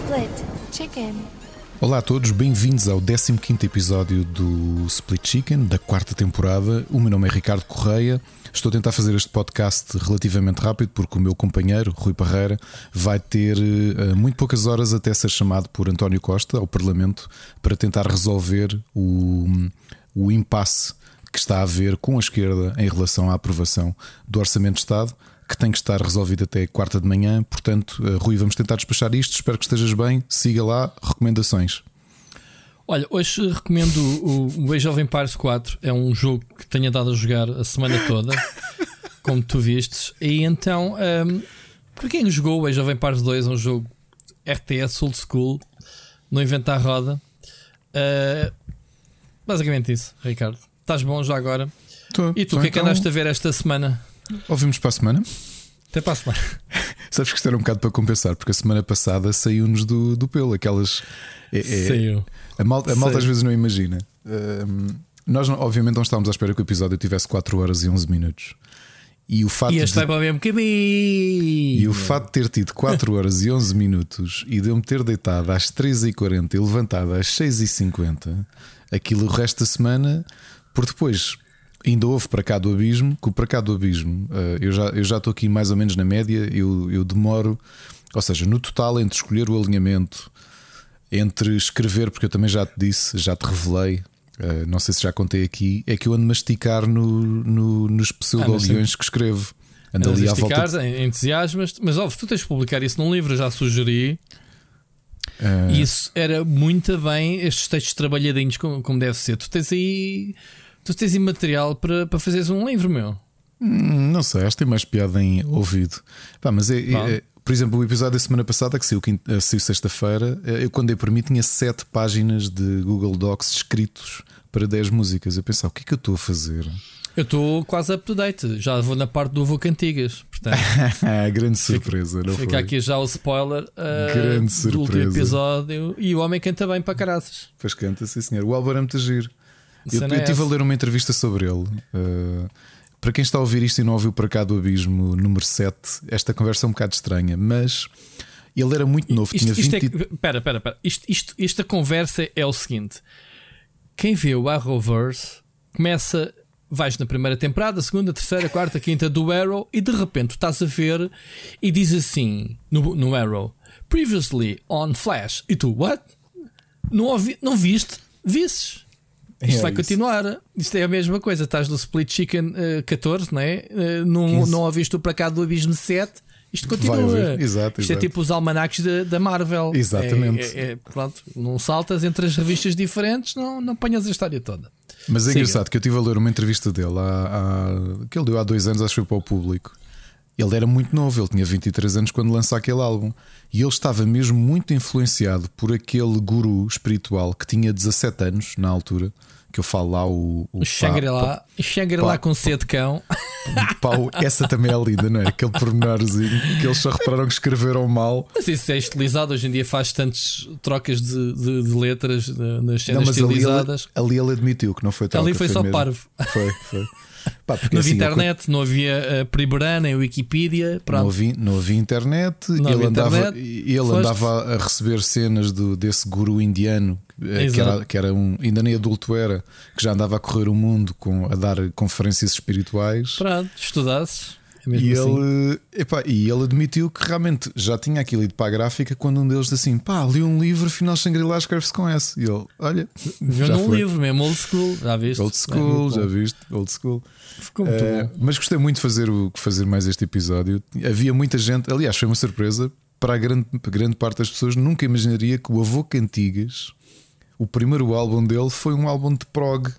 Split Chicken. Olá a todos, bem-vindos ao 15º episódio do Split Chicken, da 4ª temporada. O meu nome é Ricardo Correia. Estou a tentar fazer este podcast relativamente rápido porque o meu companheiro, Rui Parreira, vai ter muito poucas horas até ser chamado por António Costa ao Parlamento para tentar resolver o impasse que está a haver com a esquerda em relação à aprovação do Orçamento de Estado, que tem que estar resolvido até quarta de manhã. Portanto, Rui, vamos tentar despachar isto. Espero que estejas bem. Siga lá, recomendações. Olha, hoje recomendo o Age of Empires 4. É um jogo que tenho andado a jogar a semana toda, como tu vistes. E então, para quem jogou o Age of Empires 2, é um jogo RTS old school, não inventa a roda. Basicamente isso, Ricardo. Estás bom já agora? E tu, o que é que andaste a ver esta semana? Ouvimos para a semana? Até para a semana. Sabes que isto era um bocado para compensar, porque a semana passada saiu-nos do pelo. Aquelas. Saiu. A malta às vezes não imagina. Nós, obviamente, não estávamos à espera que o episódio tivesse 4 horas e 11 minutos. E o facto este vai para o mesmo caminho. E o facto de ter tido 4 horas e 11 minutos e de eu me ter deitado às 3h40 e levantado às 6h50, aquilo o resto da semana, por depois. Ainda houve para cá do abismo, que o para cá do abismo, eu já estou aqui mais ou menos na média. Eu demoro, ou seja, no total, entre escolher o alinhamento, entre escrever, porque eu também já te disse, já te revelei, não sei se já contei aqui, é que eu ando a masticar nos pseudo-guiões que escrevo. Ando ali à volta. Entusiasmas, mas óbvio, tu tens de publicar isso num livro, já sugeri. Isso era muito bem, estes textos trabalhadinhos como deve ser. Tu tens aí material para fazeres um livro, meu. Não sei, acho que tem mais piada em ouvido. Mas por exemplo, o episódio da semana passada, que saiu sexta-feira, eu quando dei por mim tinha 7 páginas de Google Docs escritos para 10 músicas. Eu pensava, o que é que eu estou a fazer? Eu estou quase up to date, já vou na parte do Vou Cantigas, portanto. Grande surpresa, não fica foi? aqui já o spoiler Grande surpresa. do último episódio. E o homem canta bem para caraças. Pois canta, sim senhor. O Álvaro é muito giro. Eu estive a ler uma entrevista sobre ele. Para quem está a ouvir isto e não ouviu para cá do abismo número 7, esta conversa é um bocado estranha, mas ele era muito novo. Espera. Esta conversa é o seguinte: quem vê o Arrowverse vais na primeira temporada, segunda, terceira, quarta, quinta do Arrow, e de repente estás a ver e diz assim no Arrow: Previously on Flash. E tu, what? Não viste? Visses? Isto vai continuar. Isto é a mesma coisa. Estás no Split Chicken 14, não é? Não ouviste o para cá do abismo 7. Isto continua. Exato. É tipo os almanacs da Marvel. Exatamente. Pronto, não saltas entre as revistas diferentes, não apanhas a história toda. Mas é engraçado que eu estive a ler uma entrevista dele que ele deu há 2 anos, acho que foi para o público. Ele era muito novo, ele tinha 23 anos quando lançou aquele álbum. E ele estava mesmo muito influenciado por aquele guru espiritual que tinha 17 anos na altura. Que eu falo lá, o Shangri-La com C de cão. Essa também é linda, não é? Aquele pormenorzinho que eles só repararam que escreveram mal. Mas isso é estilizado, hoje em dia faz tantas trocas de letras nas cenas estilizadas. Ali ele admitiu que não foi troca. Ali foi só mesmo. parvo. Foi. Não havia internet, não havia Priborã nem Wikipedia. Não havia internet. Ele andava a receber cenas desse guru indiano que era ainda nem adulto era, que já andava a correr o mundo a dar conferências espirituais. Pronto, estudasses. E ele admitiu que realmente já tinha aquilo ido para a gráfica quando um deles disse assim: li um livro, afinal Shangri-La escreve-se com S. E ele, olha, viu num livro mesmo, old school, já viste? Old school, já viste? Old school. Ficou muito bom. Mas gostei muito de fazer mais este episódio. Havia muita gente, aliás, foi uma surpresa para a grande parte das pessoas. Nunca imaginaria que o Avô Cantigas, o primeiro álbum dele, foi um álbum de prog.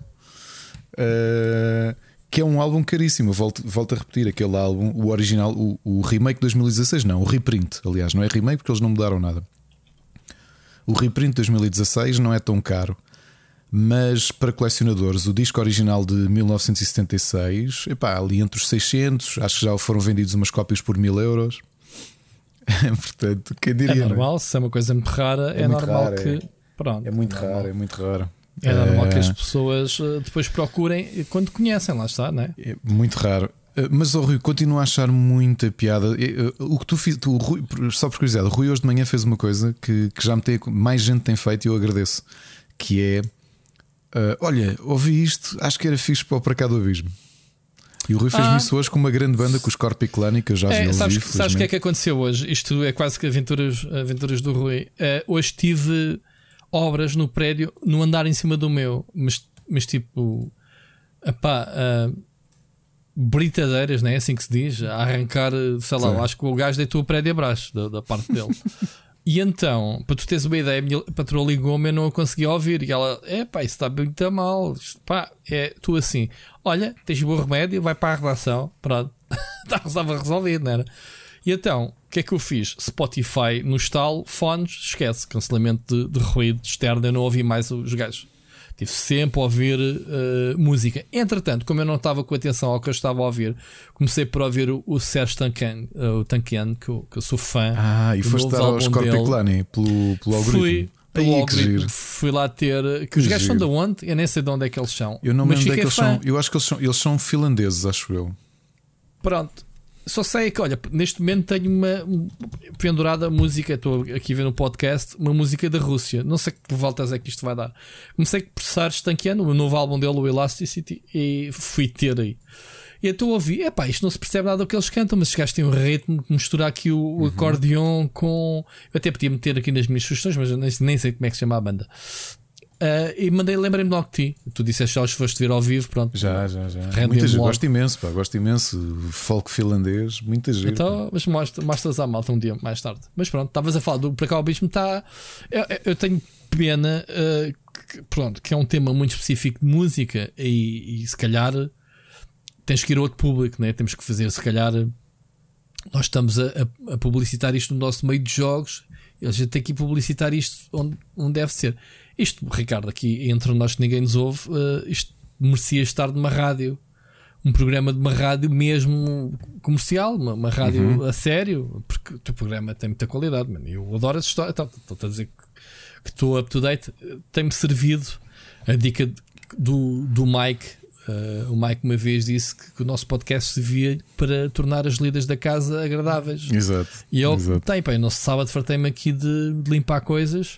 Que é um álbum caríssimo. Volto a repetir aquele álbum, o original, o remake de 2016, não, o reprint. Aliás, não é remake porque eles não mudaram nada. O reprint de 2016 não é tão caro, mas para colecionadores, o disco original de 1976, ali entre os 600, acho que já foram vendidos umas cópias por 1000€. Portanto, quem diria? É normal, se é uma coisa muito rara, é normal raro, que. Pronto, é muito raro, é muito raro. É normal que as pessoas depois procurem quando conhecem, lá está, não é? É muito raro. Mas Rui, continuo a achar muita piada. O que tu fiz, Rui, só por curiosidade, o Rui hoje de manhã fez uma coisa que já mais gente tem feito e eu agradeço. Que é olha, ouvi isto, acho que era fixe para cá do abismo. E o Rui fez-me isso hoje com uma grande banda, com os Corpiclani, que eu já vi. Sabes o que é que aconteceu hoje? Isto é quase que aventuras do Rui. Hoje tive obras no prédio, no andar em cima do meu, mas tipo, britadeiras, não é assim que se diz? A arrancar, sei lá, acho que o gajo deitou o prédio abaixo da parte dele. E então, para tu teres uma ideia, a minha patroa ligou-me e eu não a conseguia ouvir. E ela, isso está muito mal. Tu assim, olha, tens bom remédio, vai para a redação. Pronto, estava resolvido, não era? E então, o que é que eu fiz? Spotify no estalo, fones, esquece, cancelamento de ruído externo. Eu não ouvi mais os gajos. Tive sempre a ouvir música. Entretanto, como eu não estava com atenção ao que eu estava a ouvir, comecei por ouvir o Serge Tankian, que eu sou fã. E foste dar aos Corpiclani pelo algoritmo. Fui lá ter. Que os gajos são de onde? Eu nem sei de onde é que eles são. Eu não me lembro onde é que eles são. Eu acho que eles são finlandeses, acho eu. Pronto. Só sei que, olha, neste momento tenho uma pendurada música. Estou aqui a ver no podcast uma música da Rússia. Não sei que voltas é que isto vai dar. Comecei a processar Stankiano, o novo álbum dele, o Elasticity, e fui ter aí. E então ouvi, isto não se percebe nada do que eles cantam, mas estes gajos têm um ritmo de misturar aqui o acordeon com. Eu até podia meter aqui nas minhas sugestões, mas eu nem sei como é que se chama a banda. E lembrei-me logo de ti. Tu disseste já os foste ver ao vivo, pronto. Já. Muita gente, gosto imenso. Folk finlandês, muita gente. Então, mas mostras à malta um dia mais tarde. Mas pronto, estavas a falar do Para cá o abismo. Eu tenho pena que é um tema muito específico de música e se calhar tens que ir a outro público, né? Temos que fazer, se calhar nós estamos a publicitar isto no nosso meio de jogos. A gente tem que publicitar isto onde deve ser. Isto, Ricardo, aqui entre nós que ninguém nos ouve, isto merecia estar numa rádio, um programa de uma rádio mesmo comercial, uma rádio a sério, porque o teu programa tem muita qualidade, mano. Eu adoro essa história. Estou a dizer que estou up to date. Tem-me servido a dica do Mike. O Mike uma vez disse que o nosso podcast servia para tornar as lidas da casa agradáveis. Exato. E eu no sábado fartei-me aqui de limpar coisas.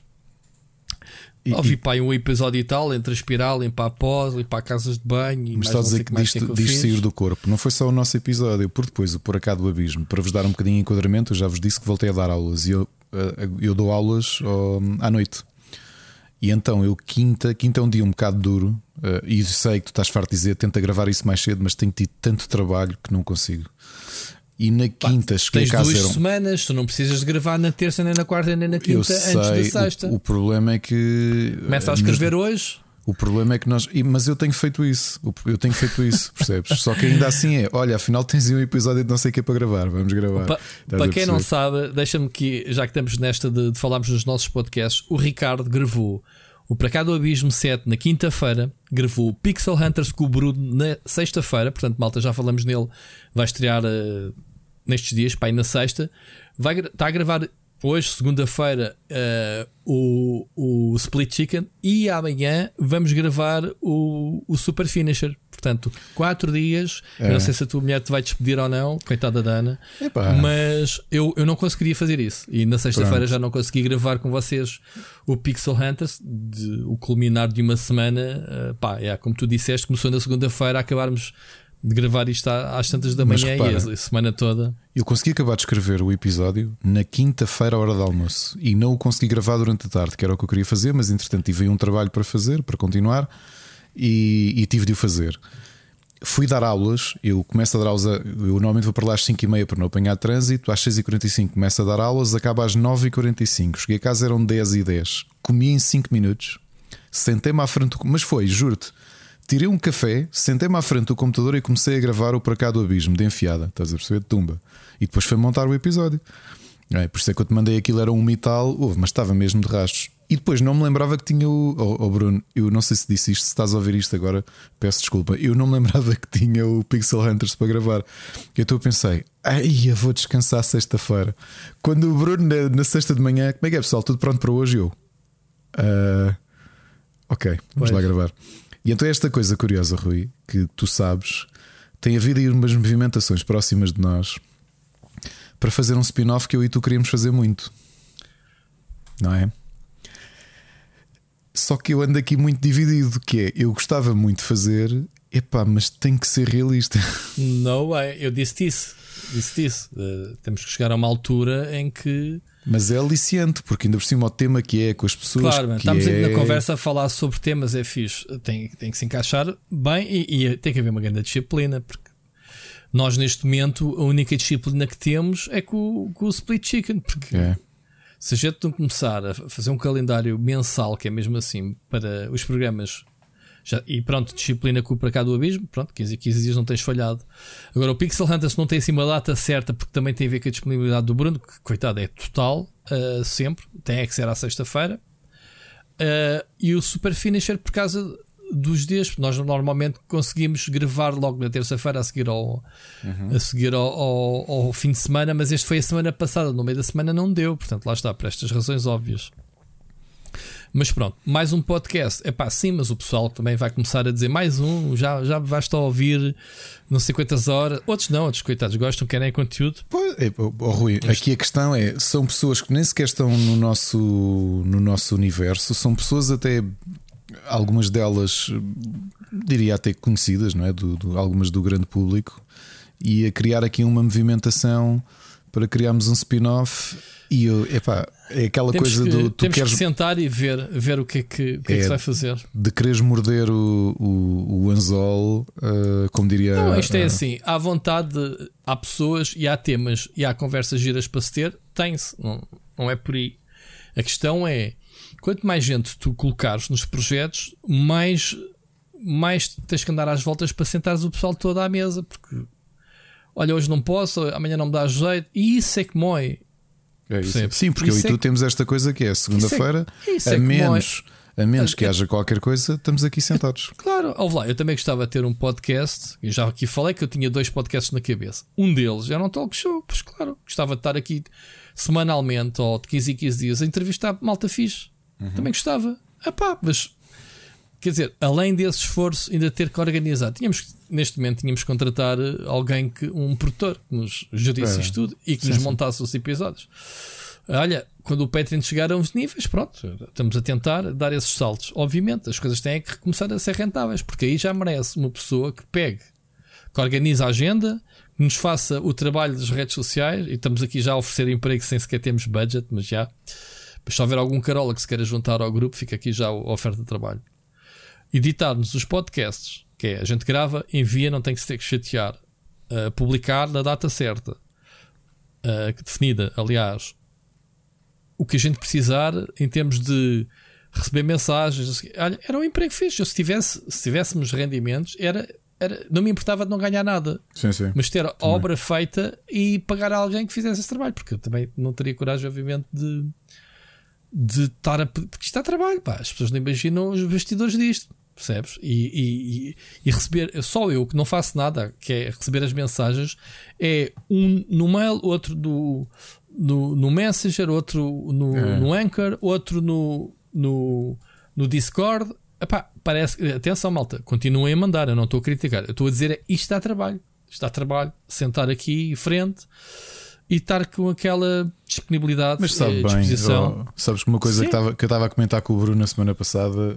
Ouvi um episódio e tal, entre aspirar, limpar pós, limpar casas de banho. E mas está a dizer que diz sair do corpo. Não foi só o nosso episódio, por depois o Por Acá do Abismo. Para vos dar um bocadinho de enquadramento, eu já vos disse que voltei a dar aulas. E eu dou aulas à noite. E então quinta é um dia um bocado duro. E sei que tu estás farto de dizer, tenta gravar isso mais cedo, mas tenho tido tanto trabalho que não consigo. E na quinta cheguei a casa. Tens 2 semanas, tu não precisas de gravar na terça, nem na quarta, nem na quinta, antes da sexta. O problema é que começa a escrever hoje. O problema é que mas eu tenho feito isso. Percebes? Só que ainda assim olha, afinal tens um episódio de não sei o que para gravar. Vamos gravar. Para quem não sabe, deixa-me que, já que estamos nesta de falarmos nos nossos podcasts, o Ricardo gravou o Para Cá do Abismo 7 na quinta-feira, gravou o Pixel Hunters com o Bruno na sexta-feira. Portanto, malta, já falamos nele. Vai estrear nestes dias, na sexta. Está a gravar hoje, segunda-feira, o Split Chicken. E amanhã vamos gravar o Super Finisher. Portanto, 4 dias. Eu não sei se a tua mulher te vai despedir ou não, coitada da Ana. Mas eu não conseguiria fazer isso. E na sexta-feira já não consegui gravar com vocês o Pixel Hunters, o culminar de uma semana. Como tu disseste, começou na segunda-feira a acabarmos de gravar isto às tantas da manhã, repara, e a semana toda. Eu consegui acabar de escrever o episódio na quinta-feira à hora de almoço e não o consegui gravar durante a tarde, que era o que eu queria fazer, mas entretanto tive aí um trabalho para fazer, para continuar, e tive de o fazer. Fui dar aulas, eu começo a dar aulas, eu normalmente vou para lá às 5h30 para não apanhar trânsito, às 6h45 começo a dar aulas, acaba às 9h45. Cheguei a casa, eram 10h10, comi em 5 minutos, sentei-me à frente, mas foi, juro-te, tirei um café, sentei-me à frente do computador e comecei a gravar o Para Cá do Abismo de enfiada, estás a perceber? De tumba. E depois foi montar o episódio. Por isso é que eu te mandei aquilo, era 1 e tal, mas estava mesmo de rastros. E depois não me lembrava que tinha o Bruno, eu não sei se disse isto, se estás a ouvir isto agora, peço desculpa. Eu não me lembrava que tinha o Pixel Hunters para gravar. Então eu pensei, eu vou descansar sexta-feira. Quando o Bruno na sexta de manhã, como é que é, pessoal? Tudo pronto para hoje? Ok, vamos lá gravar. E então esta coisa curiosa, Rui, que tu sabes, tem havido aí umas movimentações próximas de nós para fazer um spin-off que eu e tu queríamos fazer muito, não é? Só que eu ando aqui muito dividido, que é, eu gostava muito de fazer, epá, mas tem que ser realista. Não é, eu disse isso. Temos que chegar a uma altura em que. Mas é aliciante, porque ainda por cima o tema que é com as pessoas. Claro, estamos na conversa a falar sobre temas, é fixe. Tem que se encaixar bem e tem que haver uma grande disciplina, porque nós neste momento a única disciplina que temos é com o Split Chicken, porque se a gente não começar a fazer um calendário mensal, que é mesmo assim, para os programas. E pronto, disciplina com o para cá do abismo. Pronto, 15 dias não tens falhado. Agora o Pixel Hunters não tem assim uma data certa, porque também tem a ver com a disponibilidade do Bruno, que coitado é total, sempre. Tem que ser à sexta-feira. E o Super Finisher por causa dos dias. Nós normalmente conseguimos gravar logo na terça-feira a seguir ao fim de semana, mas este foi a semana passada. No meio da semana não deu. Portanto, lá está, por estas razões óbvias. Mas pronto, mais um podcast. É pá, sim, mas o pessoal também vai começar a dizer mais um, já basta ouvir não sei quantas horas. Outros não, outros coitados gostam, querem conteúdo. Pois, Rui, aqui a questão é: são pessoas que nem sequer estão no nosso universo, são pessoas até, algumas delas, diria até conhecidas, não é? Algumas do grande público, e a criar aqui uma movimentação para criarmos um spin-off. E é aquela coisa do tu temos queres que sentar e ver o que é que se vai fazer. De quereres morder o anzol, como diria. Não, isto é assim: à vontade, há pessoas e há temas e há conversas giras para se ter, tem-se, não é por aí. A questão é: quanto mais gente tu colocares nos projetos, mais tens que andar às voltas para sentares o pessoal todo à mesa, porque olha, hoje não posso, amanhã não me dá jeito, e isso é que mói. É isso. Sim, porque eu e tu temos esta coisa que é segunda-feira, a menos que haja qualquer coisa, estamos aqui sentados. Claro, ouve lá, eu também gostava de ter um podcast. Eu já aqui falei que eu tinha 2 podcasts na cabeça. Um deles era um talk show, pois claro, gostava de estar aqui semanalmente ou de 15 em 15 dias a entrevistar malta fixe. Também gostava. Mas quer dizer, além desse esforço, ainda ter que organizar. Neste momento tínhamos que contratar um produtor que nos gerisse isto tudo e que nos montasse os episódios. Olha, quando o Patreon chegar a uns níveis, pronto, estamos a tentar dar esses saltos. Obviamente, as coisas têm que começar a ser rentáveis, porque aí já merece uma pessoa que pegue, que organize a agenda, que nos faça o trabalho das redes sociais. E estamos aqui já a oferecer emprego sem sequer termos budget, mas já. Se houver algum carola que se queira juntar ao grupo, fica aqui já a oferta de trabalho. Editar-nos os podcasts, que é a gente grava, envia, não tem que se ter que chatear, publicar na data certa, definida, aliás, o que a gente precisar em termos de receber mensagens. Olha, era um emprego fixe. Se tivéssemos rendimentos, não me importava de não ganhar nada, sim. Mas ter a obra feita e pagar a alguém que fizesse esse trabalho, porque eu também não teria coragem, obviamente, de estar porque isto é trabalho, pá. As pessoas não imaginam os bastidores disto, percebes? E receber, só eu que não faço nada, que é receber as mensagens, é um no mail, outro no Messenger, outro no Anchor, outro no Discord. Epá, parece, atenção, malta, continuem a mandar, eu não estou a criticar, eu estou a dizer isto dá trabalho, sentar aqui em frente e estar com aquela disponibilidade. Mas sabe disposição. Bem, sabes que uma coisa que eu estava a comentar com o Bruno na semana passada,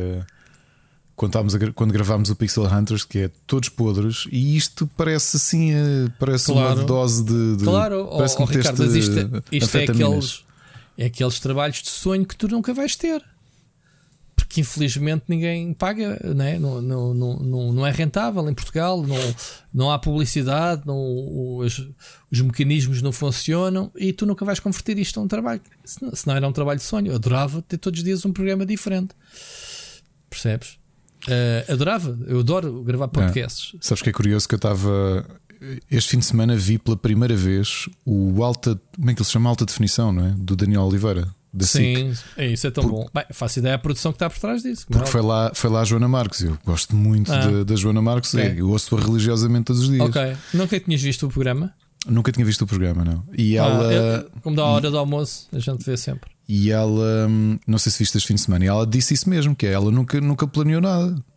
quando gravámos o Pixel Hunters, que é todos podres, e isto parece assim, parece uma dose de claro, parece que Ricardo, mas isto é aqueles trabalhos de sonho que tu nunca vais ter, porque infelizmente ninguém paga, não é? Não é rentável em Portugal, não há publicidade, os mecanismos não funcionam e tu nunca vais converter isto a um trabalho. Se não era um trabalho de sonho, eu adorava ter todos os dias um programa diferente, percebes? Eu adoro gravar podcasts. Sabes que é curioso que eu estava este fim de semana, vi pela primeira vez como é que ele se chama? Alta definição, não é? Do Daniel Oliveira. Sim, isso é tão bom. Bem, faço ideia da produção que está por trás disso. Porque foi lá a Joana Marques. Eu gosto muito da Joana Marques. Okay. Eu ouço-a religiosamente todos os dias. Ok. Nunca tinhas visto o programa? Nunca tinha visto o programa, não. E ela. Como dá a hora do almoço, a gente vê sempre. E ela, não sei se viste este fim de semana, e ela disse isso mesmo: que ela nunca planeou nada.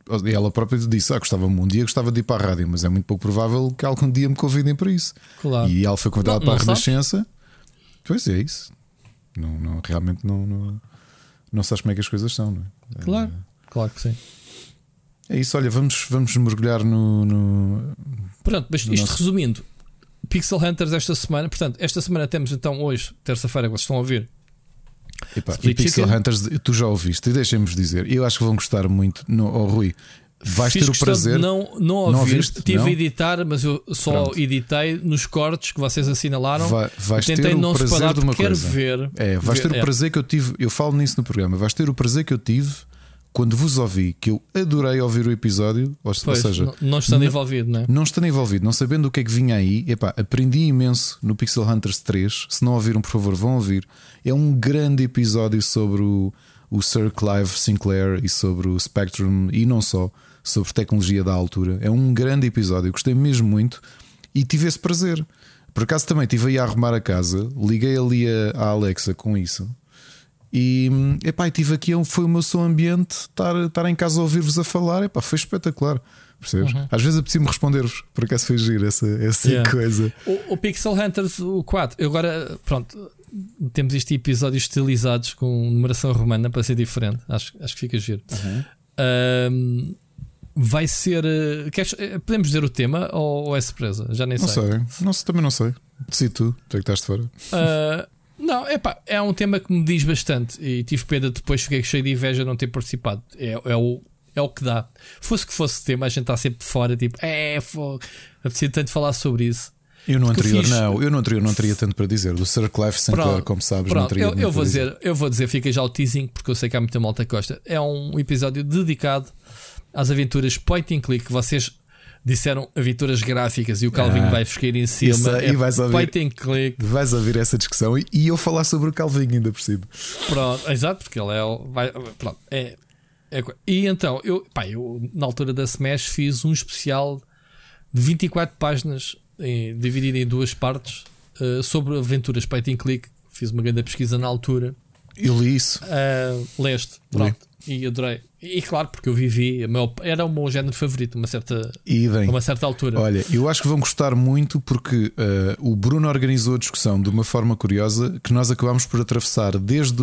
ela própria disse: gostava-me um dia, gostava de ir para a rádio, mas é muito pouco provável que algum dia me convidem para isso. Claro. E ela foi convidada para a sabes? Renascença. Pois é isso. Não, realmente não sabes como é que as coisas são, não é? Claro que sim. É isso, olha, vamos mergulhar no. Pronto, mas isto resumindo, Pixel Hunters esta semana. Portanto, esta semana temos então hoje, terça-feira, que vocês estão a ouvir. E Pixel Hunters, tu já ouviste, e deixem-me dizer, eu acho que vão gostar muito. Rui, vais ter o prazer. Não ouvir, estive a editar, mas eu só Pronto. editei nos cortes que vocês assinalaram. Vais Tentei ter o não prazer separar, de uma quero coisa. Vais ter o prazer que eu tive. Eu falo nisso no programa. Vais ter o prazer que eu tive quando vos ouvi, que eu adorei ouvir o episódio. Ou seja, não estando envolvido, não é? Não estando envolvido, não sabendo o que é que vinha aí. Aprendi imenso no Pixel Hunters 3. Se não ouviram, por favor, vão ouvir. É um grande episódio sobre o Sir Clive Sinclair e sobre o Spectrum, e não só, sobre tecnologia da altura. É um grande episódio, gostei mesmo muito e tive esse prazer. Por acaso também estive aí a arrumar a casa, liguei ali a Alexa com isso e tive aqui, foi o meu som ambiente, estar em casa a ouvir-vos a falar. Foi espetacular, percebes? Às vezes apetecia-me responder-vos, por acaso foi giro essa coisa. O Pixel Hunters, o 4, agora pronto, temos este episódio estilizados com numeração romana para ser diferente. Acho que fica giro. Vai ser. Podemos dizer o tema ou é surpresa? Já nem sei. Também não sei. Decide tu é que estás de fora. Não, é um tema que me diz bastante e tive pena depois, fiquei cheio de inveja de não ter participado. É o que dá. Fosse que fosse tema, a gente está sempre fora, tipo, apetecia tanto falar sobre isso. Eu no anterior não teria tanto para dizer. Do Sir Clive Sinclair, como sabes, não teria eu vou dizer, fica já o teasing, porque eu sei que há muita malta que gosta. É um episódio dedicado às aventuras point and click. Vocês disseram aventuras gráficas e o Calvinho vai ficar em cima. E vais ouvir, point and click. Vais ouvir essa discussão e eu falar sobre o Calvinho ainda por cima. Pronto, exato, porque ele E então, eu na altura da Smash fiz um especial de 24 páginas dividido em duas partes sobre aventuras point and click. Fiz uma grande pesquisa na altura. Eu li isso. Leste, pronto. E adorei. E claro, porque eu vivi, era o meu género favorito a uma certa altura. Olha, eu acho que vão gostar muito porque o Bruno organizou a discussão de uma forma curiosa que nós acabámos por atravessar desde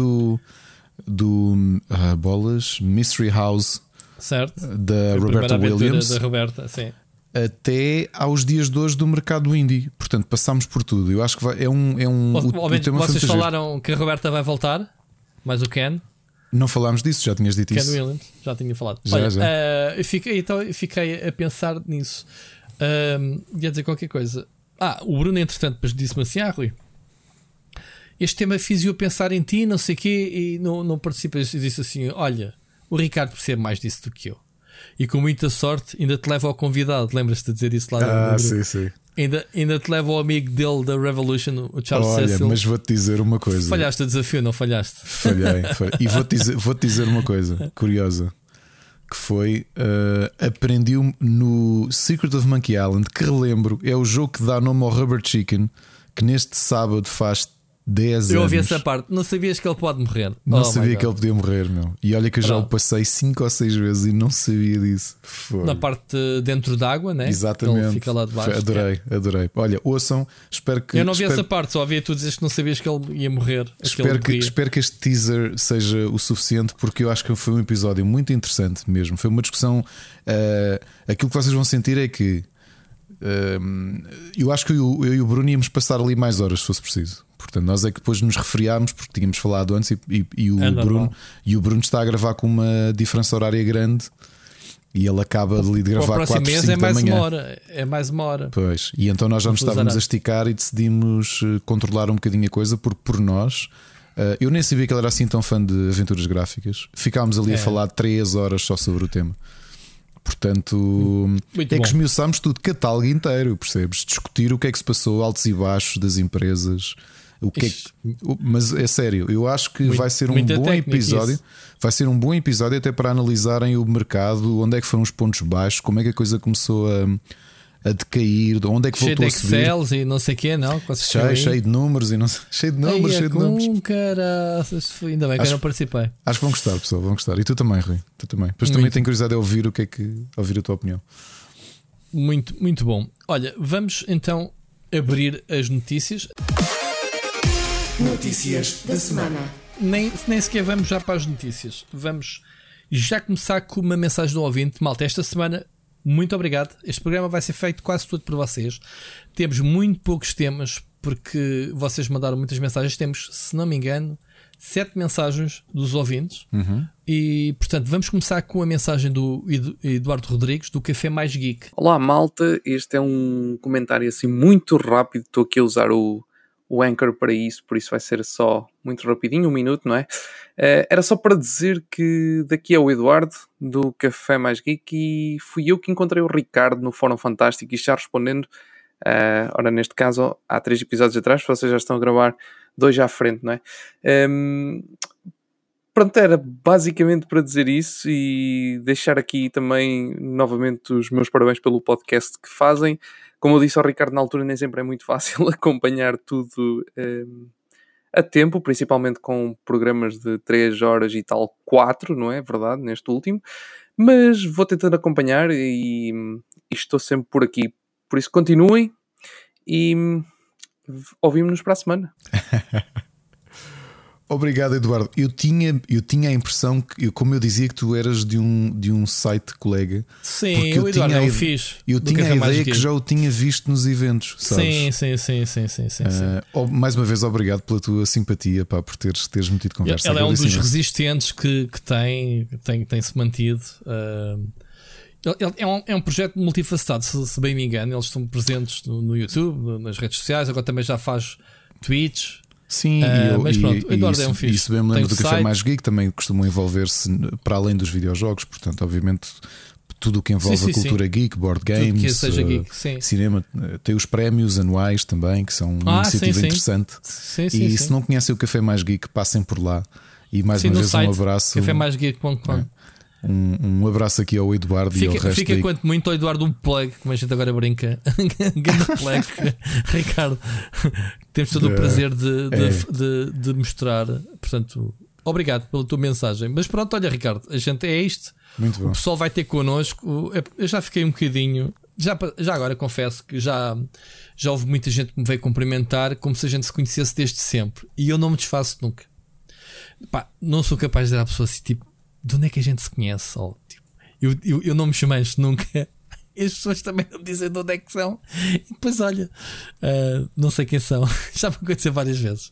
bolas Mystery House, certo, da Roberta Williams, da Roberta, sim, até aos dias de hoje do mercado indie. Portanto, passámos por tudo. Eu acho que é um o tema. Vocês falaram que a Roberta vai voltar, mais o Ken. Não falámos disso, já tinhas dito Ken isso. Ken Williams, já tinha falado. Já. Eu fiquei a pensar nisso. Ia dizer qualquer coisa. O Bruno, entretanto, depois disse-me assim: Rui, este tema fiz-o pensar em ti, não sei o quê, e não participas. E disse assim: olha, o Ricardo percebe mais disso do que eu. E com muita sorte, ainda te leva ao convidado. Lembras-te de dizer isso lá no grupo? Sim. Ainda te leva ao amigo dele da Revolution, o Charles Cecil. Olha, mas vou-te dizer uma coisa. Falhaste o desafio, não falhaste? Falhei. E vou-te dizer uma coisa curiosa, que foi aprendi no Secret of Monkey Island, que relembro, é o jogo que dá nome ao Rubber Chicken, que neste sábado faz 10 anos. Eu ouvi essa parte. Não sabias que ele pode morrer? Não sabia que ele podia morrer, meu. E olha que eu já o passei 5 ou 6 vezes e não sabia disso. Foi. Na parte dentro d'água, né? Exatamente. Ele fica lá de baixo. Adorei. Olha, ouçam. Espero que. Eu não vi essa parte, só havia tu dizer que não sabias que ele ia morrer. Espero que este teaser seja o suficiente, porque eu acho que foi um episódio muito interessante mesmo. Foi uma discussão. Aquilo que vocês vão sentir é que eu acho que eu e o Bruno íamos passar ali mais horas se fosse preciso. Portanto, nós é que depois nos refriámos porque tínhamos falado antes e o Bruno está a gravar com uma diferença horária grande e ele acaba de gravar 4, 5 da manhã. É mais uma hora. Pois, e então nós já nos estávamos a esticar e decidimos controlar um bocadinho a coisa por nós. Eu nem sabia que ele era assim tão fã de aventuras gráficas. Ficámos ali a falar 3 horas só sobre o tema. Portanto, que esmiuçámos tudo, catálogo inteiro, percebes? Discutir o que é que se passou, altos e baixos das empresas. Mas é sério, eu acho que vai ser um bom episódio. Isso. Vai ser um bom episódio até para analisarem o mercado, onde é que foram os pontos baixos, como é que a coisa começou a decair, onde é que cheio voltou de a subir. Excels e não sei o quê, não? Cheio de números e não sei, cheio de números. Caraças, ainda bem que eu não participei. Acho que vão gostar, pessoal, vão gostar. E tu também, Rui, tu também. Depois também tenho curiosidade de ouvir ouvir a tua opinião. Muito, muito bom. Olha, vamos então abrir as notícias. Notícias da semana. Nem sequer vamos já para as notícias. Vamos já começar com uma mensagem do ouvinte. Malta, esta semana, muito obrigado. Este programa vai ser feito quase todo por vocês. Temos muito poucos temas porque vocês mandaram muitas mensagens. Temos, se não me engano, 7 mensagens dos ouvintes. E portanto vamos começar com a mensagem do Eduardo Rodrigues do Café Mais Geek. Olá malta, este é um comentário assim muito rápido. Estou aqui a usar o Anchor para isso, por isso vai ser só muito rapidinho, 1 minuto, não é? Era só para dizer que daqui é o Eduardo do Café Mais Geek e fui eu que encontrei o Ricardo no Fórum Fantástico e já respondendo, ora neste caso há 3 episódios atrás, vocês já estão a gravar 2 à frente, não é? Pronto, era basicamente para dizer isso e deixar aqui também novamente os meus parabéns pelo podcast que fazem. Como eu disse ao Ricardo na altura, nem sempre é muito fácil acompanhar tudo a tempo, principalmente com programas de 3 horas e tal, 4, não é verdade, neste último. Mas vou tentando acompanhar e estou sempre por aqui. Por isso continuem e ouvimos-nos para a semana. Obrigado, Eduardo. Eu tinha a impressão que, como eu dizia, que tu eras de um site colega. Sim, o Eduardo é o fixe. Eu tinha a ideia que já o tinha visto nos eventos, sabes? Sim. Mais uma vez, obrigado pela tua simpatia, pá, por teres metido conversa. Ele é um dos resistentes que tem-se mantido. É um projeto multifacetado, se bem me engano. Eles estão presentes no YouTube, nas redes sociais, agora também já faz tweets. Sim, mas pronto, o Eduardo é um fixe. Isso bem me lembro do Café Mais Geek, também costumam envolver-se para além dos videojogos, portanto, obviamente, tudo o que envolve a cultura geek, board games, que seja geek, cinema, tem os prémios anuais também, que são uma iniciativa interessante. E se não conhecem o Café Mais Geek, passem por lá. E mais uma vez um abraço. cafémaisgeek.com. Um abraço aqui ao Eduardo e ao resto. Fica quanto muito ao Eduardo um plug, como a gente agora brinca. Grande plug, Ricardo. Temos todo o prazer de mostrar. Portanto, obrigado pela tua mensagem. Mas pronto, olha, Ricardo, a gente é isto. Muito bom. O pessoal vai ter connosco. Eu já fiquei um bocadinho. Já agora confesso que já houve muita gente que me veio cumprimentar como se a gente se conhecesse desde sempre. E eu não me desfaço nunca. Pá, não sou capaz de dizer à pessoa assim, tipo, de onde é que a gente se conhece? Ou, tipo, eu não me chamejo nunca. E as pessoas também não me dizem de onde é que são. E depois, olha, não sei quem são. Já me aconteceu várias vezes.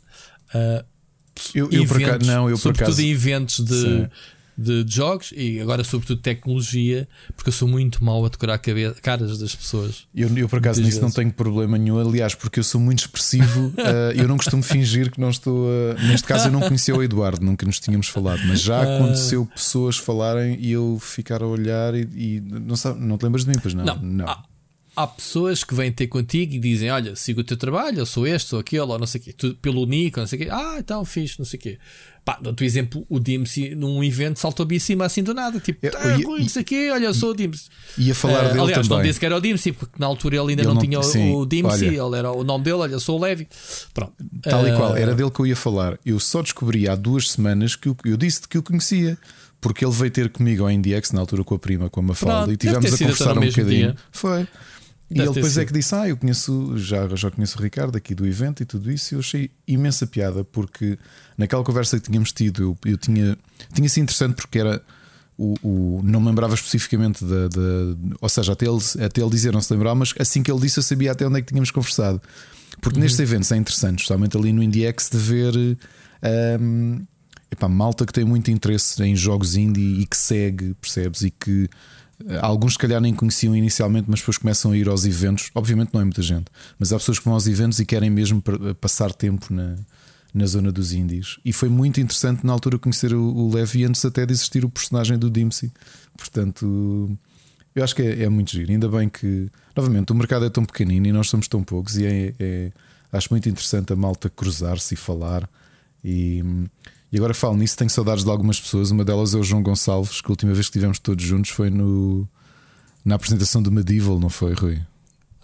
Sobretudo em eventos de jogos e agora, sobretudo, tecnologia, porque eu sou muito mau a decorar caras das pessoas. Eu por acaso, nisso não tenho problema nenhum. Aliás, porque eu sou muito expressivo, eu não costumo fingir que não estou. Neste caso, eu não conhecia o Eduardo, nunca nos tínhamos falado, mas já aconteceu pessoas falarem e eu ficar a olhar e não te lembras de mim, pois não? Não. Há pessoas que vêm ter contigo e dizem: olha, sigo o teu trabalho, eu sou este, sou aquele, ou não sei o quê, pelo nick, não sei o quê. Então fixe, não sei o quê. Pá, no teu exemplo, o Dimsy num evento saltou-me em cima assim do nada, tipo, não sei o quê, olha, eu sou o Dimsy. Ia falar dele aliás, também. Não disse que era o Dimsy, porque na altura ele ainda não tinha o Dimsy, ele era o nome dele, olha, eu sou o Levi. Pronto. Tal e qual, era dele que eu ia falar. Eu só descobri há 2 semanas que eu disse que o conhecia. Porque ele veio ter comigo ao IndieX na altura com a prima, com a Mafalda, e tivemos a conversar um bocadinho. Dia. Foi. E ele depois é que disse: eu conheço, já conheço o Ricardo aqui do evento e tudo isso. E eu achei imensa piada, porque naquela conversa que tínhamos tido, eu tinha sido interessante, porque era não me lembrava especificamente ou seja, até ele dizer não se lembrava, mas assim que ele disse eu sabia até onde é que tínhamos conversado. Porque nestes eventos é interessante, especialmente ali no IndieX, de ver malta que tem muito interesse em jogos indie e que segue, percebes? E que alguns se calhar nem conheciam inicialmente, mas depois começam a ir aos eventos. Obviamente não é muita gente, mas há pessoas que vão aos eventos e querem mesmo passar tempo na zona dos indies. E foi muito interessante na altura conhecer o Levi antes até de existir o personagem do Dimsy. Portanto, eu acho que é muito giro. Ainda bem que, novamente, o mercado é tão pequenino e nós somos tão poucos, e acho muito interessante a malta cruzar-se e falar. E agora falo nisso, tenho saudades de algumas pessoas. Uma delas é o João Gonçalves, que a última vez que estivemos todos juntos foi na apresentação do Medieval, não foi, Rui?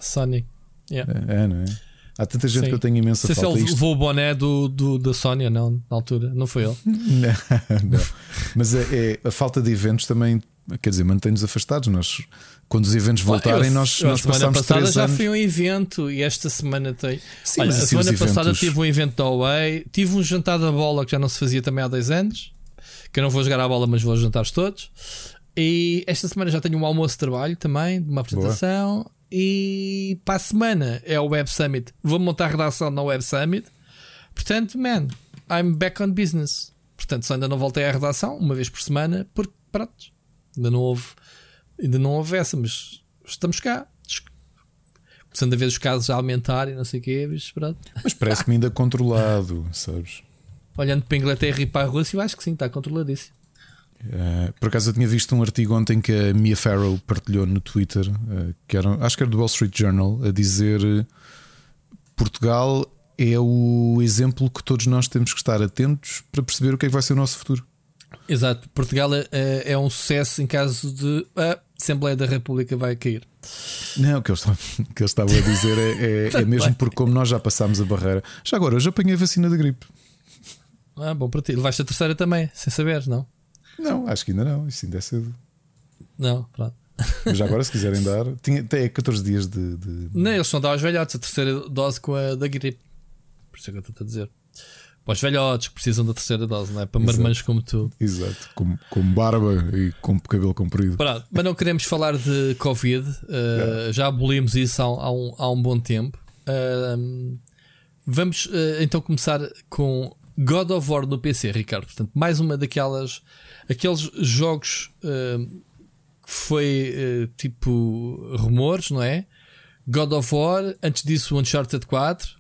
Sonic. Yeah. É, não é? Há tanta gente que eu tenho imensa falta. Não sei se ele levou o boné da Sony, não, na altura. Não foi ele. não. Mas a falta de eventos também, quer dizer, mantém-nos afastados. Nós, quando os eventos voltarem, nós passamos 3 anos. Já foi um evento e esta semana tem. Sim, olha, mas a assim, semana passada eventos... tive um evento da Huawei, tive um jantar da bola que já não se fazia também há 10 anos. Que eu não vou jogar à bola, mas vou jantar todos. E esta semana já tenho um almoço de trabalho também, de uma apresentação. Boa. E para a semana é o Web Summit. Vou montar a redação na Web Summit. Portanto, I'm back on business. Portanto, só ainda não voltei à redação uma vez por semana, porque pronto, ainda não houve essa, mas estamos cá. Começando a ver os casos a aumentar e não sei o quê, mas parece-me ainda controlado, sabes? Olhando para a Inglaterra e para a Rússia, eu acho que sim, está controladíssimo. Por acaso eu tinha visto um artigo ontem que a Mia Farrow partilhou no Twitter, acho que era do Wall Street Journal, a dizer Portugal é o exemplo que todos nós temos que estar atentos para perceber o que é que vai ser o nosso futuro. Exato, Portugal é um sucesso em caso de a Assembleia da República vai cair. Não, o que eles estavam a dizer é mesmo porque como nós já passámos a barreira. Já agora, hoje apanhei a vacina da gripe. Bom para ti. Levaste a terceira também, sem saber, não? Não, acho que ainda não. Isso ainda é cedo. Não, pronto. Mas já agora, se quiserem dar, tem 14 dias de. Não, eles são dar aos velhotes a terceira dose com a da gripe. Por isso é que eu estou a dizer. Para os velhotes que precisam da terceira dose, não é? Para marmanjos como tu. Exato, com barba e com cabelo comprido. Pronto, mas não queremos falar de Covid. Já abolimos isso há um bom tempo. Vamos então começar com God of War no PC, Ricardo. Portanto, mais uma aqueles jogos que foi tipo rumores, não é? God of War, antes disso o Uncharted 4,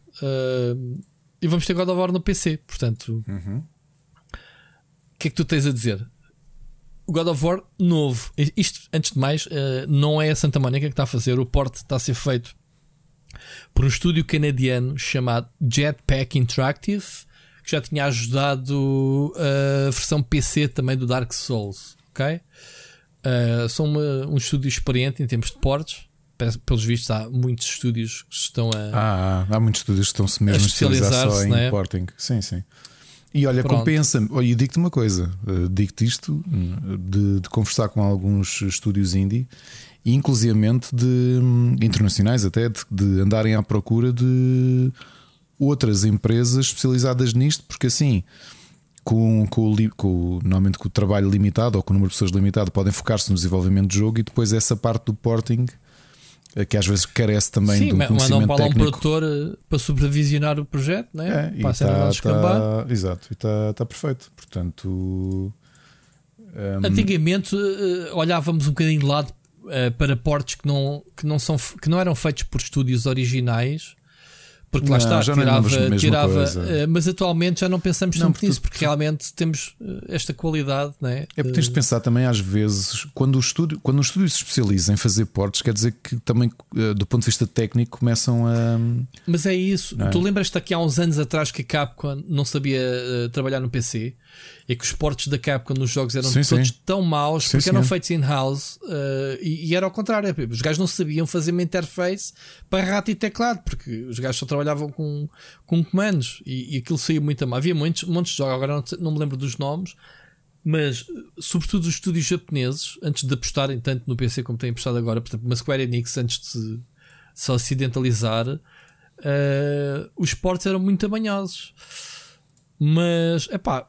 e vamos ter God of War no PC. Portanto, o que é que tu tens a dizer? O God of War novo. Isto, antes de mais, não é a Santa Mónica que está a fazer. O port está a ser feito por um estúdio canadiano chamado Jetpack Interactive, que já tinha ajudado a versão PC também do Dark Souls. Ok? São um estúdio experiente em termos de ports. Pelos vistos, há muitos estúdios que estão há muitos estúdios que estão-se mesmo a especializar só em porting. Sim. E olha, compensa. Olha, digo-te uma coisa, digo-te isto de conversar com alguns estúdios indie, e inclusivamente de internacionais, até de andarem à procura de outras empresas especializadas nisto, porque assim, normalmente com o trabalho limitado ou com o número de pessoas limitado, podem focar-se no desenvolvimento do jogo, e depois essa parte do porting, que às vezes carece também de um conhecimento para técnico. Um produtor para supervisionar o projeto, não é? Exato, e está perfeito. Portanto, antigamente olhávamos um bocadinho de lado para portes que não eram feitos por estúdios originais, porque lá está, tirava mas atualmente já não pensamos tanto nisso, porque realmente temos esta qualidade, não é? É porque tens de pensar também, às vezes, quando um estúdio se especializa em fazer portes, quer dizer que também, do ponto de vista técnico, começam a. Mas é isso. Tu lembras-te aqui há uns anos atrás que a Capcom não sabia trabalhar no PC, e que os portes da Capcom nos jogos eram todos tão maus porque eram feitos in-house, e era ao contrário. Os gajos não sabiam fazer uma interface para rato e teclado, porque os gajos só trabalhavam com comandos, e aquilo saía muito a mal. Havia montes de jogos, agora não me lembro dos nomes, mas sobretudo os estúdios japoneses, antes de apostarem tanto no PC como têm apostado agora, por exemplo, uma Square Enix, antes de se ocidentalizar, os ports eram muito amanhosos. Mas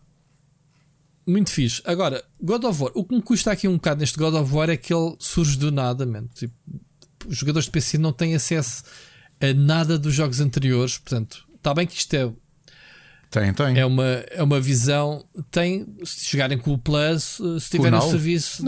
muito fixe. Agora, God of War, o que me custa aqui um bocado neste God of War é que ele surge do nada, man. Tipo, os jogadores de PC não têm acesso a nada dos jogos anteriores. Portanto, está bem que isto tem. É uma visão. Tem, se chegarem com o Plus, se tiverem o serviço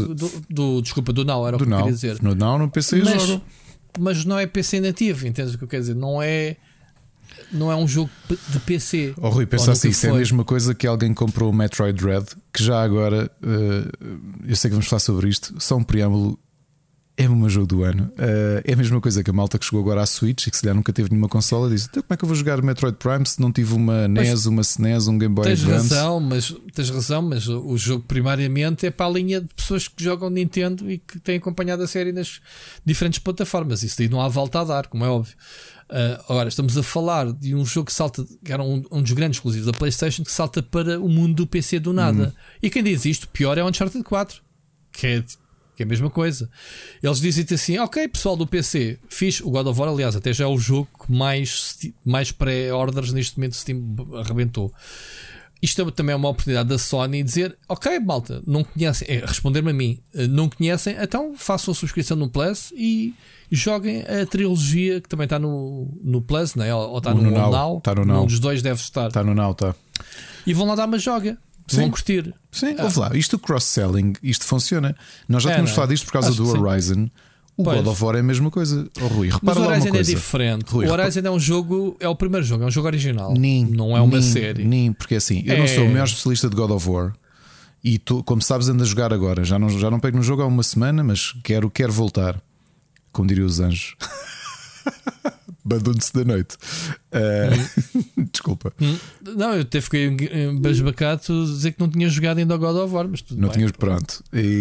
do Now, era o que eu queria dizer. No Now, no PC jogo. Mas não é PC nativo, entendes o que eu quero dizer? Não é um jogo de PC. Rui, pensa assim, isso é a mesma coisa que alguém comprou o Metroid Dread, que já agora, eu sei que vamos falar sobre isto, só um preâmbulo. É o meu jogo do ano. É a mesma coisa que a malta que chegou agora à Switch e que se calhar nunca teve nenhuma consola. Disse: então, como é que eu vou jogar Metroid Prime se não tive uma NES, uma SNES, um Game Boy Advance? Tens razão, mas o jogo primariamente é para a linha de pessoas que jogam Nintendo e que têm acompanhado a série nas diferentes plataformas. Isso daí não há volta a dar, como é óbvio. Agora estamos a falar de um jogo que era um dos grandes exclusivos da PlayStation, que salta para o mundo do PC do nada. E quem diz isto, pior é o Uncharted 4, que é a mesma coisa. Eles dizem assim: ok, pessoal do PC, fiz o God of War, aliás, até já é o jogo que mais pré-orders neste momento Steam arrebentou. Isto também é uma oportunidade da Sony dizer: ok, malta, não conhecem, responder-me a mim, não conhecem, então façam a subscrição no Plus e joguem a trilogia que também está no Plus, né? Ou está no Now. Está no Now. Um dos dois deve estar. Está no Now, está. E vão lá dar uma joga. Vão curtir. Sim, ouve lá, isto cross-selling, isto funciona. Nós já tínhamos falado disto por causa do Horizon. O God of War é a mesma coisa. Rui, repara lá uma coisa. Mas o Horizon é diferente. Rui, o Horizon é um jogo, é o primeiro jogo, é um jogo original. Não é uma série. Porque assim, eu não sou o maior especialista de God of War. E tu, como sabes, ando a jogar agora. Já não pego no jogo há uma semana, mas quero voltar. Como diriam os anjos. Badunce da noite. Desculpa. Não, eu até fiquei embasbacado dizer que não tinha jogado ainda ao God of War, mas tudo não bem. Tinhas, pronto.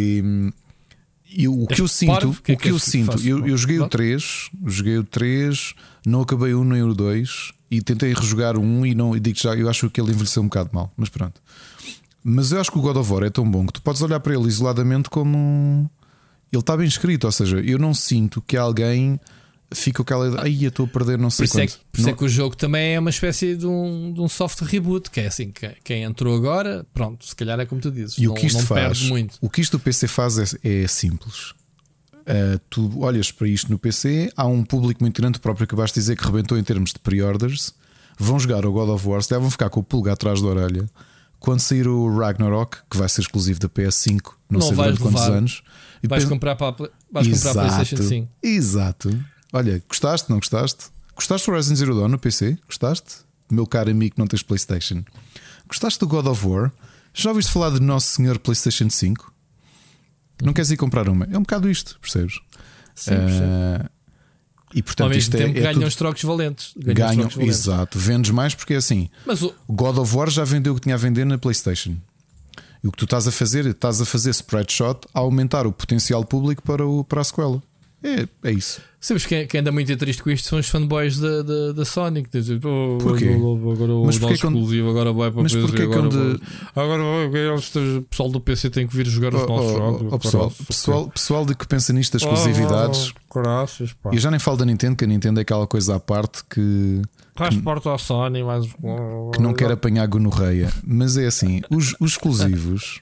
E o que eu sinto, eu joguei o 3, não acabei o 1 nem o 2 e tentei rejogar o 1 e digo já, eu acho que ele envelheceu um bocado mal, mas pronto. Mas eu acho que o God of War é tão bom que tu podes olhar para ele isoladamente como ele está bem escrito, ou seja, eu não sinto que alguém fica com aquela ideia, ai, eu estou a perder não sei quanto. Por isso é que o jogo também é uma espécie de um soft reboot, que é assim, quem entrou agora, pronto, se calhar é como tu dizes, e o que isto não faz, perde muito. O que isto do PC faz é simples. Tu olhas para isto no PC, há um público muito grande, próprio que acabaste de dizer que rebentou em termos de pre-orders, vão jogar o God of War, se vão ficar com o pulgar atrás da orelha. Quando sair o Ragnarok, que vai ser exclusivo da PS5, não sei durante quantos anos, e vais comprar a PlayStation 5. Exato. Olha, gostaste? Não gostaste? Gostaste do Horizon Zero Dawn no PC? Gostaste? Meu caro amigo que não tens PlayStation. Gostaste do God of War? Já ouviste falar de Nosso Senhor PlayStation 5? Não queres ir comprar uma? É um bocado isto, percebes? Sim, e portanto ao mesmo isto tempo ganham tudo... os trocos valentes. Ganham, exato. Vendes mais porque é assim. Mas o God of War já vendeu o que tinha a vender na PlayStation. E o que tu estás a fazer sprite shot a aumentar o potencial público para a sequela. É isso. Sabes quem anda muito triste com isto são os fanboys da Sony, que dizem: porquê? Agora o nosso exclusivo agora vai para o PC. Agora o pessoal do PC tem que vir jogar os nossos jogos. Pessoal de que pensa nisto das exclusividades. Graças, pá. E eu já nem falo da Nintendo, que a Nintendo é aquela coisa à parte que transporta à Sony, mas que não quer apanhar gonorreia. Mas é assim, os exclusivos.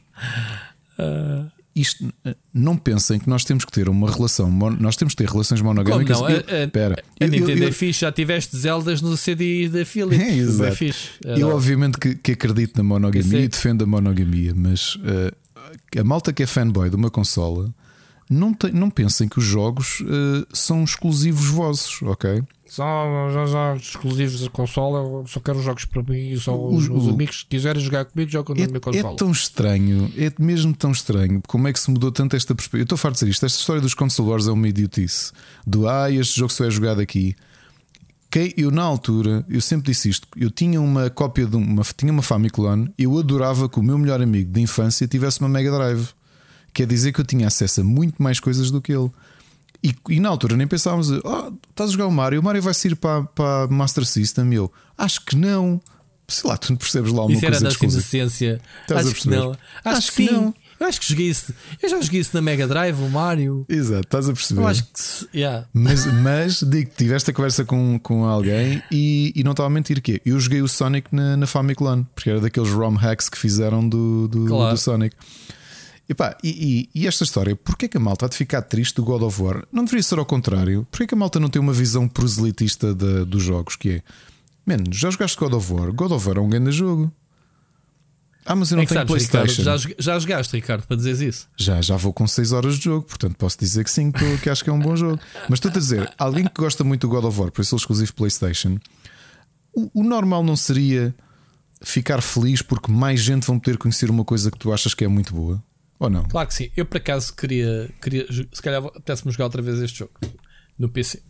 Isto, não pensem que nós temos que ter uma relação. Nós temos que ter relações monogâmicas. Como não? A Nintendo é fixe. Já tiveste Zeldas no CD da Philips. É fixe. Eu obviamente que acredito na monogamia e defendo a monogamia, mas a malta que é fanboy de uma consola não pensem que os jogos são exclusivos vossos, ok? Já exclusivos da consola. Eu só quero jogos para mim. Só os amigos que quiserem jogar comigo jogam na minha consola. É tão estranho, é mesmo tão estranho. Como é que se mudou tanto esta perspectiva? Eu estou farto de dizer isto. Esta história dos console wars é uma idiotice. Este jogo só é jogado aqui. Eu na altura, eu sempre disse isto. Eu tinha uma cópia tinha uma Famicom. Eu adorava que o meu melhor amigo de infância tivesse uma Mega Drive. Quer dizer que eu tinha acesso a muito mais coisas do que ele. E na altura nem pensávamos: estás a jogar o Mario vai sair para a Master System. E eu acho que não. Sei lá, tu não percebes lá alguma isso coisa era da inocência. Acho que não. Acho que não. Eu acho que joguei isso. Eu já joguei isso na Mega Drive, o Mario. Exato, estás a perceber. Eu acho que mas digo, tiveste a conversa com alguém e não estava a mentir que eu joguei o Sonic na Famicom, porque era daqueles ROM hacks que fizeram do Sonic. E esta história, porquê que a malta há de ficar triste do God of War? Não deveria ser ao contrário. Porquê que a malta não tem uma visão proselitista dos jogos? Que é, já jogaste God of War? God of War é um grande jogo. Mas eu não tenho PlayStation. Ricardo, já jogaste, Ricardo, para dizeres isso? Já vou com 6 horas de jogo, portanto posso dizer que sim, que acho que é um bom jogo. Mas estou a dizer, alguém que gosta muito do God of War, por isso é exclusivo PlayStation, o normal não seria ficar feliz porque mais gente vão poder conhecer uma coisa que tu achas que é muito boa? Ou não? Claro que sim. Eu por acaso queria se calhar apetece-me jogar outra vez este jogo no PC.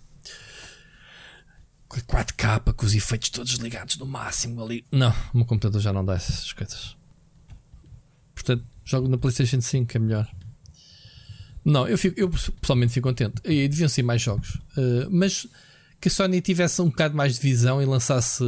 4K com os efeitos todos ligados no máximo ali. Não, o meu computador já não dá essas coisas. Portanto, jogo na PlayStation 5 que é melhor. Não, eu pessoalmente fico contente. E deviam ser mais jogos. Mas que a Sony tivesse um bocado mais de visão e lançasse.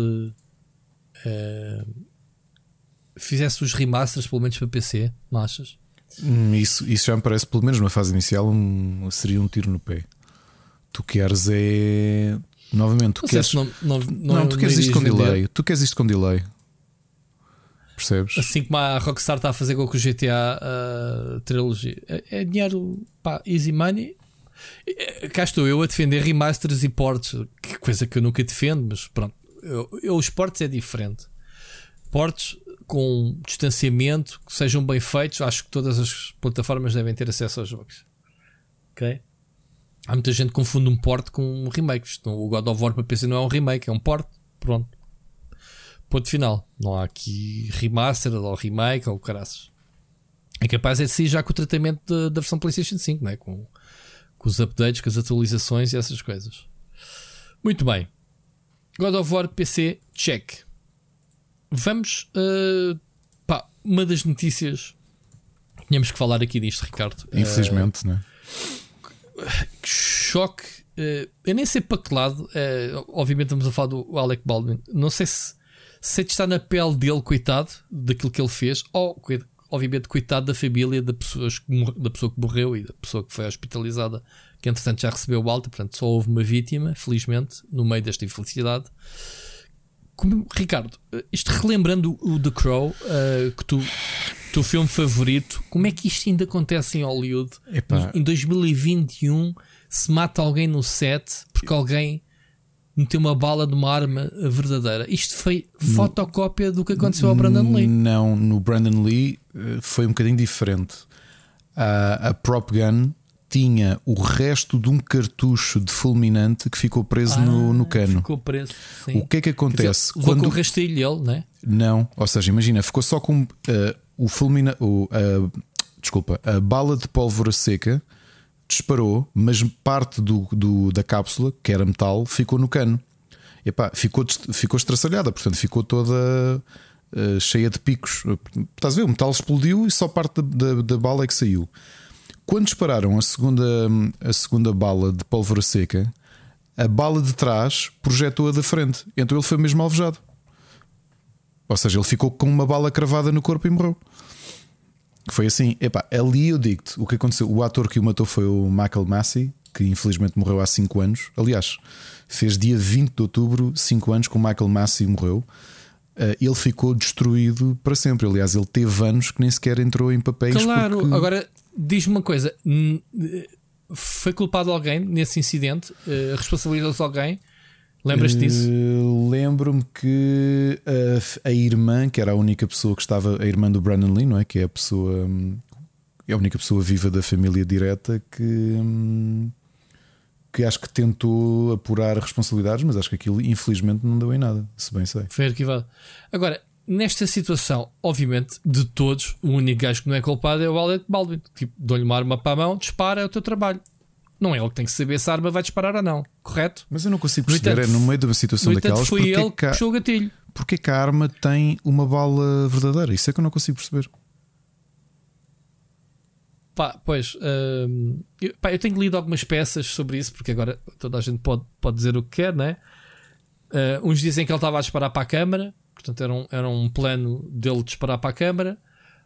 Fizesse os remasters pelo menos para PC, não achas? Isso já me parece, pelo menos na fase inicial, seria um tiro no pé. Tu queres é. Novamente, tu queres. Tu queres isto com delay. Tu queres isto com delay. Percebes? Assim como a Rockstar está a fazer com o GTA Trilogy. É dinheiro, pá, easy money. Cá estou eu a defender remasters e ports, que coisa que eu nunca defendo, mas pronto. Os ports é diferente. Ports com distanciamento, que sejam bem feitos, acho que todas as plataformas devem ter acesso aos jogos. Ok? Há muita gente que confunde um port com um remake. O God of War para PC não é um remake, é um port. Pronto. Ponto final. Não há aqui remaster ou remake ou caraças. É capaz de sair já com o tratamento da versão PlayStation 5, não é? Com os updates, com as atualizações e essas coisas. Muito bem. God of War PC, check. Vamos. Uma das notícias. Tínhamos que falar aqui disto, Ricardo. Infelizmente, não é? Choque. Eu nem sei para que lado. Obviamente, estamos a falar do Alec Baldwin. Não sei se está na pele dele, coitado, daquilo que ele fez, ou obviamente, coitado da família da pessoa que morreu e da pessoa que foi hospitalizada, que entretanto já recebeu o alta. Portanto, só houve uma vítima, felizmente, no meio desta infelicidade. Ricardo, isto relembrando o The Crow, que teu filme favorito, como é que isto ainda acontece em Hollywood? Em 2021 se mata alguém no set porque alguém meteu uma bala de uma arma verdadeira. Isto foi fotocópia do que aconteceu ao Brandon Lee. Não, no Brandon Lee foi um bocadinho diferente. A prop gun tinha o resto de um cartucho de fulminante que ficou preso no cano. Ficou preso, sim. O que é que acontece? Quando com o rastilho ele, não é? Não, ou seja, imagina, ficou só com a bala de pólvora seca disparou, mas parte da cápsula, que era metal, ficou no cano. Ficou estraçalhada, portanto ficou toda cheia de picos. Estás a ver? O metal explodiu e só parte da bala é que saiu. Quando dispararam a segunda bala de pólvora seca, a bala de trás projetou a da frente. Então ele foi mesmo alvejado. Ou seja, ele ficou com uma bala cravada no corpo e morreu. Foi assim. Ali eu digo-te o que aconteceu. O ator que o matou foi o Michael Massey, que infelizmente morreu há 5 anos. Aliás, fez dia 20 de outubro, 5 anos que o Michael Massey morreu. Ele ficou destruído para sempre. Aliás, ele teve anos que nem sequer entrou em papéis. Claro, porque... agora diz-me uma coisa: foi culpado alguém nesse incidente? Responsabilizou-se alguém? Lembras-te disso? Lembro-me que a irmã, que era a única pessoa que estava, a irmã do Brandon Lee, não é? Que é a única pessoa viva da família direta que acho que tentou apurar responsabilidades, mas acho que aquilo infelizmente não deu em nada, se bem sei. Foi arquivado. Agora, nesta situação, obviamente, de todos, o único gajo que não é culpado é o Alec Baldwin. Tipo, dou-lhe uma arma para a mão, dispara, é o teu trabalho. Não é ele que tem que saber se a arma vai disparar ou não, correto? Mas eu não consigo perceber, no meio de uma situação daquelas, foi ele que puxou o gatilho. Porque é que a arma tem uma bala verdadeira? Isso é que eu não consigo perceber. Eu tenho lido algumas peças sobre isso, porque agora toda a gente pode dizer o que quer, não é? Uns dizem que ele estava a disparar para a câmara, portanto era um plano dele disparar para a câmara.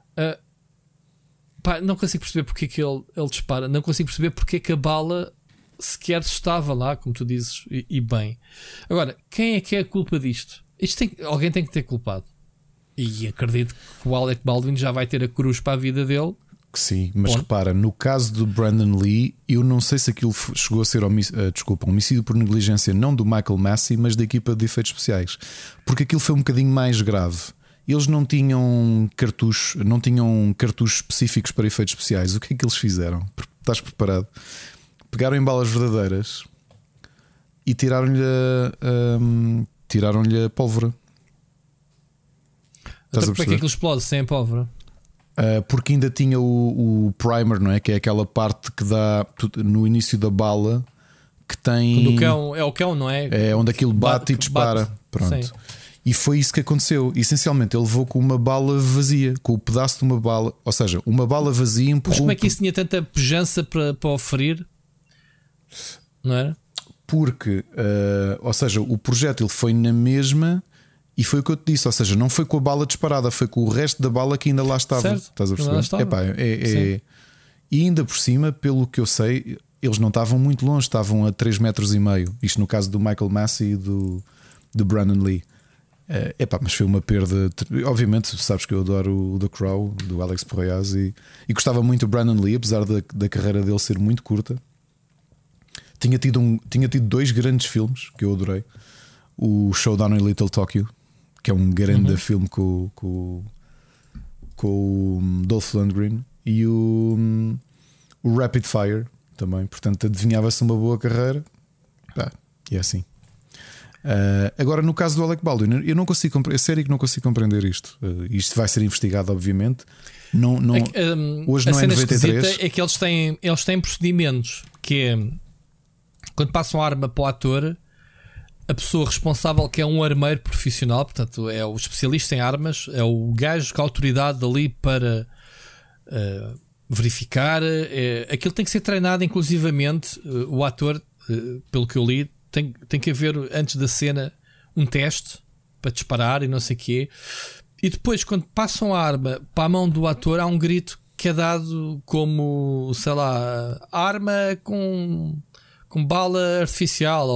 Não consigo perceber porque é que ele dispara, não consigo perceber porque é que a bala sequer estava lá, como tu dizes, e bem. Agora, quem é que é a culpa disto? Alguém tem que ter culpado. E acredito que o Alec Baldwin já vai ter a cruz para a vida dele. Sim, mas repara, no caso do Brandon Lee, eu não sei se aquilo chegou a ser homicídio por negligência, não do Michael Massey, mas da equipa de efeitos especiais, porque aquilo foi um bocadinho mais grave. Eles não tinham cartuchos específicos para efeitos especiais. O que é que eles fizeram? Estás preparado? Pegaram em balas verdadeiras e tiraram-lhe a pólvora. Então, para que é que ele explode sem a pólvora? Porque ainda tinha o primer, não é? Que é aquela parte que dá no início da bala, que tem. Quando o cão, é o cão, não é? É onde aquilo bate e dispara. Bate. Pronto. Sim. E foi isso que aconteceu. Essencialmente, ele levou com uma bala vazia, com o pedaço de uma bala, ou seja, uma bala vazia empurrou. Mas como é que isso tinha tanta pujança para oferir? Não era? Porque, ou seja, o projétil foi na mesma. E foi o que eu te disse, ou seja, não foi com a bala disparada, foi com o resto da bala que ainda lá estava. Certo, estás a perceber? Epá, e ainda por cima, pelo que eu sei, eles não estavam muito longe, estavam a 3,5 metros. Isto no caso do Michael Massey e do Brandon Lee. Mas foi uma perda. Obviamente, sabes que eu adoro o The Crow, do Alex Proyas, e gostava muito do Brandon Lee, apesar da carreira dele ser muito curta. Tinha tido 2 grandes filmes que eu adorei: o Showdown in Little Tokyo, que é um grande filme com o Dolph Lundgren, e o Rapid Fire também. Portanto, adivinhava-se uma boa carreira. E é assim. Agora, no caso do Alec Baldwin, eu não consigo é sério que não consigo compreender isto. Isto vai ser investigado, obviamente. Hoje não é 93. É que eles têm procedimentos que é quando passam a arma para o ator, a pessoa responsável, que é um armeiro profissional, portanto é o especialista em armas, é o gajo com a autoridade ali para verificar. Aquilo tem que ser treinado inclusivamente. O ator, pelo que eu li, tem que haver antes da cena um teste para disparar e não sei o quê. E depois, quando passam a arma para a mão do ator, há um grito que é dado como, sei lá, arma com bala artificial,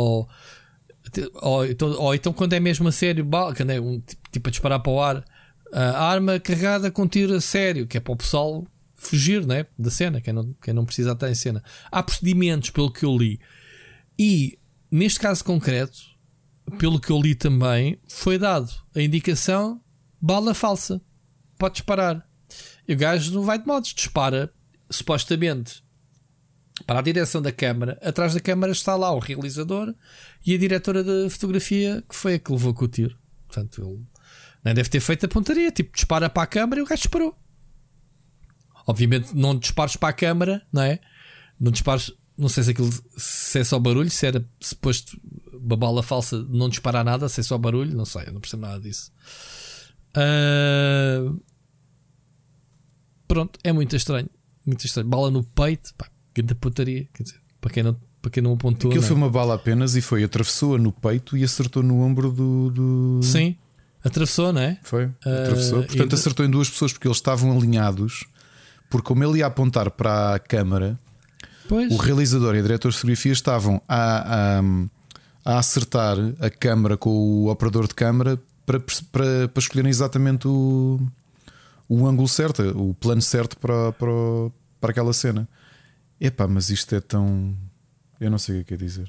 ou então quando é mesmo a sério, quando é tipo a disparar para o ar, a arma carregada com tiro a sério, que é para o pessoal fugir, né, da cena, quem não precisa estar em cena. Há procedimentos, pelo que eu li, e neste caso concreto, pelo que eu li também, foi dado a indicação: bala falsa, pode disparar. E o gajo não vai de modos, dispara supostamente para a direção da câmara. Atrás da câmara está lá o realizador e a diretora de fotografia, que foi a que levou com o tiro. Portanto, ele nem deve ter feito a pontaria, tipo, dispara para a câmara e o gajo disparou. Obviamente não dispares para a câmara, não é? Não dispares, não sei se é só barulho, se era suposto uma bala falsa não disparar nada, se é só barulho, não sei, eu não percebo nada disso. Pronto, é muito estranho. Muito estranho. Bala no peito, pá, grande putaria. Quer dizer, para quem não apontou. Aquilo não. Foi uma bala apenas e atravessou-a no peito e acertou no ombro do. Sim, atravessou, não é? Foi, atravessou. Portanto, acertou em 2 pessoas porque eles estavam alinhados. Porque, como ele ia apontar para a câmara, o realizador e a diretora de fotografia estavam a acertar a câmara com o operador de câmara para escolherem exatamente o ângulo certo, o plano certo para aquela cena. Epá, mas isto é tão. Eu não sei o que é dizer.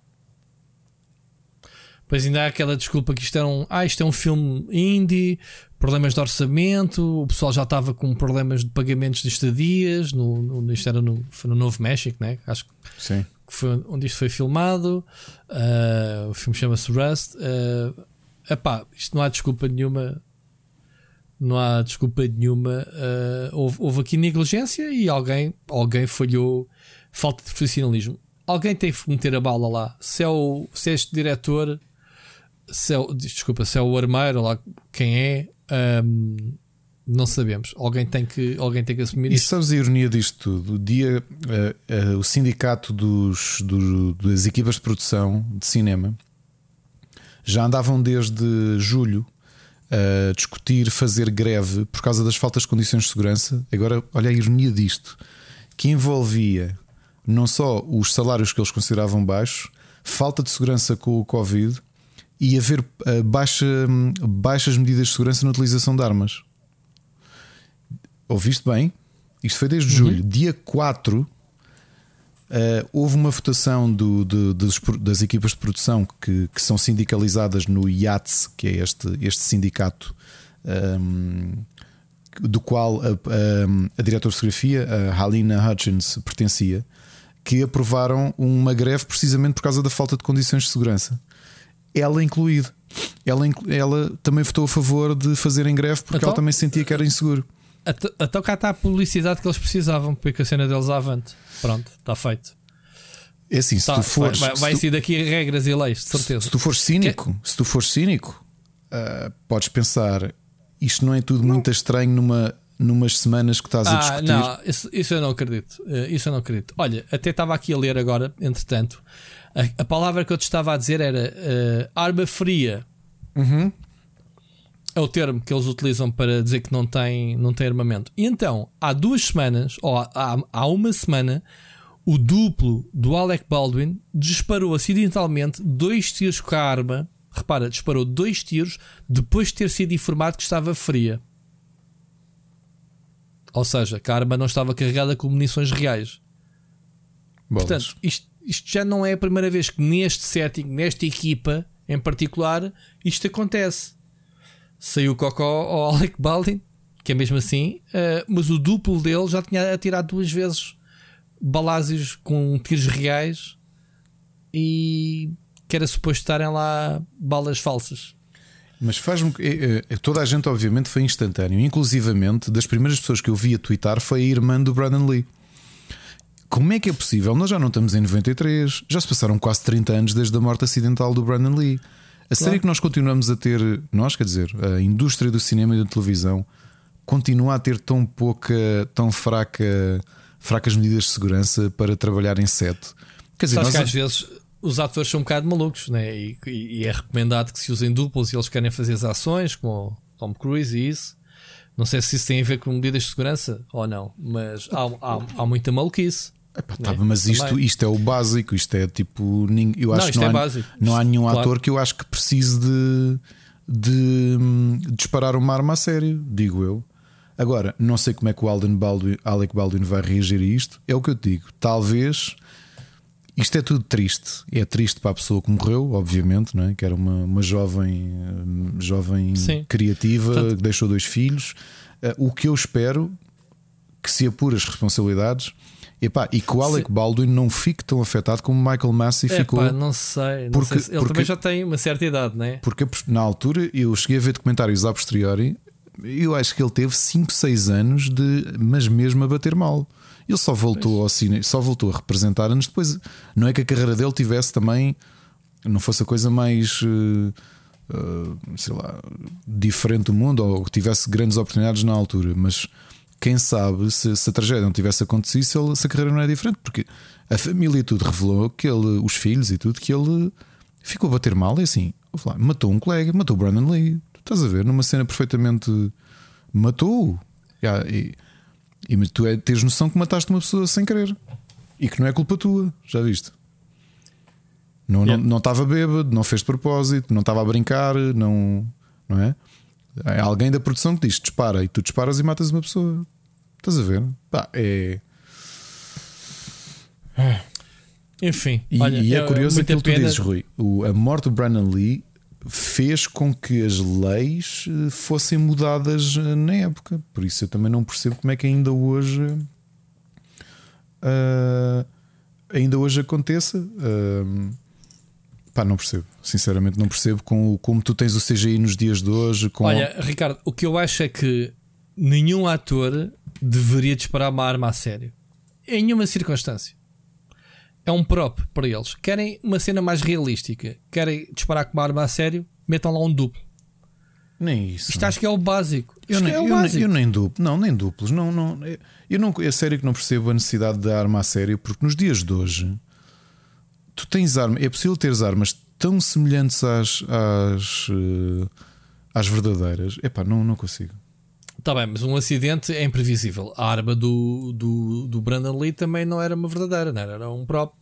Pois ainda há aquela desculpa que isto é um filme indie, problemas de orçamento, o pessoal já estava com problemas de pagamentos de estadias. Isto foi no Novo México, né? Acho que sim. Foi onde isto foi filmado. O filme chama-se Rust. Isto não há desculpa nenhuma. Não há desculpa nenhuma. Houve aqui negligência e alguém falhou. Falta de profissionalismo. Alguém tem que meter a bala lá. Se é este diretor, se é o armeiro lá, quem é, não sabemos. Alguém tem que assumir isso. E sabes a ironia disto tudo? O sindicato das equipas de produção de cinema já andavam desde julho a discutir fazer greve por causa das faltas de condições de segurança. Agora, olha a ironia disto, que envolvia não só os salários que eles consideravam baixos, falta de segurança com o Covid e haver baixas medidas de segurança na utilização de armas. Ouviste bem? Isto foi desde julho. Dia 4 houve uma votação das equipas de produção que são sindicalizadas no IATSE, que é este sindicato do qual a diretora de fotografia, a Halina Hutchins, pertencia, que aprovaram uma greve precisamente por causa da falta de condições de segurança. Ela incluída. Ela também votou a favor de fazerem greve porque ela também sentia que era inseguro. Até cá está a publicidade que eles precisavam, porque a cena deles avante. Pronto, está feito. É assim, se tu fores. Vai sair daqui regras e leis, de certeza. Se tu fores cínico, podes pensar, isto não é tudo muito estranho numas semanas que estás a discutir. Não, isso eu não acredito. Isso eu não acredito. Olha, até estava aqui a ler agora, entretanto, a palavra que eu te estava a dizer era arma fria. Uhum. É o termo que eles utilizam para dizer que não tem armamento. E então, há 2 semanas, ou há uma semana, o duplo do Alec Baldwin disparou acidentalmente 2 tiros com a arma. Repara, disparou 2 tiros depois de ter sido informado que estava fria. Ou seja, que a arma não estava carregada com munições reais. Bolas. Portanto, isto já não é a primeira vez que neste setting, nesta equipa em particular, isto acontece. Saiu o cocó ao Alec Baldwin, que é mesmo assim, mas o duplo dele já tinha atirado 2 vezes balásios com tiros reais e que era suposto estarem lá balas falsas. Mas faz-me. Toda a gente, obviamente, foi instantâneo. Inclusivamente, das primeiras pessoas que eu vi a twittar foi a irmã do Brandon Lee. Como é que é possível? Nós já não estamos em 93, já se passaram quase 30 anos desde a morte acidental do Brandon Lee. A série que nós continuamos a ter, nós, quer dizer, a indústria do cinema e da televisão continua a ter tão fracas medidas de segurança para trabalhar em set. Quer dizer, que às vezes os atores são um bocado malucos, né? E é recomendado que se usem duplos se eles querem fazer as ações, como o Tom Cruise e isso. Não sei se isso tem a ver com medidas de segurança ou não, mas há muita maluquice. Tá, mas isto é o básico, isto é tipo. Eu acho que não há nenhum ator que eu acho que precise de disparar uma arma a sério, digo eu. Agora, não sei como é que o Alec Baldwin vai reagir a isto. É o que eu te digo. Talvez isto é tudo triste. É triste para a pessoa que morreu, obviamente, não é? Que era uma jovem criativa, que deixou 2 filhos. O que eu espero que se apure as responsabilidades. E que o Alec Baldwin não fique tão afetado como o Michael Massey ficou. Não sei. Ele também já tem uma certa idade, não é? Porque na altura eu cheguei a ver documentários a posteriori. Eu acho que ele teve 5, 6 anos mas mesmo a bater mal. Ele só voltou ao cine, só voltou a representar anos depois. Não é que a carreira dele tivesse também, não fosse a coisa mais sei lá, diferente do mundo, ou que tivesse grandes oportunidades na altura, mas quem sabe se a tragédia não tivesse acontecido, se a carreira não é diferente, porque a família e tudo revelou que ele, os filhos e tudo, que ele ficou a bater mal. E assim, matou um colega, matou o Brandon Lee. Tu estás a ver, numa cena perfeitamente matou. E tu tens noção que mataste uma pessoa sem querer e que não é culpa tua, já viste? Não estava bêbado, não fez de propósito, não estava a brincar, não é? É alguém da produção que diz dispara e tu disparas e matas uma pessoa. Estás a ver? Enfim, e é curioso aquilo que tu dizes, Rui. A morte do Brandon Lee fez com que as leis fossem mudadas na época. Por isso eu também não percebo como é que ainda hoje aconteça. Não percebo, sinceramente não percebo como tu tens o CGI nos dias de hoje. Olha, Ricardo, o que eu acho é que nenhum ator deveria disparar uma arma a sério em nenhuma circunstância. É um prop para eles. Querem uma cena mais realística, querem disparar com uma arma a sério, metam lá um duplo. Nem isso. Isto acho que é o básico. Eu nem duplo, nem duplos. É sério que não percebo a necessidade da arma a sério, porque nos dias de hoje tu tens armas, é possível teres armas tão semelhantes às verdadeiras. Não consigo. Está bem, mas um acidente é imprevisível. A arma do Brandon Lee também não era uma verdadeira, não era um prop.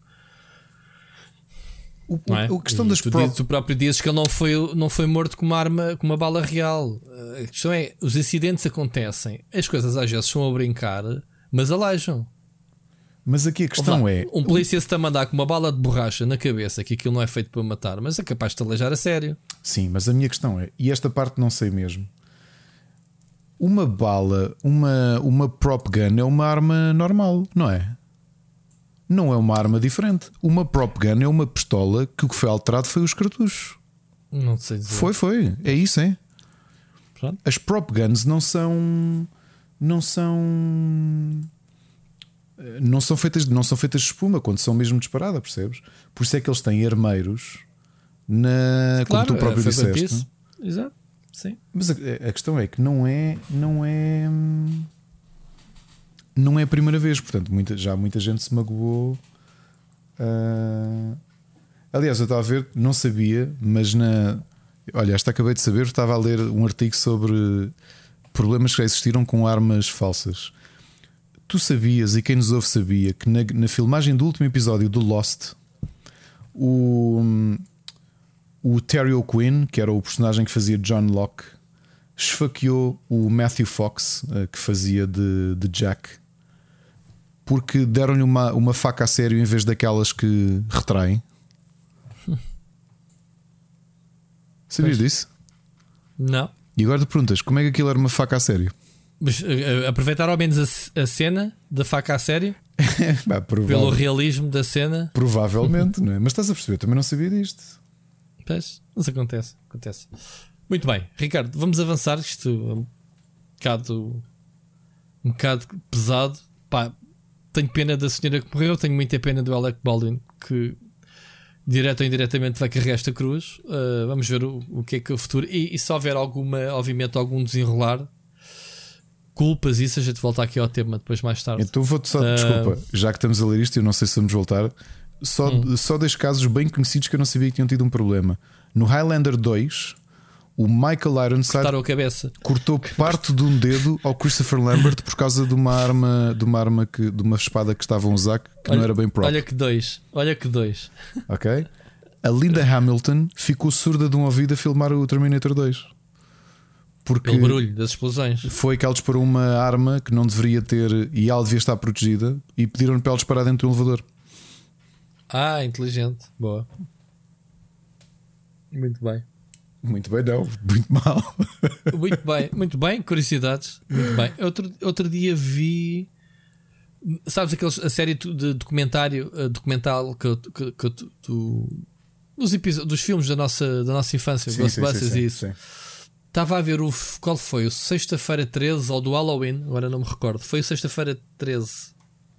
A questão das prop... Tu próprio dizes que ele não foi morto com uma arma, com uma bala real. A questão é, os acidentes acontecem, as coisas às vezes são a brincar, mas aleijam. Mas aqui a questão é... Um polícia se está a mandar com uma bala de borracha na cabeça, que aquilo não é feito para matar, mas é capaz de te aleijar a sério. Sim, mas a minha questão é, e esta parte não sei mesmo, uma bala, uma prop gun é uma arma normal, não é? Não é uma arma diferente. Uma prop gun é uma pistola que o que foi alterado foi os cartuchos. Não sei dizer. Foi. É isso, hein? Pronto. As prop guns não são não são feitas de espuma quando são mesmo disparadas, percebes? Por isso é que eles têm armeiros como tu próprio disseste. Exato, sim. Mas a questão é que não é a primeira vez, portanto já muita gente se magoou. Aliás, eu estava a ver, não sabia, mas olha, esta acabei de saber, estava a ler um artigo sobre problemas que já existiram com armas falsas. Tu sabias, e quem nos ouve sabia, que na filmagem do último episódio do Lost, o Terry O'Quinn, que era o personagem que fazia John Locke, esfaqueou o Matthew Fox, que fazia de Jack, porque deram-lhe uma faca a sério em vez daquelas que retraem. Sabias disso? Não. E agora te perguntas, como é que aquilo era uma faca a sério? Mas aproveitaram ao menos a cena da faca a sério? Pelo realismo da cena? Provavelmente, não é? Mas estás a perceber, também não sabia disto. Pois, mas acontece. Muito bem, Ricardo, vamos avançar. Isto é um bocado pesado. Pá, tenho pena da senhora que morreu, tenho muita pena do Alec Baldwin, que direto ou indiretamente vai carregar esta cruz. Vamos ver o que é que o futuro. E se houver obviamente algum desenrolar, culpas, isso a gente volta aqui ao tema depois mais tarde. Então vou-te só, desculpa, já que estamos a ler isto, eu não sei se vamos voltar. Só dois casos bem conhecidos que eu não sabia que tinham tido um problema. No Highlander 2, o Michael Ironside cortou parte de um dedo ao Christopher Lambert por causa de uma espada que estavam a usar que não era bem própria. Olha que dois. Ok? A Linda Hamilton ficou surda de um ouvido a filmar o Terminator 2. Porque pelo barulho das explosões. Foi que ela disparou uma arma que não deveria ter e ela devia estar protegida e pediram-lhe para ela disparar dentro do elevador. Inteligente. Boa. Muito bem. Muito bem, não. Muito mal. Muito bem. Curiosidades. Muito bem. Outro dia vi. Sabes a série de documental dos filmes da nossa infância, Ghostbusters e isso. Sim. Estava a ver qual foi? O Sexta-feira 13 ou do Halloween, agora não me recordo. Foi o Sexta-feira 13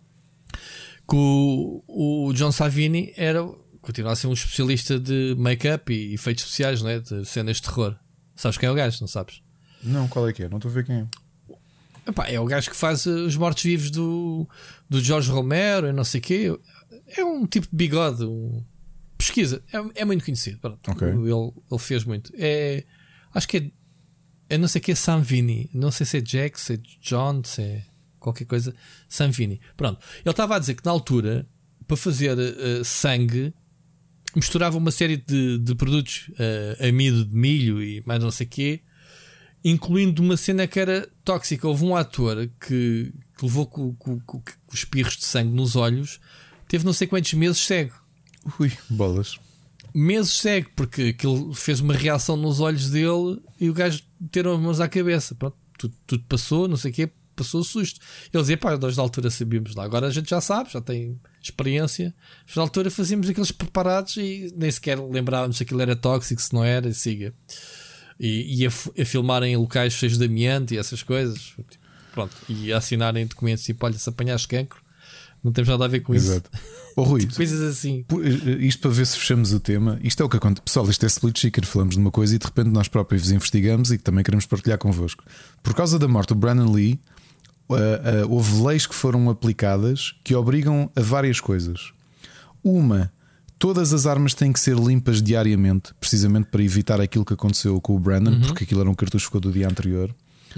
que o John Savini continua a ser um especialista de make-up e efeitos especiais, não é? De cenas de terror. Sabes quem é o gajo? Não sabes? Não, qual é que é? Não estou a ver quem é. Epá, é o gajo que faz os mortos-vivos do Jorge Romero e não sei o quê. É um tipo de bigode. Pesquisa. É muito conhecido. Pronto. Okay. Ele fez muito. Acho que é não sei o que é Savini. Não sei se é Jack, se é John, se é qualquer coisa. Savini. Pronto. Ele estava a dizer que na altura, para fazer sangue, misturava uma série de produtos, amido de milho e mais não sei o quê, incluindo uma cena que era tóxica. Houve um ator que levou com os pirros de sangue nos olhos, teve não sei quantos meses cego. Ui, bolas. Meses cego, porque aquilo fez uma reação nos olhos dele e o gajo meteram as mãos à cabeça. Pronto, tudo passou, não sei o quê, passou o susto. Ele dizia, pá, nós da altura sabíamos lá. Agora a gente já sabe, já tem experiência. Mas na altura fazíamos aqueles preparados e nem sequer lembrávamos se aquilo era tóxico, se não era, e siga. E a filmarem em locais cheios de amianto e essas coisas. Pronto, e a assinarem documentos tipo, olha, se apanhares cancro, não temos nada a ver com Exato. Isso. Oh, Rui, coisas assim. Isto para ver se fechamos o tema. Isto é o que acontece. Pessoal, isto é Split Chicken. Falamos de uma coisa e de repente nós próprios investigamos e que também queremos partilhar convosco. Por causa da morte do Brandon Lee, houve leis que foram aplicadas que obrigam a várias coisas. Uma, todas as armas têm que ser limpas diariamente, precisamente para evitar aquilo que aconteceu com o Brandon, porque aquilo era um cartucho que ficou do dia anterior.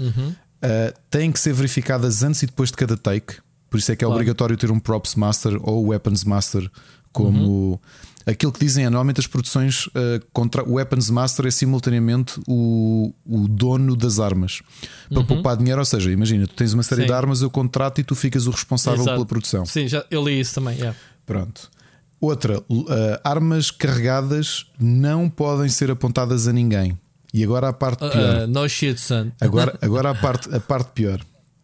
Têm que ser verificadas antes e depois de cada take. Por isso é que é obrigatório ter um Props Master ou Weapons Master como aquilo que dizem normalmente as produções contra o Weapons Master é simultaneamente o dono das armas para poupar dinheiro. Ou seja, imagina, tu tens uma série de armas, eu contrato e tu ficas o responsável pela produção. Sim, eu li isso também. Pronto. Outra, armas carregadas não podem ser apontadas a ninguém. E agora a parte pior. No shit, son. Agora a parte pior,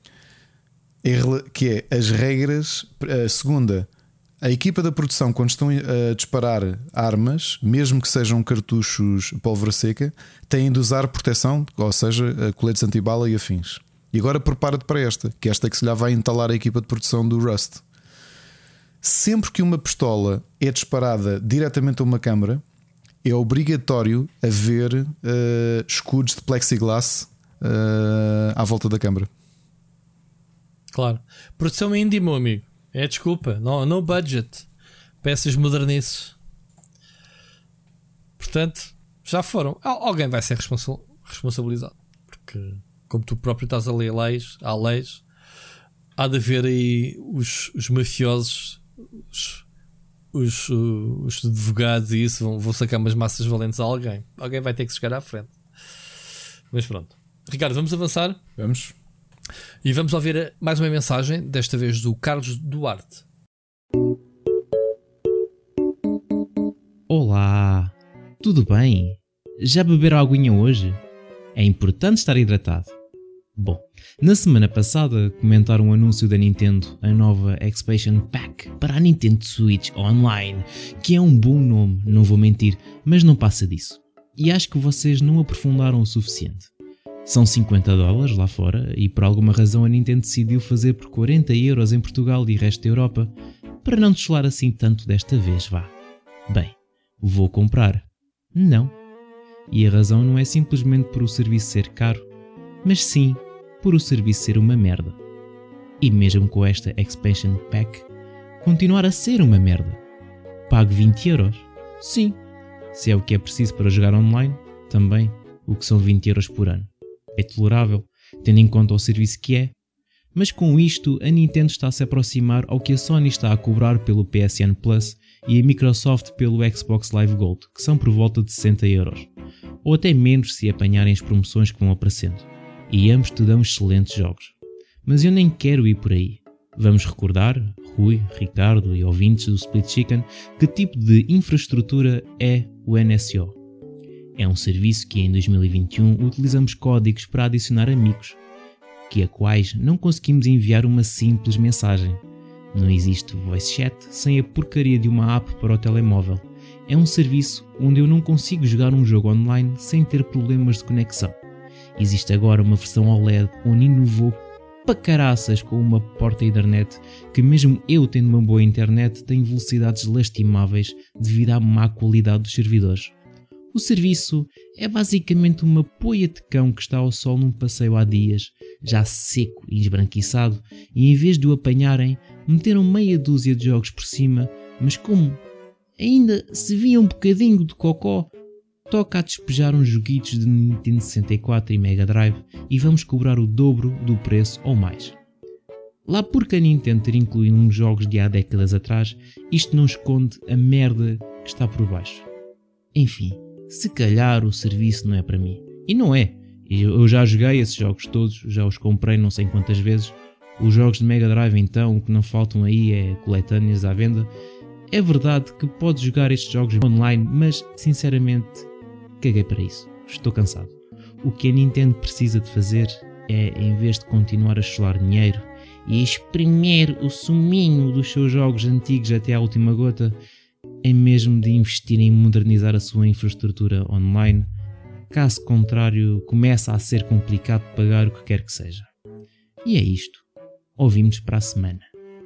que é as regras. A segunda, a equipa da produção, quando estão a disparar armas, mesmo que sejam cartuchos pólvora seca, têm de usar proteção, ou seja, coletes antibala e afins. E agora prepara-te para esta, que esta é que se lhe vai entalar a equipa de produção do Rust. Sempre que uma pistola é disparada diretamente a uma câmara, é obrigatório haver escudos de plexiglass à volta da câmara. Claro. Produção indie, meu amigo. É desculpa. No budget. Peças modernices. Portanto, já foram. Alguém vai ser responsabilizado. Porque, como tu próprio estás a ler leis, há leis, há de haver aí os mafiosos, os advogados e isso vão sacar umas massas valentes a alguém. Alguém vai ter que chegar à frente. Mas pronto. Ricardo, vamos avançar? Vamos. E vamos ouvir mais uma mensagem, desta vez do Carlos Duarte. Olá, tudo bem? Já beberam aguinha hoje? É importante estar hidratado. Bom, na semana passada comentaram o anúncio da Nintendo, a nova Expansion Pack para a Nintendo Switch Online, que é um bom nome, não vou mentir, mas não passa disso. E acho que vocês não aprofundaram o suficiente. São $50 lá fora e por alguma razão a Nintendo decidiu fazer por €40 em Portugal e resto da Europa, para não dessolar assim tanto desta vez, vá. Bem, vou comprar. Não. E a razão não é simplesmente por o serviço ser caro, mas sim por o serviço ser uma merda. E mesmo com esta Expansion Pack, continuar a ser uma merda. Pago €20? Sim. Se é o que é preciso para jogar online, também, o que são €20 por ano. É tolerável, tendo em conta o serviço que é, mas com isto a Nintendo está a se aproximar ao que a Sony está a cobrar pelo PSN Plus e a Microsoft pelo Xbox Live Gold, que são por volta de €60, ou até menos se apanharem as promoções que vão aparecendo. E ambos te dão excelentes jogos. Mas eu nem quero ir por aí. Vamos recordar, Rui, Ricardo e ouvintes do Split Chicken, que tipo de infraestrutura é o NSO. É um serviço que em 2021 utilizamos códigos para adicionar amigos, que a quais não conseguimos enviar uma simples mensagem. Não existe voice chat sem a porcaria de uma app para o telemóvel. É um serviço onde eu não consigo jogar um jogo online sem ter problemas de conexão. Existe agora uma versão OLED onde inovou para caraças com uma porta Ethernet que mesmo eu tendo uma boa internet tem velocidades lastimáveis devido à má qualidade dos servidores. O serviço é basicamente uma poia de cão que está ao sol num passeio há dias, já seco e esbranquiçado, e em vez de o apanharem, meteram meia dúzia de jogos por cima, mas como ainda se via um bocadinho de cocó, toca a despejar uns joguitos de Nintendo 64 e Mega Drive e vamos cobrar o dobro do preço ou mais. Lá porque a Nintendo ter incluído uns jogos de há décadas atrás, isto não esconde a merda que está por baixo. Enfim, se calhar o serviço não é para mim. E não é. Eu já joguei esses jogos todos, já os comprei não sei quantas vezes. Os jogos de Mega Drive então, o que não faltam aí é coletâneas à venda. É verdade que podes jogar estes jogos online, mas sinceramente caguei para isso. Estou cansado. O que a Nintendo precisa de fazer é, em vez de continuar a chular dinheiro e exprimir o suminho dos seus jogos antigos até à última gota, é mesmo de investir em modernizar a sua infraestrutura online. Caso contrário, começa a ser complicado pagar o que quer que seja. E é isto. Ouvimos para a semana.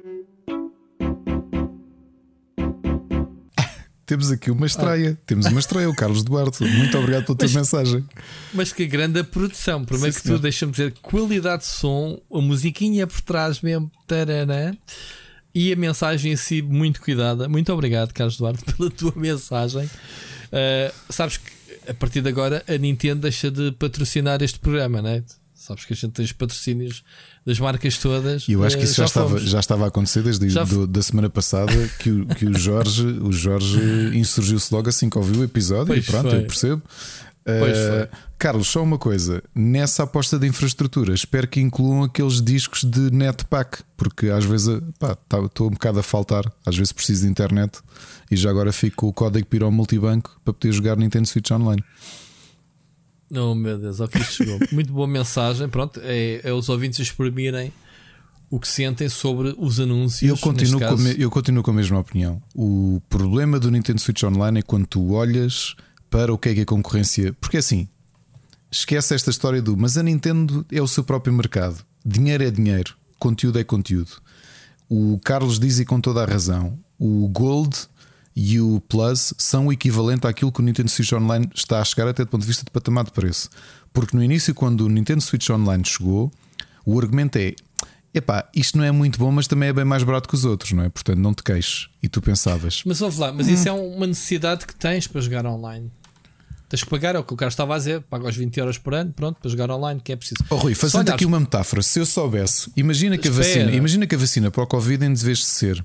Temos aqui uma estreia. Temos uma estreia, o Carlos Duarte. Muito obrigado pela tua mensagem. Mas que grande produção. Primeiro sim, que tudo, deixa-me dizer, qualidade de som, a musiquinha por trás mesmo, taranã, e a mensagem em si muito cuidada. Muito obrigado, Carlos Duarte, pela tua mensagem. Sabes que a partir de agora a Nintendo deixa de patrocinar este programa, não é? Sabes que a gente tem os patrocínios das marcas todas. E eu acho que isso já estava a acontecer desde da semana passada, que o Jorge insurgiu-se logo assim que ouviu o episódio. Pois e pronto, foi. Eu percebo. Carlos, só uma coisa. Nessa aposta de infraestrutura, espero que incluam aqueles discos de netpack, porque às vezes estou um bocado a faltar. Às vezes preciso de internet e já agora fico com o código para ir ao multibanco para poder jogar Nintendo Switch Online. Oh meu Deus, ao que isto chegou. Muito boa mensagem. Pronto, é os ouvintes exprimirem o que sentem sobre os anúncios. Eu continuo com a mesma opinião. O problema do Nintendo Switch Online é quando tu olhas para o que é a concorrência. Porque assim, esquece esta história do mas a Nintendo é o seu próprio mercado. Dinheiro é dinheiro, conteúdo é conteúdo. O Carlos diz e com toda a razão, o Gold e o Plus são o equivalente àquilo que o Nintendo Switch Online está a chegar até do ponto de vista de patamar de preço. Porque no início, quando o Nintendo Switch Online chegou, o argumento é: epá, isto não é muito bom, mas também é bem mais barato que os outros, não é? Portanto, não te queixes. E tu pensavas. Mas ouve lá, mas isso é uma necessidade que tens para jogar online. Tens que pagar, é o que o cara estava a dizer, paga os 20 euros por ano, pronto, para jogar online, que é preciso. Oh, Rui, fazendo aqui uma metáfora, se eu soubesse, imagina que a vacina para o Covid, em vez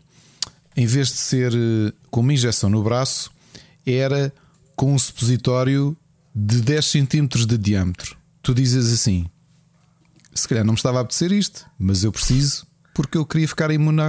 de ser com uma injeção no braço, era com um supositório de 10 cm de diâmetro. Tu dizes assim: se calhar não me estava a apetecer isto, mas eu preciso porque eu queria ficar imune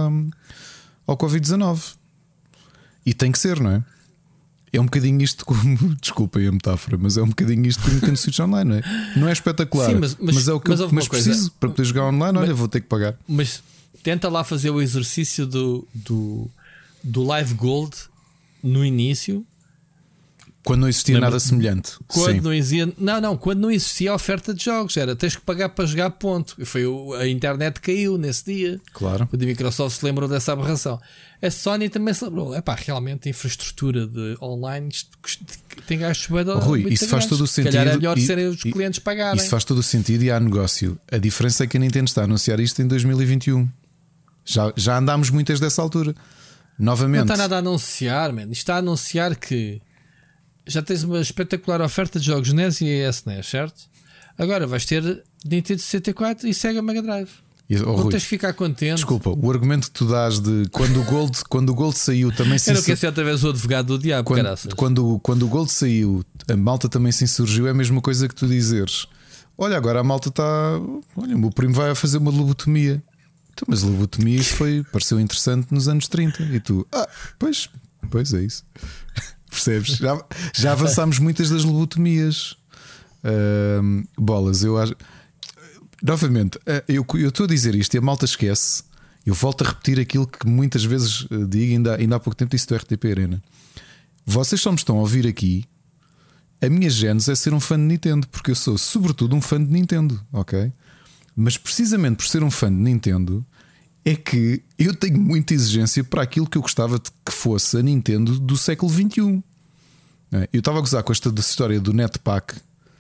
ao Covid-19. E tem que ser, não é? É um bocadinho isto como. Desculpem a metáfora, mas é um bocadinho isto como Nintendo Switch Online, não é? Não é espetacular, sim, mas é o que eu preciso para poder jogar online. Olha, vou ter que pagar. Mas tenta lá fazer o exercício do Live Gold no início. Quando não existia nada semelhante. Quando não existia, quando não existia a oferta de jogos, era tens que pagar para jogar, ponto. A internet caiu nesse dia. Claro. Quando a Microsoft se lembrou dessa aberração. A Sony também se lembrou. Realmente a infraestrutura de online tem gastos bem. Rui, isso faz todo o sentido. Se calhar é melhor serem os clientes pagarem. Isso faz todo o sentido e há negócio. A diferença é que a Nintendo está a anunciar isto em 2021. Já andámos muitas dessa altura. Novamente. Não está nada a anunciar, man. Está a anunciar que já tens uma espetacular oferta de jogos NES e SNES, certo? Agora vais ter Nintendo 64 e Sega Mega Drive. Não tens de ficar contente. Desculpa, o argumento que tu dás de quando o Gold saiu também se. Eu não quero ser outra vez o advogado do diabo, quando o Gold saiu, a malta também se insurgiu. É a mesma coisa que tu dizeres: olha, agora a malta está. Olha, o meu primo vai a fazer uma lobotomia. Então, mas a lobotomia pareceu interessante nos anos 30. E tu, pois é isso. Percebes? Já avançámos muitas das lobotomias. Bolas, eu acho. Novamente, eu estou a dizer isto e a malta esquece. Eu volto a repetir aquilo que muitas vezes digo, ainda há pouco tempo disse do RTP Arena. Vocês só me estão a ouvir aqui. A minha gênese é ser um fã de Nintendo, porque eu sou sobretudo um fã de Nintendo, ok? Mas precisamente por ser um fã de Nintendo é que eu tenho muita exigência para aquilo que eu gostava de que fosse a Nintendo do século XXI. Eu estava a gozar com esta história do Netpack.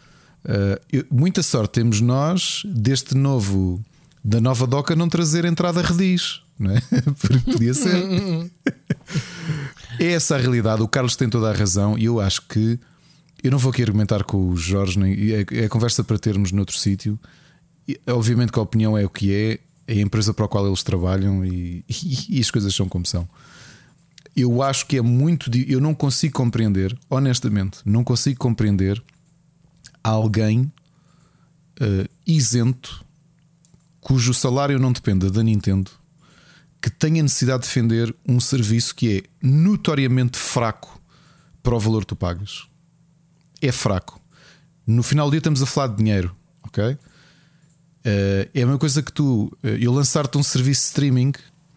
Muita sorte temos nós da nova doca não trazer entrada rediz, não é? Porque podia ser. É essa a realidade. O Carlos tem toda a razão e eu acho que eu não vou aqui argumentar com o Jorge, é conversa para termos noutro sítio. Obviamente que a opinião é o que é a empresa para a qual eles trabalham e as coisas são como são. Eu acho que é muito. Eu não consigo compreender, honestamente, não consigo compreender alguém isento, cujo salário não dependa da Nintendo, que tenha necessidade de defender um serviço que é notoriamente fraco para o valor que tu pagas. É fraco. No final do dia estamos a falar de dinheiro, ok? É a mesma coisa que eu lançar-te um serviço de streaming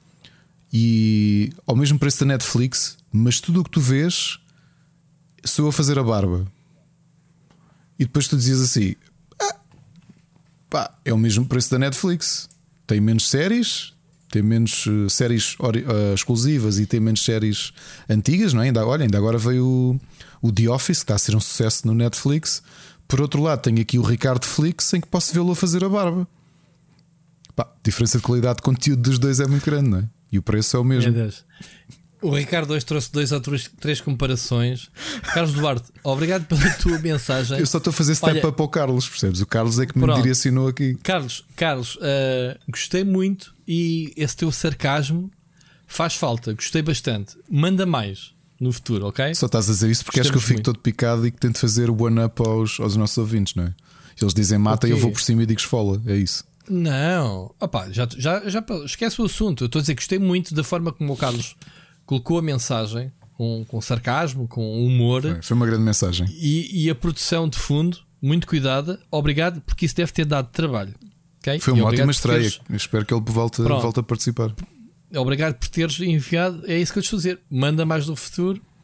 e ao mesmo preço da Netflix, mas tudo o que tu vês sou eu a fazer a barba. E depois tu dizias assim: é o mesmo preço da Netflix, tem menos séries, tem menos séries exclusivas e tem menos séries antigas, não é? Ainda agora veio o The Office, que está a ser um sucesso no Netflix. Por outro lado, tenho aqui o Ricardo Flix, em que posso vê-lo a fazer a barba. A diferença de qualidade de conteúdo dos dois é muito grande, não é? E o preço é o mesmo. O Ricardo hoje trouxe 2 ou 3 comparações. Carlos Duarte, obrigado pela tua mensagem. Eu só estou a fazer step up ao Carlos, percebes? O Carlos é que me direcionou aqui. Carlos, gostei muito e esse teu sarcasmo faz falta. Gostei bastante. Manda mais no futuro, ok? Só estás a dizer isso porque acho que eu fico todo picado e que tento fazer o one-up aos nossos ouvintes, não é? Eles dizem mata e eu vou por cima e digo esfola. É isso. Não, já esquece o assunto. Eu estou a dizer que gostei muito da forma como o Carlos colocou a mensagem com sarcasmo, com humor. Foi uma grande mensagem. E a produção de fundo, muito cuidada. Obrigado, porque isso deve ter dado trabalho. Okay? Foi uma ótima estreia. Espero que ele volte a participar. Obrigado por teres enviado. É isso que eu te estou a dizer. Manda mais do futuro.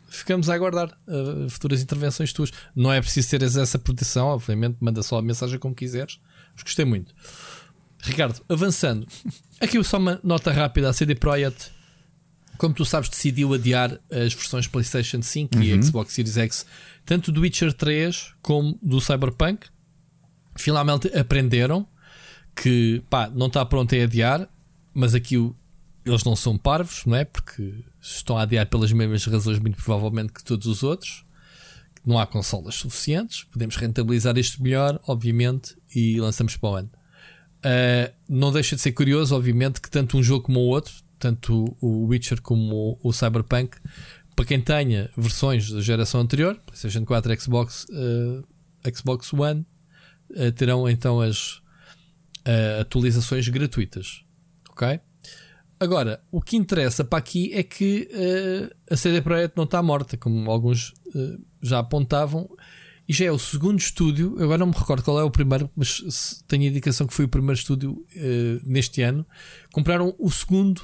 ficamos a aguardar futuras intervenções tuas. Não é preciso teres essa proteção, obviamente, manda só a mensagem como quiseres. Mas gostei muito. Ricardo, avançando. Aqui só uma nota rápida. A CD Projekt, como tu sabes, decidiu adiar as versões PlayStation 5 e Xbox Series X, tanto do Witcher 3 como do Cyberpunk. Finalmente aprenderam que não está pronto a adiar, mas aqui eles não são parvos, não é? Porque estão a adiar pelas mesmas razões, muito provavelmente, que todos os outros. Não há consolas suficientes. Podemos rentabilizar isto melhor, obviamente, e lançamos para o ano. Não deixa de ser curioso, obviamente, que tanto um jogo como o outro, tanto o Witcher como o Cyberpunk, para quem tenha versões da geração anterior, PlayStation 4, Xbox One, terão então as atualizações gratuitas. Ok? Agora, o que interessa para aqui é que a CD Projekt não está morta, como alguns já apontavam, e já é o segundo estúdio. Agora não me recordo qual é o primeiro, mas tenho a indicação que foi o primeiro estúdio neste ano. Compraram o segundo,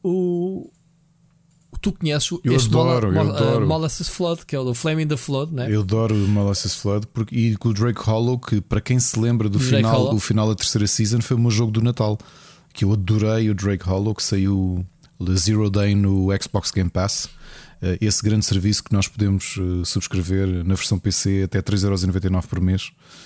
tu conheces este Molasses Flood, que é o Flame in the Flood, né? Eu adoro o Molasses Flood e com o Drake Hollow, que para quem se lembra do final da terceira season, foi o meu jogo do Natal. Que eu adorei, o Drake Hollow, que saiu Zero Day no Xbox Game Pass. Esse grande serviço que nós podemos subscrever na versão PC até 3,99€ por mês,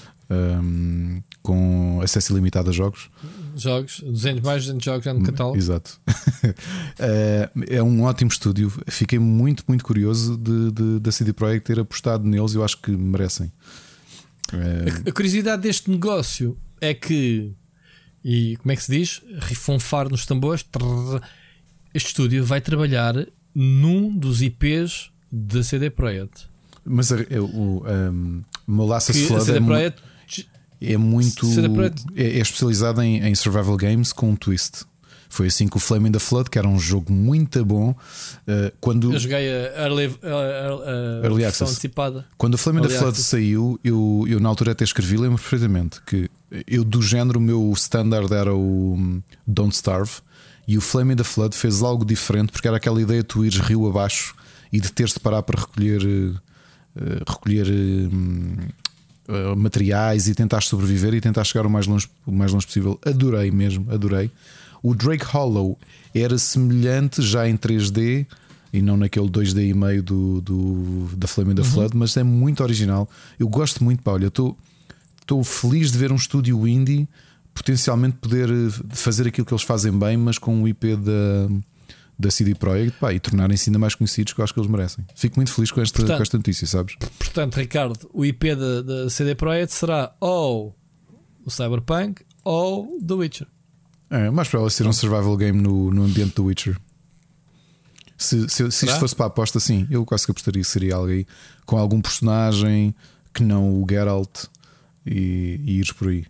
com acesso ilimitado a jogos. Mais de 200 jogos já no catálogo. Exato. É um ótimo estúdio. Fiquei muito, muito curioso da CD Projekt ter apostado neles. Eu acho que merecem. A curiosidade deste negócio é que, e como é que se diz? Rifonfar nos tambores. Este estúdio vai trabalhar num dos IPs da CD Projekt. Mas o Molasses Flood é muito é especializado em survival games com um twist. Foi assim que o Flame in the Flood, que era um jogo muito bom, quando eu joguei a Early Access antecipada. Quando o Flame in the Flood saiu, eu na altura até escrevi, lembro perfeitamente que eu, do género, o meu standard era o Don't Starve, e o Flame in the Flood fez algo diferente, porque era aquela ideia de tu ires rio abaixo e de teres de parar para recolher materiais e tentar sobreviver e tentar chegar o mais longe possível. Adorei mesmo, adorei. O Drake Hollow era semelhante já em 3D e não naquele 2D e meio da Flame in the Flood, mas é muito original. Eu gosto muito, Paulo. Estou feliz de ver um estúdio indie potencialmente poder fazer aquilo que eles fazem bem, mas com o IP da CD Projekt, e tornarem-se ainda mais conhecidos, que eu acho que eles merecem. Fico muito feliz com esta notícia, sabes? Portanto, Ricardo, o IP da CD Projekt será ou o Cyberpunk ou The Witcher. É mais provável ser um survival game no ambiente do Witcher. Se isto fosse para a aposta, sim, eu quase que apostaria que seria alguém com algum personagem que não o Geralt e ires por aí.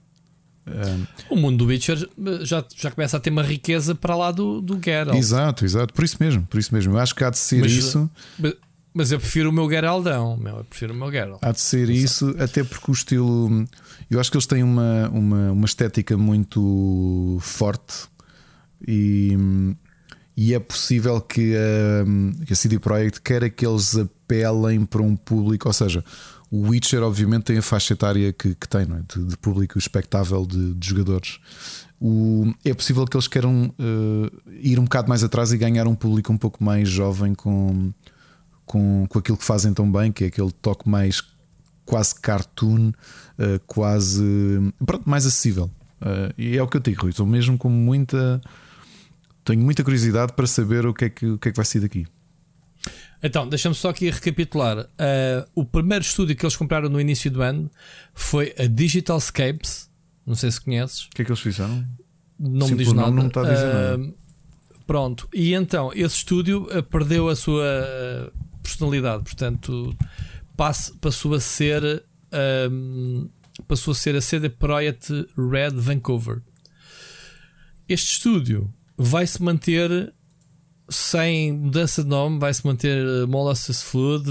O mundo do Witcher já começa a ter uma riqueza para lá do Geralt. Exato, por isso mesmo. Eu acho que há de ser isso. Mas eu prefiro o meu Geraldão. Eu prefiro o meu Geralt. Há de ser isso, até porque o estilo, eu acho que eles têm uma estética muito forte e é possível que a CD Projekt queira que eles apelem para um público, ou seja, o Witcher obviamente tem a faixa etária que tem, não é? de público expectável de jogadores. É possível que eles queiram ir um bocado mais atrás e ganhar um público um pouco mais jovem com aquilo que fazem tão bem, que é aquele toque mais quase cartoon, quase mais acessível. E é o que eu digo, Rui. Estou mesmo com tenho muita curiosidade para saber o que é que vai sair daqui. Então, deixa-me só aqui recapitular. O primeiro estúdio que eles compraram no início do ano foi a Digitalscapes. Não sei se conheces. O que é que eles fizeram? Não me diz nada. Não me está a dizer nada. Pronto. E então, esse estúdio perdeu a sua personalidade. Portanto, passou a ser a CD Projekt Red Vancouver. Este estúdio vai-se manter sem mudança de nome, vai-se manter Molasses Flood,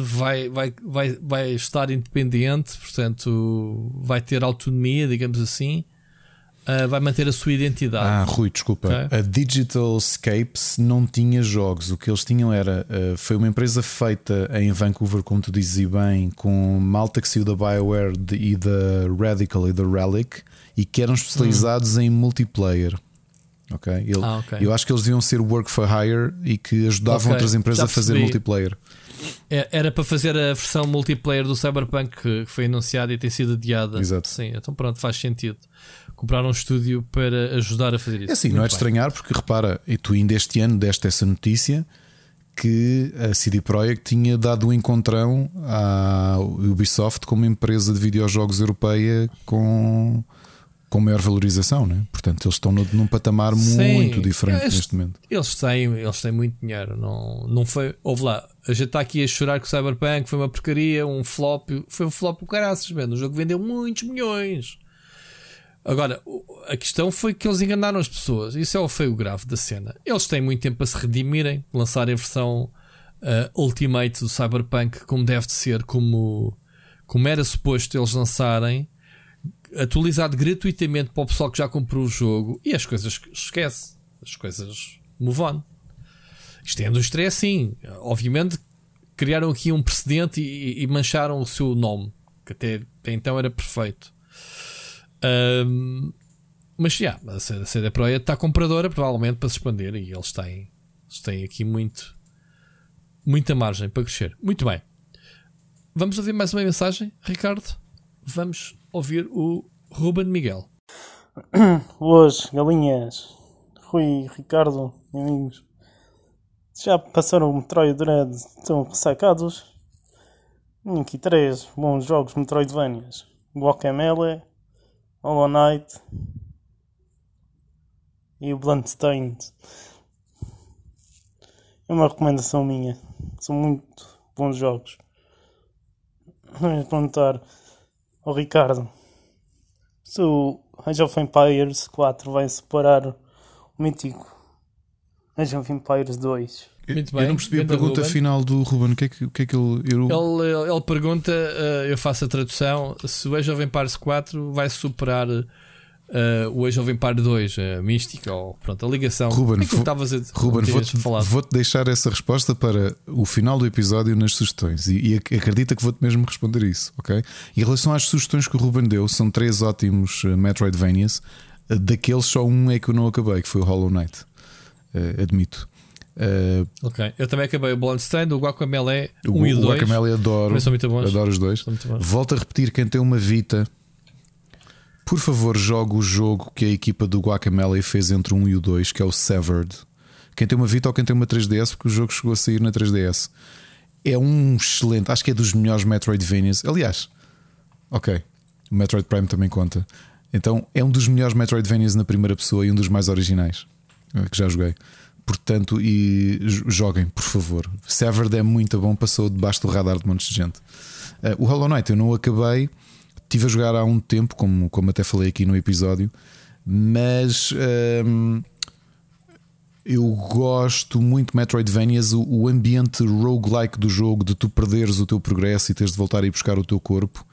vai estar independente, portanto vai ter autonomia, digamos assim. vai manter a sua identidade. Rui, desculpa. Okay. A Digital Escapes não tinha jogos. O que eles tinham era. Foi uma empresa feita em Vancouver, como tu dizes bem, com malta que saiu da BioWare e da Radical e da Relic e que eram especializados em multiplayer. Okay? Eu acho que eles deviam ser work for hire e que ajudavam outras empresas a fazer multiplayer. Era para fazer a versão multiplayer do Cyberpunk que foi anunciada e tem sido adiada. Exato. Sim, então pronto, faz sentido comprar um estúdio para ajudar a fazer isso. É assim, não é de estranhar, porque repara, e tu ainda este ano deste essa notícia que a CD Projekt tinha dado um encontrão à Ubisoft como empresa de videojogos europeia com maior valorização, né? Portanto, eles estão num patamar muito diferente neste momento. Eles têm muito dinheiro. Não foi. Ouve lá, a gente está aqui a chorar que o Cyberpunk foi uma porcaria, um flop. Foi um flop o caraças, mesmo. O jogo vendeu muitos milhões. Agora, a questão foi que eles enganaram as pessoas. Isso foi o grave da cena. Eles têm muito tempo para se redimirem, lançarem a versão Ultimate do Cyberpunk como deve de ser, como era suposto eles lançarem, atualizado gratuitamente para o pessoal que já comprou o jogo, e as coisas esquece, as coisas move on. Isto é indústria, é assim. Obviamente criaram aqui um precedente e mancharam o seu nome, que até então era perfeito. Mas a CD Projekt está compradora provavelmente para se expandir, e eles têm aqui muita margem para crescer. Muito bem, vamos ouvir mais uma mensagem, Ricardo. Vamos ouvir o Ruben Miguel. Boas galinhas, Rui, Ricardo, amigos. Já passaram o Metroid Dread, estão ressacados? Tenho aqui 3 bons jogos Metroidvanias: Guacamelee, Hollow Knight e o Bloodstained. É uma recomendação minha. São muito bons jogos. Vamos perguntar ao Ricardo se o Age of Empires 4 vai separar o mítico Age of Empires 2. Muito bem. Eu não percebi a pergunta final do Ruben. O que é que ele... Ele pergunta, eu faço a tradução, se o Age of Empires 4 vai superar o Age of Empires 2, a mística, ou pronto, a ligação. Ruben, Ruben, vou-te deixar essa resposta para o final do episódio nas sugestões, e acredita que vou-te mesmo responder isso, ok? Em relação às sugestões que o Ruben deu, são 3 ótimos Metroidvanias. Daqueles só um é que eu não acabei, que foi o Hollow Knight. Admito. Ok, eu também acabei o Bloodstained, o Guacamelee 1 e o 2. O Guacamelee adoro, são muito bons. Adoro os dois. Volto a repetir, quem tem uma Vita, por favor, jogue o jogo que a equipa do Guacamelee fez entre o 1 e o 2, que é o Severed. Quem tem uma Vita ou quem tem uma 3DS, porque o jogo chegou a sair na 3DS. É um excelente, acho que é dos melhores Metroidvanias. Aliás, ok, o Metroid Prime também conta. Então é um dos melhores Metroidvanias na primeira pessoa e um dos mais originais que já joguei. Portanto, e joguem, por favor. Severed é muito bom, passou debaixo do radar de montes de gente. O Hollow Knight eu não acabei, estive a jogar há um tempo, como até falei aqui no episódio, mas eu gosto muito de Metroidvanias, o ambiente roguelike do jogo, de tu perderes o teu progresso e teres de voltar a ir buscar o teu corpo.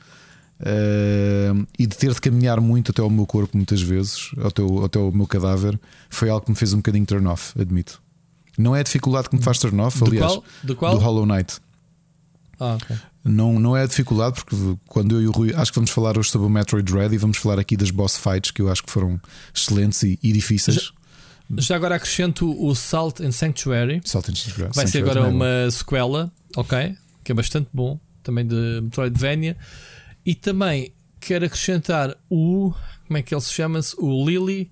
E de ter de caminhar muito até ao meu corpo, muitas vezes, até ao meu cadáver, foi algo que me fez um bocadinho turn off, admito. Não é a dificuldade que me faz turn off, aliás, do Hollow Knight. Ok. Não é a dificuldade, porque quando eu e o Rui, acho que vamos falar hoje sobre o Metroid Dread e vamos falar aqui das boss fights, que eu acho que foram excelentes e difíceis. Já agora acrescento o Salt and Sanctuary. Vai ser agora uma sequela, ok, que é bastante bom, também de Metroidvania. E também quero acrescentar como é que ele se chama-se? O Lily.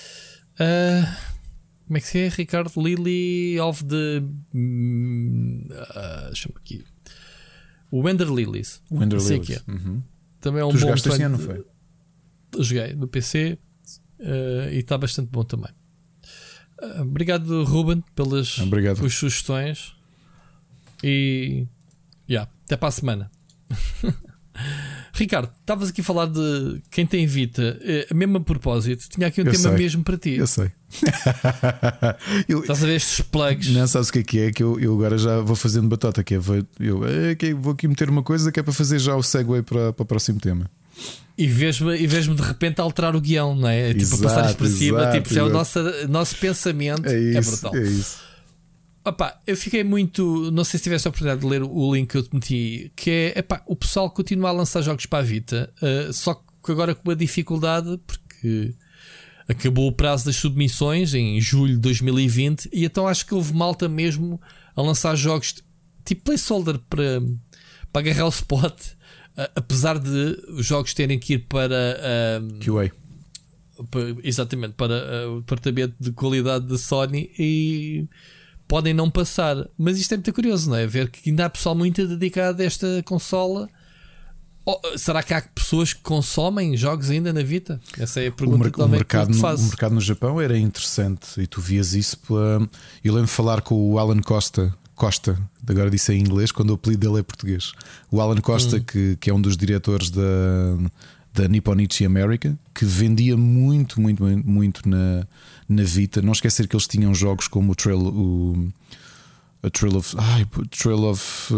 Como é que é, Ricardo? Lily of the. Deixa-me aqui. O Wender Lilies. Sei que é. Uhum. Também é um tu bom. Jogaste este ano, não foi? Joguei no PC e está bastante bom também. Obrigado, Ruben, pelas sugestões. E. Até para a semana. Ricardo, estavas aqui a falar de quem tem Vita, mesmo a propósito, tinha aqui um tema mesmo para ti. Eu sei. Estás a ver estes plugs? Não sabes o que é que eu agora já vou fazendo batota. Vou aqui meter uma coisa que é para fazer já o segue para o próximo tema. E vês-me de repente alterar o guião, não é? Tipo, a passar isto para cima, tipo, já é o nosso pensamento. É brutal. É isso. Opa, eu fiquei muito. Não sei se tivesse a oportunidade de ler o link que eu te meti, que é o pessoal continua a lançar jogos para a Vita, só que agora com uma dificuldade, porque acabou o prazo das submissões em julho de 2020, e então acho que houve malta mesmo a lançar jogos tipo placeholder para agarrar o spot. Apesar de os jogos terem que ir para QA, exatamente, para o departamento de qualidade da Sony, e podem não passar. Mas isto é muito curioso, não é? Ver que ainda há pessoal muito dedicado a esta consola. Será que há pessoas que consomem jogos ainda na Vita? Essa é a pergunta que o mercado no Japão era interessante, e tu vias isso eu lembro de falar com o Alan Costa, agora disse em inglês quando o apelido dele é português. O Alan Costa, que é um dos diretores da Nipponichi America, que vendia muito na Vita. Não esquecer que eles tinham jogos como o Trail of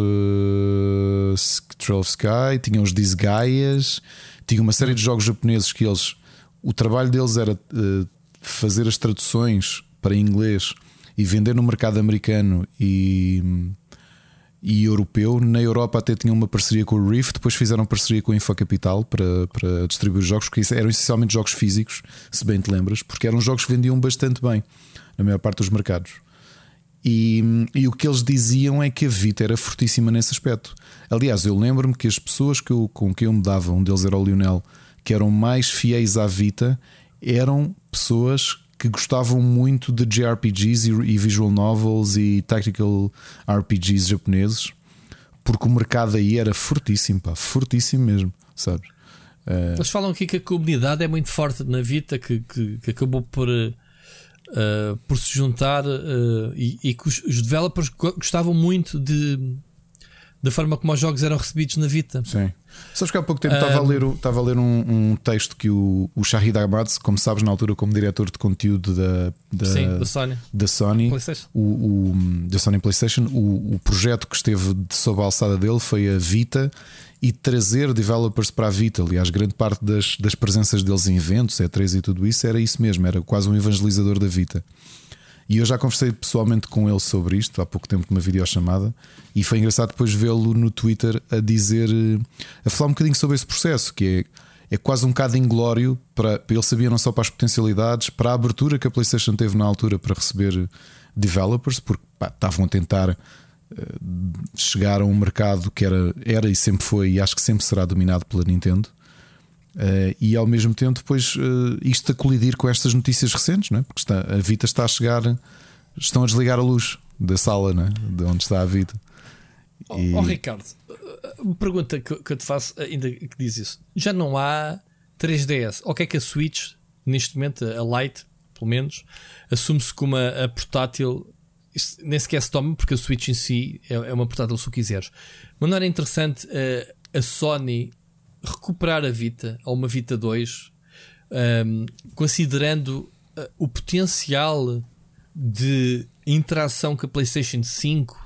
Sky, tinham os Disgaias, tinha uma série de jogos japoneses que o trabalho deles era fazer as traduções para inglês e vender no mercado americano e europeu. Na Europa até tinham uma parceria com o Rift, depois fizeram parceria com a Infocapital para distribuir jogos, porque eram essencialmente jogos físicos, se bem te lembras, porque eram jogos que vendiam bastante bem na maior parte dos mercados. E o que eles diziam é que a Vita era fortíssima nesse aspecto. Aliás, eu lembro-me que as pessoas com quem eu me dava, um deles era o Lionel, que eram mais fiéis à Vita, eram pessoas que gostavam muito de JRPGs e visual novels e tactical RPGs japoneses, porque o mercado aí era fortíssimo, fortíssimo mesmo, sabes? Eles falam aqui que a comunidade é muito forte na Vita, que acabou por se juntar, e que os developers gostavam muito da forma como os jogos eram recebidos na Vita. Sim. Sabes que há pouco tempo estava a ler um texto que o Shahid Ahmad, como sabes, na altura, como diretor de conteúdo da Sony PlayStation. Da Sony PlayStation, o projeto que esteve sob a alçada dele foi a Vita e trazer developers para a Vita. Aliás, grande parte das presenças deles em eventos, E3 e tudo isso, era isso mesmo, era quase um evangelizador da Vita. E eu já conversei pessoalmente com ele sobre isto há pouco tempo numa videochamada, e foi engraçado depois vê-lo no Twitter a falar um bocadinho sobre esse processo, que é quase um bocado inglório para ele. Sabia não só para as potencialidades, para a abertura que a PlayStation teve na altura para receber developers, porque estavam a tentar chegar a um mercado que era e sempre foi, e acho que sempre será dominado pela Nintendo. E ao mesmo tempo depois isto a colidir com estas notícias recentes, não é? Porque a Vita está a chegar, estão a desligar a luz da sala, não é? De onde está a Vita. Ricardo, uma pergunta que eu te faço, ainda que diz isso: já não há 3DS? O que é que a Switch, neste momento, a Lite, pelo menos, assume-se como a portátil? Isso nem sequer se toma, porque a Switch em si é uma portátil se o quiseres. Mas não era interessante a Sony recuperar a Vita, ou uma Vita 2, considerando o potencial de interação com a PlayStation 5,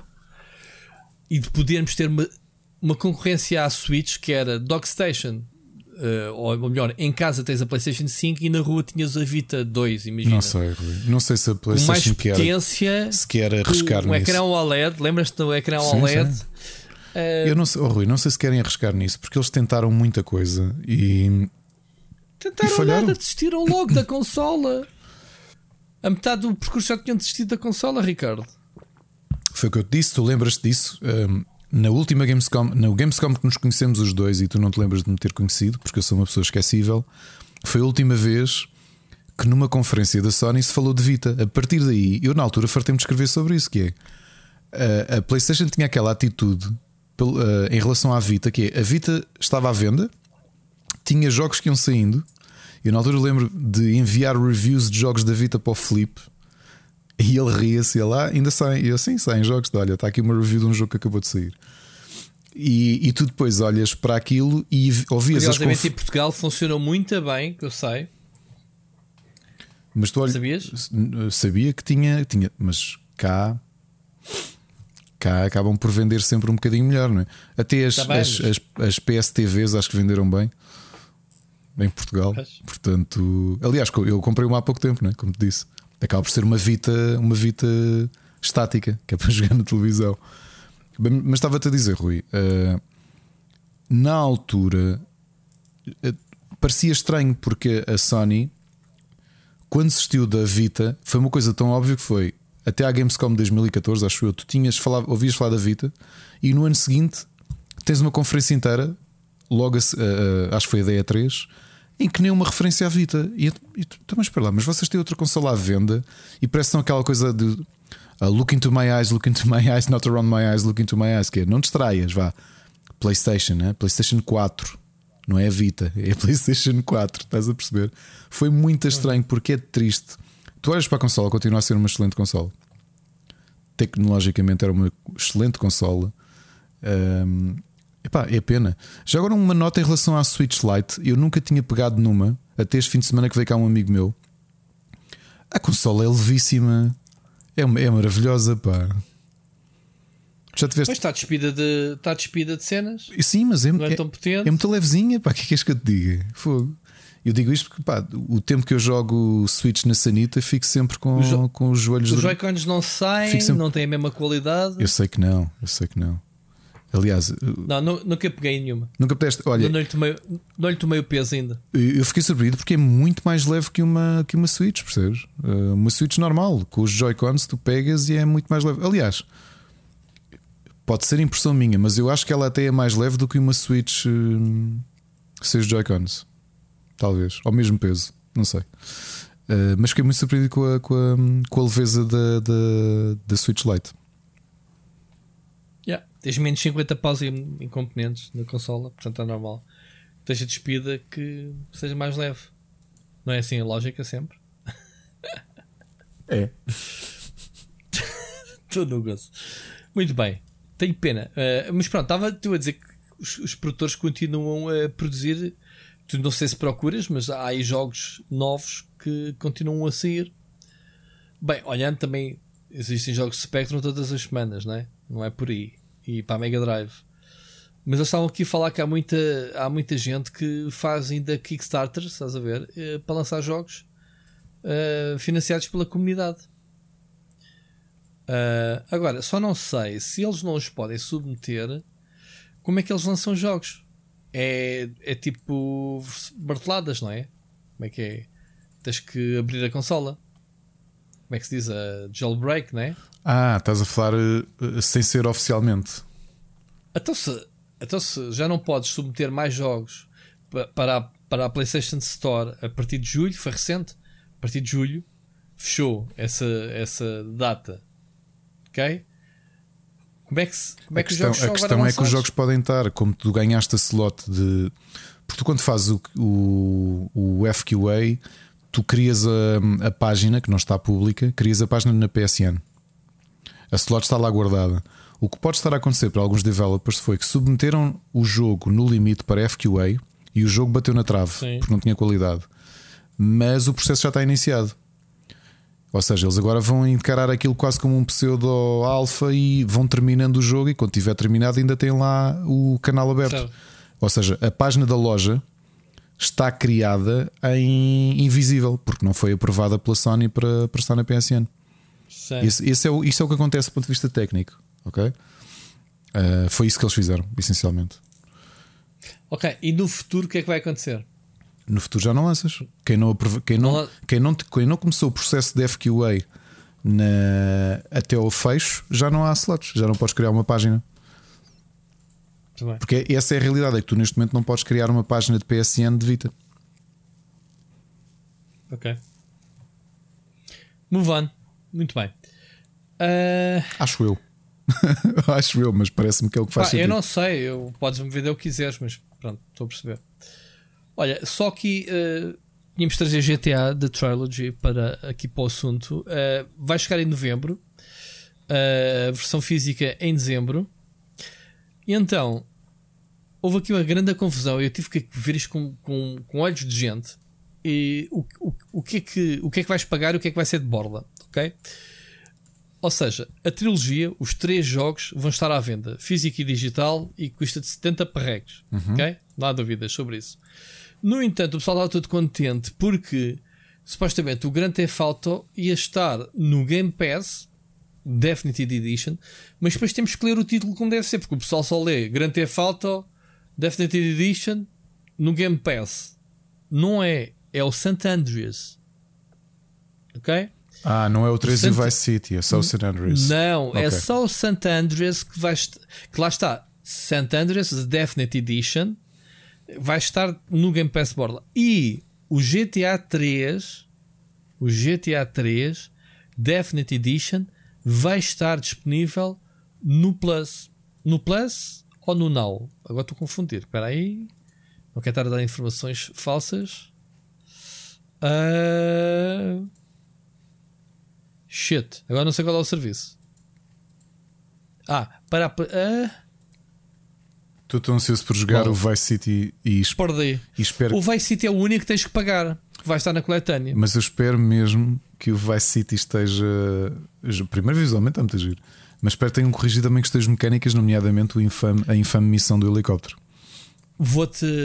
e de podermos ter uma concorrência à Switch, que era DockStation, ou melhor, em casa tens a PlayStation 5 e na rua tinhas a Vita 2, imagina. Não sei se a PlayStation com mais potência, se quer arriscar nisso. Um ecrã OLED, lembras-te do ecrã OLED? Sim. Eu não sei, Rui, não sei se querem arriscar nisso, porque eles tentaram muita coisa e falharam. Desistiram logo da consola. A metade do percurso já tinham desistido da consola, Ricardo. Foi o que eu te disse, tu lembras-te disso? Na última Gamescom, no Gamescom que nos conhecemos os dois, e tu não te lembras de me ter conhecido, porque eu sou uma pessoa esquecível, foi a última vez que numa conferência da Sony se falou de Vita. A partir daí, eu na altura fartei-me de escrever sobre isso, que é a PlayStation tinha aquela atitude em relação à Vita, que é a Vita estava à venda, tinha jogos que iam saindo. Eu na altura lembro de enviar reviews de jogos da Vita para o Filipe, e ele ria-se, lá ainda saem. E eu assim, saem jogos, olha, está aqui uma review de um jogo que acabou de sair. E tu depois olhas para aquilo e ouvias as em Portugal funcionou muito bem, que eu sei. Mas tu sabias? Sabia que tinha, mas cá acabam por vender sempre um bocadinho melhor, não é? Até as PSTVs acho que venderam bem. em Portugal. Pois. Portanto, aliás, eu comprei uma há pouco tempo, né? Como te disse. Acaba por ser uma Vita estática, que é para jogar na televisão. Mas estava-te a dizer, Rui, na altura parecia estranho, porque a Sony, quando desistiu da Vita, foi uma coisa tão óbvia que foi até à Gamescom de 2014, acho eu, tu ouvias falar da Vita, e no ano seguinte tens uma conferência inteira, logo acho que foi a DE3, em que nem uma referência à Vita. E tu, mas espera lá, mas vocês têm outra consola à venda e parece aquela coisa de look into my eyes, not around my eyes, look into my eyes, que é, não distraias, vá. PlayStation, né? PlayStation 4, não é a Vita, é a PlayStation 4, estás a perceber? Foi muito estranho, porque é triste. Tu olhas para a consola, continua a ser uma excelente consola. Tecnologicamente era uma excelente consola. Epá, é pena. Já agora uma nota em relação à Switch Lite. Eu nunca tinha pegado numa, até este fim de semana que veio cá um amigo meu. A consola é levíssima. É maravilhosa, pá. Já tiveste... Mas está despida de cenas. Sim, mas não é tão potente. É muito levezinha, pá. O que é que és que eu te diga? Fogo. Eu digo isto porque, pá, o tempo que eu jogo Switch na sanita, fico sempre com os joelhos. Os Joy-Cons não saem, sempre... não têm a mesma qualidade. Eu sei que não. Aliás, nunca peguei nenhuma. Nunca pediste. Olha, não lhe tomei o peso ainda. Eu fiquei surpreendido porque é muito mais leve que uma Switch, percebes? Uma Switch normal, com os Joy-Cons, tu pegas e é muito mais leve. Aliás, pode ser impressão minha, mas eu acho que ela até é mais leve do que uma Switch sem os Joy-Cons. Talvez, ao mesmo peso, não sei. Mas fiquei muito surpreendido com a leveza da Switch Lite. Tens menos 50 paus em componentes na consola, portanto é normal. Esteja despida que seja mais leve. Não é assim a lógica sempre? É. Estou no gozo. Muito bem, tenho pena. Mas pronto, estava a dizer que os produtores continuam a produzir. Tu não sei se procuras, mas há aí jogos novos que continuam a sair. Bem, olhando também, existem jogos de Spectrum todas as semanas, não é? Não é por aí. E para a Mega Drive. Mas eles estavam aqui a falar que há muita gente que faz ainda Kickstarters, estás a ver, para lançar jogos financiados pela comunidade. Agora, só não sei se eles não os podem submeter, como é que eles lançam jogos? É tipo marteladas, não é? Como é que é? Tens que abrir a consola. Como é que se diz? A jailbreak, não é? Estás a falar sem ser oficialmente. Então se já não podes submeter mais jogos para a PlayStation Store a partir de julho, foi recente, a partir de julho fechou essa data, ok? Como é que os jogos são agora lançados? A questão é que os jogos podem estar, como tu ganhaste a slot de... Porque tu quando fazes o FQA, tu crias a página que não está pública, crias a página na PSN. A slot está lá guardada. O que pode estar a acontecer para alguns developers foi que submeteram o jogo no limite para FQA e o jogo bateu na trave. Sim. Porque não tinha qualidade. Mas o processo já está iniciado. Ou seja, eles agora vão encarar aquilo quase como um pseudo-alpha e vão terminando o jogo. E quando tiver terminado, ainda tem lá o canal aberto. Sim. Ou seja, a página da loja está criada em invisível porque não foi aprovada pela Sony para estar na PSN. Isso é o que acontece do ponto de vista técnico, ok? Foi isso que eles fizeram, essencialmente. Ok, e no futuro o que é que vai acontecer? No futuro já não lanças. Quem não começou o processo de FQA até ao fecho, já não há slots, já não podes criar uma página. Porque essa é a realidade, é que tu neste momento não podes criar uma página de PSN de Vita. Ok. Move on. Muito bem. Acho eu. Acho eu, mas parece-me que é o que faz sentido. Eu não sei, podes-me vender o que quiseres, mas pronto, estou a perceber. Olha, só que tínhamos de trazer GTA The Trilogy aqui para o assunto. Vai chegar em novembro, a versão física em dezembro. E então houve aqui uma grande confusão. Eu tive que ver isto com olhos de gente. E o que é que vais pagar e o que é que vai ser de borla, ok? Ou seja, a trilogia, os 3 jogos vão estar à venda, físico e digital, e custa de 70 parregos, ok? Não há dúvidas sobre isso. No entanto, o pessoal estava todo contente porque supostamente o Grand Theft Auto ia estar no Game Pass Definitive Edition, mas depois temos que ler o título como deve ser, porque o pessoal só lê Grand Theft Auto Definitive Edition no Game Pass. Não é o San Andreas. Ok? Não é o 3 e o Vice City, é só o San Andreas. Não, okay. É só o San Andreas que lá está. San Andreas Definitive Edition vai estar no Game Pass Borla. E o GTA 3 Definitive Edition vai estar disponível no Plus. No Plus ou no Now? Agora estou a confundir. Espera aí. Não quero estar a dar informações falsas. Shit. Agora não sei qual é o serviço. Estou tão ansioso por jogar o Vice City e espero. O Vice City é o único que tens que pagar. Vai estar na coletânea. Mas eu espero mesmo que o Vice City esteja. Primeiro, visualmente está muito giro. Mas espero que tenham corrigido também questões mecânicas, nomeadamente a infame missão do helicóptero. Vou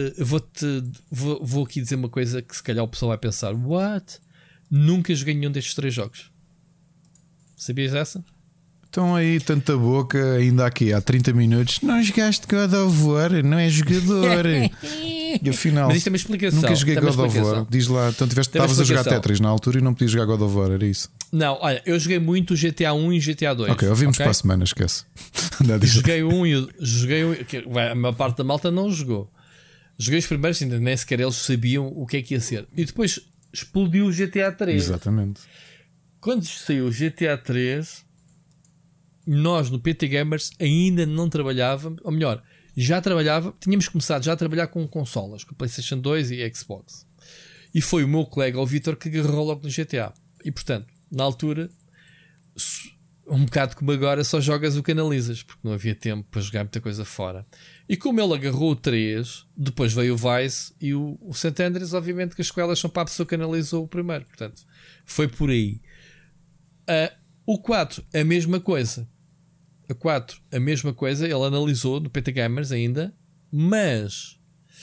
aqui dizer uma coisa que se calhar o pessoal vai pensar: what? Nunca joguei nenhum destes 3 jogos. Sabias essa? Estão aí tanta boca, ainda aqui há 30 minutos. Não jogaste God of War, não é jogador. E afinal, mas isto é uma explicação. Nunca joguei God of War. Diz lá, então estavas a jogar Tetris na altura e não podias jogar God of War, era isso? Não, olha, eu joguei muito o GTA 1 e o GTA 2. Ok, ouvimos para a semana, esquece. Joguei um e a maior parte da malta não jogou. Joguei os primeiros, ainda nem sequer eles sabiam o que é que ia ser. E depois explodiu o GTA 3. Exatamente. Quando saiu o GTA 3, nós no PT Gamers ainda não trabalhávamos, ou melhor, já trabalhava, tínhamos começado já a trabalhar com consolas, com PlayStation 2 e Xbox. E foi o meu colega, o Vitor, que agarrou logo no GTA. E portanto, na altura, um bocado como agora, só jogas o que analisas, porque não havia tempo para jogar muita coisa fora. E como ele agarrou o 3, depois veio o Vice e o San Andreas, obviamente que as sequelas são para a pessoa que analisou o primeiro. Portanto, foi por aí. O 4, a mesma coisa. A 4, a mesma coisa. Ele analisou no PT Gamers ainda, mas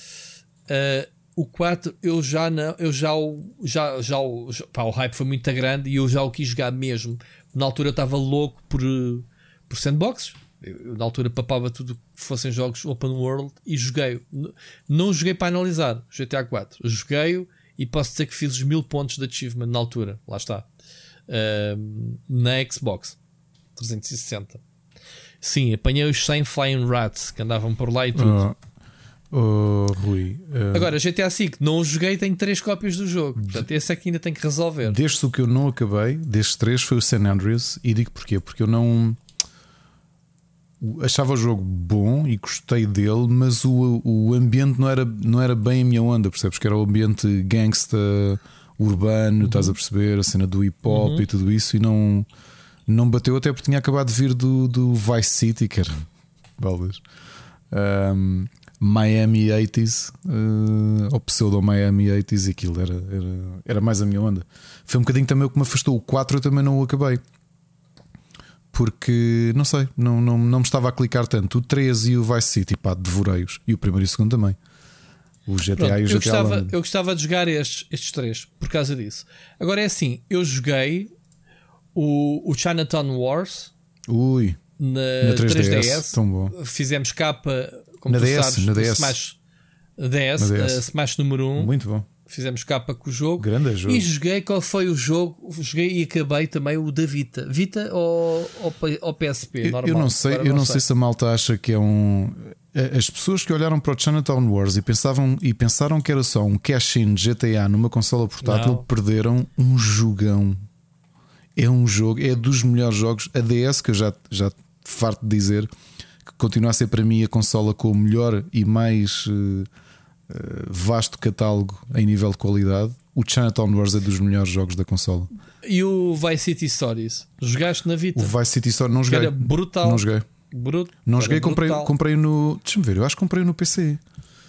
o 4 eu já não, o hype foi muito grande e eu já o quis jogar mesmo. Na altura eu estava louco por sandboxes. Eu, na altura papava tudo que fossem jogos open world e joguei. Não joguei para analisar GTA 4. Joguei-o e posso dizer que fiz os 1000 pontos de achievement na altura. Lá está. Na Xbox 360. Sim, apanhei os 100 Flying Rats que andavam por lá e tudo. Rui, agora GTA V não o joguei, tenho 3 cópias do jogo. Portanto, esse é que ainda tem que resolver. Desde o que eu não acabei, destes 3 foi o San Andreas. E digo porquê? Porque eu não achava o jogo bom e gostei dele, mas o ambiente não era bem a minha onda, percebes? Que era o ambiente gangsta urbano, estás a perceber? A cena do hip hop e tudo isso, e não bateu, até porque tinha acabado de vir do Vice City, que era baldas. Miami 80s, ou pseudo Miami 80s, e aquilo era mais a minha onda. Foi um bocadinho também o que me afastou. O 4 eu também não o acabei, porque não sei, não me estava a clicar tanto. O 3 e o Vice City, pá, devorei-os. E o primeiro e o segundo também. O GTA. Pronto, e o GTA eu gostava de jogar estes 3 por causa disso. Agora é assim, eu joguei o Chinatown Wars na 3DS. Tão bom. Fizemos capa, como na tu DS, sabes, na DS. Smash número 1. Muito bom. Fizemos capa com o jogo. Grande jogo. E joguei, qual foi o jogo? Joguei e acabei também o da Vita. Vita ou PSP? Normal. Eu não sei se a malta acha que é um. As pessoas que olharam para o Chinatown Wars e pensaram que era só um cash-in de GTA numa consola portátil, perderam um jogão. É um jogo, é dos melhores jogos. A DS, que eu já farto de dizer, que continua a ser para mim a consola com o melhor e mais vasto catálogo em nível de qualidade. O Chinatown Wars é dos melhores jogos da consola. E o Vice City Stories? Jogaste na Vita? O Vice City Stories não joguei. Era brutal. Não joguei. Não joguei, comprei no. Deixa-me ver, eu acho que comprei no PC.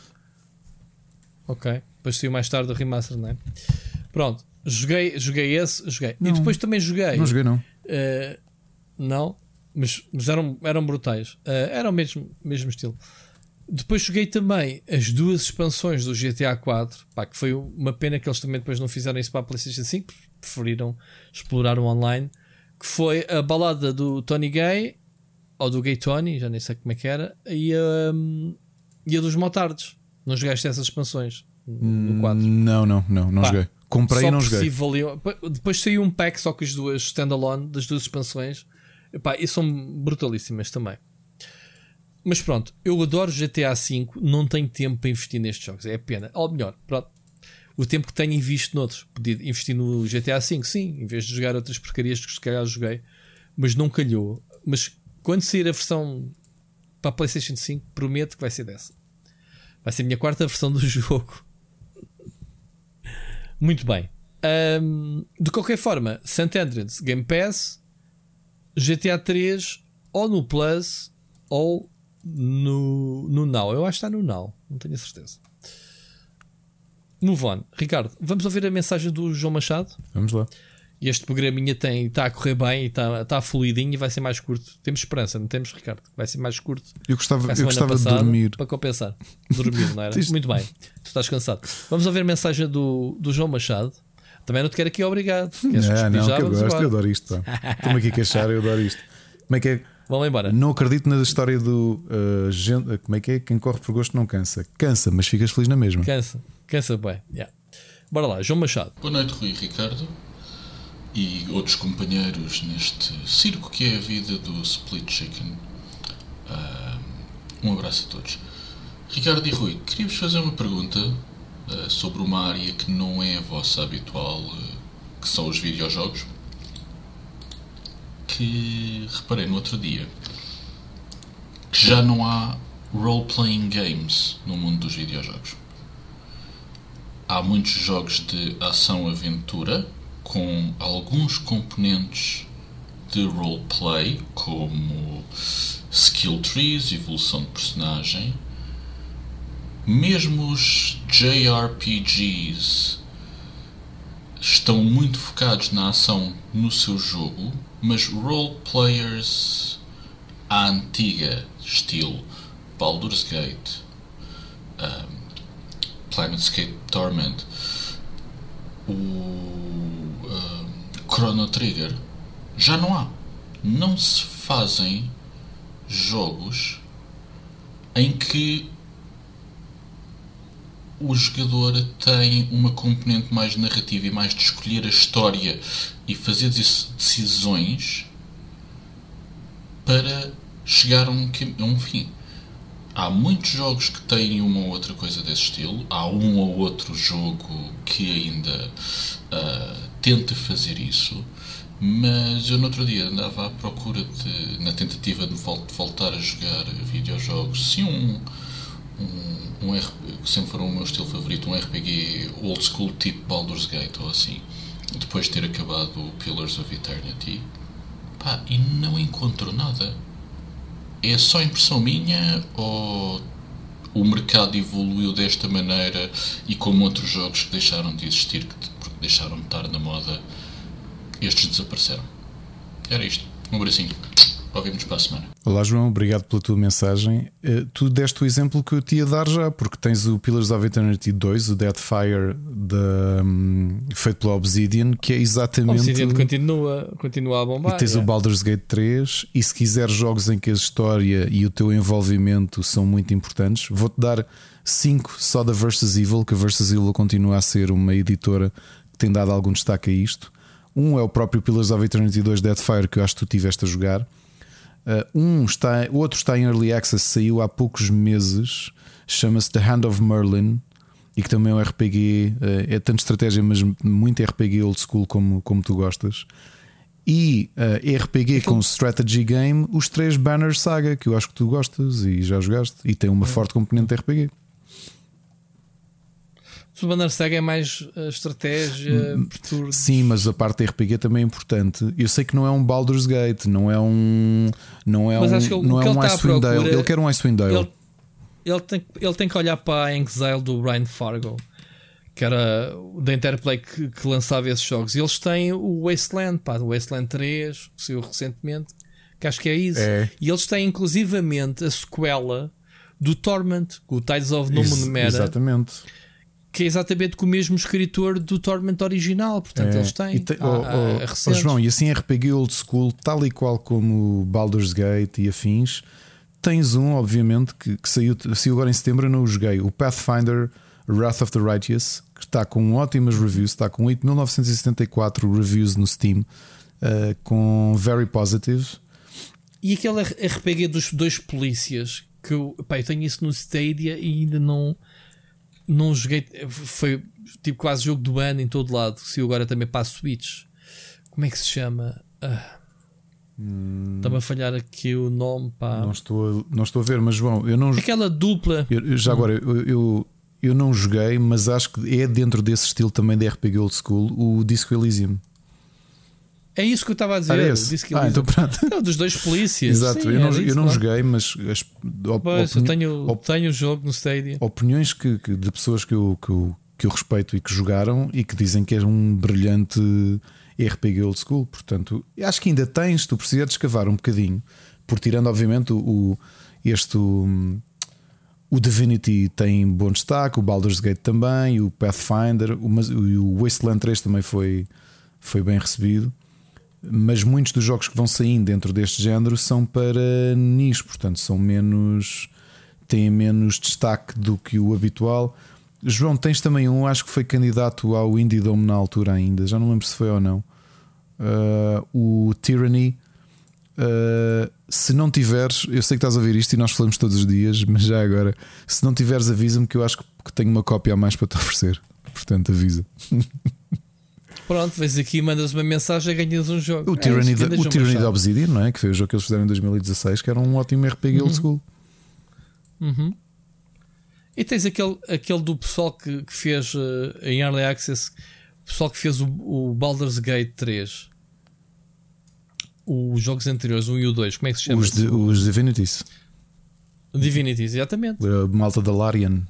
Ok. Depois saiu mais tarde o remaster, não é? Pronto. Joguei esse. Não, e depois também joguei. Não joguei, não. Não, mas eram brutais. Era o mesmo estilo. Depois joguei também as 2 expansões do GTA 4, pá, que foi uma pena que eles também depois não fizeram isso para a PlayStation 5, preferiram explorar o online, que foi a balada do Tony Gay, ou do Gay Tony, já nem sei como é que era, e a dos Motards. Não jogaste essas expansões no 4? Não joguei. Comprei e não joguei. Depois saiu um pack só com as 2 standalone das 2 expansões, epá, e são brutalíssimas também. Mas pronto, eu adoro GTA V, não tenho tempo para investir nestes jogos, é a pena. Ou melhor, pronto, o tempo que tenho invisto noutros. Podia investir no GTA V, sim, em vez de jogar outras porcarias que se calhar joguei, mas não calhou. Mas quando sair a versão para a PlayStation 5, prometo que vai ser dessa. Vai ser a minha 4ª versão do jogo. Muito bem. De qualquer forma, St. Andreas Game Pass, GTA 3 ou no Plus ou no Now. Eu acho que está no Now, não tenho a certeza. Move on. Ricardo, vamos ouvir a mensagem do João Machado? Vamos lá. Este programinha está a correr bem e está fluidinho e vai ser mais curto. Temos esperança, não temos, Ricardo? Vai ser mais curto. Eu gostava de dormir. Para compensar. Dormir, não era? Muito bem. Tu estás cansado. Vamos ouvir a mensagem do João Machado. Também não te quero aqui obrigado. Não, que eu gosto. Eu adoro isto. Estou-me aqui a queixar, eu adoro isto. Como é que é? Vamos embora. Não acredito na história do como é que é? Quem corre por gosto não cansa. Cansa, mas ficas feliz na mesma. Cansa bem. Yeah. Bora lá, João Machado. Boa noite, Rui e Ricardo e outros companheiros neste circo que é a vida do Split Chicken. Um abraço a todos. Ricardo e Rui, queria-vos fazer uma pergunta sobre uma área que não é a vossa habitual, que são os videojogos. Que reparei no outro dia que já não há role-playing games no mundo dos videojogos. Há muitos jogos de ação-aventura com alguns componentes de roleplay, como skill trees, evolução de personagem. Mesmo os JRPGs estão muito focados na ação no seu jogo, mas roleplayers à antiga, estilo Baldur's Gate, Planescape Torment, Chrono Trigger, já não há. Não se fazem jogos em que o jogador tem uma componente mais narrativa e mais de escolher a história e fazer decisões para chegar a um fim. Há muitos jogos que têm uma ou outra coisa desse estilo. Há um ou outro jogo que ainda tenta fazer isso. Mas eu no outro dia andava à procura na tentativa de voltar a jogar videojogos. Se que sempre foi o meu estilo favorito, um RPG old school tipo Baldur's Gate ou assim, depois de ter acabado o Pillars of Eternity, pá, e não encontro nada. É só impressão minha ou o mercado evoluiu desta maneira e como outros jogos que deixaram de existir porque deixaram de estar na moda, estes desapareceram? Era isto. Um abracinho. Ouvimos para a semana. Olá João, obrigado pela tua mensagem. Tu deste o exemplo que eu te ia dar já, porque tens o Pillars of Eternity 2, o Deadfire feito pela Obsidian, que é exatamente. Obsidian continua a bombar. E tens o Baldur's Gate 3, e se quiseres jogos em que a história e o teu envolvimento são muito importantes, vou-te dar 5 só da Versus Evil, que a Versus Evil continua a ser uma editora que tem dado algum destaque a isto. Um é o próprio Pillars of Eternity 2 Deadfire, que eu acho que tu tiveste a jogar. O outro está em Early Access, saiu há poucos meses, chama-se The Hand of Merlin, e que também é um RPG, é tanto estratégia, mas muito RPG old school como tu gostas. E RPG com strategy game, os 3 Banner Saga, que eu acho que tu gostas e já jogaste, e tem uma forte componente de RPG. O Banner Saga é mais estratégia. Sim, mas a parte da RPG também é importante. Eu sei que não é um Baldur's Gate, não é um Icewind Dale. Ele quer um Icewind Dale. Ele tem que olhar para a Exile do Brian Fargo, que era da Interplay que lançava esses jogos. E eles têm o Wasteland, o Wasteland 3, que saiu recentemente, que acho que é isso. E eles têm inclusivamente a sequela do Torment, com o Tides of Numenera. Exatamente. Que é exatamente com o mesmo escritor do Torment original. Portanto, eles têm João, e assim RPG old school, tal e qual como Baldur's Gate e afins. Tens obviamente, que saiu agora em setembro. Eu não o joguei, o Pathfinder Wrath of the Righteous, que está com ótimas reviews, está com 8.974 reviews no Steam, com very positive. E aquele RPG dos dois polícias, que eu tenho isso no Stadia e ainda não joguei. Foi tipo quase jogo do ano em todo lado. Se agora também para a Switch. Como é que se chama? Está-me a falhar aqui o nome. Pá. Não estou a ver, mas João, eu não. Aquela dupla. Já agora, eu não joguei, mas acho que é dentro desse estilo também de RPG old school, o Disco Elysium. É isso que eu estava a dizer. Então pronto. É dos dois polícias. Exato, Sim, eu não joguei, mas eu tenho o jogo no Stadia. Opiniões de pessoas que eu respeito e que jogaram e que dizem que é um brilhante RPG old school. Portanto, acho que ainda tens, tu precisas de escavar um bocadinho, por tirando obviamente o Divinity tem bom destaque, o Baldur's Gate também, o Pathfinder, o Wasteland 3 também foi bem recebido. Mas muitos dos jogos que vão saindo dentro deste género são para nicho, portanto têm menos destaque do que o habitual. João, tens também acho que foi candidato ao Indie Dome na altura ainda, já não lembro se foi ou não. O Tyranny. Se não tiveres, eu sei que estás a ouvir isto e nós falamos todos os dias, mas já agora, se não tiveres, avisa-me que eu acho que tenho uma cópia a mais para te oferecer. Portanto, avisa. Pronto, vês aqui, mandas uma mensagem e ganhas um jogo. O Tyranny da Obsidian, não é? Que foi o jogo que eles fizeram em 2016, que era um ótimo RPG old school. E tens aquele do pessoal que fez em Early Access, o pessoal que fez o Baldur's Gate 3, os jogos anteriores, o 1 e o 2, como é que se chama? Os Divinities. Divinities, exatamente. A malta da Larian.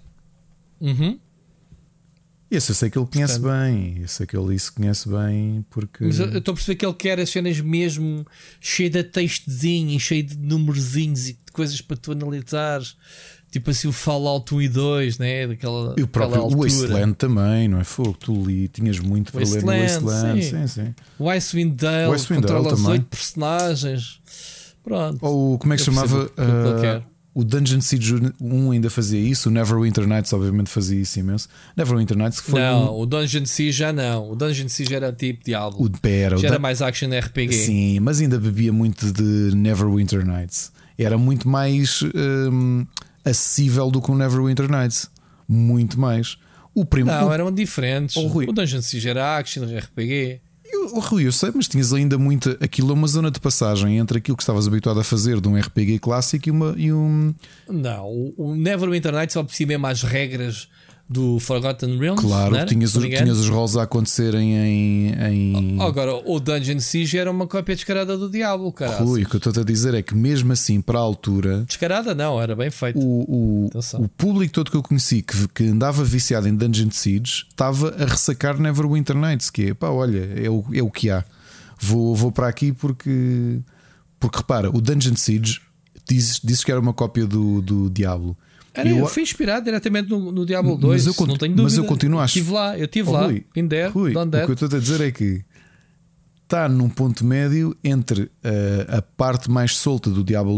Esse eu sei que ele conhece bem. Esse é que ele se conhece bem porque. Mas eu estou a perceber que ele quer as cenas mesmo cheio de textozinho e cheio de numerozinhos e de coisas para tu analisares. Tipo assim o Fallout 1 e 2, né? E o próprio Wasteland também, não é? Fogo, tu tinhas muito para ler no Wasteland. Sim. O Icewind Dale controla os 8 personagens. Pronto. Ou como é que se chamava? O Dungeon Siege 1 ainda fazia isso. O Neverwinter Nights obviamente fazia isso imenso. Neverwinter Nights que foi o Dungeon Siege já não. O Dungeon Siege era tipo Diablo. Já era mais action RPG. Sim, mas ainda bebia muito de Neverwinter Nights. Era muito mais acessível do que o Neverwinter Nights. Muito mais. Eram diferentes. O Dungeon Siege era action RPG. Rui, eu sei, mas tinhas ainda muito. Aquilo é uma zona de passagem entre aquilo que estavas habituado a fazer de um RPG clássico e um. Não, o Neverwinter Nights obedecia mesmo às regras do Forgotten Realms. Claro, tinhas os rolls a acontecerem em. Agora, o Dungeon Siege era uma cópia descarada do Diablo, cara. Rui, o que eu estou a dizer é que mesmo assim, para a altura. Descarada não, era bem feito. O público todo que eu conheci que andava viciado em Dungeon Siege estava a ressacar Neverwinter Nights, que é pá, olha, é o que há. Vou para aqui porque repara, o Dungeon Siege dizes que era uma cópia do Diablo. Eu fui inspirado diretamente no Diablo 2, não tenho dúvida. Mas eu continuo a achar. Eu estive lá, in there, done that. O que eu estou a dizer é que está num ponto médio entre a parte mais solta do Diablo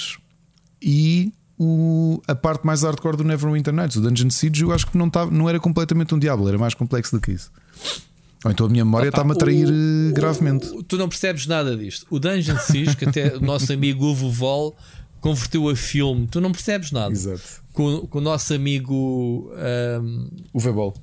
2 e a parte mais hardcore do Neverwinter Nights. O Dungeon Siege eu acho que não era completamente um Diablo, era mais complexo do que isso. Ou então a minha memória está-me a trair gravemente. Tu não percebes nada disto. O Dungeon Siege, que até o nosso amigo Uvo Vol converteu a filme, tu não percebes nada. Exato. Com o nosso amigo o Vebol.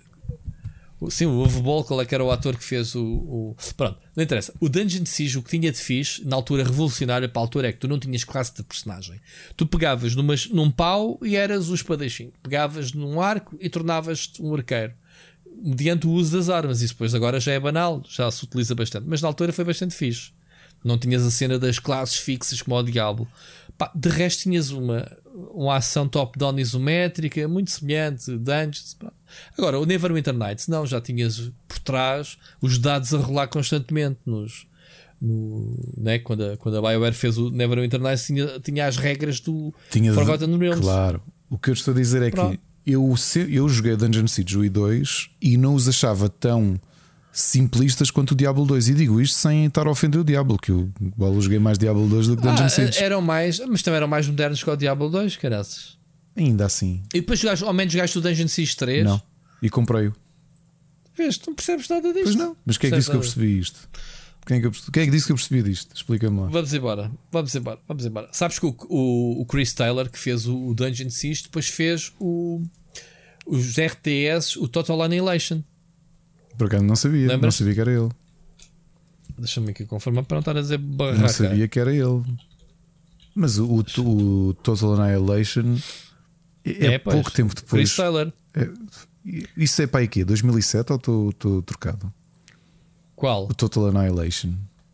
Sim, o Uwe Boll, qual é que era o ator que fez o. Pronto, não interessa. O Dungeon Siege, o que tinha de fixe, na altura revolucionária para a altura, é que tu não tinhas classe de personagem. Tu pegavas num pau e eras o espadachim. Pegavas num arco e tornavas-te um arqueiro, mediante o uso das armas. Isso depois agora já é banal, já se utiliza bastante. Mas na altura foi bastante fixe. Não tinhas a cena das classes fixas como o Diablo. De resto tinhas uma ação top-down isométrica muito semelhante, dungeons. Agora o Neverwinter Nights não, já tinhas por trás os dados a rolar constantemente né? Quando a BioWare fez o Neverwinter Nights, tinha as regras do Forgotten Realms. Claro. O que eu estou a dizer é que eu joguei Dungeon Siege 1 e 2 e não os achava tão simplistas quanto o Diablo 2. E digo isto sem estar a ofender o Diablo, que eu joguei mais Diablo 2 do que Dungeon Siege. Mas também eram mais modernos que o Diablo 2, caraças. Ainda assim. E depois ao menos jogaste o Dungeon Siege 3? Não. E comprei-o. Vês, tu não percebes nada disto. Pois não. Mas quem é que disse que eu percebi isto? Quem é que disse que eu percebi disto? Explica-me lá. Vamos embora. Sabes que o Chris Taylor, que fez o Dungeon Siege, depois fez os RTS, o Total Annihilation. Por acaso não sabia. Lembras? Não sabia que era ele. Deixa-me aqui confirmar para não estar a dizer barraca. Não sabia que era ele. Mas o Total Annihilation é pouco tempo depois. Chris Taylor. Isso é para aí quê? 2007 ou estou trocado? Qual? O Total Annihilation.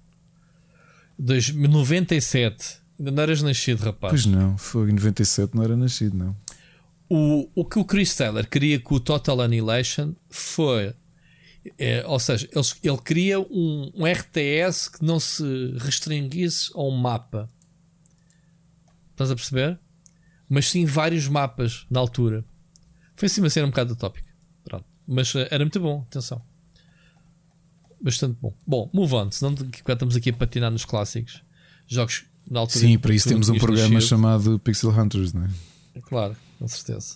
97. Ainda não eras nascido, rapaz. Pois não, foi em 97, não era nascido, não. O que o Chris Taylor queria com o Total Annihilation foi. Ou seja, ele queria um RTS que não se restringisse a um mapa. Estás a perceber? Mas sim vários mapas na altura. Foi assim uma cena um bocado utópica. Pronto. Mas era muito bom, atenção. Bastante bom. Bom, move on, senão estamos aqui a patinar nos clássicos. Jogos na altura. Sim, para isso temos um programa chamado Pixel Hunters, não é? Claro, com certeza.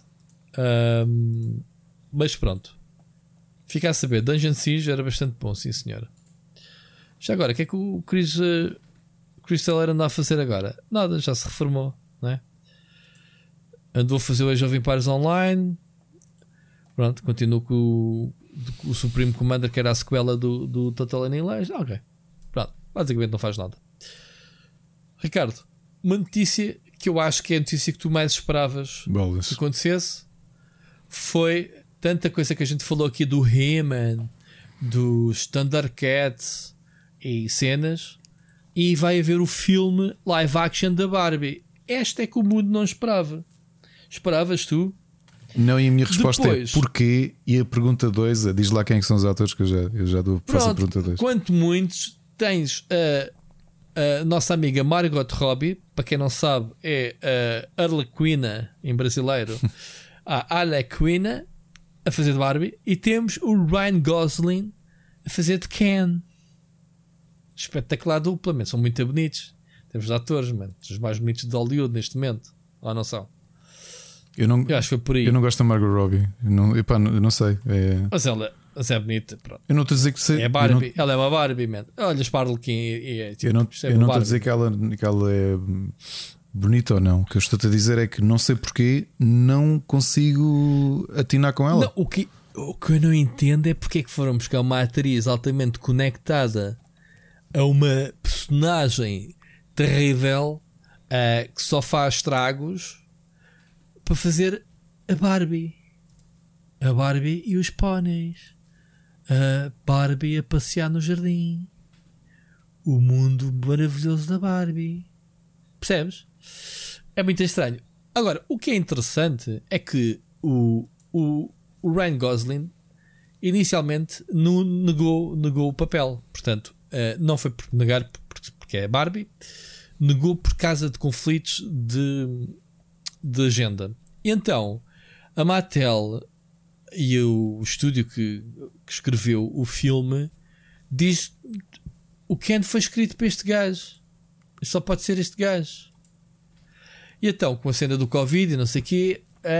Mas pronto. Fica a saber, Dungeon Siege era bastante bom, sim senhora. Já agora, o que é que o Chris Taylor anda a fazer agora? Nada, já se reformou, não é? Andou a fazer o Age of Empires Online. Pronto, continuou com o Supreme Commander, que era a sequela do Total Annihilation. Ok, pronto, basicamente não faz nada. Ricardo, uma notícia que eu acho que é a notícia que tu mais esperavas que acontecesse foi tanta coisa que a gente falou aqui do He-Man, dos Thundercats e cenas, e vai haver o filme live action da Barbie. Esta é que o mundo não esperava. Esperavas tu? Não, e a minha resposta é porquê? E a pergunta 2, diz lá quem é que são os atores, que eu já faço a pergunta 2. Quanto muitos tens a nossa amiga Margot Robbie, para quem não sabe, é a Arlequina em brasileiro, a Arlequina a fazer de Barbie, e temos o Ryan Gosling a fazer de Ken. Espetacular duplamente, são muito bonitos. Temos atores, mano, os mais bonitos de Hollywood neste momento, ou não são? Eu acho que foi por aí. Eu não gosto da Margot Robbie. Eu não sei. Mas ela é bonita. Pronto. Eu não estou a dizer que sei. É Barbie. Ela é uma Barbie, man. Olhas para a Arlequim e é tipo. Eu não estou a dizer que ela é bonita ou não. O que eu estou a dizer é que não sei porquê não consigo atinar com ela. Não, o que eu não entendo é porque é que foram buscar uma atriz altamente conectada a uma personagem terrível que só faz estragos para fazer a Barbie e os póneis, a Barbie a passear no jardim, o mundo maravilhoso da Barbie. Percebes? É muito estranho. Agora, o que é interessante é que o Ryan Gosling inicialmente negou o papel. Portanto, não foi por negar porque é Barbie, negou por causa de conflitos de agenda. E então a Mattel e o estúdio que escreveu o filme diz: o Ken foi escrito para este gajo, só pode ser este gajo. E então, com a cena do Covid e não sei o quê,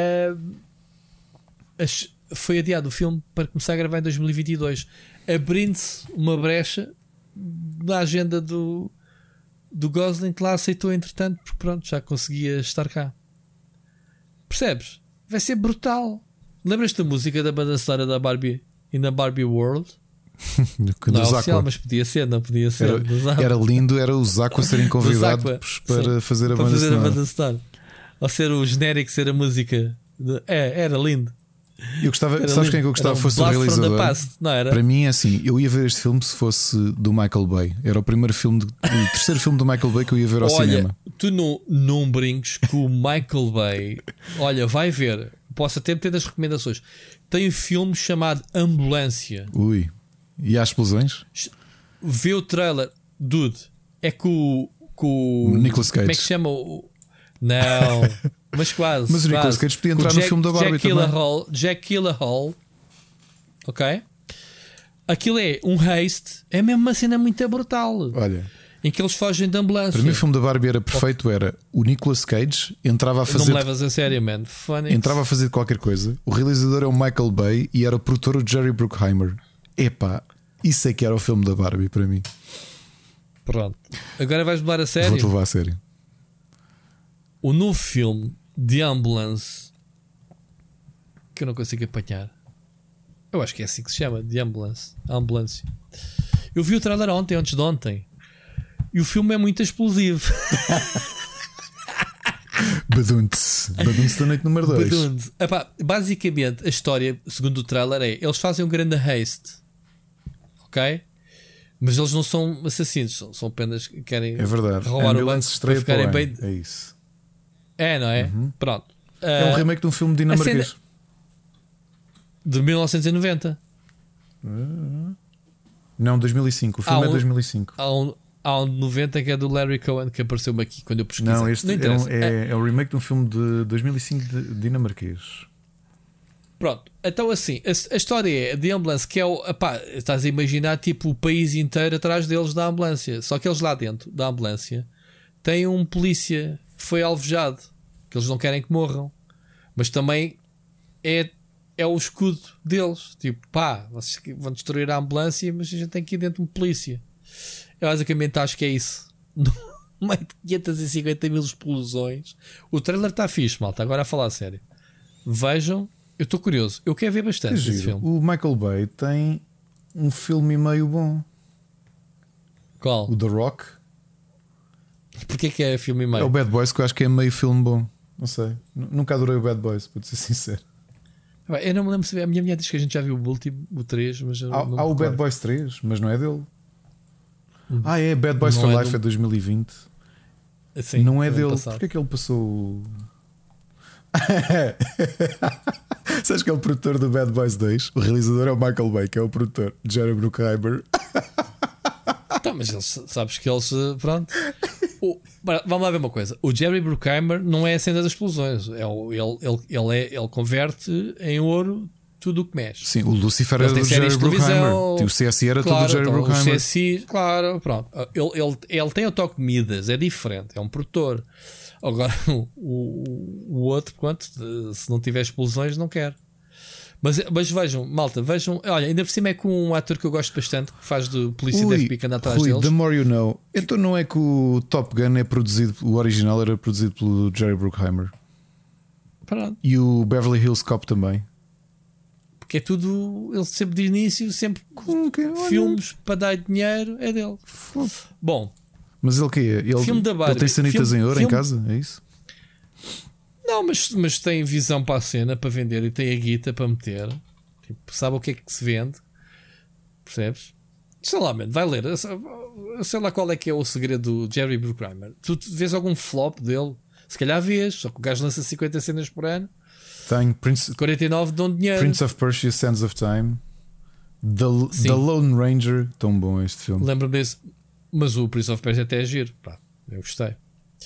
foi adiado o filme para começar a gravar em 2022, abrindo-se uma brecha na agenda do Gosling, que lá aceitou entretanto, porque pronto, já conseguia estar cá. Percebes? Vai ser brutal. Lembras-te da música da banda sonora da Barbie e na Barbie World? Não é oficial, mas podia ser, não podia ser. Era lindo, era o Zaco a serem convidados para fazer a banda sonora. Ou ser o genérico, ser a música. Era lindo. Eu gostava, sabes quem é que eu gostava fosse o realizador? Não era? Para mim é assim, eu ia ver este filme se fosse do Michael Bay. Era o terceiro filme do Michael Bay que eu ia ver ao cinema. Tu não brinques com o Michael Bay. Olha, vai ver. Posso até meter das recomendações. Tem um filme chamado Ambulância. Ui. E há explosões? Vê o trailer. Dude, é com o Nicolas Cage. Como é que se chama? Não, mas quase. Mas o Nicolas Cage podia entrar no filme da Barbie também. Jack Gyllenhaal. Ok? Aquilo é um haste. É mesmo uma cena muito brutal. Olha, em que eles fogem de ambulância. para mim o filme da Barbie era perfeito. Era o Nicolas Cage entrava a fazer. Não me levas a sério, man. Funny. Entrava a fazer qualquer coisa. O realizador é o Michael Bay e era o produtor o Jerry Bruckheimer. Epá, isso é que era o filme da Barbie para mim. Pronto. Agora vais levar a sério? Vou-te levar a sério. O novo filme de Ambulance, que eu não consigo apanhar. Eu acho que é assim que se chama, de Ambulance. Ambulância. Eu vi o trailer ontem, antes de ontem. E o filme é muito explosivo. Badunce da noite número 2. Epá, basicamente, a história, segundo o trailer, é: eles fazem um grande haste. Ok? Mas eles não são assassinos, são apenas que querem roubar o banco para ficarem bem. É isso. É, não é? Pronto. É um remake de um filme dinamarquês. De 1990. Não, 2005. O filme é 2005. Há um 90 que é do Larry Cohen, que apareceu-me aqui quando eu pesquisei. Não, este é o remake de um filme de 2005 dinamarquês. Pronto, então assim, a história é de ambulância, que é o. Epá, estás a imaginar tipo o país inteiro atrás deles da ambulância. Só que eles lá dentro da ambulância têm um polícia que foi alvejado, que eles não querem que morram, mas também é o escudo deles. Tipo, pá, vocês vão destruir a ambulância, mas a gente tem que ir dentro de um polícia. Eu basicamente acho que é isso. No meio de 550 mil explosões. O trailer está fixe, malta. Agora a falar a sério. Vejam. Eu estou curioso. Eu quero ver bastante esse filme. O Michael Bay tem um filme e meio bom. Qual? O The Rock. Porquê que é filme e meio? É o Bad Boys, que eu acho que é meio filme bom. Não sei. Nunca adorei o Bad Boys, para ser sincero. Eu não me lembro de saber. A minha mulher diz que a gente já viu o último, o 3, mas eu não há o Bad Boys 3, mas não é dele. É Bad Boys for Life, é 2020. Sim, não é dele. Passado. Porquê é que ele passou? Sabes que é o produtor do Bad Boys 2? O realizador é o Michael Bay, que é o produtor. Jerry Bruckheimer. Tá, mas sabes que eles. Pronto. Vamos lá ver uma coisa. O Jerry Bruckheimer não é a cena das explosões. Ele converte em ouro tudo o que mexe. Sim, o Lucifer era do Jerry Bruckheimer. O CSI era tudo do Jerry Bruckheimer. O CSI, claro, pronto. Ele tem o toque de Midas, é diferente, é um produtor. Agora, o outro, quanto? Se não tiver explosões, não quer. Mas vejam, malta, vejam. Olha, ainda por cima é com um ator que eu gosto bastante, que faz de polícia da FBI que anda atrás deles. The more you know. Então não é que o Top Gun é produzido, o original era produzido pelo Jerry Bruckheimer. Pronto. E o Beverly Hills Cop também. Porque é tudo, ele sempre de início, sempre filmes para dar dinheiro, é dele. Bom. Mas ele que é? Ele tem sanitas em ouro em casa? É isso? Não, mas tem visão para a cena, para vender, e tem a guita para meter. Tipo, sabe o que é que se vende? Percebes? Sei lá, mano, vai ler. Eu sei lá qual é que é o segredo do Jerry Bruckheimer. Tu vês algum flop dele? Se calhar vês, só que o gajo lança 50 cenas por ano. Tem 49 dão dinheiro. Prince of Persia, Sands of Time, The Lone Ranger. Tão bom este filme. Lembro-me desse. Mas o Prince of Persia até é giro. Pá, eu gostei.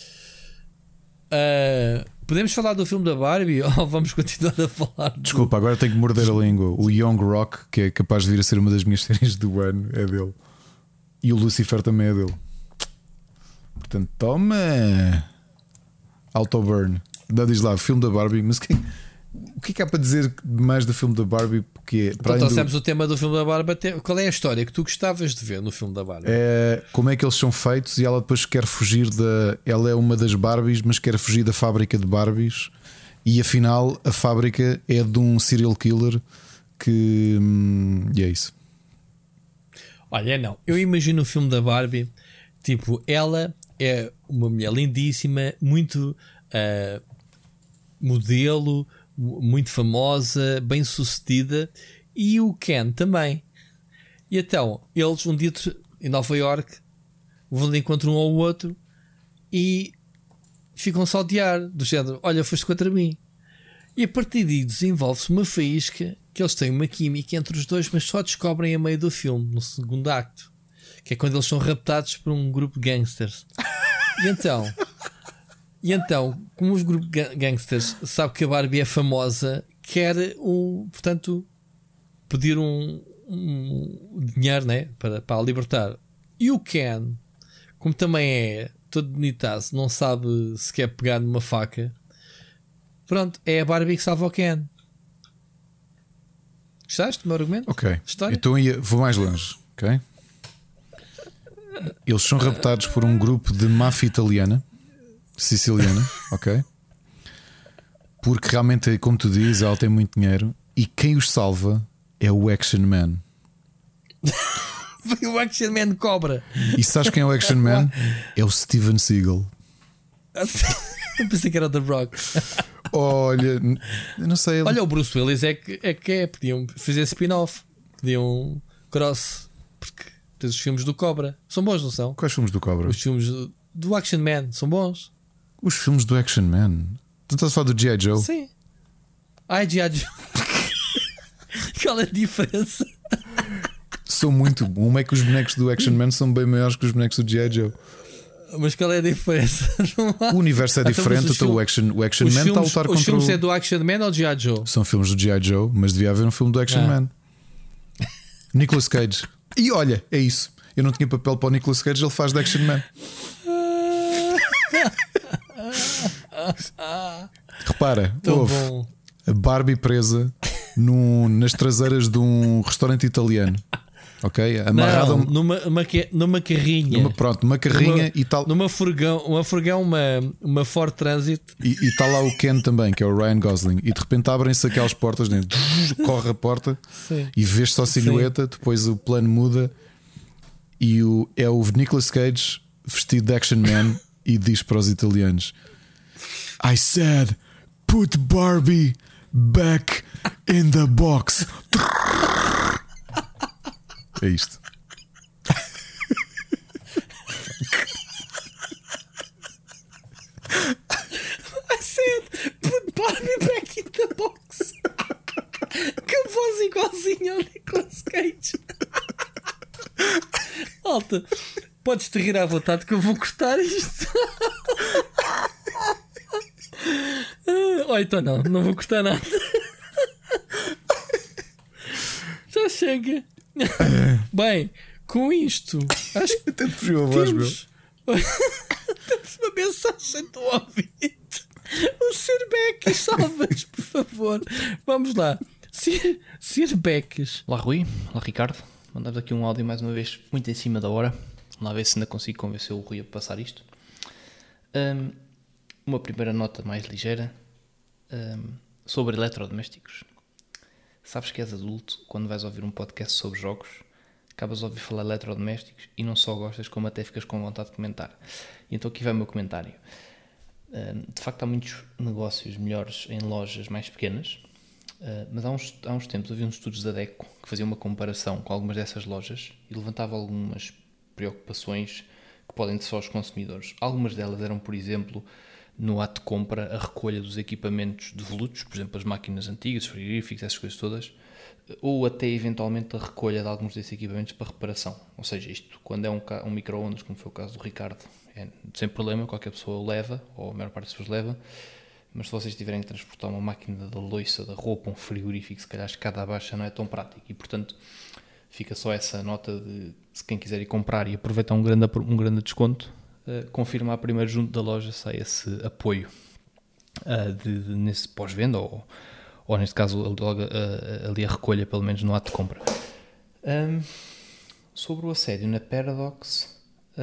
Podemos falar do filme da Barbie ou vamos continuar a falar? Desculpa, agora tenho que morder a língua. O Young Rock, que é capaz de vir a ser uma das minhas séries do ano, é dele. E o Lucifer também é dele. Portanto, toma Autoburn. Diz lá, o filme da Barbie. Mas o que é que há para dizer mais do filme da Barbie? Porque então trouxemos o tema do filme da Barbie. Qual é a história que tu gostavas de ver no filme da Barbie? É como é que eles são feitos e ela depois quer fugir Ela é uma das Barbies, mas quer fugir da fábrica de Barbies. E afinal a fábrica é de um serial killer que... E é isso. Olha, não. Eu imagino o filme da Barbie. Tipo, ela é uma mulher lindíssima, muito modelo, muito famosa, bem sucedida, e o Ken também. E então eles um dia em Nova York vão de encontro um ao outro e ficam a odiar do género: olha, foste contra mim. E a partir daí desenvolve-se uma faísca, que eles têm uma química entre os dois, mas só descobrem a meio do filme, no segundo acto, que é quando eles são raptados por um grupo de gangsters. E então, como os grupos de gangsters sabem que a Barbie é famosa, quer portanto, pedir um dinheiro, né, para a libertar. E o Ken, como também é todo bonitaço, não sabe se quer pegar numa faca. Pronto, é a Barbie que salva o Ken. Gostaste do meu argumento? Ok, História? então vou mais longe, ok? Eles são raptados por um grupo de máfia italiana, siciliana, ok? Porque realmente, como tu dizes, ela tem muito dinheiro e quem os salva é o Action Man. O Action Man cobra. E sabes quem é o Action Man? É o Steven Seagal. Eu pensei que era o The Rock. Olha, não sei. Olha, o Bruce Willis é que podiam fazer spin-off, podiam cross, porque tens os filmes do Cobra, são bons, não são? Quais filmes do Cobra? Os filmes do Action Man são bons. Os filmes do Action Man. Tu estás a falar do G.I. Joe? Sim. Ai, G.I. Joe. Qual é a diferença? São muito. Como é que os bonecos do Action Man são bem maiores que os bonecos do G.I. Joe? Mas qual é a diferença? O universo é diferente. Então o Action Man está a lutar contra os filmes é do Action Man ou do G.I. Joe? São filmes do G.I. Joe, mas devia haver um filme do Action Man. Nicolas Cage. E olha, é isso. Eu não tinha papel para o Nicolas Cage, ele faz de Action Man. Repara, houve a Barbie presa nas traseiras de um restaurante italiano. Ok? Amarrada numa carrinha. Numa carrinha e tal. Numa furgão, uma Ford Transit. E está lá o Ken também, que é o Ryan Gosling. E de repente abrem-se aquelas portas dentro. Corre a porta. Sim. E vês só a silhueta. Sim. Depois o plano muda. E é o Nicolas Cage vestido de Action Man. E diz para os italianos: I said, put Barbie back in the box. É isto. I said, put Barbie back in the box. Que voz igualzinha ao Nicolas Cage. Alta, podes-te rir à vontade que eu vou cortar isto. Ou então não vou cortar nada. Já chega. Bem, com isto acho que até fugiu a voz, temos uma mensagem do ouvinte. O Sr. Beck, salvas, por favor. Vamos lá. Sr. Beck. Olá, Rui. Olá, Ricardo. Mandamos aqui um áudio mais uma vez muito em cima da hora. Vamos lá ver se ainda consigo convencer o Rui a passar isto. Uma primeira nota mais ligeira sobre eletrodomésticos. Sabes que és adulto quando vais ouvir um podcast sobre jogos, acabas a ouvir falar de eletrodomésticos e não só gostas, como até ficas com vontade de comentar. E então aqui vai o meu comentário. De facto há muitos negócios melhores em lojas mais pequenas, mas há uns tempos havia uns estudos da DECO que faziam uma comparação com algumas dessas lojas e levantavam algumas preocupações que podem ter só aos consumidores. Algumas delas eram, por exemplo, no ato de compra, a recolha dos equipamentos devolutos, por exemplo, as máquinas antigas, os frigoríficos, essas coisas todas, ou até eventualmente a recolha de alguns desses equipamentos para reparação. Ou seja, isto, quando é um micro-ondas, como foi o caso do Ricardo, é sem problema, qualquer pessoa o leva, ou a maior parte das pessoas leva, mas se vocês tiverem que transportar uma máquina da louça, da roupa, um frigorífico, se calhar a escada abaixo não é tão prático. E, portanto, fica só essa nota de, se quem quiser ir comprar e aproveitar um grande desconto, confirmar primeiro junto da loja se há esse apoio nesse pós-venda ou neste caso ali a recolha, pelo menos no ato de compra. Sobre o assédio na Paradox,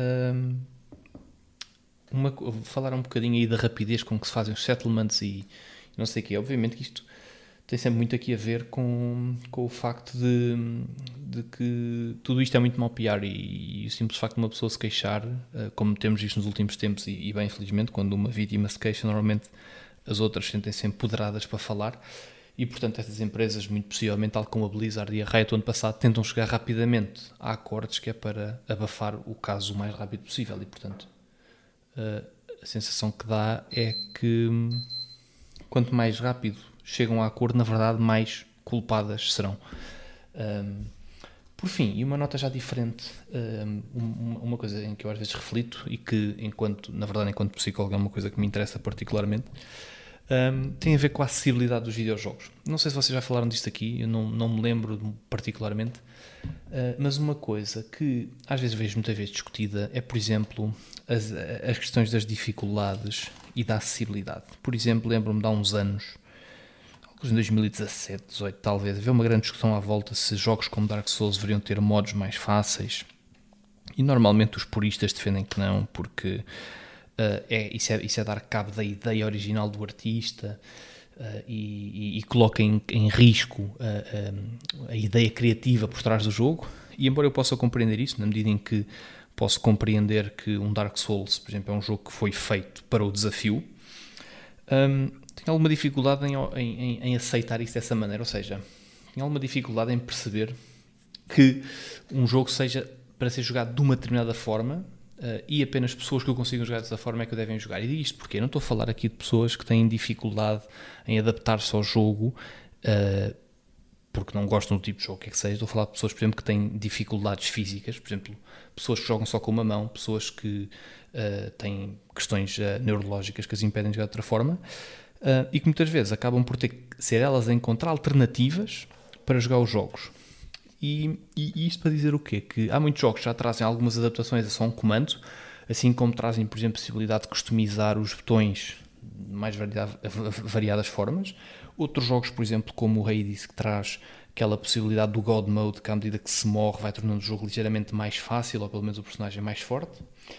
falar um bocadinho aí da rapidez com que se fazem os settlements e não sei o quê. Obviamente que isto tem sempre muito aqui a ver com o facto de que tudo isto é muito mau PR e o simples facto de uma pessoa se queixar, como temos visto nos últimos tempos e bem felizmente, quando uma vítima se queixa, normalmente as outras sentem-se empoderadas para falar e, portanto, estas empresas, muito possivelmente, tal como a Blizzard e a Riot do ano passado, tentam chegar rapidamente a acordos que é para abafar o caso o mais rápido possível e, portanto, a sensação que dá é que quanto mais rápido chegam a acordo, na verdade, mais culpadas serão. Por fim, e uma nota já diferente, uma coisa em que eu às vezes reflito e que, enquanto psicólogo, é uma coisa que me interessa particularmente, tem a ver com a acessibilidade dos videojogos. Não sei se vocês já falaram disto aqui, eu não me lembro particularmente, mas uma coisa que às vezes vejo muitas vezes discutida é, por exemplo, as questões das dificuldades e da acessibilidade. Por exemplo, lembro-me de há uns anos, em 2017, 2018 talvez, havia uma grande discussão à volta se jogos como Dark Souls deveriam ter modos mais fáceis, e normalmente os puristas defendem que não, porque isso é dar cabo da ideia original do artista, e coloca em risco a ideia criativa por trás do jogo. E embora eu possa compreender isso, na medida em que posso compreender que um Dark Souls, por exemplo, é um jogo que foi feito para o desafio, tenho alguma dificuldade em aceitar isso dessa maneira. Ou seja, tenho alguma dificuldade em perceber que um jogo seja para ser jogado de uma determinada forma, e apenas pessoas que o consigam jogar dessa forma é que o devem jogar. E digo isto porque eu não estou a falar aqui de pessoas que têm dificuldade em adaptar-se ao jogo porque não gostam do tipo de jogo que seja. Estou a falar de pessoas, por exemplo, que têm dificuldades físicas, por exemplo, pessoas que jogam só com uma mão, pessoas que têm questões neurológicas que as impedem de jogar de outra forma, e que muitas vezes acabam por ter que ser elas a encontrar alternativas para jogar os jogos. E isto para dizer o quê? Que há muitos jogos que já trazem algumas adaptações a só um comando, assim como trazem, por exemplo, a possibilidade de customizar os botões de mais variadas formas. Outros jogos, por exemplo, como o Hades, que traz aquela possibilidade do God Mode, que à medida que se morre vai tornando o jogo ligeiramente mais fácil, ou pelo menos o personagem mais forte.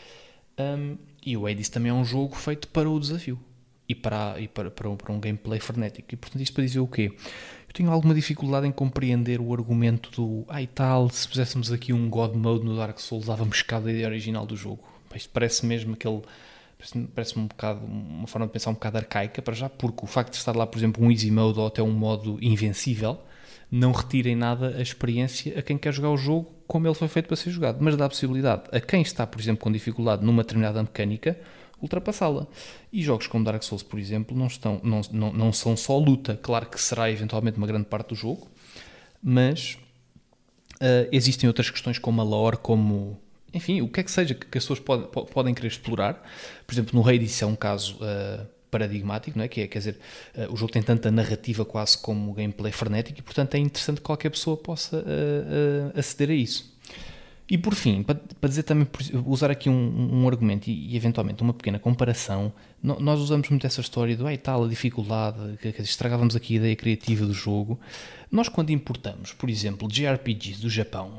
E o Hades também é um jogo feito para o desafio e para um gameplay frenético. E portanto isto para dizer o quê? Eu tenho alguma dificuldade em compreender o argumento do e tal, se fizéssemos aqui um God Mode no Dark Souls dávamos cá da ideia original do jogo. Isto parece mesmo parece-me um bocado uma forma de pensar um bocado arcaica, para já, porque o facto de estar lá, por exemplo, um easy mode ou até um modo invencível não retira em nada a experiência a quem quer jogar o jogo como ele foi feito para ser jogado, mas dá a possibilidade a quem está, por exemplo, com dificuldade numa determinada mecânica, ultrapassá-la. E jogos como Dark Souls, por exemplo, não são só luta. Claro que será eventualmente uma grande parte do jogo, mas existem outras questões como a lore, como, enfim, o que é que seja que as pessoas podem querer explorar. Por exemplo, no Hades é um caso paradigmático, não é? Quer dizer, o jogo tem tanta narrativa quase como gameplay frenético, e portanto é interessante que qualquer pessoa possa aceder a isso. E por fim, para dizer também, usar aqui um argumento e eventualmente uma pequena comparação, nós usamos muito essa história do tal, a dificuldade, que estragávamos aqui a ideia criativa do jogo. Nós, quando importamos, por exemplo, JRPGs do Japão,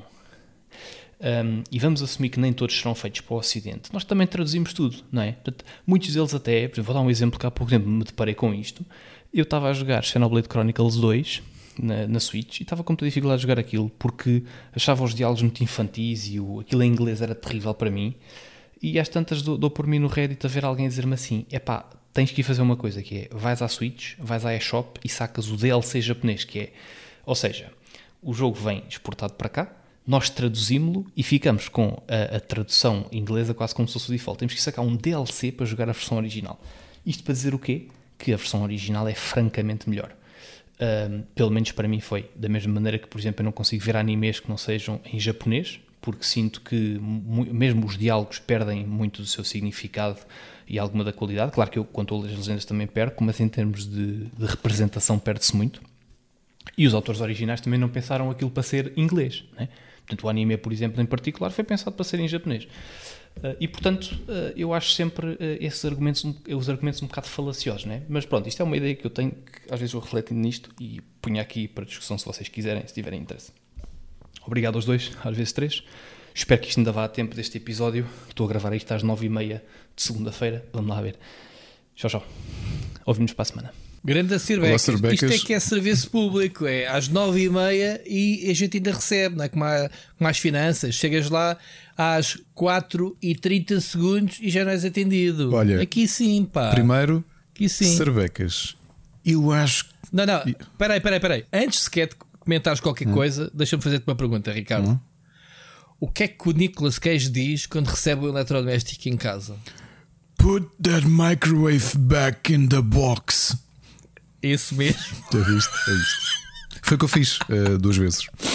e vamos assumir que nem todos serão feitos para o Ocidente, nós também traduzimos tudo, não é? Portanto, muitos deles até, por exemplo, vou dar um exemplo que há pouco tempo me deparei com isto. Eu estava a jogar Xenoblade Chronicles 2 na Switch e estava com muita dificuldade de jogar aquilo porque achava os diálogos muito infantis e aquilo em inglês era terrível para mim. E às tantas dou por mim no Reddit a ver alguém dizer-me assim: epá, tens que ir fazer uma coisa, que é, vais à Switch, vais à eShop e sacas o DLC japonês, que é, ou seja, o jogo vem exportado para cá, nós traduzimos-lo e ficamos com a tradução inglesa quase como se fosse o default. Temos que sacar um DLC para jogar a versão original. Isto para dizer o quê? Que a versão original é francamente melhor. Pelo menos para mim foi. Da mesma maneira que, por exemplo, eu não consigo ver animes que não sejam em japonês, porque sinto que mesmo os diálogos perdem muito do seu significado e alguma da qualidade. Claro que eu, quando eu leio as legendas, também perco, mas em termos de representação perde-se muito. E os autores originais também não pensaram aquilo para ser inglês, né? Portanto, o anime, por exemplo, em particular, foi pensado para ser em japonês. E, portanto, eu acho sempre os argumentos um bocado falaciosos, né? Mas pronto, isto é uma ideia que eu tenho, que às vezes eu refletindo nisto e ponho aqui para discussão se vocês quiserem, se tiverem interesse. Obrigado aos dois, às vezes três. Espero que isto ainda vá a tempo deste episódio. Estou a gravar isto às 9h30 de segunda-feira. Vamos lá ver. Tchau, tchau. Ouvimos para a semana. Grande Sir Becas. Isto é que é serviço público, é às 9h30 e a gente ainda recebe, não é? Como as finanças, chegas lá às 4h30 segundos e já não és atendido. Olha, aqui sim, pá. Primeiro, aqui sim. Sir Becas, eu acho que... Não, peraí. Antes sequer de comentares qualquer coisa, deixa-me fazer-te uma pergunta, Ricardo. O que é que o Nicolas Cage diz quando recebe o eletrodoméstico em casa? Put that microwave back in the box. Isso mesmo. Já viste? É isto. Foi o que eu fiz 2 vezes.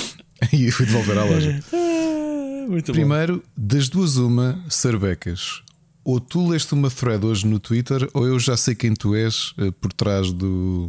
E fui devolver à loja. Muito Primeiro, das duas, uma, Sarbecas. Ou tu leste uma thread hoje no Twitter, ou eu já sei quem tu és por trás do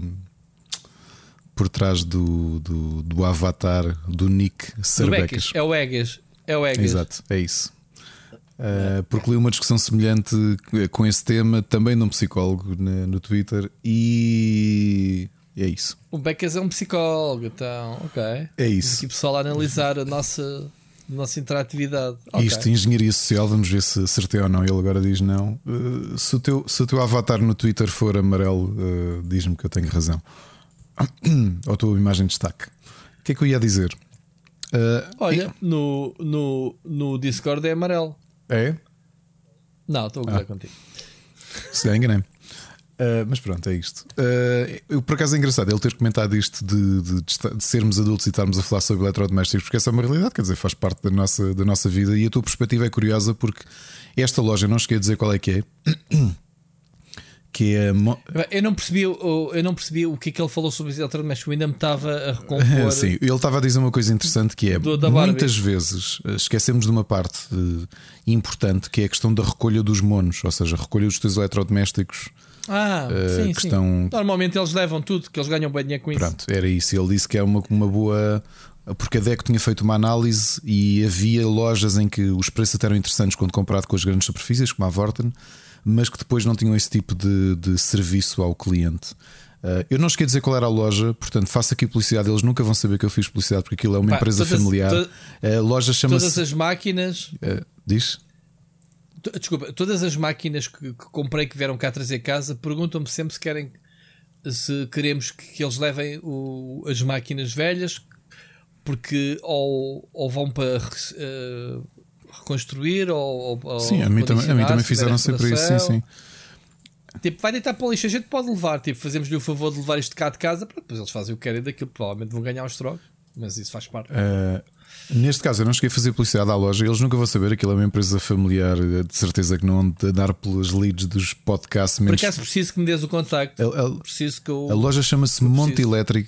avatar do Nick Sarbecas. É o Egas. Exato, é isso. Porque li uma discussão semelhante com esse tema também de um psicólogo no Twitter e é isso. O Becas é um psicólogo, então, ok. É isso. Aqui o pessoal a analisar a nossa interatividade. Okay. Isto, engenharia social, vamos ver se acertei ou não. Ele agora diz não. Se o teu avatar no Twitter for amarelo, diz-me que eu tenho razão. Ou a tua imagem de destaque. O que é que eu ia dizer? Olha, no Discord é amarelo. É? Não, estou a gozar contigo. Se calhar enganei-me. Mas pronto, é isto. Eu, por acaso é engraçado ele ter comentado isto de sermos adultos e estarmos a falar sobre eletrodomésticos, porque essa é uma realidade, quer dizer, faz parte da nossa vida. E a tua perspectiva é curiosa porque esta loja, não cheguei a dizer qual é. Que é eu não percebi o que é que ele falou sobre os eletrodomésticos. Eu ainda me estava a recompor. Sim, ele estava a dizer uma coisa interessante que é muitas vezes esquecemos de uma parte importante que é a questão da recolha dos monos, ou seja, a recolha dos teus eletrodomésticos. Sim, que sim. Estão... Normalmente eles levam tudo, que eles ganham bem dinheiro com isso. Pronto, era isso. Ele disse que é uma boa. Porque a DECO tinha feito uma análise e havia lojas em que os preços até eram interessantes quando comparado com as grandes superfícies, como a Vorten, mas que depois não tinham esse tipo de serviço ao cliente. Eu não cheguei a dizer qual era a loja, portanto faço aqui publicidade. Eles nunca vão saber que eu fiz publicidade porque aquilo é uma empresa familiar. A loja chama-se. Todas as máquinas. Diz? Desculpa, todas as máquinas que comprei que vieram cá trazer casa perguntam-me sempre se queremos que eles levem as máquinas velhas, porque ou vão para reconstruir ou sim, a mim também fizeram sempre isso. Sim. Tipo, vai deitar para o lixo, a gente pode levar, tipo, fazemos-lhe o favor de levar isto cá de casa, depois eles fazem o que querem daquilo, provavelmente vão ganhar os trocos, mas isso faz parte. Neste caso, eu não cheguei a fazer publicidade à loja, eles nunca vão saber, aquilo é uma empresa familiar, de certeza que não de dar pelas leads dos podcasts. Por acaso preciso que me dês o contacto. Preciso que eu... A loja chama-se Monte Electric,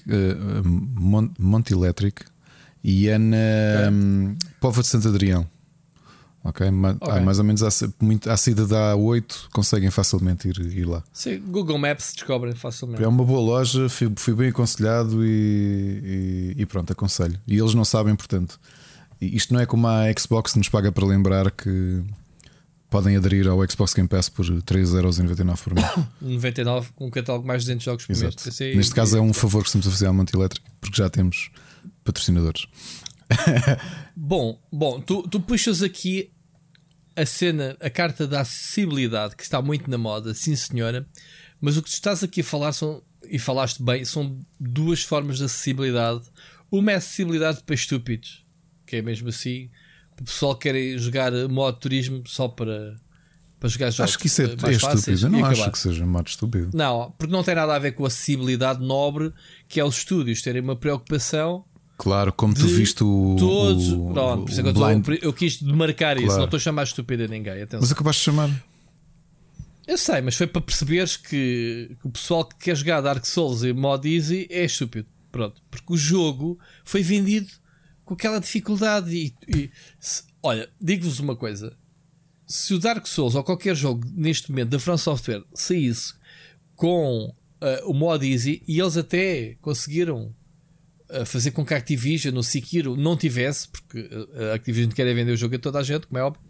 e é na Póvoa de Santo Adrião. Okay? Mais ou menos à saída da A8 conseguem facilmente ir lá. Sim, Google Maps descobrem facilmente. É uma boa loja, fui bem aconselhado e pronto, aconselho. E eles não sabem, portanto, isto não é como a Xbox nos paga para lembrar que podem aderir ao Xbox Game Pass por 3,99€ por mês. 99, com um catálogo mais de 200 jogos por mês. Neste caso é um favor que estamos a fazer à Monte Electric porque já temos patrocinadores. Bom, tu puxas aqui a carta da acessibilidade que está muito na moda, sim senhora, mas o que tu estás aqui a falar e falaste bem, são duas formas de acessibilidade. Uma é acessibilidade para estúpidos, que é mesmo assim, o pessoal quer jogar modo turismo só para jogar jogos. Acho que isso é estúpido. Eu não acho que seja modo estúpido. Não, porque não tem nada a ver com a acessibilidade nobre, que é os estúdios terem uma preocupação. Claro, como tu viste todos. Pronto, eu quis demarcar isso, não estou a chamar estúpido a ninguém. Atenção. Mas acabaste de chamar. Eu sei, mas foi para perceberes que o pessoal que quer jogar Dark Souls em modo easy é estúpido. Pronto, porque o jogo foi vendido com aquela dificuldade. Olha, digo-vos uma coisa: se o Dark Souls ou qualquer jogo neste momento da From Software saísse com o modo easy, e eles até conseguiram fazer com que a Activision no Sekiro não tivesse, porque a Activision quer vender o jogo a toda a gente, como é óbvio,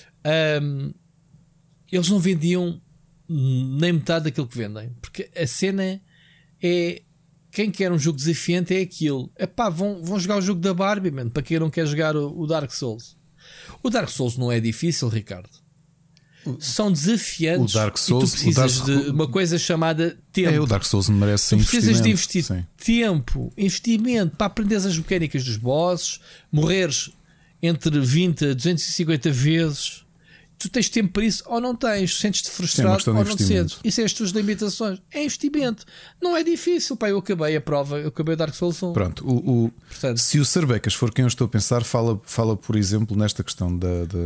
eles não vendiam nem metade daquilo que vendem, porque a cena é quem quer um jogo desafiante é aquilo. Epá, vão jogar o jogo da Barbie, man, para quem não quer jogar o Dark Souls. O Dark Souls não é difícil, Ricardo. São desafiantes. O Dark Souls, e tu precisas de uma coisa chamada tempo. O Dark Souls merece investimento. Precisas de investir tempo, investimento para aprenderes as mecânicas dos bosses, morreres entre 20 a 250 vezes. Tu tens tempo para isso ou não tens? Sentes-te frustrado ou não te sentes? Isso é as tuas limitações. É investimento. Não é difícil. Pá, eu acabei a prova, eu acabei o Dark Souls 1. Pronto, portanto, se o Sarbecas for quem eu estou a pensar, fala por exemplo, nesta questão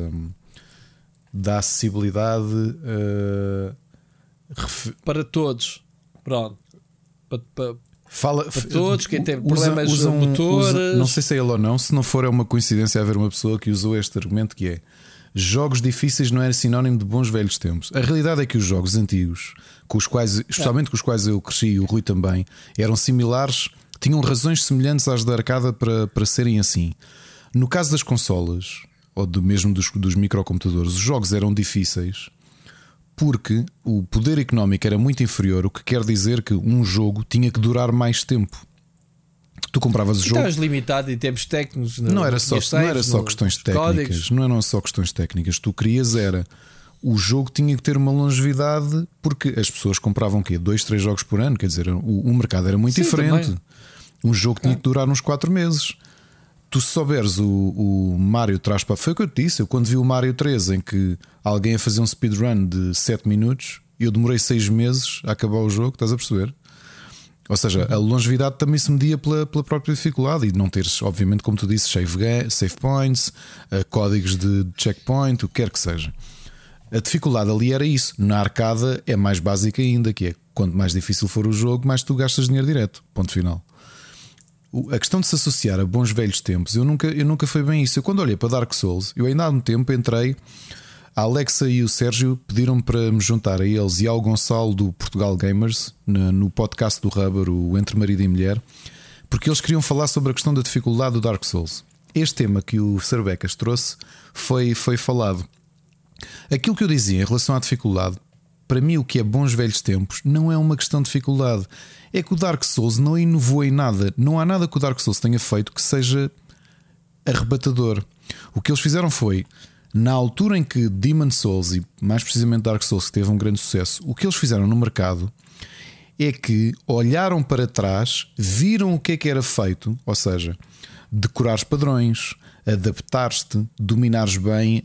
da acessibilidade para todos. Pronto. Fala para todos, quem tem problemas de motor. Não sei se é ele ou não, se não for, é uma coincidência haver uma pessoa que usou este argumento que é: jogos difíceis não era sinónimo de bons velhos tempos. A realidade é que os jogos antigos, com os quais, especialmente com os quais eu cresci e o Rui também, eram similares, tinham razões semelhantes às da arcada para serem assim. No caso das consolas, ou mesmo dos microcomputadores, os jogos eram difíceis porque o poder económico era muito inferior, o que quer dizer que um jogo tinha que durar mais tempo. Tu compravas o jogo. Estavas limitado em termos técnicos. Não era só questões técnicas. Códigos. Não eram só questões técnicas. Tu querias era. O jogo tinha que ter uma longevidade, porque as pessoas compravam o quê? 2, 3 jogos por ano. Quer dizer, o mercado era muito diferente. Também. Um jogo tinha que durar uns 4 meses. Tu souberes o Mario traz para. Foi o que eu te disse. Eu quando vi o Mario 3 em que alguém a fazer um speedrun de 7 minutos, eu demorei 6 meses a acabar o jogo, estás a perceber? Ou seja, a longevidade também se media pela própria dificuldade e não teres, obviamente, como tu disse, save points, códigos de checkpoint, o que quer que seja. A dificuldade ali era isso. Na arcada é mais básica ainda, que é quanto mais difícil for o jogo, mais tu gastas dinheiro direto. Ponto final. A questão de se associar a bons velhos tempos, eu nunca foi bem isso. Eu quando olhei para Dark Souls, eu ainda há um tempo entrei. A Alexa e o Sérgio pediram para me juntar a eles e ao Gonçalo do Portugal Gamers no podcast do Rubber, o Entre Marido e Mulher, porque eles queriam falar sobre a questão da dificuldade do Dark Souls. Este tema que o Sarbecas trouxe foi falado. Aquilo que eu dizia em relação à dificuldade, para mim o que é bons velhos tempos não é uma questão de dificuldade. É que o Dark Souls não inovou em nada. Não há nada que o Dark Souls tenha feito que seja arrebatador. O que eles fizeram foi, na altura em que Demon's Souls e mais precisamente Dark Souls que teve um grande sucesso, o que eles fizeram no mercado é que olharam para trás, viram o que é que era feito, ou seja, decorares padrões, adaptares-te, dominares bem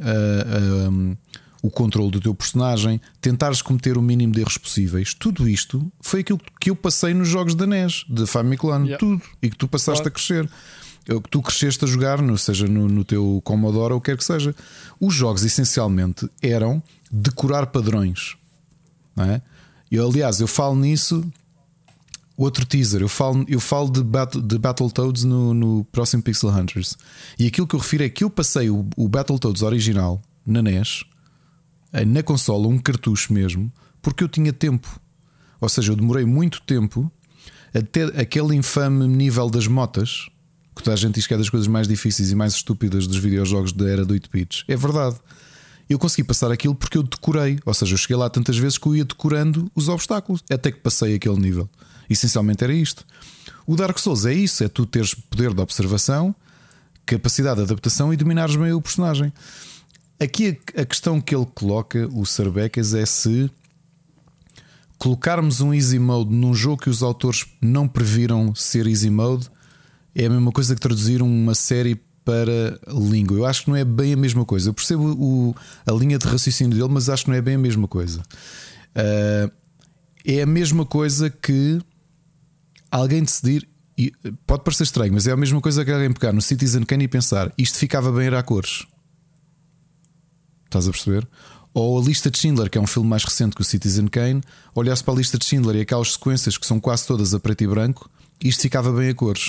o controle do teu personagem, tentares cometer o mínimo de erros possíveis. Tudo isto foi aquilo que eu passei nos jogos da NES, de Famicom, tudo, e que tu passaste a crescer. Que tu cresceste a jogar, seja no teu Commodore ou o que quer que seja. Os jogos essencialmente eram decorar padrões, não é? Aliás, eu falo nisso. Outro teaser, eu falo de Battletoads no próximo Pixel Hunters. E aquilo que eu refiro é que eu passei o Battletoads original na NES, na consola, um cartucho mesmo, porque eu tinha tempo. Ou seja, eu demorei muito tempo até aquele infame nível das motas, que toda a gente diz que é das coisas mais difíceis e mais estúpidas dos videojogos da era do 8 bits. É verdade. Eu consegui passar aquilo porque eu decorei. Ou seja, eu cheguei lá tantas vezes que eu ia decorando os obstáculos até que passei aquele nível. Essencialmente era isto. O Dark Souls é isso. É tu teres poder de observação, capacidade de adaptação e dominares bem o personagem. Aqui a questão que ele coloca, o Sarbecas, é se colocarmos um easy mode num jogo que os autores não previram ser easy mode. É a mesma coisa que traduzir uma série para língua. Eu acho que não é bem a mesma coisa. Eu percebo a linha de raciocínio dele, mas acho que não é bem a mesma coisa. É a mesma coisa que alguém decidir. Pode parecer estranho, mas é a mesma coisa que alguém pegar no Citizen Kane e pensar: isto ficava bem a cores. Estás a perceber? Ou a Lista de Schindler, que é um filme mais recente que o Citizen Kane, olhasse para a Lista de Schindler e aquelas sequências que são quase todas a preto e branco, isto ficava bem a cores.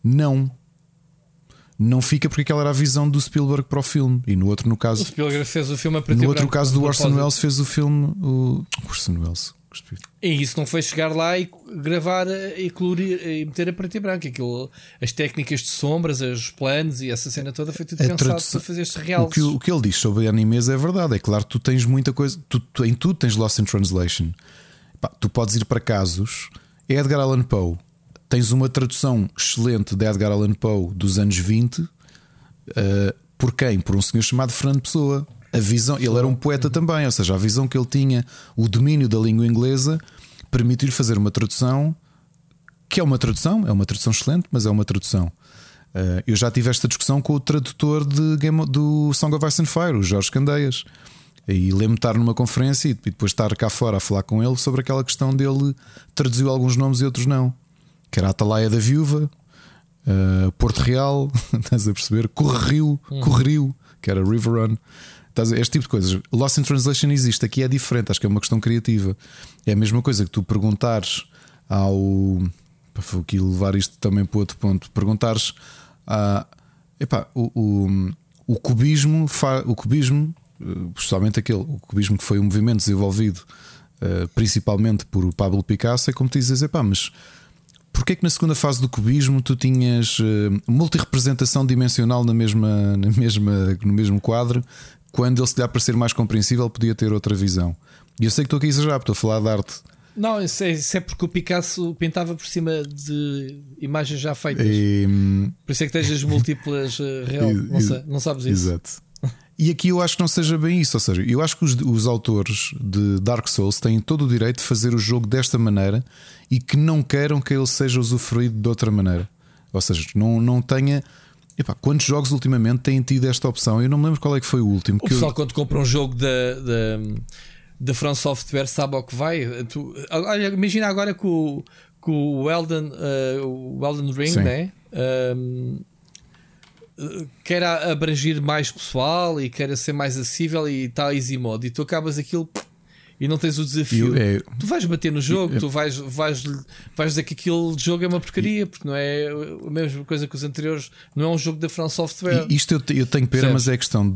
Não fica, porque aquela era a visão do Spielberg para o filme. E no outro, no caso, o Spielberg fez o filme a preto e branco. No outro caso do Orson Welles fez o filme Orson Welles. E isso não foi chegar lá e gravar e colorir e meter a preto e branco. Aquilo, as técnicas de sombras, os planos e essa cena toda foi tudo pensado para fazer este realce. O que ele diz sobre animes é verdade. É claro que tu tens muita coisa, em tudo tens Lost in Translation. Tu podes ir para casos. Edgar Allan Poe, tens uma tradução excelente de Edgar Allan Poe dos anos 20. Por quem? Por um senhor chamado Fernando Pessoa. A visão, ele era um poeta também, ou seja, a visão que ele tinha, o domínio da língua inglesa, permitiu-lhe fazer uma tradução que é uma tradução excelente, mas é uma tradução. Eu já tive esta discussão com o tradutor do Song of Ice and Fire, o Jorge Candeias, e lembro-me de estar numa conferência e depois estar cá fora a falar com ele sobre aquela questão dele traduziu alguns nomes e outros não, que era a Atalaia da Viúva, Porto Real, estás a perceber? Correrio, que era River Run. Este tipo de coisas. Lost in Translation existe, aqui é diferente. Acho que é uma questão criativa. É a mesma coisa que tu perguntares ao Foi aqui levar isto também para outro ponto. Perguntares o cubismo, especialmente o cubismo que foi um movimento desenvolvido principalmente por Pablo Picasso, é como te dizes, mas porquê é que na segunda fase do cubismo tu tinhas multirrepresentação dimensional no mesmo quadro, quando ele, se lhe parecer mais compreensível, podia ter outra visão? E eu sei que estou aqui a exagerar, estou a falar de arte. Não, isso é porque o Picasso pintava por cima de imagens já feitas. Por isso é que tens as múltiplas real. Não sabes isso? Exato. E aqui eu acho que não seja bem isso. Ou seja, eu acho que os autores de Dark Souls têm todo o direito de fazer o jogo desta maneira e que não queiram que ele seja usufruído de outra maneira. Ou seja, não tenha. Quantos jogos ultimamente têm tido esta opção? Eu não me lembro qual é que foi o último. O pessoal, quando compra um jogo da From Software, sabe ao que vai. Olha, imagina agora que o Elden Ring, né? Quer abranger mais pessoal e quer ser mais acessível e está easy mode, e tu acabas aquilo e não tens o desafio. Tu vais bater no jogo, tu vais dizer que aquele jogo é uma porcaria, porque não é a mesma coisa que os anteriores, não é um jogo da From Software. Isto eu tenho pena, mas é questão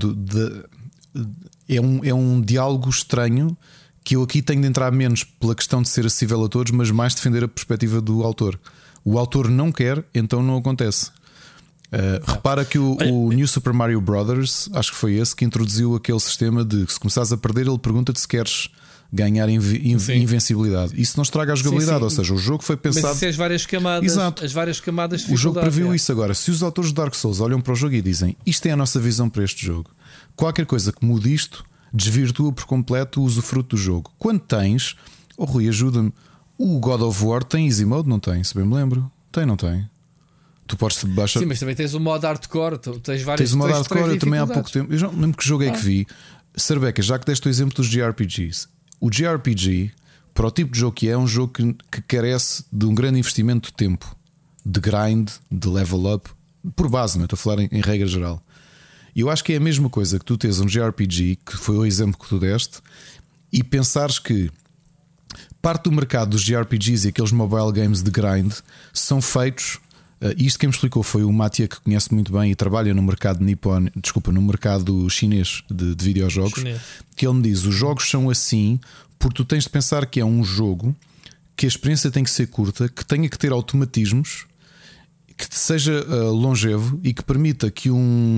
é um diálogo estranho que eu aqui tenho de entrar menos pela questão de ser acessível a todos, mas mais defender a perspectiva do autor. O autor não quer, então não acontece. Repara que o New Super Mario Bros., acho que foi esse que introduziu aquele sistema de que se começares a perder, ele pergunta-te se queres ganhar invencibilidade. Isso não estraga a jogabilidade, ou seja, o jogo foi pensado. Mas se as várias camadas, exato, as várias camadas de o jogo previu isso. Agora, se os autores de Dark Souls olham para o jogo e dizem isto é a nossa visão para este jogo, qualquer coisa que mude isto desvirtua por completo o usufruto do jogo. Quando tens, Rui, ajuda-me, o God of War tem easy mode, não tem? Se bem me lembro, não tem. Tu podes baixar. Sim, mas também tens o modo hardcore. Tens o modo hardcore. Eu também há pouco tempo. Eu não lembro que jogo é que vi. Sarbeca, já que deste o exemplo dos JRPGs, o JRPG, para o tipo de jogo que é um jogo que carece de um grande investimento de tempo, de grind, de level up, por base, não estou a falar em regra geral. E eu acho que é a mesma coisa que tu tens um JRPG, que foi o exemplo que tu deste, e pensares que parte do mercado dos JRPGs e aqueles mobile games de grind são feitos. Isto quem me explicou foi o Matia, que conhece muito bem e trabalha no mercado no mercado chinês de videojogos. Que ele me diz: os jogos são assim porque tu tens de pensar que é um jogo que a experiência tem que ser curta, que tenha que ter automatismos, que seja longevo e que permita que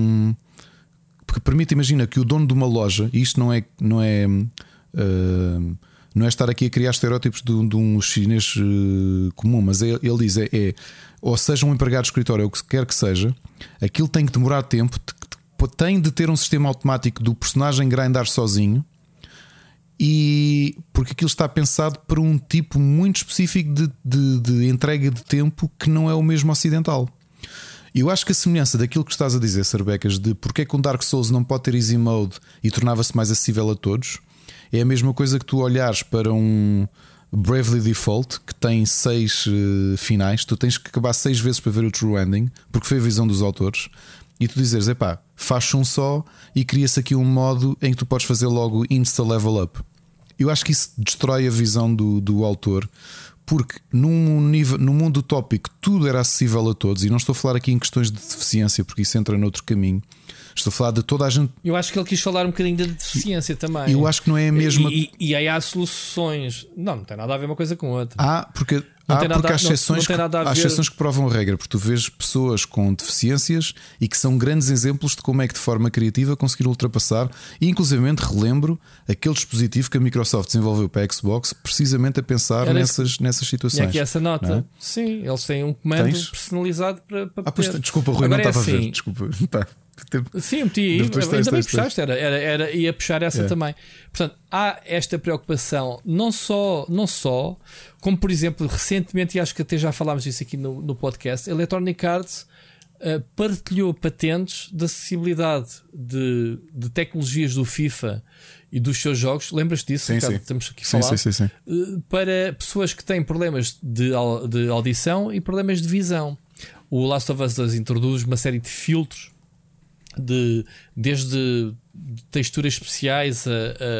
imagina que o dono de uma loja, e isto não é estar aqui a criar estereótipos de um chinês comum, mas ele diz ou seja um empregado de escritório, ou o que quer que seja, aquilo tem que demorar tempo, tem de ter um sistema automático do personagem grindar sozinho, e porque aquilo está pensado para um tipo muito específico de entrega de tempo que não é o mesmo ocidental. Eu acho que a semelhança daquilo que estás a dizer, Sarbecas, de porque é que um Dark Souls não pode ter easy mode e tornava-se mais acessível a todos, é a mesma coisa que tu olhares para um Bravely Default que tem 6 finais, tu tens que acabar 6 vezes para ver o true ending, porque foi a visão dos autores, e tu dizeres, faz um só e cria-se aqui um modo em que tu podes fazer logo insta level up. Eu acho que isso destrói a visão do autor, porque num mundo utópico tudo era acessível a todos, e não estou a falar aqui em questões de deficiência, porque isso entra noutro caminho. Estou a falar de toda a gente. Eu acho que ele quis falar um bocadinho da deficiência também. Eu acho que não é a mesma. E aí há soluções. Não tem nada a ver uma coisa com outra. Porque há exceções que provam a regra, porque tu vês pessoas com deficiências e que são grandes exemplos de como é que de forma criativa conseguiram ultrapassar. E inclusivamente relembro aquele dispositivo que a Microsoft desenvolveu para a Xbox, precisamente a pensar nessas situações. E aqui essa nota. É? Sim, eles têm um comando personalizado para pois, desculpa, Rui, agora não estava a ver. Desculpa. Sim, meti. Ainda bem que puxaste, ia puxar essa também. Portanto, há esta preocupação, não só, como por exemplo, recentemente, e acho que até já falámos disso aqui no podcast, a Electronic Arts partilhou patentes de acessibilidade de tecnologias do FIFA e dos seus jogos. Lembras-te disso? Sim, Ricardo? sim. Estamos aqui a falar. Sim. Para pessoas que têm problemas de audição e problemas de visão. O Last of Us 2 introduz uma série de filtros, desde texturas especiais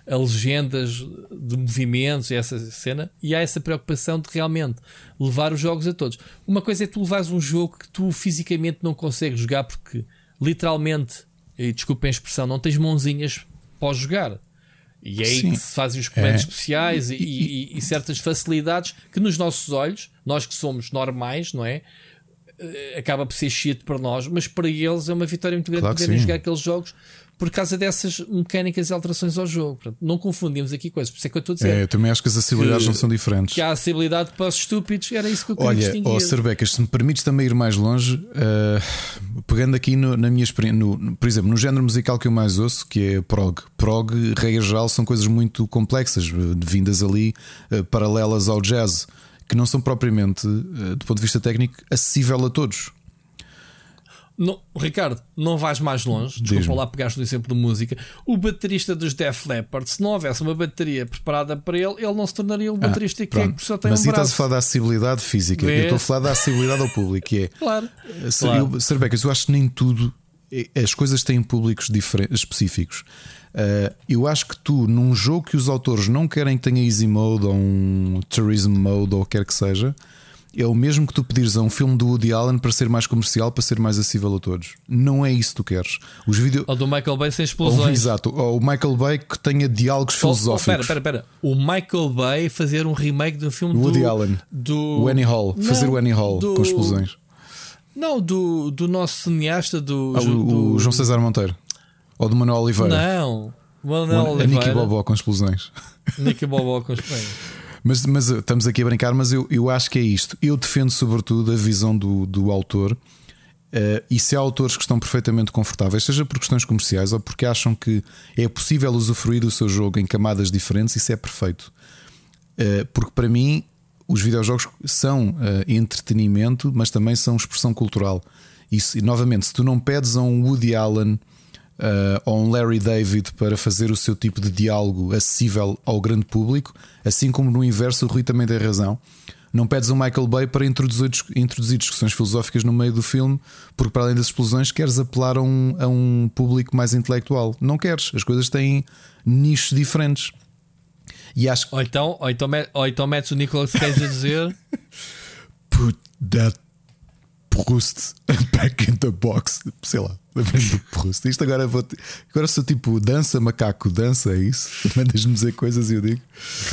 a legendas de movimentos e essa cena, e há essa preocupação de realmente levar os jogos a todos. Uma coisa é tu levares um jogo que tu fisicamente não consegues jogar porque literalmente, e desculpem a expressão, não tens mãozinhas para jogar. E é aí que se fazem os comandos especiais e certas facilidades que nos nossos olhos, nós que somos normais, não é? Acaba por ser shit para nós, mas para eles é uma vitória muito grande poderem jogar aqueles jogos por causa dessas mecânicas e alterações ao jogo. Portanto, não confundimos aqui coisas. Por isso é que eu estou a dizer. Eu também acho que as acessibilidades não são diferentes. Que há acessibilidade para os estúpidos, era isso que eu queria distinguir. Olha, Serbecas, se me permites também ir mais longe, pegando aqui na minha experiência, por exemplo, no género musical que eu mais ouço, que é prog, regra geral, são coisas muito complexas, vindas ali paralelas ao jazz, que não são propriamente, do ponto de vista técnico, acessível a todos. Não, Ricardo, não vais mais longe. Desculpa lá, pegaste no exemplo de música. O baterista dos Def Leppard, se não houvesse uma bateria preparada para ele não se tornaria um baterista que só tem um braço. Mas estás a falar da acessibilidade física. Eu estou a falar da acessibilidade ao público, que é claro. Serbecas, eu acho que nem tudo, as coisas têm públicos específicos. Eu acho que tu, num jogo que os autores não querem que tenha easy mode ou um tourism mode ou o que quer que seja, é o mesmo que tu pedires a um filme do Woody Allen para ser mais comercial, para ser mais acessível a todos. Não é isso que tu queres. Ou do Michael Bay sem explosões. Exato. Ou o Michael Bay que tenha diálogos filosóficos. Espera. O Michael Bay fazer um remake de um filme do Woody Allen. O Annie Hall. Fazer o Annie Hall com explosões. Não, do nosso cineasta o João César Monteiro. Ou do Manuel Oliveira. Não. Manuel Oliveira. A Nicky Bobó com explosões. Nicky Bobó com explosões. Mas estamos aqui a brincar, mas eu acho que é isto. Eu defendo sobretudo a visão do autor. E se há autores que estão perfeitamente confortáveis, seja por questões comerciais ou porque acham que é possível usufruir do seu jogo em camadas diferentes, isso é perfeito. Porque para mim os videojogos são entretenimento, mas também são expressão cultural. E novamente, se tu não pedes a um Woody Allen ou um Larry David para fazer o seu tipo de diálogo acessível ao grande público, assim como no inverso o Rui também tem razão, não pedes um Michael Bay para introduzir discussões filosóficas no meio do filme, porque para além das explosões queres apelar a um público mais intelectual. Não queres, as coisas têm nichos diferentes. E acho que... ou então metes o Nicolas Cage a dizer Put that Proust back in the box. Sei lá, do Proust. Isto agora sou tipo dança, macaco, dança, é isso? Mandas-me dizer coisas e eu digo.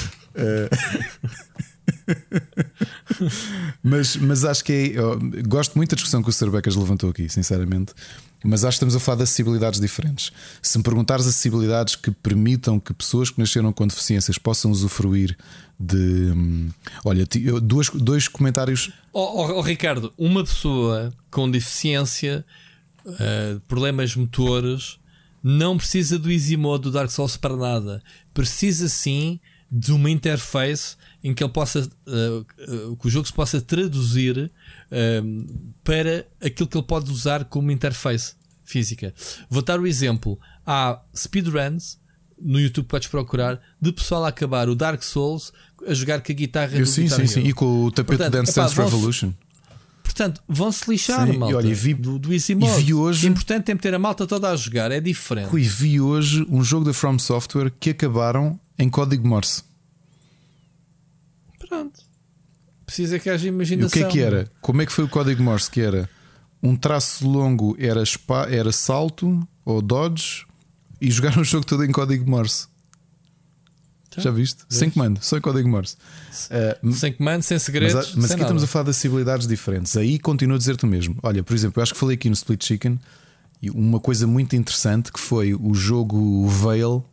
Mas acho que gosto muito da discussão que o Serbecas levantou aqui, sinceramente. Mas acho que estamos a falar de acessibilidades diferentes. Se me perguntares acessibilidades que permitam que pessoas que nasceram com deficiências possam usufruir de. Olha, dois comentários. Ricardo, uma pessoa com deficiência, problemas motores, não precisa do Easy Mode do Dark Souls para nada. Precisa sim de uma interface em que ele possa que o jogo se possa traduzir para aquilo que ele pode usar como interface física. Vou dar o exemplo. Há speedruns no YouTube, podes procurar, de pessoal a acabar o Dark Souls a jogar com a guitarra sim, e com o tapete de Dance Dance Revolution. Portanto, vão-se lixar, malta. Olha, do Easy Mode. Vi hoje, é importante é meter a malta toda a jogar, é diferente. Rui, vi hoje um jogo da From Software que acabaram em código Morse. Pronto. Precisa que haja imaginação. E o que era? Como é que foi o código Morse? Que era um traço longo, era salto ou dodge, e jogaram o jogo todo em código Morse. Já viste? Sem comando, só em código Morse. Sem comando, sem segredos. Mas aqui estamos a falar de acessibilidades diferentes. Aí continuo a dizer-te o mesmo. Olha, por exemplo, eu acho que falei aqui no Split Chicken uma coisa muito interessante que foi o jogo Veil.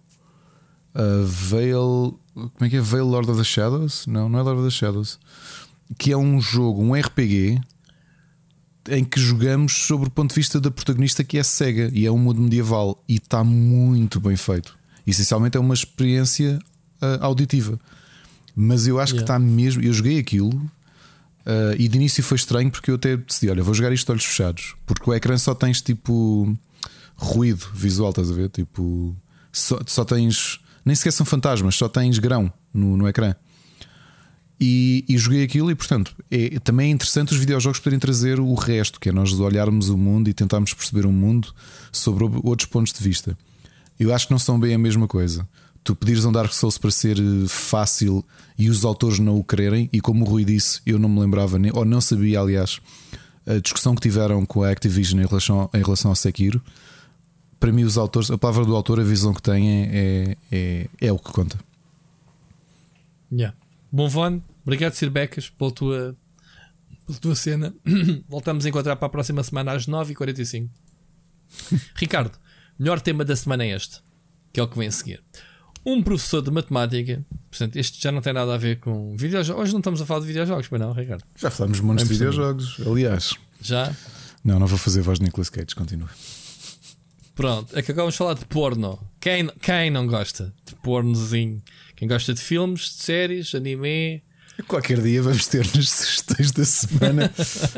Como é que é? Veil Lord of the Shadows? Não é Lord of the Shadows. Que é um jogo, um RPG em que jogamos sobre o ponto de vista da protagonista, que é cega, e é um mundo medieval, e está muito bem feito. Essencialmente é uma experiência auditiva. Mas eu acho que está mesmo. Eu joguei aquilo e de início foi estranho, porque eu até decidi: olha, vou jogar isto de olhos fechados, porque o ecrã só tens tipo ruído visual, estás a ver? Tipo, só tens. Nem sequer são fantasmas, só tens grão no ecrã. E joguei aquilo, e portanto também é interessante os videojogos poderem trazer o resto, que é nós olharmos o mundo e tentarmos perceber o mundo sobre outros pontos de vista. Eu acho que não são bem a mesma coisa. tu pedires um Dark Souls para ser fácil e os autores não o quererem, e como o Rui disse, eu não me lembrava, ou não sabia, aliás, a discussão que tiveram com a Activision em relação ao Sekiro. Para mim, os autores, a palavra do autor, a visão que têm é o que conta. Yeah. Bom, Von, obrigado, Sir Becas, pela tua cena. Voltamos a encontrar para a próxima semana às 9h45. Ricardo, melhor tema da semana é este, que é o que vem a seguir. Um professor de matemática, portanto, este já não tem nada a ver com videojogos. Hoje não estamos a falar de videojogos, mas não, Ricardo. Já falamos montes de videojogos, aliás. Já? Não vou fazer voz de Nicolas Cage, continua. Pronto, é que agora vamos falar de porno. Quem não gosta de pornozinho? Quem gosta de filmes, de séries, anime? Qualquer dia vamos ter nas sugestões da semana.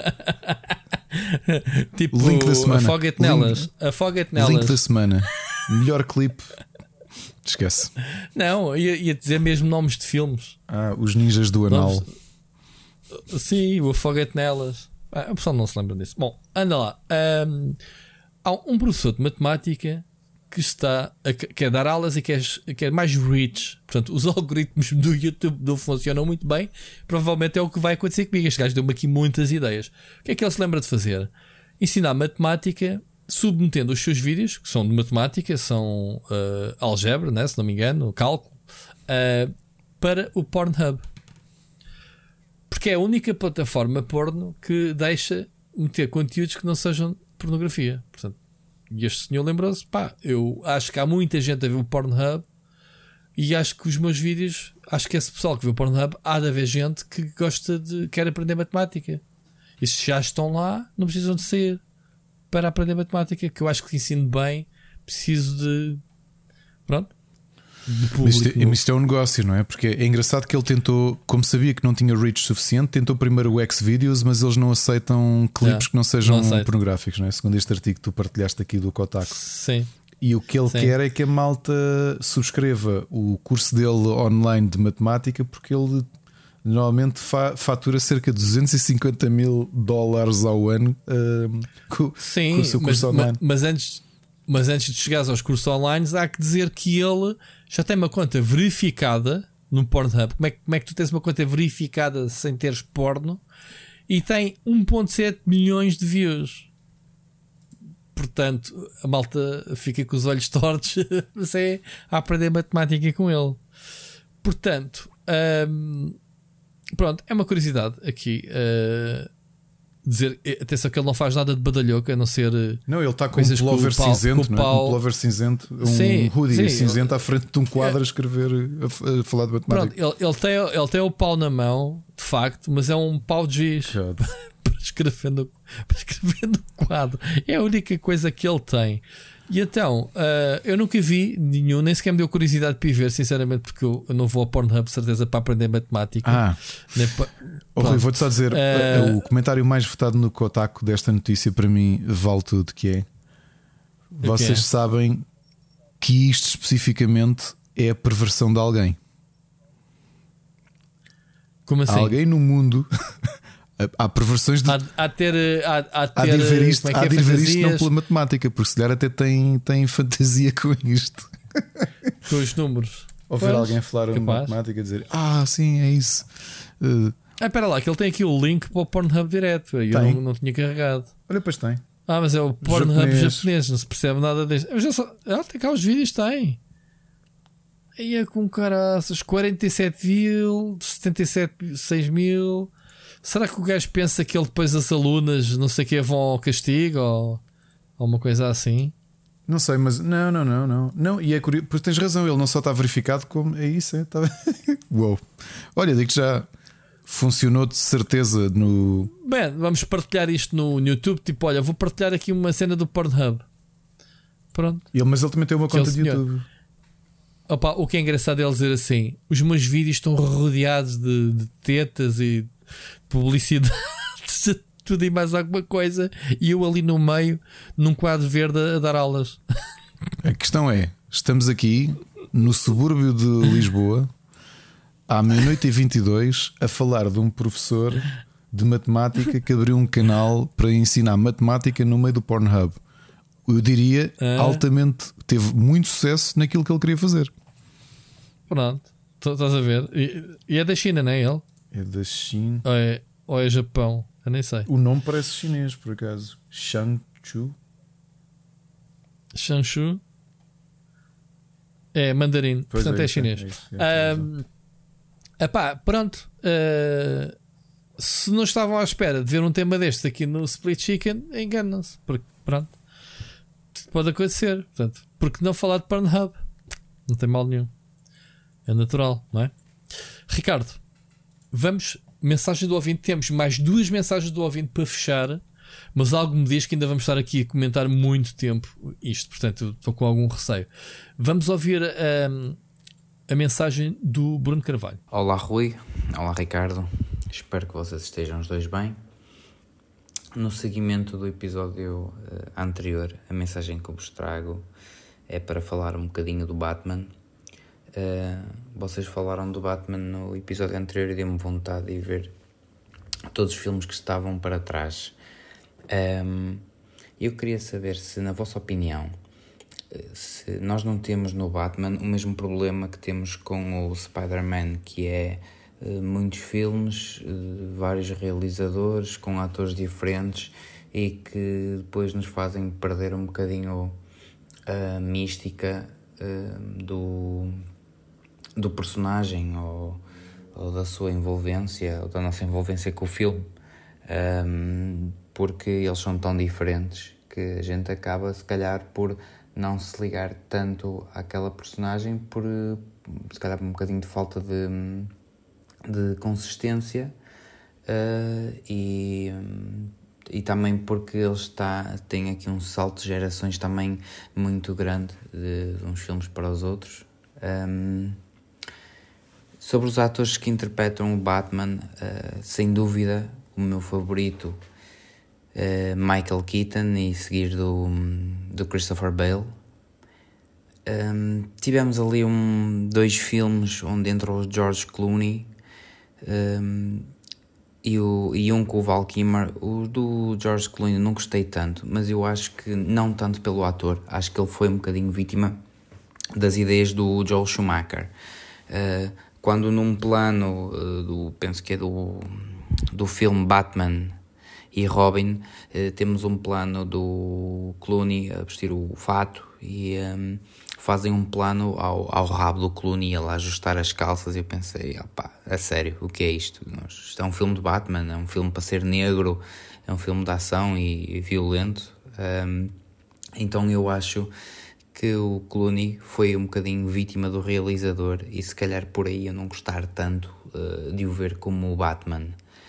Tipo, link da semana. Afoga-te nelas. Link da semana. Melhor clipe. Esquece. Não, ia dizer mesmo nomes de filmes. Os Ninjas do Anal. Sim, o Afoga-te nelas. O pessoal não se lembra disso. Bom, anda lá. Há um professor de matemática que quer dar aulas e quer mais rich. Portanto, os algoritmos do YouTube não funcionam muito bem. Provavelmente é o que vai acontecer comigo. Este gajo deu-me aqui muitas ideias. O que é que ele se lembra de fazer? Ensinar matemática submetendo os seus vídeos, que são de matemática, são algebra, né, se não me engano, cálculo, para o Pornhub. Porque é a única plataforma porno que deixa meter conteúdos que não sejam pornografia. Portanto, e este senhor lembrou-se, eu acho que há muita gente a ver o Pornhub e acho que os meus vídeos, acho que esse pessoal que vê o Pornhub, há de haver gente que quer aprender matemática. E se já estão lá, não precisam de sair para aprender matemática, que eu acho que ensino bem, preciso de Mas isto é um negócio, não é? Porque é engraçado que ele tentou, como sabia que não tinha reach suficiente, tentou primeiro o Xvideos, mas eles não aceitam clipes que não sejam pornográficos, não é? Segundo este artigo que tu partilhaste aqui do Kotaku. Sim. E o que ele quer é que a malta subscreva o curso dele online de matemática, porque ele normalmente fatura cerca de $250,000 ao ano com o seu curso online. Mas antes de chegares aos cursos online, há que dizer que ele já tem uma conta verificada no Pornhub. Como é que tu tens uma conta verificada sem teres porno e tem 1.7 milhões de views? Portanto, a malta fica com os olhos tortos mas é a aprender matemática com ele. Portanto, pronto, é uma curiosidade aqui dizer, atenção que ele não faz nada de badalhoca a não ser. Não, ele está com um pullover cinzento, não é? Um pullover cinzento, hoodie cinzento à frente de um quadro a escrador a falar de matemática. Pronto, ele tem o pau na mão, de facto, mas é um pau de giz para escrever no quadro. É a única coisa que ele tem. E então, eu nunca vi nenhum, nem sequer me deu curiosidade para ir ver, sinceramente, porque eu não vou ao Pornhub, de certeza, para aprender matemática. Rui, vou-te só dizer, o comentário mais votado no Kotaku desta notícia para mim vale tudo, que é: vocês sabem que isto especificamente é a perversão de alguém. Como assim? Há alguém no mundo. Há perversões de. Há de ver isto não pela matemática, porque se calhar até tem fantasia com isto. Com os números. Ouvir alguém falar de matemática e dizer: sim, é isso. Espera lá, que ele tem aqui o link para o Pornhub direto. Eu não tinha carregado. Olha, pois tem. Mas é o Pornhub japonês, não se percebe nada deste. Tem cá os vídeos, tem. Aí é com caraças, 47 mil, 6 mil. Será que o gajo pensa que ele depois as alunas não sei o que vão ao castigo ou uma coisa assim? Não sei, mas não. E é curioso, porque tens razão, ele não só está verificado como é isso, é? Tá... Uou. Olha, digo que já funcionou de certeza no. Bem, vamos partilhar isto no YouTube. Tipo, olha, vou partilhar aqui uma cena do Pornhub. Pronto. Mas ele também tem uma conta de YouTube. Opa, o que é engraçado é ele dizer assim: os meus vídeos estão rodeados de tetas e publicidade, tudo e mais alguma coisa, e eu ali no meio, num quadro verde, a dar aulas. A questão é: estamos aqui no subúrbio de Lisboa, à 00:22, a falar de um professor de matemática que abriu um canal para ensinar matemática no meio do Pornhub. Eu diria altamente, teve muito sucesso naquilo que ele queria fazer. Pronto, estás a ver? E é da China, não é ele? É da China. Ou é Japão? Eu nem sei. O nome parece chinês, por acaso. Shang-Chu. Shanshu é mandarim, Pois portanto é isso, chinês. Pronto. Se não estavam à espera de ver um tema deste aqui no Split Chicken, enganam-se. Porque, pronto, pode acontecer. Portanto, porque não falar de Pornhub? Não tem mal nenhum. É natural, não é? Ricardo, vamos. Mensagem do ouvinte. Temos mais 2 mensagens do ouvinte para fechar. Mas algo me diz que ainda vamos estar aqui a comentar muito tempo isto. Portanto, eu estou com algum receio. Vamos ouvir a mensagem do Bruno Carvalho. Olá Rui, olá Ricardo. Espero que vocês estejam os dois bem. No seguimento do episódio anterior, a mensagem que eu vos trago é para falar um bocadinho do Batman. Vocês falaram do Batman no episódio anterior e deu-me vontade de ver todos os filmes que estavam para trás. Eu queria saber se, na vossa opinião, se nós não temos no Batman o mesmo problema que temos com o Spider-Man, que é muitos filmes, vários realizadores com atores diferentes e que depois nos fazem perder um bocadinho a mística do personagem ou da sua envolvência, ou da nossa envolvência com o filme, porque eles são tão diferentes que a gente acaba, se calhar, por não se ligar tanto àquela personagem, por se calhar um bocadinho de falta de consistência, e também porque eles têm aqui um salto de gerações também muito grande de uns filmes para os outros. Sobre os atores que interpretam o Batman, sem dúvida o meu favorito, Michael Keaton, e seguir do Christopher Bale. Tivemos ali 2 filmes onde entrou o George Clooney, e um com o Val Kilmer. O do George Clooney não gostei tanto, mas eu acho que não tanto pelo ator, acho que ele foi um bocadinho vítima das ideias do Joel Schumacher. Quando num plano penso que é do filme Batman e Robin, temos um plano do Clooney a vestir o fato e fazem um plano ao rabo do Clooney, ele a ajustar as calças, e eu pensei, a sério, o que é isto? Isto é um filme de Batman, é um filme para ser negro, é um filme de ação e violento. Então eu acho que o Clooney foi um bocadinho vítima do realizador, e se calhar por aí eu não gostar tanto de o ver como o Batman.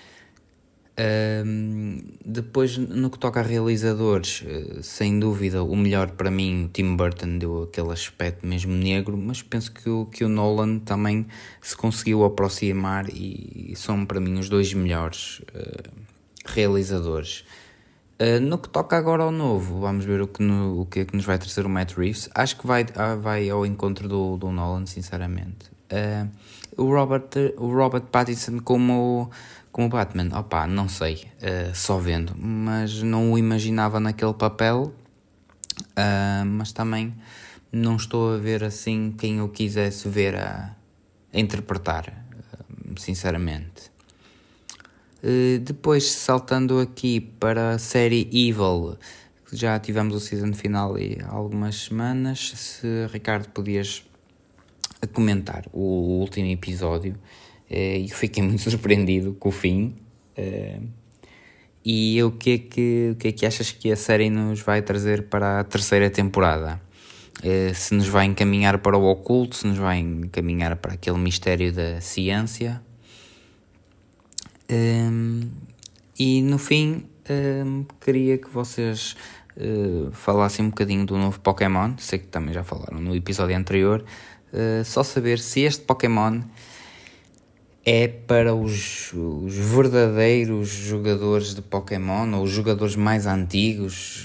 Depois, no que toca a realizadores, sem dúvida o melhor para mim, o Tim Burton, deu aquele aspecto mesmo negro, mas penso que o Nolan também se conseguiu aproximar, e são para mim os 2 melhores realizadores. No que toca agora ao novo, vamos ver o que é que nos vai trazer o Matt Reeves. Acho que vai ao encontro do Nolan, sinceramente. O Robert Pattinson como Batman, não sei, só vendo, mas não o imaginava naquele papel, mas também não estou a ver assim quem eu quisesse ver a interpretar, sinceramente. Depois, saltando aqui para a série Evil, já tivemos o season final há algumas semanas. Se, Ricardo, podias comentar o último episódio, e fiquei muito surpreendido com o fim. E o que é que achas que a série nos vai trazer para a 3ª temporada? Se nos vai encaminhar para o oculto, se nos vai encaminhar para aquele mistério da ciência. E no fim, queria que vocês falassem um bocadinho do novo Pokémon. Sei que também já falaram no episódio anterior. Só saber se este Pokémon é para os verdadeiros jogadores de Pokémon, ou os jogadores mais antigos.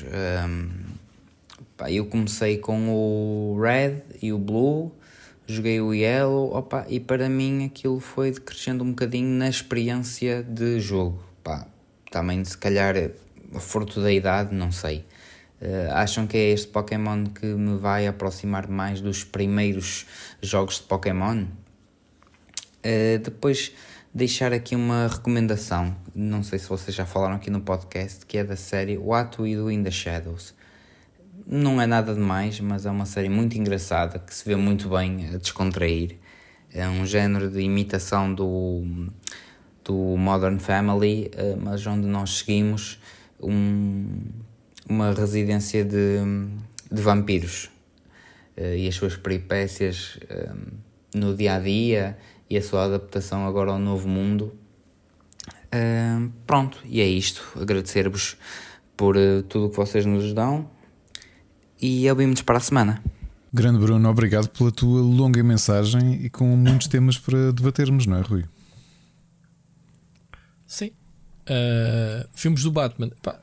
Eu comecei com o Red e o Blue, joguei o Yellow, e para mim aquilo foi crescendo um bocadinho na experiência de jogo. Também se calhar a fruto da idade, não sei. Acham que é este Pokémon que me vai aproximar mais dos primeiros jogos de Pokémon? Depois deixar aqui uma recomendação, não sei se vocês já falaram aqui no podcast, que é da série What We Do in the Shadows. Não é nada demais, mas é uma série muito engraçada, que se vê muito bem a descontrair. É um género de imitação do Modern Family, mas onde nós seguimos uma residência de vampiros e as suas peripécias no dia-a-dia e a sua adaptação agora ao novo mundo. Pronto, e é isto. Agradecer-vos por tudo o que vocês nos dão e ouvimos para a semana. Grande Bruno, obrigado pela tua longa mensagem e com muitos temas para debatermos, não é, Rui? Sim. Filmes do Batman. Pá,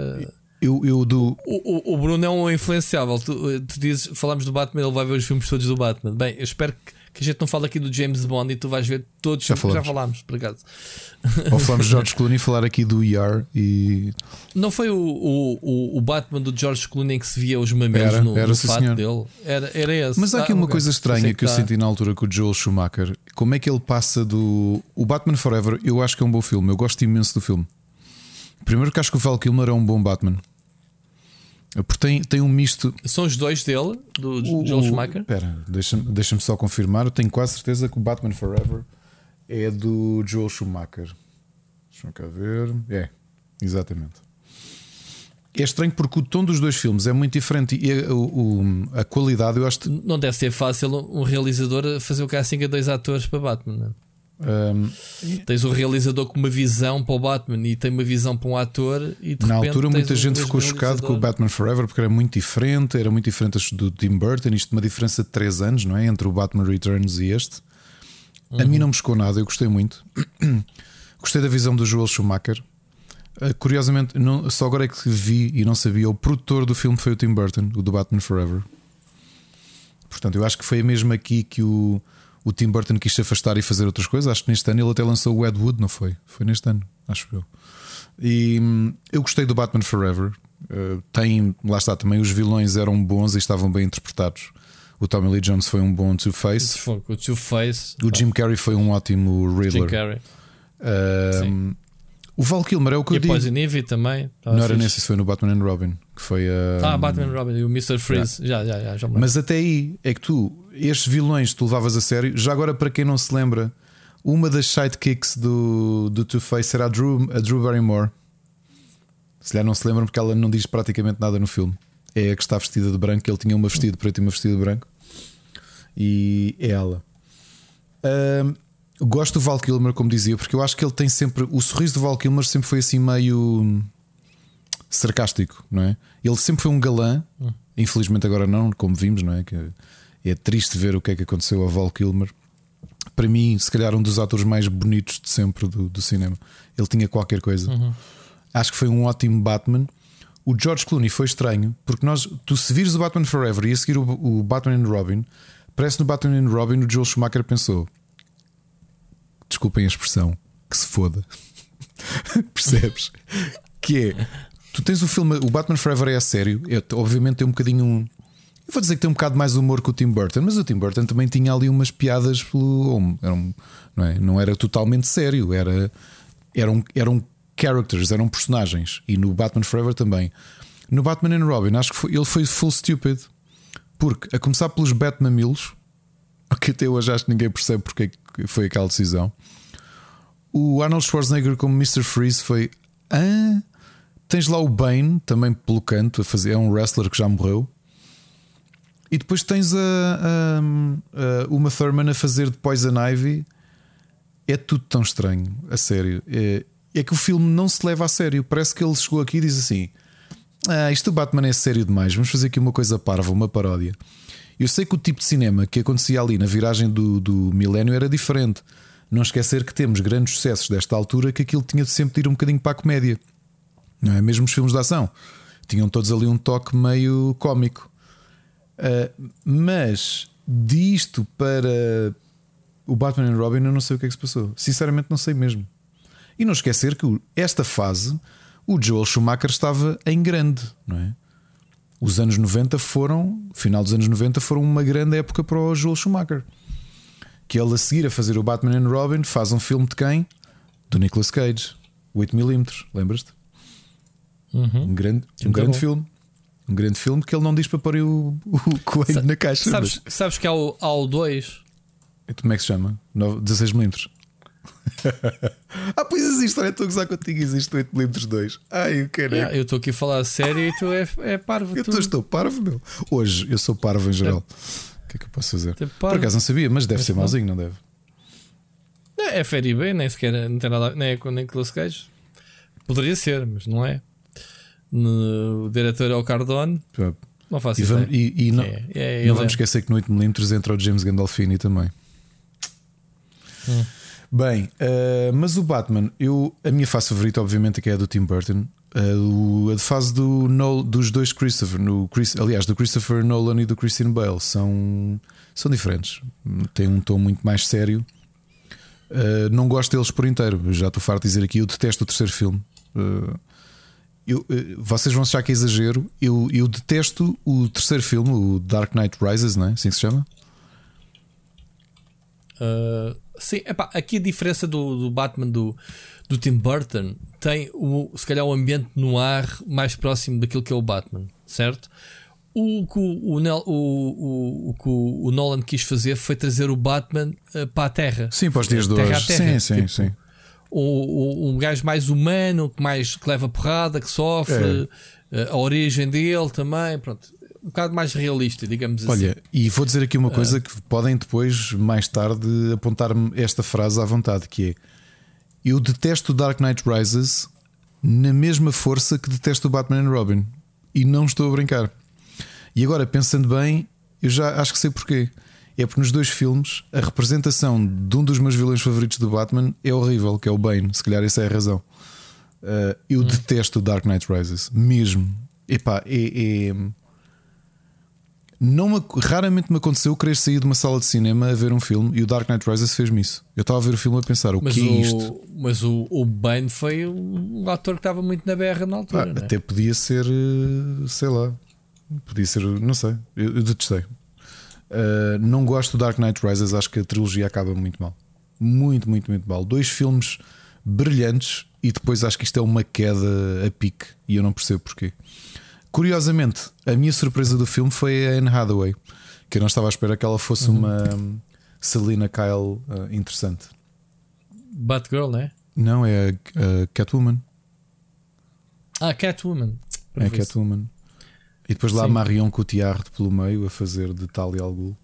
O Bruno é um influenciável. Tu dizes, falamos do Batman, ele vai ver os filmes todos do Batman. Bem, eu espero que a gente não fale aqui do James Bond e tu vais ver todos. Já falámos, por acaso. Ou falamos de George Clooney, falar aqui do ER e. Não foi o Batman do George Clooney que se via os mamelos no fato dele? Era esse. Mas há aqui uma coisa estranha que eu senti na altura com o Joel Schumacher. Como é que ele passa do. O Batman Forever, eu acho que é um bom filme. Eu gosto imenso do filme. Primeiro que acho que o Val Kilmer é um bom Batman. Porque tem um misto. São os dois dele, do Joel Schumacher? Espera, deixa-me só confirmar. Eu tenho quase certeza que o Batman Forever é do Joel Schumacher. Deixa-me cá ver. É, exatamente. É estranho porque o tom dos dois filmes é muito diferente e a qualidade, eu acho que... Não deve ser fácil um realizador fazer o casting a dois atores para Batman, não é? Tens o realizador com uma visão para o Batman e tem uma visão para um ator e de na repente altura muita gente ficou chocado com o Batman Forever porque era muito diferente do Tim Burton, isto uma diferença de 3 anos, não é? Entre o Batman Returns e este. A mim não me chocou nada, eu gostei muito. Gostei da visão do Joel Schumacher. Curiosamente, só agora é que vi e não sabia, o produtor do filme foi o Tim Burton, o do Batman Forever. Portanto, eu acho que foi mesmo aqui que o Tim Burton quis se afastar e fazer outras coisas. Acho que neste ano ele até lançou o Ed Wood, não foi? Foi neste ano, acho eu. E eu gostei do Batman Forever. Lá está, também os vilões eram bons e estavam bem interpretados. O Tommy Lee Jones foi um bom Two-Face. O Two-Face. O Jim Carrey foi um ótimo Riddler. Jim Carrey. O Val Kilmer é o que eu digo. E a Poison Ivy também. Não era nesse, foi no Batman and Robin. Que foi Batman and Robin e o Mr. Freeze. Já me Mas até aí é que estes vilões tu levavas a sério. Já agora, para quem não se lembra, uma das sidekicks do Two-Face era a Drew Barrymore. Se lhe não se lembram, porque ela não diz praticamente nada no filme. É a que está vestida de branco. Ele tinha uma vestida de preto e uma vestida de branco. E é ela. Gosto do Val Kilmer, como dizia, porque eu acho que ele tem sempre. O sorriso do Val Kilmer sempre foi assim meio sarcástico, não é? Ele sempre foi um galã. Infelizmente agora não, como vimos, não é? Que é triste ver o que é que aconteceu a Val Kilmer. Para mim, se calhar um dos atores mais bonitos de sempre do cinema. Ele tinha qualquer coisa. Acho que foi um ótimo Batman. O George Clooney foi estranho, porque tu se vires o Batman Forever e a seguir o Batman and Robin, parece no Batman and Robin o Joel Schumacher pensou, desculpem a expressão, que se foda. Percebes? Que é, tu tens o filme, o Batman Forever é a sério, obviamente tem um bocadinho eu vou dizer que tem um bocado mais humor que o Tim Burton, mas o Tim Burton também tinha ali umas piadas não era totalmente sério, eram characters, eram personagens. E no Batman Forever também. No Batman and Robin acho que ele foi full stupid, porque a começar pelos Batmamilos, que até hoje acho que ninguém percebe porque foi aquela decisão. O Arnold Schwarzenegger como Mr. Freeze foi tens lá o Bane também pelo canto a fazer, é um wrestler que já morreu. E depois tens Uma Thurman a fazer de Poison Ivy. É tudo tão estranho, a sério. É que o filme não se leva a sério. Parece que ele chegou aqui e diz assim: isto do Batman é sério demais, vamos fazer aqui uma coisa parva, uma paródia. Eu sei que o tipo de cinema que acontecia ali na viragem do milénio era diferente. Não esquecer que temos grandes sucessos desta altura, que aquilo tinha de sempre ir um bocadinho para a comédia, não é? Mesmo os filmes de ação tinham todos ali um toque meio cómico. Mas disto para o Batman and Robin eu não sei o que é que se passou. Sinceramente não sei mesmo. E não esquecer que esta fase o Joel Schumacher estava em grande, não é? Os anos 90 final dos anos 90 foram uma grande época para o Joel Schumacher. Que ele, a seguir a fazer o Batman and Robin, faz um filme de quem? Do Nicolas Cage, 8mm, lembras-te? Um grande filme. Um grande filme que ele não diz para pôr o coelho na caixa. Sabes que há o 2? Como é que se chama? 16mm. Pois existe, olha, estou a gozar contigo, existe 8mm 2. Ai, o caralho. Eu estou aqui a falar a sério e tu é parvo. Estou parvo, meu. Hoje eu sou parvo em geral. O que é que eu posso fazer? Por acaso não sabia, mas deve ser mauzinho, não deve? Não, é Ferry B, nem sequer não tem nada, nem é com Nicolas Cage. Poderia ser, mas não é. O diretor é o Cardone. Não faço ideia. E não vamos esquecer que no 8mm entra o James Gandolfini também. Bem, mas o Batman, a minha fase favorita, obviamente, é que é a do Tim Burton. A fase dos dois Christopher, aliás, do Christopher Nolan e do Christian Bale, são diferentes. Tem um tom muito mais sério. Não gosto deles por inteiro. Já estou farto de dizer aqui, eu detesto o terceiro filme. Vocês vão achar que é exagero. Eu detesto o terceiro filme, o Dark Knight Rises, não é? Assim que se chama? Sim, aqui a diferença do Batman do Tim Burton tem se calhar o ambiente no ar mais próximo daquilo que é o Batman, certo? O que o Nolan quis fazer foi trazer o Batman para a Terra. Sim, para os dias de hoje. Sim. Um gajo mais humano, que leva porrada, que sofre, a origem dele também, pronto. Um bocado mais realista, digamos assim. Olha, e vou dizer aqui uma coisa que podem depois, mais tarde, apontar-me esta frase à vontade, que é: eu detesto o Dark Knight Rises na mesma força que detesto o Batman and Robin. E não estou a brincar. E agora, pensando bem, eu já acho que sei porquê. É porque nos dois filmes a representação de um dos meus vilões favoritos do Batman é horrível, que é o Bane. Se calhar essa é a razão. Eu detesto o Dark Knight Rises, mesmo. Raramente me aconteceu querer sair de uma sala de cinema a ver um filme, e o Dark Knight Rises fez-me isso. Eu estava a ver o filme a pensar, que é isto? Mas o Bane foi um ator que estava muito na berra na altura. Até podia ser, sei lá, podia ser, não sei. Eu detestei. Não gosto do Dark Knight Rises. Acho que a trilogia acaba muito mal. Muito mal. Dois filmes brilhantes e depois acho que isto é uma queda a pique e eu não percebo porquê. Curiosamente, a minha surpresa do filme foi a Anne Hathaway, que eu não estava à espera que ela fosse uma Selina Kyle interessante. Batgirl, não é? Não, é a Catwoman. Catwoman. É a Catwoman. E depois lá Marion Cotillard pelo meio a fazer de Talia al Ghul.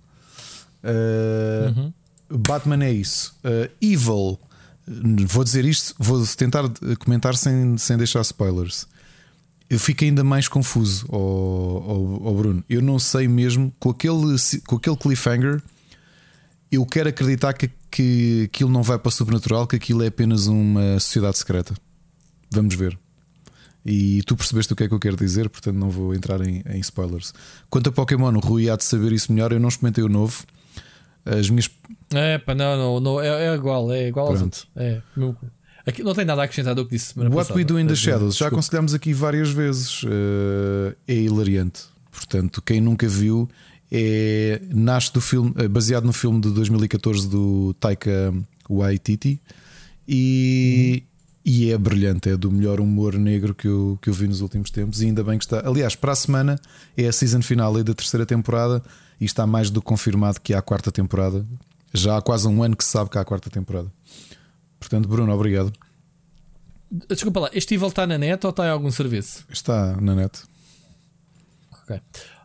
Batman é isso. Evil, vou dizer isto, vou tentar comentar sem deixar spoilers. Eu fico ainda mais confuso, Bruno. Eu não sei mesmo, com aquele cliffhanger, eu quero acreditar que aquilo não vai para o sobrenatural, que aquilo é apenas uma sociedade secreta. Vamos ver. E tu percebeste o que é que eu quero dizer, portanto não vou entrar em spoilers. Quanto a Pokémon, o Rui há de saber isso melhor. Eu não experimentei o novo. As minhas. Não, é igual aos outros. Aqui não tem nada a acrescentar do que disse semana What passada. We Do in the Shadows, já aconselhámos aqui várias vezes. É hilariante. Portanto, quem nunca viu, nasce do filme, baseado no filme de 2014 do Taika Waititi. E é brilhante, é do melhor humor negro que eu vi nos últimos tempos. E ainda bem que está. Aliás, para a semana é a season final da terceira temporada e está mais do que confirmado que há a quarta temporada. Já há quase um ano que se sabe que há a quarta temporada. Portanto, Bruno, obrigado. Desculpa lá, este Evil está na net ou está em algum serviço? Está na net. Ok.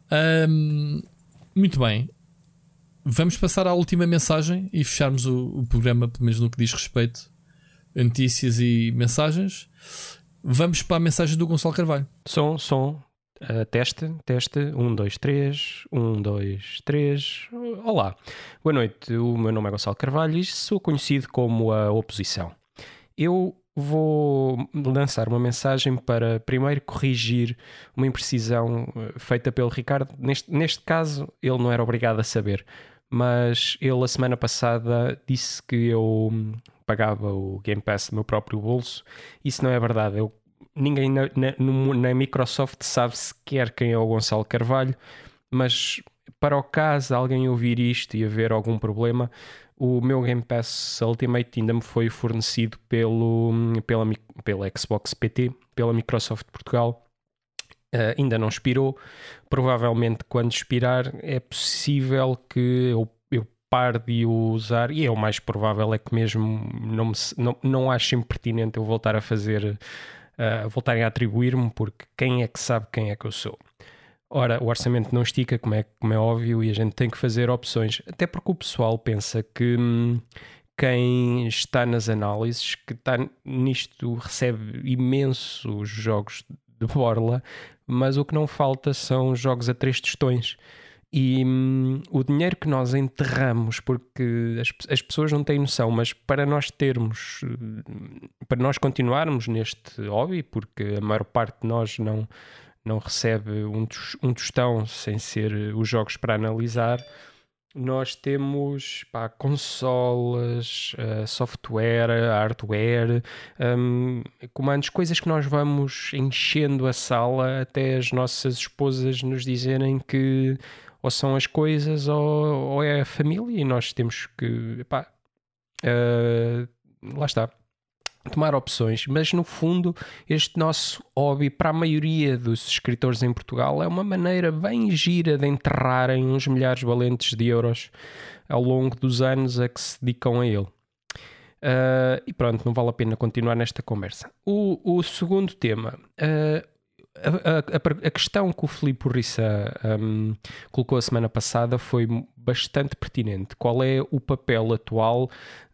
Muito bem. Vamos passar à última mensagem e fecharmos o programa, pelo menos no que diz respeito a notícias e mensagens. Vamos para a mensagem do Gonçalo Carvalho. Som. Teste. 1, 2, 3. 1, 2, 3. Olá. Boa noite. O meu nome é Gonçalo Carvalho e sou conhecido como a oposição. Eu vou lançar uma mensagem para primeiro corrigir uma imprecisão feita pelo Ricardo. Neste caso, ele não era obrigado a saber, mas ele, a semana passada, disse que eu pagava o Game Pass do meu próprio bolso. Isso não é verdade. Eu ninguém na Microsoft sabe sequer quem é o Gonçalo Carvalho, mas para o caso alguém ouvir isto e haver algum problema, o meu Game Pass Ultimate ainda me foi fornecido pela Xbox PT, pela Microsoft Portugal. Ainda não expirou. Provavelmente quando expirar é possível que eu pare de o usar, e é o mais provável, é que mesmo não achem pertinente eu voltar a fazer, voltarem a atribuir-me, porque quem é que sabe quem é que eu sou? Ora, o orçamento não estica, como é óbvio, e a gente tem que fazer opções, até porque o pessoal pensa que quem está nas análises, que está nisto, recebe imensos jogos de borla, mas o que não falta são jogos a 3 tostões. E o dinheiro que nós enterramos, porque as pessoas não têm noção, mas para nós continuarmos neste hobby, porque a maior parte de nós não recebe um tostão sem ser os jogos para analisar, nós temos consolas, software, hardware, comandos, coisas que nós vamos enchendo a sala até as nossas esposas nos dizerem que ou são as coisas ou é a família, e nós temos que lá está, tomar opções. Mas no fundo este nosso hobby, para a maioria dos escritores em Portugal, é uma maneira bem gira de enterrarem uns milhares valentes de euros ao longo dos anos a que se dedicam a ele. E pronto, não vale a pena continuar nesta conversa. O segundo tema, a questão que o Filipe Rissa colocou a semana passada foi bastante pertinente. Qual é o papel atual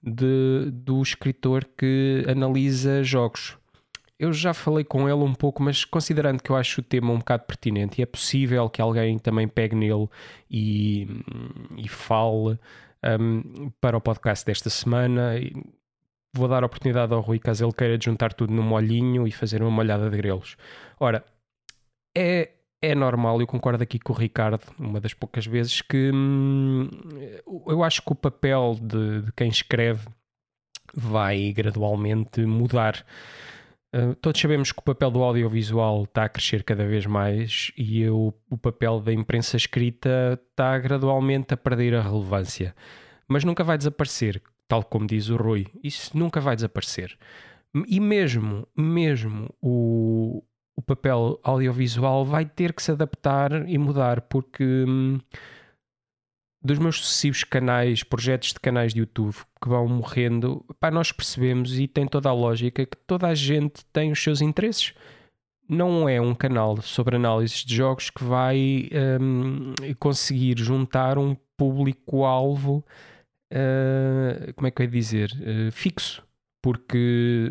do escritor que analisa jogos? Eu já falei com ele um pouco, mas considerando que eu acho o tema um bocado pertinente, e é possível que alguém também pegue nele e fale para o podcast desta semana, vou dar a oportunidade ao Rui, caso ele queira juntar tudo num molhinho e fazer uma molhada de grelos. Ora, é normal, eu concordo aqui com o Ricardo, uma das poucas vezes, que eu acho que o papel de quem escreve vai gradualmente mudar. Todos sabemos que o papel do audiovisual está a crescer cada vez mais, e o papel da imprensa escrita está gradualmente a perder a relevância. Mas nunca vai desaparecer, tal como diz o Rui. Isso nunca vai desaparecer. E mesmo o papel audiovisual vai ter que se adaptar e mudar, porque dos meus sucessivos projetos de canais de YouTube que vão morrendo, nós percebemos, e tem toda a lógica, que toda a gente tem os seus interesses. Não é um canal sobre análises de jogos que vai conseguir juntar um público-alvo, como é que eu ia dizer, fixo, porque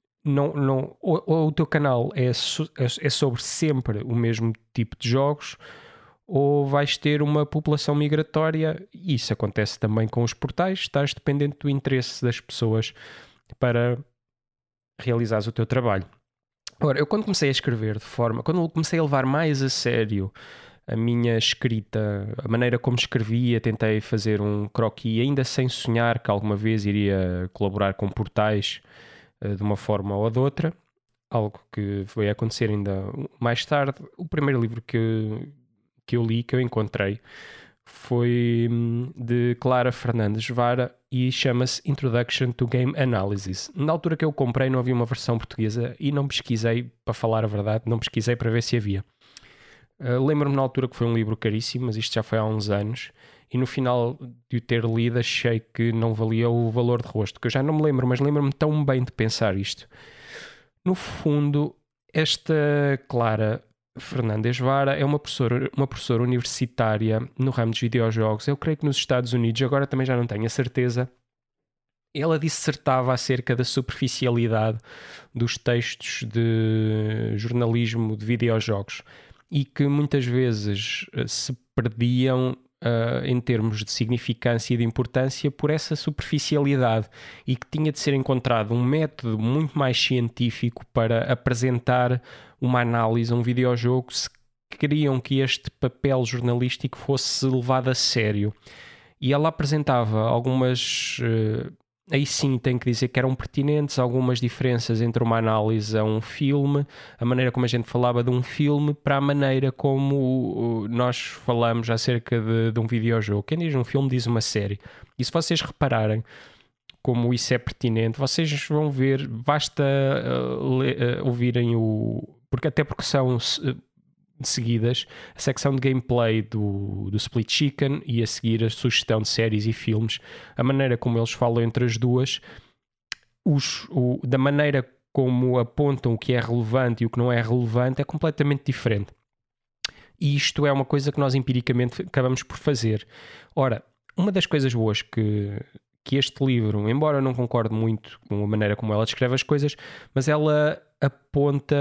ou o teu canal é sobre sempre o mesmo tipo de jogos, ou vais ter uma população migratória, e isso acontece também com os portais. Estás dependente do interesse das pessoas para realizares o teu trabalho. Ora, eu quando comecei a escrever quando comecei a levar mais a sério a minha escrita, a maneira como escrevia, tentei fazer um croquis, ainda sem sonhar que alguma vez iria colaborar com portais de uma forma ou de outra, algo que foi acontecer ainda mais tarde. O primeiro livro que eu li, que eu encontrei, foi de Clara Fernandes Vara e chama-se Introduction to Game Analysis. Na altura que eu comprei não havia uma versão portuguesa e não pesquisei, para falar a verdade, não pesquisei para ver se havia. Lembro-me na altura que foi um livro caríssimo, mas isto já foi há uns anos, e no final de o ter lido achei que não valia o valor de rosto, que eu já não me lembro, mas lembro-me tão bem de pensar isto. No fundo, esta Clara Fernandes Vara é uma professora universitária no ramo dos videojogos, eu creio que nos Estados Unidos, agora também já não tenho a certeza. Ela dissertava acerca da superficialidade dos textos de jornalismo de videojogos e que muitas vezes se perdiam em termos de significância e de importância por essa superficialidade, e que tinha de ser encontrado um método muito mais científico para apresentar uma análise a um videojogo, se queriam que este papel jornalístico fosse levado a sério. E ela apresentava algumas aí sim tenho que dizer que eram pertinentes algumas diferenças entre uma análise a um filme, a maneira como a gente falava de um filme para a maneira como nós falamos acerca de um videojogo. Quem diz um filme diz uma série. E se vocês repararem como isso é pertinente, vocês vão ver, basta ouvirem porque são seguidas a secção de gameplay do Split Chicken e a seguir a sugestão de séries e filmes, a maneira como eles falam entre as duas, da maneira como apontam o que é relevante e o que não é relevante é completamente diferente. E isto é uma coisa que nós empiricamente acabamos por fazer. Ora, uma das coisas boas que este livro, embora eu não concorde muito com a maneira como ela descreve as coisas, mas ela aponta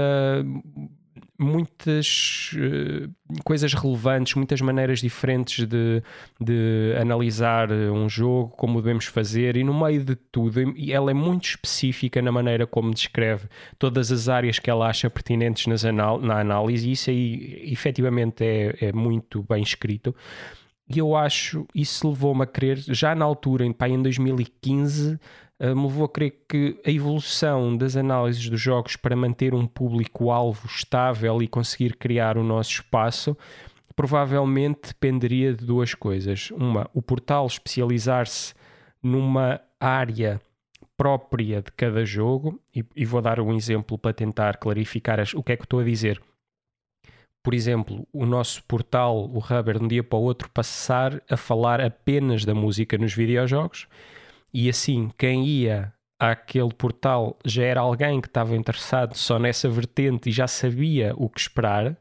muitas coisas relevantes, muitas maneiras diferentes de analisar um jogo, como devemos fazer, e no meio de tudo, ela é muito específica na maneira como descreve todas as áreas que ela acha pertinentes na análise, e isso aí efetivamente é muito bem escrito. E eu acho, isso levou-me a crer, já na altura, em 2015, me levou a crer que a evolução das análises dos jogos para manter um público-alvo estável e conseguir criar o nosso espaço, provavelmente dependeria de duas coisas. Uma, o portal especializar-se numa área própria de cada jogo, e vou dar um exemplo para tentar clarificar o que é que estou a dizer. Por exemplo, o nosso portal, o Rubber, de um dia para o outro passar a falar apenas da música nos videojogos, e assim quem ia àquele portal já era alguém que estava interessado só nessa vertente e já sabia o que esperar,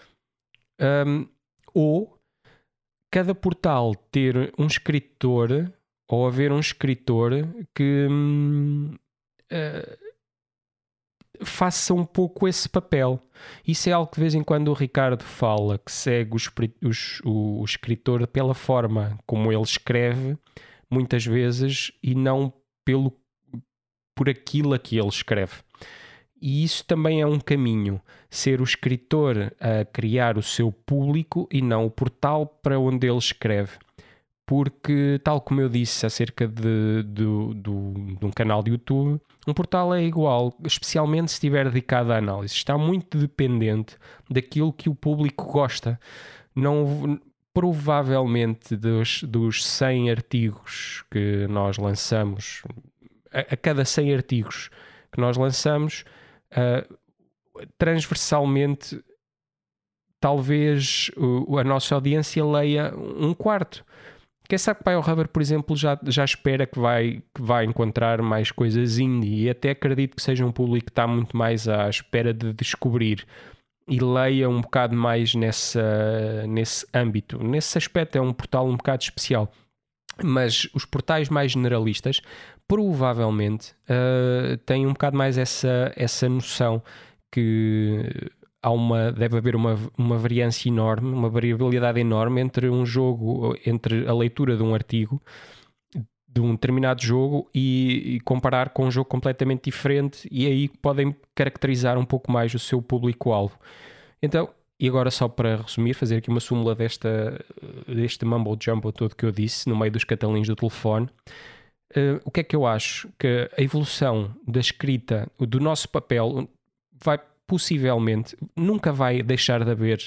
ou cada portal ter um escritor, ou haver um escritor que faça um pouco esse papel. Isso é algo que de vez em quando o Ricardo fala, que segue o escritor pela forma como ele escreve, muitas vezes, e não por aquilo a que ele escreve. E isso também é um caminho, ser o escritor a criar o seu público e não o portal para onde ele escreve. Porque, tal como eu disse acerca de um canal de YouTube, um portal é igual, especialmente se estiver dedicado à análise. Está muito dependente daquilo que o público gosta. Não, provavelmente dos 100 artigos que nós lançamos, a cada 100 artigos que nós lançamos, transversalmente, talvez a nossa audiência leia um quarto. Quem sabe que BioHarvard, por exemplo, já espera que vai encontrar mais coisas indie, e até acredito que seja um público que está muito mais à espera de descobrir e leia um bocado mais nesse âmbito. Nesse aspecto é um portal um bocado especial. Mas os portais mais generalistas provavelmente têm um bocado mais essa noção que deve haver uma variância enorme, uma variabilidade enorme entre um jogo, entre a leitura de um artigo de um determinado jogo e comparar com um jogo completamente diferente, e aí podem caracterizar um pouco mais o seu público-alvo. Então, e agora só para resumir, fazer aqui uma súmula deste mumble jumble todo que eu disse no meio dos catalães do telefone. O que é que eu acho? Que a evolução da escrita, do nosso papel, possivelmente nunca vai deixar de haver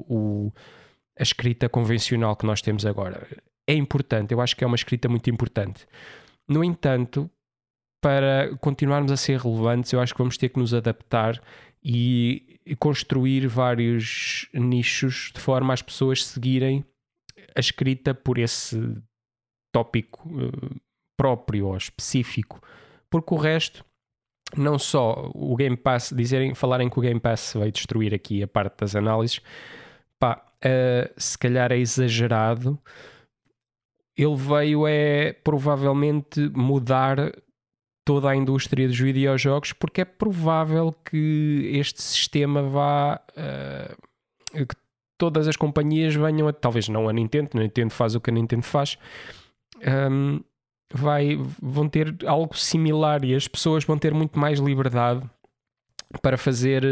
a escrita convencional que nós temos agora. É importante, eu acho que é uma escrita muito importante. No entanto, para continuarmos a ser relevantes, eu acho que vamos ter que nos adaptar e construir vários nichos de forma às pessoas seguirem a escrita por esse tópico próprio ou específico, porque o resto, não só o Game Pass, falarem que o Game Pass vai destruir aqui a parte das análises, se calhar é exagerado. Ele veio provavelmente mudar toda a indústria dos videojogos, porque é provável que este sistema que todas as companhias venham talvez não a Nintendo faz o que a Nintendo faz, vão ter algo similar, e as pessoas vão ter muito mais liberdade para fazer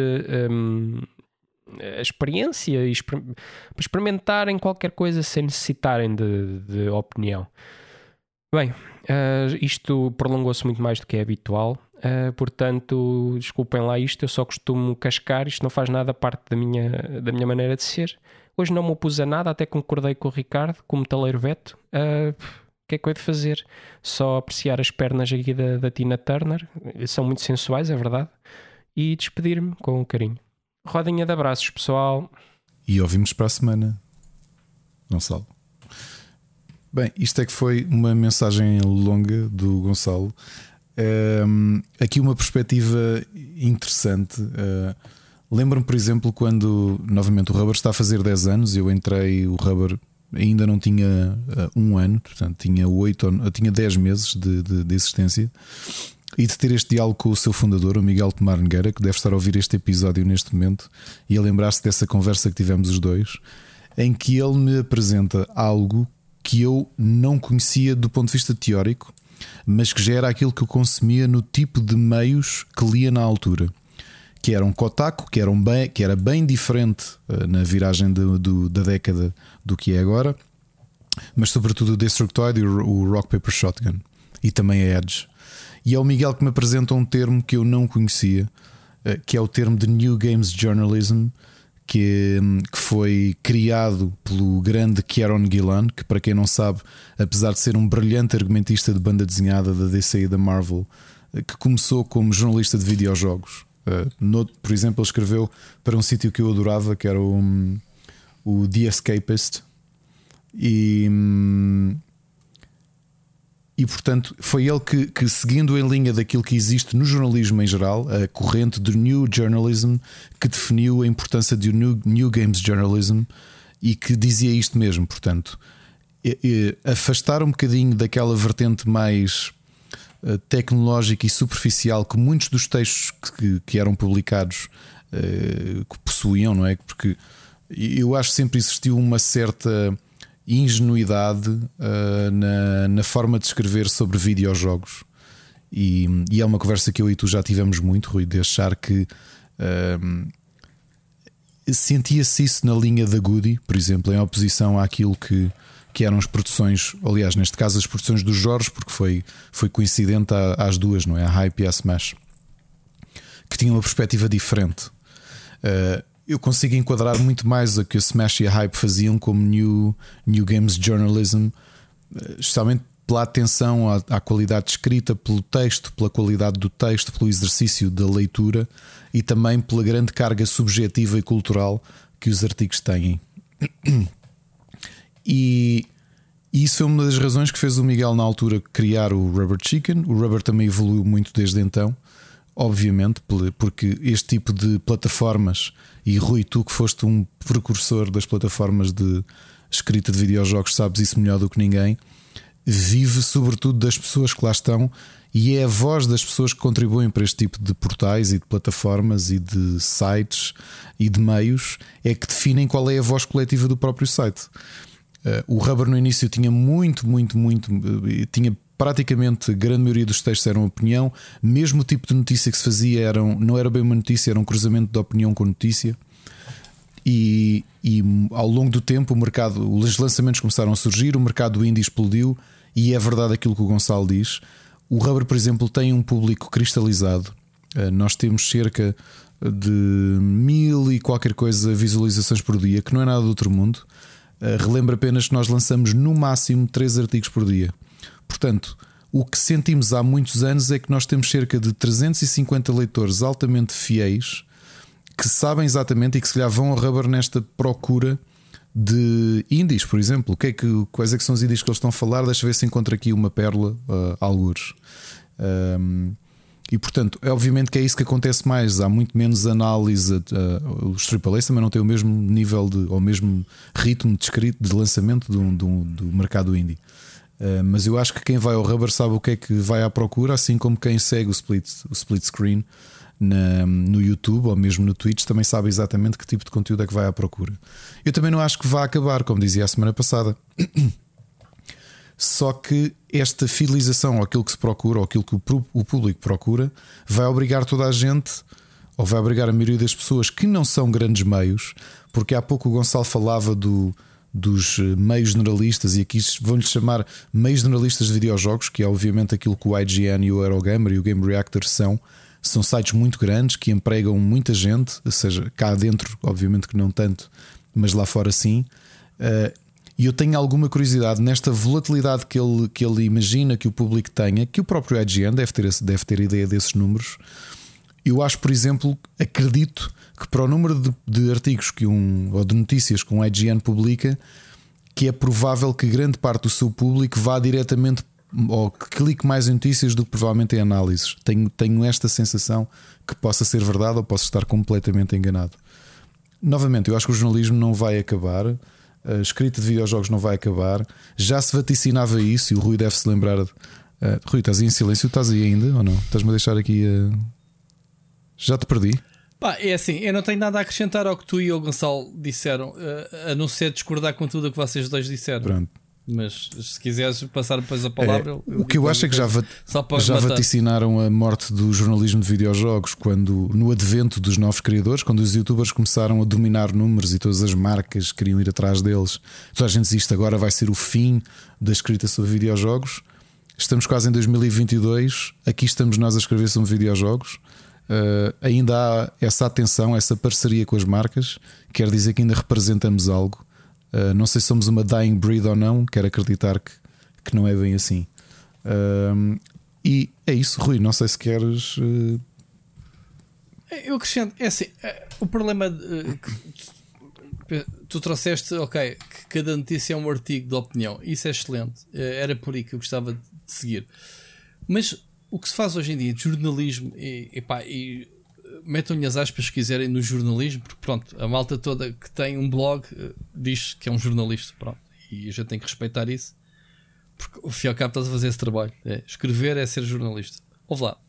a experiência e para experimentarem qualquer coisa sem necessitarem de opinião. Bem, isto prolongou-se muito mais do que é habitual, portanto, desculpem lá isto, eu só costumo cascar, isto não faz nada parte da minha maneira de ser. Hoje não me opus a nada, até concordei com o Ricardo, com o metaleiro Beto. O que é que eu hei de fazer? Só apreciar as pernas aqui da Tina Turner, são muito sensuais, é verdade, e despedir-me com carinho. Rodinha de abraços, pessoal. E ouvimos para a semana, Gonçalo. Bem, isto é que foi uma mensagem longa do Gonçalo. Aqui uma perspectiva interessante. Lembro-me, por exemplo, quando novamente o Rubber está a fazer 10 anos. Eu entrei, o Rubber ainda não tinha 1 ano, portanto tinha 10 meses de existência. E de ter este diálogo com o seu fundador, o Miguel Tomar Nogueira, que deve estar a ouvir este episódio neste momento, e a lembrar-se dessa conversa que tivemos os dois, em que ele me apresenta algo que eu não conhecia do ponto de vista teórico, mas que já era aquilo que eu consumia no tipo de meios que lia na altura, que era um Kotaku, que era bem diferente na viragem da década do que é agora, mas sobretudo o Destructoid e o Rock Paper Shotgun, e também a Edge. E é o Miguel que me apresenta um termo que eu não conhecia, que é o termo de New Games Journalism, que foi criado pelo grande Kieron Gillen, que, para quem não sabe, apesar de ser um brilhante argumentista de banda desenhada da DC e da Marvel, que começou como jornalista de videojogos. Por exemplo, ele escreveu para um sítio que eu adorava, que era o The Escapist, e portanto foi ele que seguindo em linha daquilo que existe no jornalismo em geral, a corrente do New Journalism, que definiu a importância do New Games Journalism, e que dizia isto mesmo, portanto, afastar um bocadinho daquela vertente mais tecnológica e superficial que muitos dos textos que eram publicados que possuíam, não é? Porque eu acho que sempre existiu uma certa ingenuidade na forma de escrever sobre videojogos, e é uma conversa que eu e tu já tivemos muito, Rui, de achar que sentia-se isso na linha da Goody, por exemplo, em oposição àquilo que eram as produções, aliás, neste caso as produções dos Jorge, porque foi coincidente às duas, não é? A Hype e a Smash, que tinham uma perspectiva diferente. Eu consigo enquadrar muito mais a que a Smash e a Hype faziam como New Games Journalism, especialmente pela atenção à qualidade de escrita, pelo texto, pela qualidade do texto, pelo exercício da leitura e também pela grande carga subjetiva e cultural que os artigos têm. E isso foi uma das razões que fez o Miguel na altura criar o Rubber Chicken. O Rubber também evoluiu muito desde então, obviamente, porque este tipo de plataformas, e Rui, tu que foste um precursor das plataformas de escrita de videojogos, sabes isso melhor do que ninguém, vive sobretudo das pessoas que lá estão, e é a voz das pessoas que contribuem para este tipo de portais e de plataformas e de sites e de meios é que definem qual é a voz coletiva do próprio site. O Rubber no início tinha tinha praticamente a grande maioria dos textos eram opinião, mesmo o tipo de notícia que se fazia não era bem uma notícia, era um cruzamento de opinião com notícia. E ao longo do tempo os lançamentos começaram a surgir, o mercado indie explodiu, e é verdade aquilo que o Gonçalo diz. O Rubber, por exemplo, tem um público cristalizado. Nós temos cerca de 1000 e qualquer coisa visualizações por dia, que não é nada do outro mundo. Relembro apenas que nós lançamos no máximo 3 artigos por dia. Portanto, o que sentimos há muitos anos é que nós temos cerca de 350 leitores altamente fiéis que sabem exatamente e que se calhar vão a Rubber nesta procura de indies, por exemplo. Quais é que são os indies que eles estão a falar? Deixa ver se encontro aqui uma pérola, algures. E portanto, é obviamente que é isso que acontece mais. Há muito menos análise. Os AAAs também não têm o mesmo nível ou mesmo ritmo de escrito, de lançamento do mercado indie. Mas eu acho que quem vai ao Rubber sabe o que é que vai à procura, assim como quem segue o split screen no YouTube ou mesmo no Twitch também sabe exatamente que tipo de conteúdo é que vai à procura. Eu também não acho que vá acabar, como dizia a semana passada. Só que esta fidelização ou aquilo que se procura, ou aquilo que o público procura, vai obrigar toda a gente, ou vai obrigar a maioria das pessoas que não são grandes meios, porque há pouco o Gonçalo falava do dos meios generalistas, e aqui vão-lhes chamar meios generalistas de videojogos, que é obviamente aquilo que o IGN e o Eurogamer e o Game Reactor são sites muito grandes que empregam muita gente, ou seja, cá dentro obviamente que não tanto, mas lá fora sim. E eu tenho alguma curiosidade nesta volatilidade que ele imagina que o público tenha, que o próprio IGN deve ter ideia desses números. Eu acho, por exemplo, acredito que para o número de artigos ou de notícias que um IGN publica, que é provável que grande parte do seu público vá diretamente ou que clique mais em notícias do que provavelmente em análises. Tenho esta sensação que possa ser verdade ou posso estar completamente enganado. Novamente, eu acho que o jornalismo não vai acabar, a escrita de videojogos não vai acabar. Já se vaticinava isso e o Rui deve se lembrar. Rui, estás aí em silêncio? Estás aí ainda ou não? Estás-me a deixar aqui. Já te perdi. Pá, é assim, eu não tenho nada a acrescentar ao que tu e o Gonçalo disseram, a não ser discordar com tudo o que vocês dois disseram. Pronto. Mas se quiseres passar depois a palavra. O que eu acho é que já vaticinaram a morte do jornalismo de videojogos quando, no advento dos novos criadores, quando os youtubers começaram a dominar números e todas as marcas queriam ir atrás deles. Toda a gente diz isto agora vai ser o fim da escrita sobre videojogos. Estamos quase em 2022, aqui estamos nós a escrever sobre videojogos. Ainda há essa atenção, essa parceria com as marcas, quer dizer que ainda representamos algo. Não sei se somos uma dying breed ou não, quero acreditar que não é bem assim. E é isso, Rui. Não sei se queres. Eu acrescento, é assim, o problema que tu trouxeste, ok, que cada notícia é um artigo de opinião, isso é excelente, era por aí que eu gostava de seguir. Mas o que se faz hoje em dia de jornalismo e metam-lhe as aspas se quiserem no jornalismo, porque pronto, a malta toda que tem um blog diz que é um jornalista, pronto, e a gente tem que respeitar isso, porque o fim e ao cabo estás a fazer esse trabalho, escrever é ser jornalista. Ouve lá,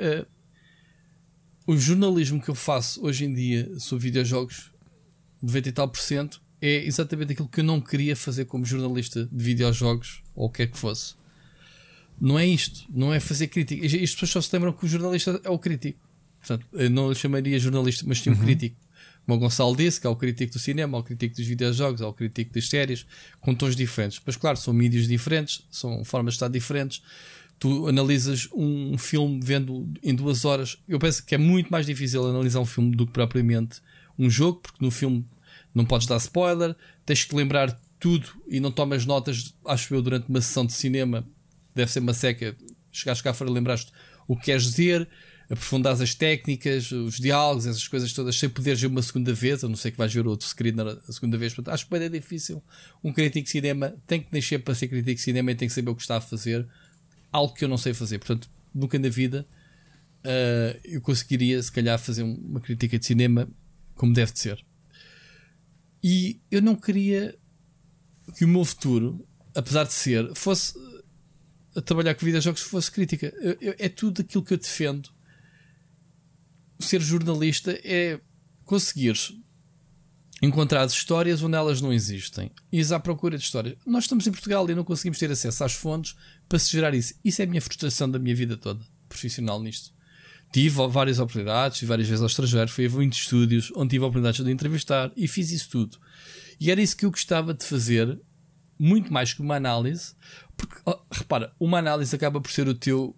o jornalismo que eu faço hoje em dia sobre videojogos, 90 e tal %, é exatamente aquilo que eu não queria fazer como jornalista de videojogos ou o que é que fosse. Não é isto, não é fazer crítica. As pessoas só se lembram que o jornalista é o crítico. Portanto, eu não lhe chamaria jornalista, mas sim um crítico. Como o Gonçalo disse, que é o crítico do cinema, o crítico dos videojogos, o crítico das séries, com tons diferentes. Mas claro, são mídias diferentes, são formas de estar diferentes. Tu analisas um filme vendo em 2 horas. Eu penso que é muito mais difícil analisar um filme do que propriamente um jogo, porque no filme não podes dar spoiler, tens que lembrar tudo e não tomas notas, acho eu, durante uma sessão de cinema. Deve ser uma seca. Chegaste cá fora e lembraste o que queres dizer, aprofundar as técnicas, os diálogos, essas coisas todas, sem poderes ver uma segunda vez, a não ser que vais ver outro screen a segunda vez. Portanto, acho que é difícil. Um crítico de cinema tem que nascer para ser crítico de cinema e tem que saber o que está a fazer, algo que eu não sei fazer. Portanto, nunca na vida eu conseguiria, se calhar, fazer uma crítica de cinema como deve de ser. E eu não queria que o meu futuro, apesar de ser, fosse a trabalhar com videojogos, fosse crítica. É tudo aquilo que eu defendo. Ser jornalista é conseguires encontrar histórias onde elas não existem. Ires à procura de histórias. Nós estamos em Portugal e não conseguimos ter acesso às fontes para se gerar isso. Isso é a minha frustração da minha vida toda profissional nisto. Tive várias oportunidades, várias vezes ao estrangeiro, fui a muitos estúdios onde tive a oportunidade de entrevistar e fiz isso tudo. E era isso que eu gostava de fazer, muito mais que uma análise, porque, repara, uma análise acaba por ser o teu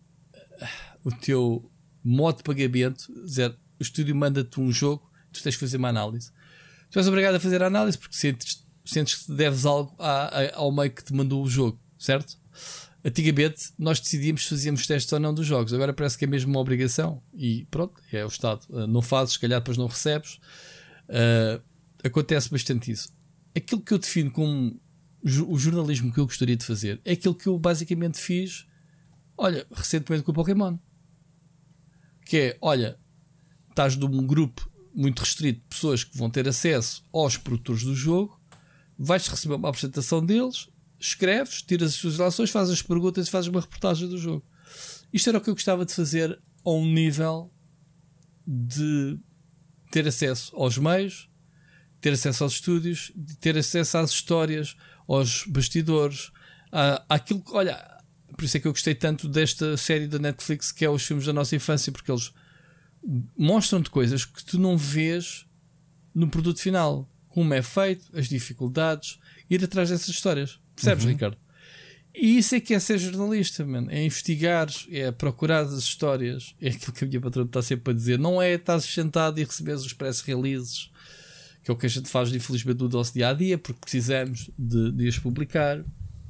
modo de pagamento, dizer, o estúdio manda-te um jogo, tu tens que fazer uma análise. Tu és obrigado a fazer a análise porque sentes que deves algo ao meio que te mandou o jogo, certo? Antigamente nós decidíamos se fazíamos testes ou não dos jogos, agora parece que é mesmo uma obrigação e pronto, é o estado. Não fazes, se calhar depois não recebes. Acontece bastante isso. Aquilo que eu defino como o jornalismo que eu gostaria de fazer é aquilo que eu basicamente fiz, olha, recentemente com o Pokémon, que é, olha, estás num grupo muito restrito de pessoas que vão ter acesso aos produtores do jogo, vais receber uma apresentação deles, escreves, tiras as suas relações, fazes as perguntas e fazes uma reportagem do jogo. Isto era o que eu gostava de fazer a um nível de ter acesso aos meios, ter acesso aos estúdios, de ter acesso às histórias, aos bastidores, àquilo que, olha, por isso é que eu gostei tanto desta série da Netflix que é os filmes da nossa infância, porque eles mostram-te coisas que tu não vês no produto final, como é feito, as dificuldades, ir atrás dessas histórias. Percebes, Ricardo? E isso é que é ser jornalista, mano. É investigar, é procurar as histórias. É aquilo que a minha patrona está sempre a dizer. Não é estar sentado e receber os press releases, que é o que a gente faz, infelizmente, no nosso dia a dia, porque precisamos de as publicar.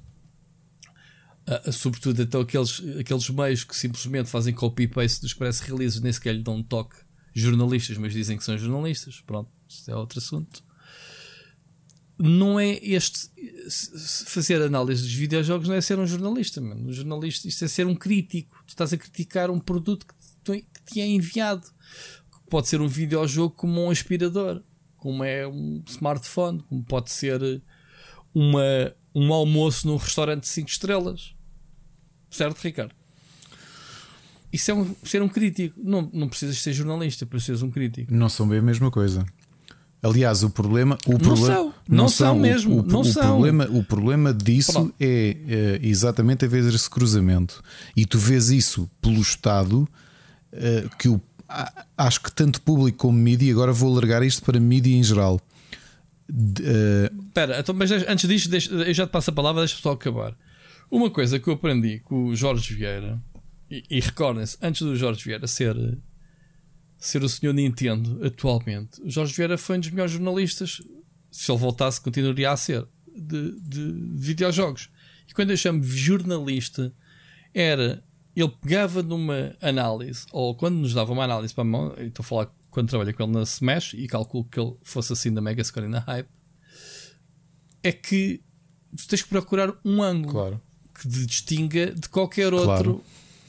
Sobretudo então aqueles meios que simplesmente fazem copy-paste dos press releases, nem sequer lhe dão um toque jornalistas, mas dizem que são jornalistas. Pronto, isso é outro assunto. Não é fazer análise dos videojogos, não é ser um jornalista, mano. Um jornalista, isto é ser um crítico. Tu estás a criticar um produto que te é enviado. Pode ser um videojogo como um aspirador, como é um smartphone, como pode ser um almoço num restaurante de 5 estrelas. Certo, Ricardo? Isso é ser um crítico. Não precisas ser jornalista para seres um crítico. Não são bem a mesma coisa. Aliás, o problema não são mesmo. O problema disso é exatamente haver esse cruzamento. E tu vês isso pelo Estado, que acho que tanto público como mídia, agora vou alargar isto para mídia em geral. Espera, então, mas antes disto, eu já te passo a palavra, deixa só acabar. Uma coisa que eu aprendi com o Jorge Vieira, e recordem-se, antes do Jorge Vieira ser o senhor Nintendo atualmente, o Jorge Vieira foi um dos melhores jornalistas, se ele voltasse continuaria a ser, de videojogos. E quando eu chamo de jornalista, ele pegava numa análise, ou quando nos dava uma análise para a mão, estou a falar quando trabalhei com ele na Smash, e calculo que ele fosse assim da Megascore e na Hype, é que tu tens que procurar um ângulo que te distinga de qualquer outro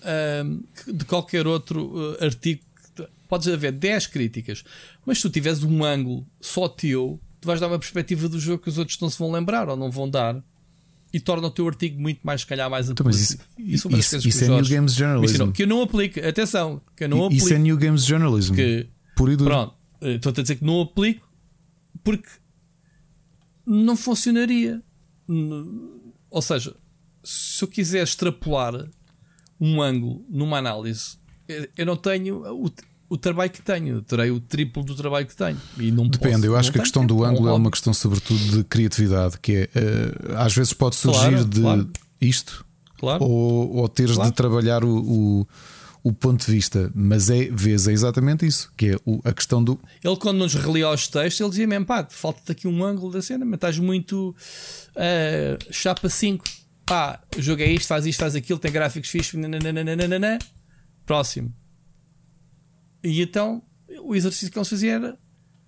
artigo. Podes haver 10 críticas, mas se tu tiveres um ângulo só teu, tu vais dar uma perspectiva do jogo que os outros não se vão lembrar ou não vão dar, e torna o teu artigo muito mais, se calhar, mais apelativo. Isso é New Games Journalism. Que eu não aplico, atenção, que eu não aplico. Isso é New Games Journalism. Pronto, estou a dizer que não aplico porque não funcionaria. Ou seja, se eu quiser extrapolar um ângulo numa análise, eu não tenho o trabalho que tenho, terei o triplo do trabalho que tenho. E não depende, eu acho que a questão do ângulo é uma questão sobretudo de criatividade, que é às vezes pode surgir isto, ou teres de trabalhar o ponto de vista, mas é exatamente isso, que é a questão do. Ele, quando nos relia os textos, ele dizia mesmo: pá, falta-te aqui um ângulo da cena, mas estás muito chapa 5. Pá, o jogo é isto, faz aquilo, tem gráficos fixos, próximo. E então o exercício que eles faziam era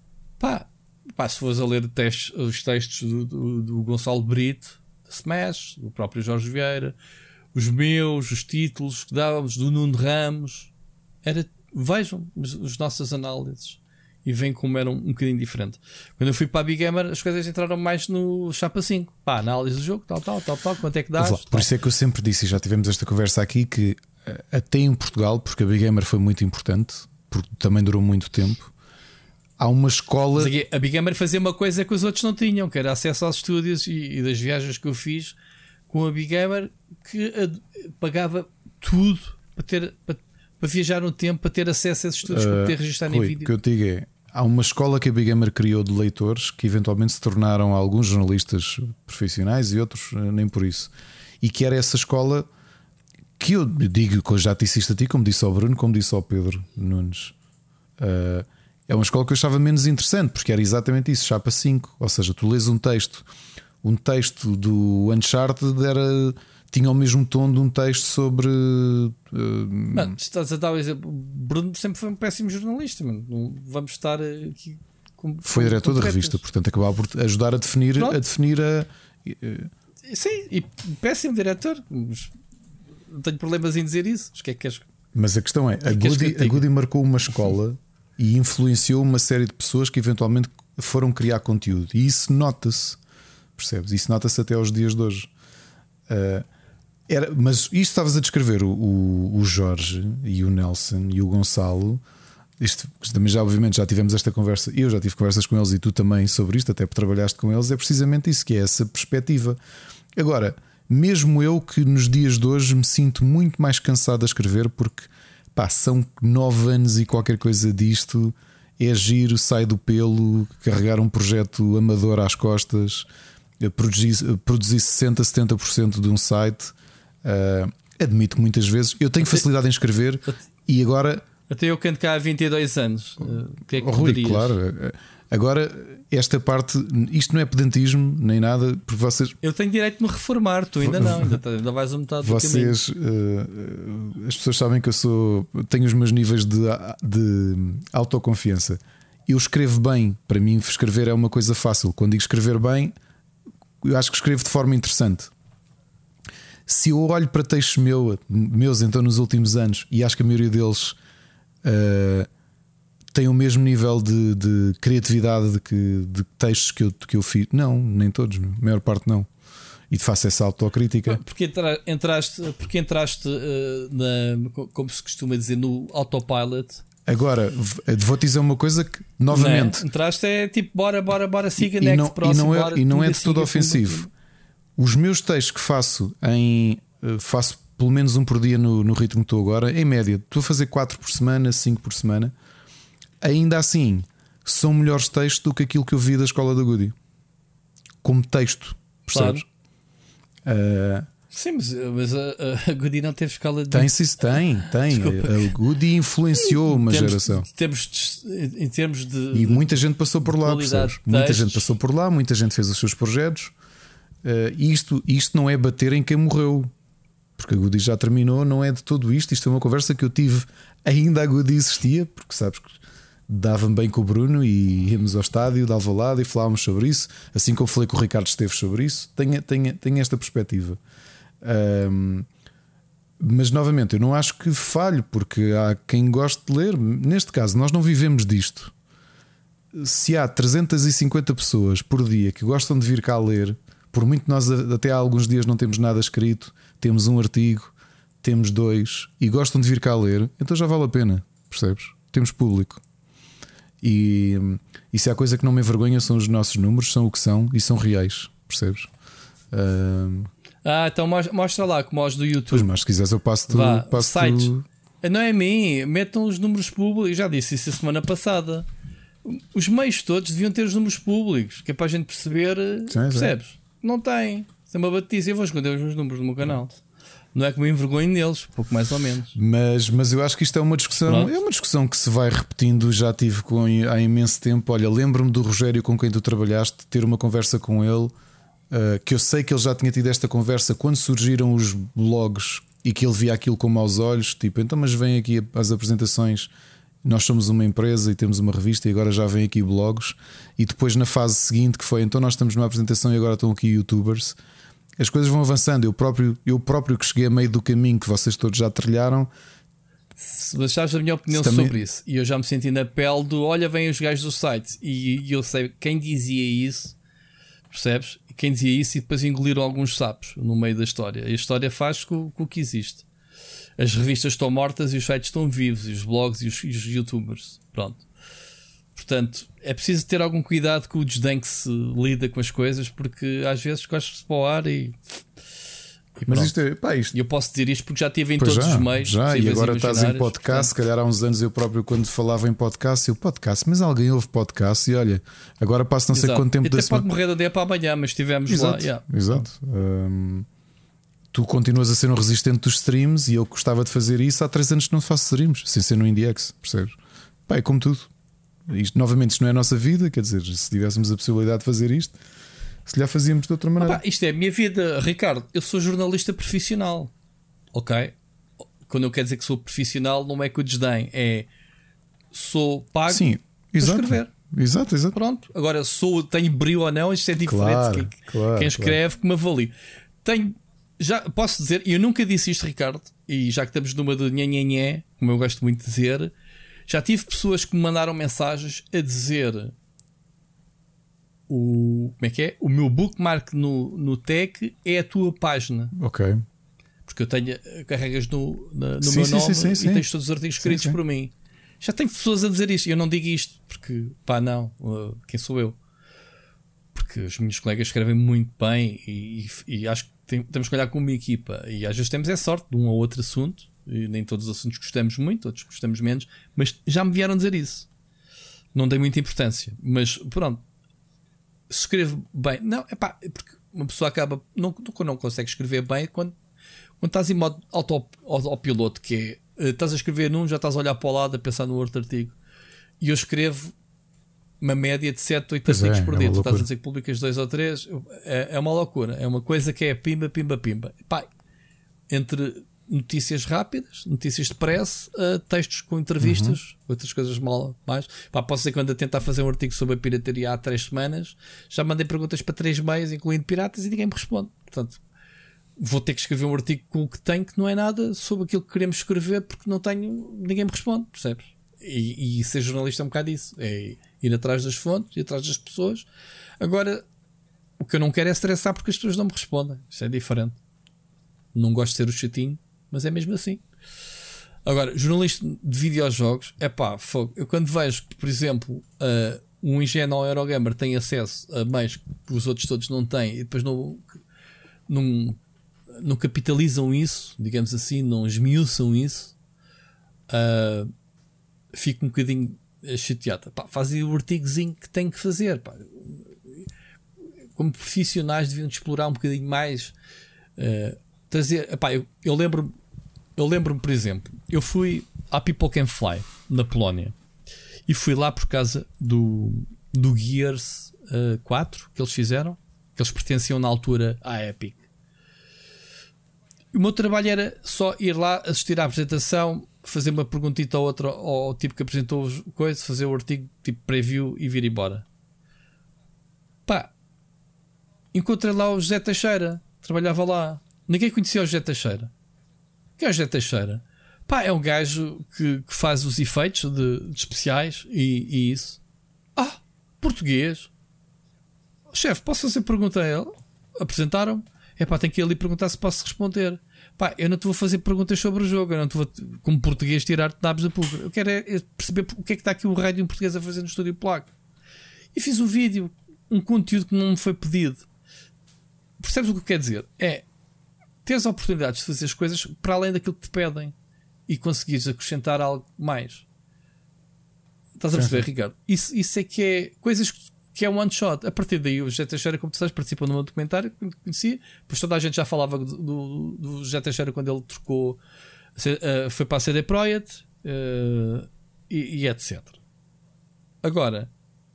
se fores a ler os textos do Gonçalo Brito, da Smash, do próprio Jorge Vieira, os meus, os títulos que dávamos, do Nuno Ramos, vejam as nossas análises e veem como eram um bocadinho diferente. Quando eu fui para a Big Gamer, as coisas entraram mais no chapa 5. Análise do jogo, tal, quanto é que dás? Por isso é que eu sempre disse, e já tivemos esta conversa aqui, que até em Portugal, porque a Big Gamer foi muito importante, porque também durou muito tempo, há uma escola. A Big Gamer fazia uma coisa que os outros não tinham, que era acesso aos estúdios, e das viagens que eu fiz com a Big Gamer, que pagava tudo para viajar no tempo, para ter acesso a esses estúdios, para poder registrar em vídeo. O que eu digo é, há uma escola que a Big Gamer criou de leitores que eventualmente se tornaram alguns jornalistas profissionais e outros nem por isso, e que era essa escola que eu digo, que eu já te disse isto a ti, como disse ao Bruno, como disse ao Pedro Nunes. É uma escola que eu achava menos interessante, porque era exatamente isso, chapa 5. Ou seja, tu lês um texto do Uncharted tinha o mesmo tom de um texto sobre. Mano, estás a dar o exemplo. Bruno sempre foi um péssimo jornalista, mano. Não vamos estar aqui. Foi diretor da revista, portanto acabava por ajudar a definir a. Sim, e péssimo diretor. Não tenho problemas em dizer isso. O que é que queres? Mas a questão é: a Goody marcou uma escola e influenciou uma série de pessoas que eventualmente foram criar conteúdo, e isso nota-se, percebes? Isso nota-se até aos dias de hoje. Mas isto estavas a descrever o Jorge e o Nelson e o Gonçalo. Isto também obviamente já tivemos esta conversa. Eu já tive conversas com eles e tu também sobre isto, até porque trabalhaste com eles. É precisamente isso, que é essa perspectiva. Agora, mesmo eu que nos dias de hoje me sinto muito mais cansado a escrever, porque são 9 anos e qualquer coisa disto, é giro, sai do pelo, carregar um projeto amador às costas, produzir 60, 70% de um site. Admito que muitas vezes eu tenho facilidade em escrever e agora. Até eu canto cá há 22 anos. Que é que Rui, poderias? claro. Agora, esta parte, isto não é pedantismo nem nada, porque vocês. Eu tenho direito de me reformar, tu ainda não, ainda vais a metade do vocês, as pessoas sabem que tenho os meus níveis de autoconfiança. Eu escrevo bem, para mim, escrever é uma coisa fácil. Quando digo escrever bem, eu acho que escrevo de forma interessante. Se eu olho para textos meus então nos últimos anos, e acho que a maioria deles tem o mesmo nível de criatividade de textos que eu fiz. Não, nem todos, a maior parte não. E faço essa autocrítica. Porque entraste como se costuma dizer, no autopilot. Agora, vou-te dizer uma coisa que, novamente, não, entraste é tipo, bora, siga, next, próximo. E não é de todo ofensivo. Os meus textos que faço faço pelo menos um por dia no ritmo que estou agora, em média, estou a fazer 4 por semana, 5 por semana. Ainda assim, são melhores textos do que aquilo que eu vi da escola da Goody. Como texto, percebes? Claro. Sim, mas a Goody não teve escola de. Tem. A Goody influenciou uma geração. Em termos de. E muita gente passou por lá, percebes? Muita gente passou por lá, muita gente fez os seus projetos. Isto não é bater em quem morreu, porque a Goody já terminou, não é de todo isto. Isto é uma conversa que eu tive ainda a Goody existia, porque sabes que dava-me bem com o Bruno e íamos ao estádio de Alvalade e falávamos sobre isso, assim como falei com o Ricardo Esteves sobre isso. Tenho esta perspectiva. Mas novamente, eu não acho que falho, porque há quem goste de ler. Neste caso, nós não vivemos disto. Se há 350 pessoas por dia que gostam de vir cá ler, por muito que nós até há alguns dias não temos nada escrito, temos um artigo, temos 2 e gostam de vir cá ler, então já vale a pena, percebes? Temos público. E se há coisa que não me envergonha são os nossos números, são o que são e são reais, percebes? Então mostra lá como os do YouTube. Pois, mas se quiseres eu passo-te sites. Não é a mim, metam os números públicos. Já disse isso a semana passada. Os meios todos deviam ter os números públicos, que é para a gente perceber. Percebes? Não tem. Isso é uma batice. Eu vou esconder os meus números no meu canal. Não é que me envergonhe neles, pouco mais ou menos. Mas eu acho que isto é uma discussão. Pronto. É uma discussão que se vai repetindo. Já tive há imenso tempo. Olha, lembro-me do Rogério com quem tu trabalhaste, ter uma conversa com ele, que eu sei que ele já tinha tido esta conversa quando surgiram os blogs e que ele via aquilo com maus olhos. Tipo, então, mas vem aqui as apresentações. Nós somos uma empresa e temos uma revista e agora já vem aqui blogs. E depois na fase seguinte, que foi então nós estamos numa apresentação e agora estão aqui youtubers. As coisas vão avançando. Eu próprio que cheguei a meio do caminho que vocês todos já trilharam. Mas sabes a minha opinião sobre isso? E eu já me senti na pele do olha, vem os gajos do site. E eu sei quem dizia isso, percebes? Quem dizia isso e depois engoliram alguns sapos no meio da história. A história faz com o que existe. As revistas estão mortas e os sites estão vivos, e os blogs e os youtubers. Pronto. Portanto, é preciso ter algum cuidado com o desdém que se lida com as coisas, porque às vezes cospe-se para o ar e mas isto é, isto... Eu posso dizer isto porque já estive em todos os meios. Já, e agora estás em podcast. Portanto... Se calhar há uns anos eu próprio, quando falava em podcast, mas alguém ouve podcast e olha, agora passo não sei quanto tempo da semana. Pode morrer da dia para amanhã, mas estivemos lá. Exato. Tu continuas a ser um resistente dos streams e eu gostava de fazer isso. Há 3 anos que não faço streams, sem ser no IndieX, percebes? É como tudo. Isto não é a nossa vida, quer dizer, se tivéssemos a possibilidade de fazer isto, se lhe fazíamos de outra maneira. Isto é a minha vida, Ricardo. Eu sou jornalista profissional, ok? Quando eu quero dizer que sou profissional, não é que o desdém, sou pago para escrever. Exato. Pronto. Agora tenho brilho ou não, isto é diferente. Quem escreve que me avalie. Já posso dizer, e eu nunca disse isto, Ricardo, e já que estamos numa do nhanhanhé, como eu gosto muito de dizer, já tive pessoas que me mandaram mensagens a dizer como é que é? O meu bookmark no tech é a tua página. Ok. Porque eu carregas no meu nome e tens todos os artigos escritos por mim. Já tenho pessoas a dizer isto. Eu não digo isto porque, quem sou eu? Porque os meus colegas escrevem muito bem e acho que temos que olhar como uma equipa. E às vezes temos sorte de um ou outro assunto. E nem todos os assuntos gostamos muito, outros gostamos menos. Mas já me vieram dizer isso. não dei muita importância. Mas pronto, escrevo bem. Não, é pá, porque uma pessoa acaba. Não consegue escrever bem quando estás em modo autopiloto, que é estás a escrever num, já estás a olhar para o lado, a pensar no outro artigo. E eu escrevo uma média de 7, 8 artigos por dia. Tu estás a dizer que publicas 2 ou 3, é uma loucura. É uma coisa que é pimba, pimba, pimba. Pá, entre notícias rápidas, notícias de press, textos com entrevistas, outras coisas mais. Pá, posso dizer que quando a tentar fazer um artigo sobre a pirataria há 3 semanas, já mandei perguntas para 3 meios, incluindo piratas, e ninguém me responde. Portanto, vou ter que escrever um artigo com o que tenho, que não é nada sobre aquilo que queremos escrever, porque não tenho, ninguém me responde, percebes? E ser jornalista é um bocado isso, é ir atrás das fontes, ir atrás das pessoas. Agora, o que eu não quero é estressar porque as pessoas não me respondem. Isso é diferente. Não gosto de ser o chatinho, mas é mesmo assim. Agora, jornalista de videojogos, é pá, fogo. Eu quando vejo que, por exemplo, um ingênuo Eurogamer tem acesso a meios que os outros todos não têm e depois não capitalizam isso, digamos assim, não esmiuçam isso, fico um bocadinho chateado. Pá, fazem o artigozinho que tem que fazer. Pá. Como profissionais deviam explorar um bocadinho mais. Trazer, epá, eu lembro-me, por exemplo, eu fui à People Can Fly na Polónia e fui lá por causa do Gears 4 que eles fizeram, que eles pertenciam na altura à Epic. O meu trabalho era só ir lá, assistir à apresentação, fazer uma perguntita ou outra ao tipo que apresentou coisa, fazer o artigo tipo preview e vir embora. Pá, encontrei lá o José Teixeira, trabalhava lá. Ninguém conhecia o José Teixeira. Quem é o José Teixeira? Pá, é um gajo que faz os efeitos de especiais e isso. Português. Chefe, posso fazer pergunta a ele? Apresentaram-me. É pá, tenho que ir ali perguntar se posso responder. Pá, eu não te vou fazer perguntas sobre o jogo. Eu não te vou, como português, tirar-te nabos da pulga. Eu quero é perceber o que é que está aqui o raio de um português a fazer no estúdio polaco. E fiz um vídeo, um conteúdo que não me foi pedido. Percebes o que quer dizer? É teres oportunidades de fazer as coisas para além daquilo que te pedem e conseguires acrescentar algo mais. Estás a perceber, Ricardo? Isso é que é coisas que é one shot. A partir daí, o José Teixeira, como tu sabes, participou no meu documentário que conhecia, pois toda a gente já falava do José Teixeira quando ele trocou, foi para a CD Projekt e etc. Agora,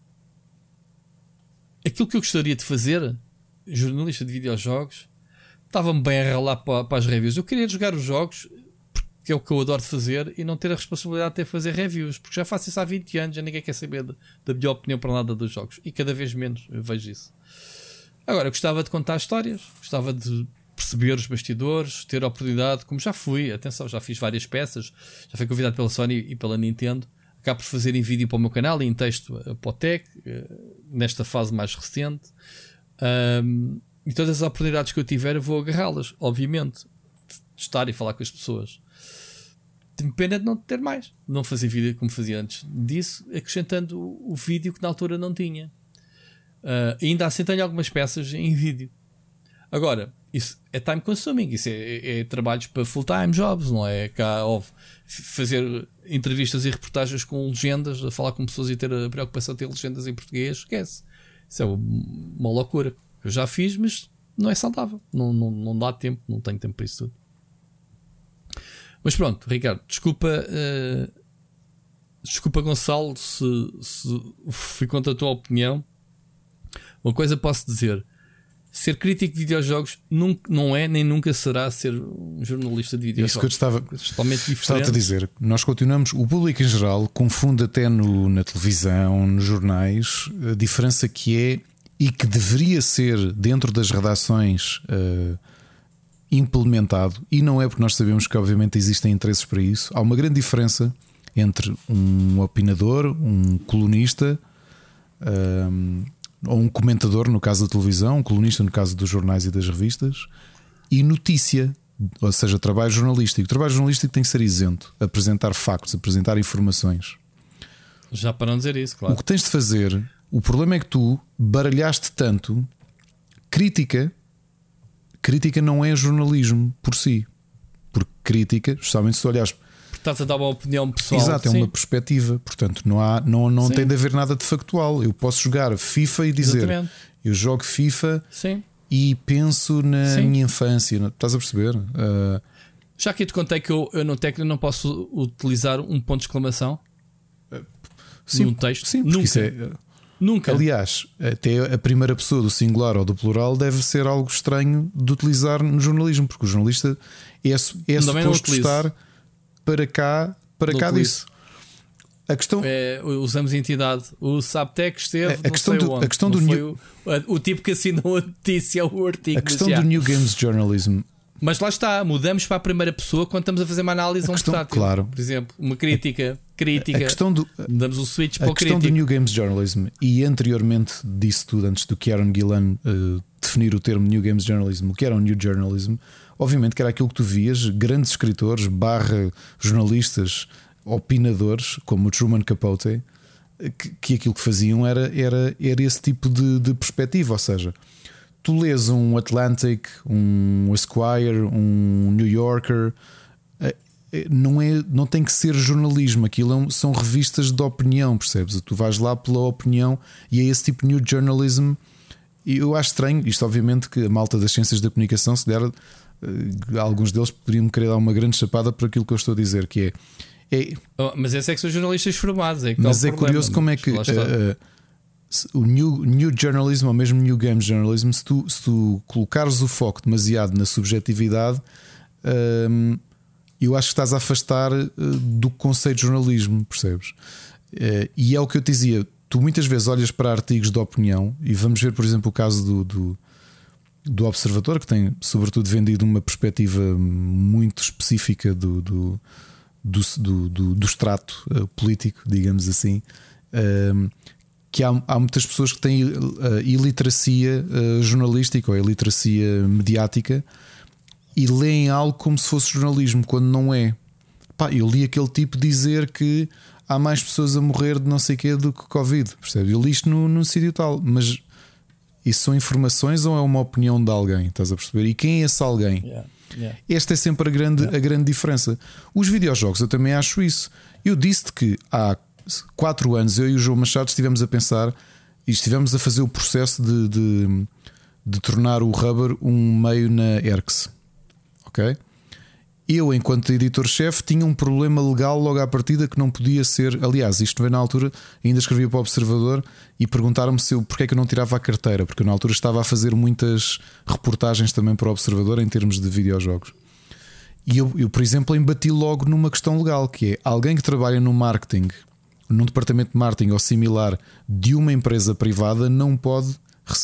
aquilo que eu gostaria de fazer, jornalista de videojogos, estava-me bem a ralar para as reviews. Eu queria jogar os jogos, que é o que eu adoro fazer, e não ter a responsabilidade de ter de fazer reviews, porque já faço isso há 20 anos, já ninguém quer saber da minha opinião para nada dos jogos, e cada vez menos eu vejo isso. Agora, eu gostava de contar histórias, gostava de perceber os bastidores, ter a oportunidade, como já fui, atenção, já fiz várias peças, já fui convidado pela Sony e pela Nintendo, acabo por fazer em vídeo para o meu canal e em texto para o Tech, nesta fase mais recente. E todas as oportunidades que eu tiver, eu vou agarrá-las, obviamente, de estar e falar com as pessoas. Tenho pena de não ter mais, não fazer vídeo como fazia antes disso, acrescentando o vídeo que na altura não tinha. Ainda assim tenho algumas peças em vídeo. Agora, isso é time consuming, isso é trabalhos para full-time jobs, não é cá fazer entrevistas e reportagens com legendas, a falar com pessoas e ter a preocupação de ter legendas em português, esquece. Isso é uma loucura. Eu já fiz, mas não é saudável. Não dá tempo, não tenho tempo para isso tudo. Mas pronto, Ricardo, desculpa Gonçalo, se fui contra a tua opinião. Uma coisa posso dizer: ser crítico de videojogos não é nem nunca será ser um jornalista de videojogos. Isso que eu estava totalmente diferente. Estava a dizer, nós continuamos, o público em geral confunde até na televisão, nos jornais, a diferença que é e que deveria ser dentro das redações implementado, e não é, porque nós sabemos que obviamente existem interesses para isso. Há uma grande diferença entre um opinador, um colunista ou um comentador no caso da televisão, um colunista no caso dos jornais e das revistas, e notícia, ou seja, trabalho jornalístico. O trabalho jornalístico tem que ser isento, apresentar factos, apresentar informações. Já para não dizer isso, claro. O que tens de fazer, o problema é que tu baralhaste tanto. Crítica não é jornalismo por si, porque crítica, justamente se olhares estás a dar uma opinião pessoal. Exato, é sim. uma perspectiva. Portanto, não tem de haver nada de factual. Eu posso jogar FIFA e dizer: Exatamente. eu jogo FIFA Sim. e penso na Sim. minha infância. Estás a perceber? Já que eu te contei que eu no técnico não posso utilizar um ponto de exclamação num texto. Sim, porque Nunca. isso é. Nunca. Aliás, até a primeira pessoa do singular ou do plural deve ser algo estranho de utilizar no jornalismo, porque o jornalista é suposto estar para cá disso. A questão usamos entidade. O Sabtec esteve. A questão do new... o tipo que assinou a notícia, o artigo. A questão do New Games Journalism. Mas lá está, mudamos para a primeira pessoa quando estamos a fazer uma análise a um portátil. Claro. Por exemplo, uma crítica. Damos o switch para o crítico. A questão do New Games Journalism, e anteriormente disso tudo, antes do Kieran Gillen definir o termo New Games Journalism, o que era o New Journalism, obviamente que era aquilo que tu vias, grandes escritores, jornalistas, opinadores, como o Truman Capote, que aquilo que faziam era esse tipo de perspectiva, ou seja, tu lês um Atlantic, um Esquire, um New Yorker, não tem que ser jornalismo, aquilo são revistas de opinião, percebes? Tu vais lá pela opinião e é esse tipo de New Journalism. E eu acho estranho, isto obviamente que a malta das ciências da comunicação, se der, alguns deles poderiam querer dar uma grande chapada por aquilo que eu estou a dizer, que mas esse é que são jornalistas formados. Mas é curioso como é que o new Journalism ou mesmo New Games Journalism, se tu colocares o foco demasiado na subjetividade, eu acho que estás a afastar do conceito de jornalismo, percebes? E é o que eu te dizia, tu muitas vezes olhas para artigos de opinião, e vamos ver, por exemplo, o caso do Observador, que tem sobretudo vendido uma perspectiva muito específica do extrato político, digamos assim, que há muitas pessoas que têm iliteracia jornalística ou iliteracia mediática e leem algo como se fosse jornalismo, quando não é. Eu li aquele tipo dizer que há mais pessoas a morrer de não sei o quê do que Covid, percebe? Eu li isto num sítio tal, mas isso são informações ou é uma opinião de alguém? Estás a perceber? E quem é esse alguém? Esta é sempre a grande diferença. Os videojogos, eu também acho isso. Eu disse-te que há 4 anos eu e o João Machado estivemos a pensar e estivemos a fazer o processo de tornar o Rubber um meio na ERCS. Ok? Eu, enquanto editor-chefe, tinha um problema legal logo à partida que não podia ser. Aliás, isto veio na altura, ainda escrevia para o Observador e perguntaram-me porque é que eu não tirava a carteira, porque eu na altura estava a fazer muitas reportagens também para o Observador em termos de videojogos. E eu, por exemplo, embati logo numa questão legal, que é alguém que trabalha no marketing, num departamento de marketing ou similar de uma empresa privada, não pode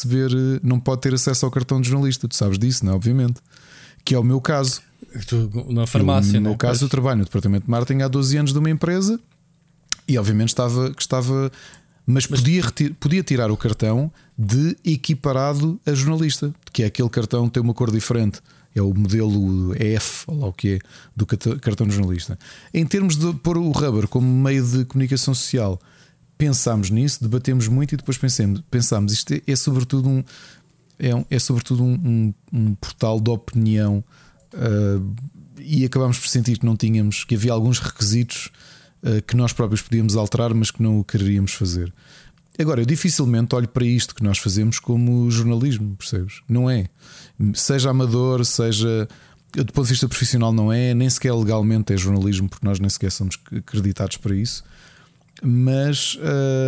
ter acesso ao cartão de jornalista. Tu sabes disso, não é? Obviamente. Que é o meu caso. Na farmácia, no meu caso, eu trabalho no departamento de marketing há 12 anos de uma empresa e obviamente estava mas podia tirar o cartão de equiparado a jornalista, que é aquele cartão que tem uma cor diferente, é o modelo EF, ou lá o que é, do cartão de jornalista. Em termos de pôr o Rubber como meio de comunicação social, pensámos nisso, debatemos muito e depois pensámos isto é sobretudo um portal de opinião, e acabámos por sentir que havia alguns requisitos que nós próprios podíamos alterar, mas que não o quereríamos fazer. Agora, eu dificilmente olho para isto que nós fazemos como jornalismo, percebes? Não é. Seja amador, seja do ponto de vista profissional, não é, nem sequer legalmente é jornalismo, porque nós nem sequer somos acreditados para isso. Mas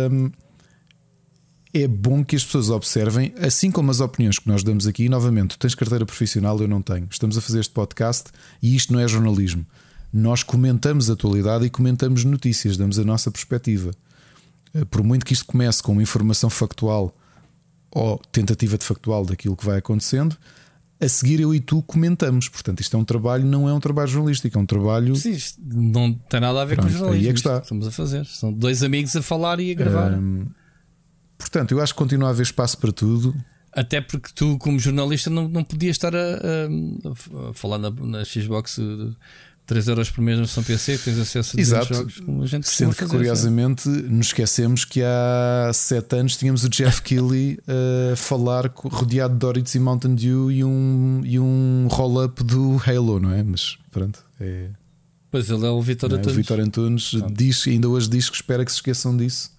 é bom que as pessoas observem, assim como as opiniões que nós damos aqui. Novamente, tu tens carteira profissional, eu não tenho. Estamos a fazer este podcast e isto não é jornalismo. Nós comentamos a atualidade e comentamos notícias, damos a nossa perspectiva. Por muito que isto comece com uma informação factual ou tentativa de factual daquilo que vai acontecendo, a seguir eu e tu comentamos. Portanto, isto é um trabalho, não é um trabalho jornalístico, é um trabalho. Sim, isto não tem nada a ver com jornalismo. Aí é que está. Estamos a fazer. São dois amigos a falar e a gravar. Portanto, eu acho que continua a haver espaço para tudo. Até porque tu, como jornalista, não podias estar a falar na Xbox 3€ por mês no São PC, que tens acesso a jogos como a gente sendo que, curiosamente, nos esquecemos que há 7 anos tínhamos o Jeff Keighley a falar rodeado de Doritos e Mountain Dew e um roll-up do Halo, não é? Mas pronto, Pois ele é o Vítor Antunes. O Vítor Antunes ainda hoje diz que espera que se esqueçam disso.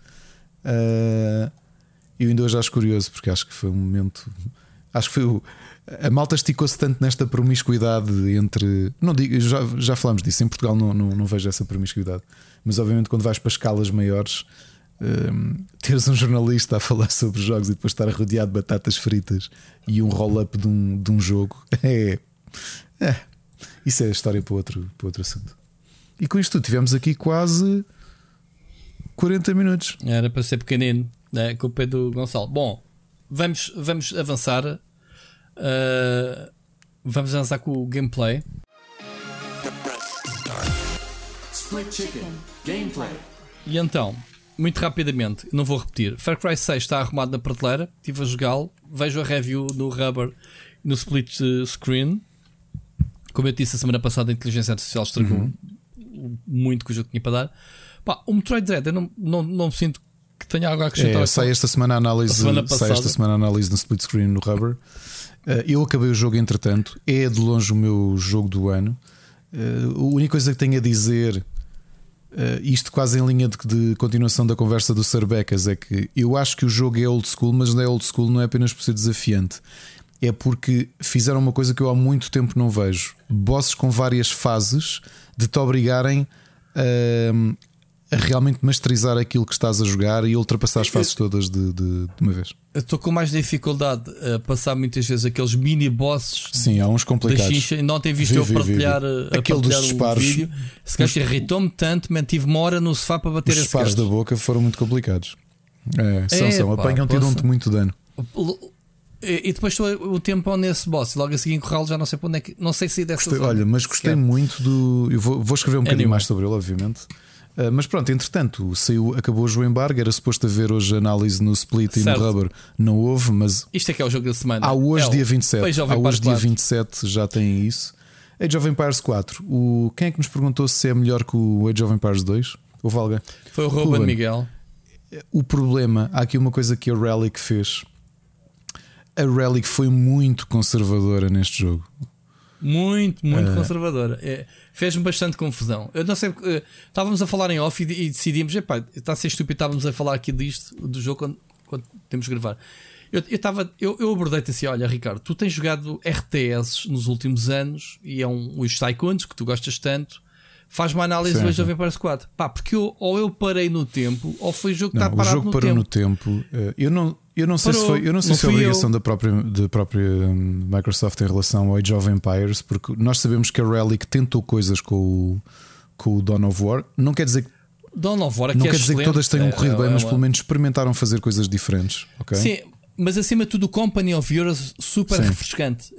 Eu ainda hoje acho curioso, porque acho que foi um momento. Acho que foi a malta esticou-se tanto nesta promiscuidade entre. Não digo, já falámos disso. Em Portugal não vejo essa promiscuidade, mas obviamente quando vais para escalas maiores, teres um jornalista a falar sobre jogos e depois estar rodeado de batatas fritas e um roll-up de um jogo isso é a história para outro assunto. E com isto tivemos aqui quase 40 minutos. Era para ser pequenino, né? Com o pé do Gonçalo. Bom, vamos avançar. Vamos avançar com o gameplay. Split Chicken Gameplay. E então, muito rapidamente, não vou repetir. Far Cry 6 está arrumado na prateleira. Estive a jogá-lo. Vejo a review no Rubber, no split screen. Como eu disse a semana passada, a inteligência artificial estragou muito que o jogo tinha para dar. Pá, o Metroid Dread, eu não sinto que tenha algo a acrescentar. Sai esta semana a análise no split screen no Rubber. Eu acabei o jogo entretanto. É de longe o meu jogo do ano. A única coisa que tenho a dizer, isto quase em linha de continuação da conversa do Sir Becas, é que eu acho que o jogo é old school, mas não é old school, não é apenas por ser desafiante. É porque fizeram uma coisa que eu há muito tempo não vejo: bosses com várias fases de te obrigarem a realmente masterizar aquilo que estás a jogar e ultrapassar as fases todas de uma vez. Eu estou com mais dificuldade a passar muitas vezes aqueles mini bosses. Sim, há uns complicados. Da Xincha. Não tenho visto eu partilhar aquele dos disparos. Vídeo. Se calhar irritou-me tanto, mantive uma hora no sofá para bater os disparos da boca foram muito complicados. Apanham-te e dão-te muito dano. E depois estou o tempo nesse boss e logo a seguir encurralo, já não sei para onde é que. Não sei se dessa zona. Olha, mas gostei muito do. Eu vou escrever um bocadinho mais sobre ele, obviamente. Mas pronto, entretanto, acabou hoje o embargo. Era suposto haver hoje análise no Split e no Rubber. Não houve, mas. Isto é que é o jogo da semana. Há hoje, dia 27. Dia 27 já tem isso. Age of Empires 4. Quem é que nos perguntou se é melhor que o Age of Empires 2? Houve alguém? Foi o Ruben Miguel. O problema, há aqui uma coisa que a Relic fez. A Relic foi muito conservadora neste jogo. Muito conservadora. Fez-me bastante confusão. Eu não sei, estávamos a falar em off e decidimos, está a ser estúpido, estávamos a falar aqui do jogo quando temos de gravar. Eu abordei-te assim: olha, Ricardo, tu tens jogado RTS nos últimos anos e os Tycoons que tu gostas tanto. Faz uma análise do Age of Empires 4. Porque ou eu parei no tempo, ou foi o jogo que está parado no tempo. O jogo parou no tempo. Eu não sei se é obrigação da própria Microsoft em relação ao Age of Empires, porque nós sabemos que a Relic tentou coisas com o Dawn of War. Não quer dizer que Dawn of War não quer dizer que todas tenham corrido bem, mas pelo menos experimentaram fazer coisas diferentes. Okay? Sim, mas acima de tudo, o Company of Heroes super refrescante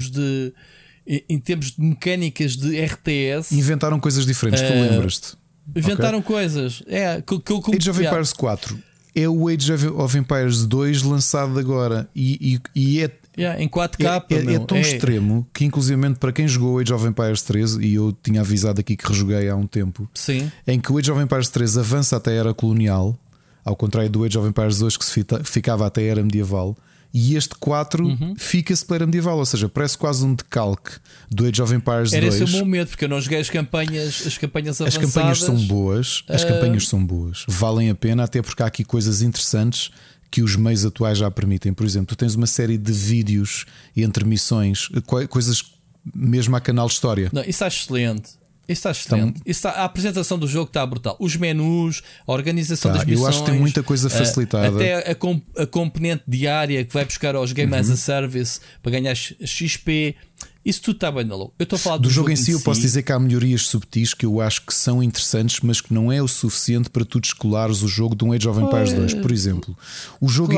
em termos de mecânicas de RTS. Inventaram coisas diferentes, tu lembras-te? Inventaram coisas. Age of Empires 4 é o Age of Empires 2 lançado agora e em 4K. É tão extremo que, inclusivamente, para quem jogou Age of Empires 3, e eu tinha avisado aqui que rejoguei há um tempo, em que o Age of Empires 3 avança até a era colonial, ao contrário do Age of Empires 2 que se ficava até a era medieval. E este 4 fica-se pela era medieval, ou seja, parece quase um decalque do Age of Empires 2. Era esse o meu medo, porque eu não joguei as campanhas avançadas. As campanhas são boas, valem a pena, até porque há aqui coisas interessantes que os meios atuais já permitem. Por exemplo, tu tens uma série de vídeos entre missões, coisas mesmo a canal de história. Não, isso está excelente. Isso está excelente. A apresentação do jogo está brutal. Os menus, a organização das missões. Eu acho que tem muita coisa facilitada. Até a componente diária que vai buscar aos Game as a Service para ganhar XP. Isso tudo está bem na louco. Eu estou a falar do jogo em si. Eu posso dizer que há melhorias subtis que eu acho que são interessantes, mas que não é o suficiente para tu descolares o jogo de um Age of Empires 2. Por exemplo, o jogo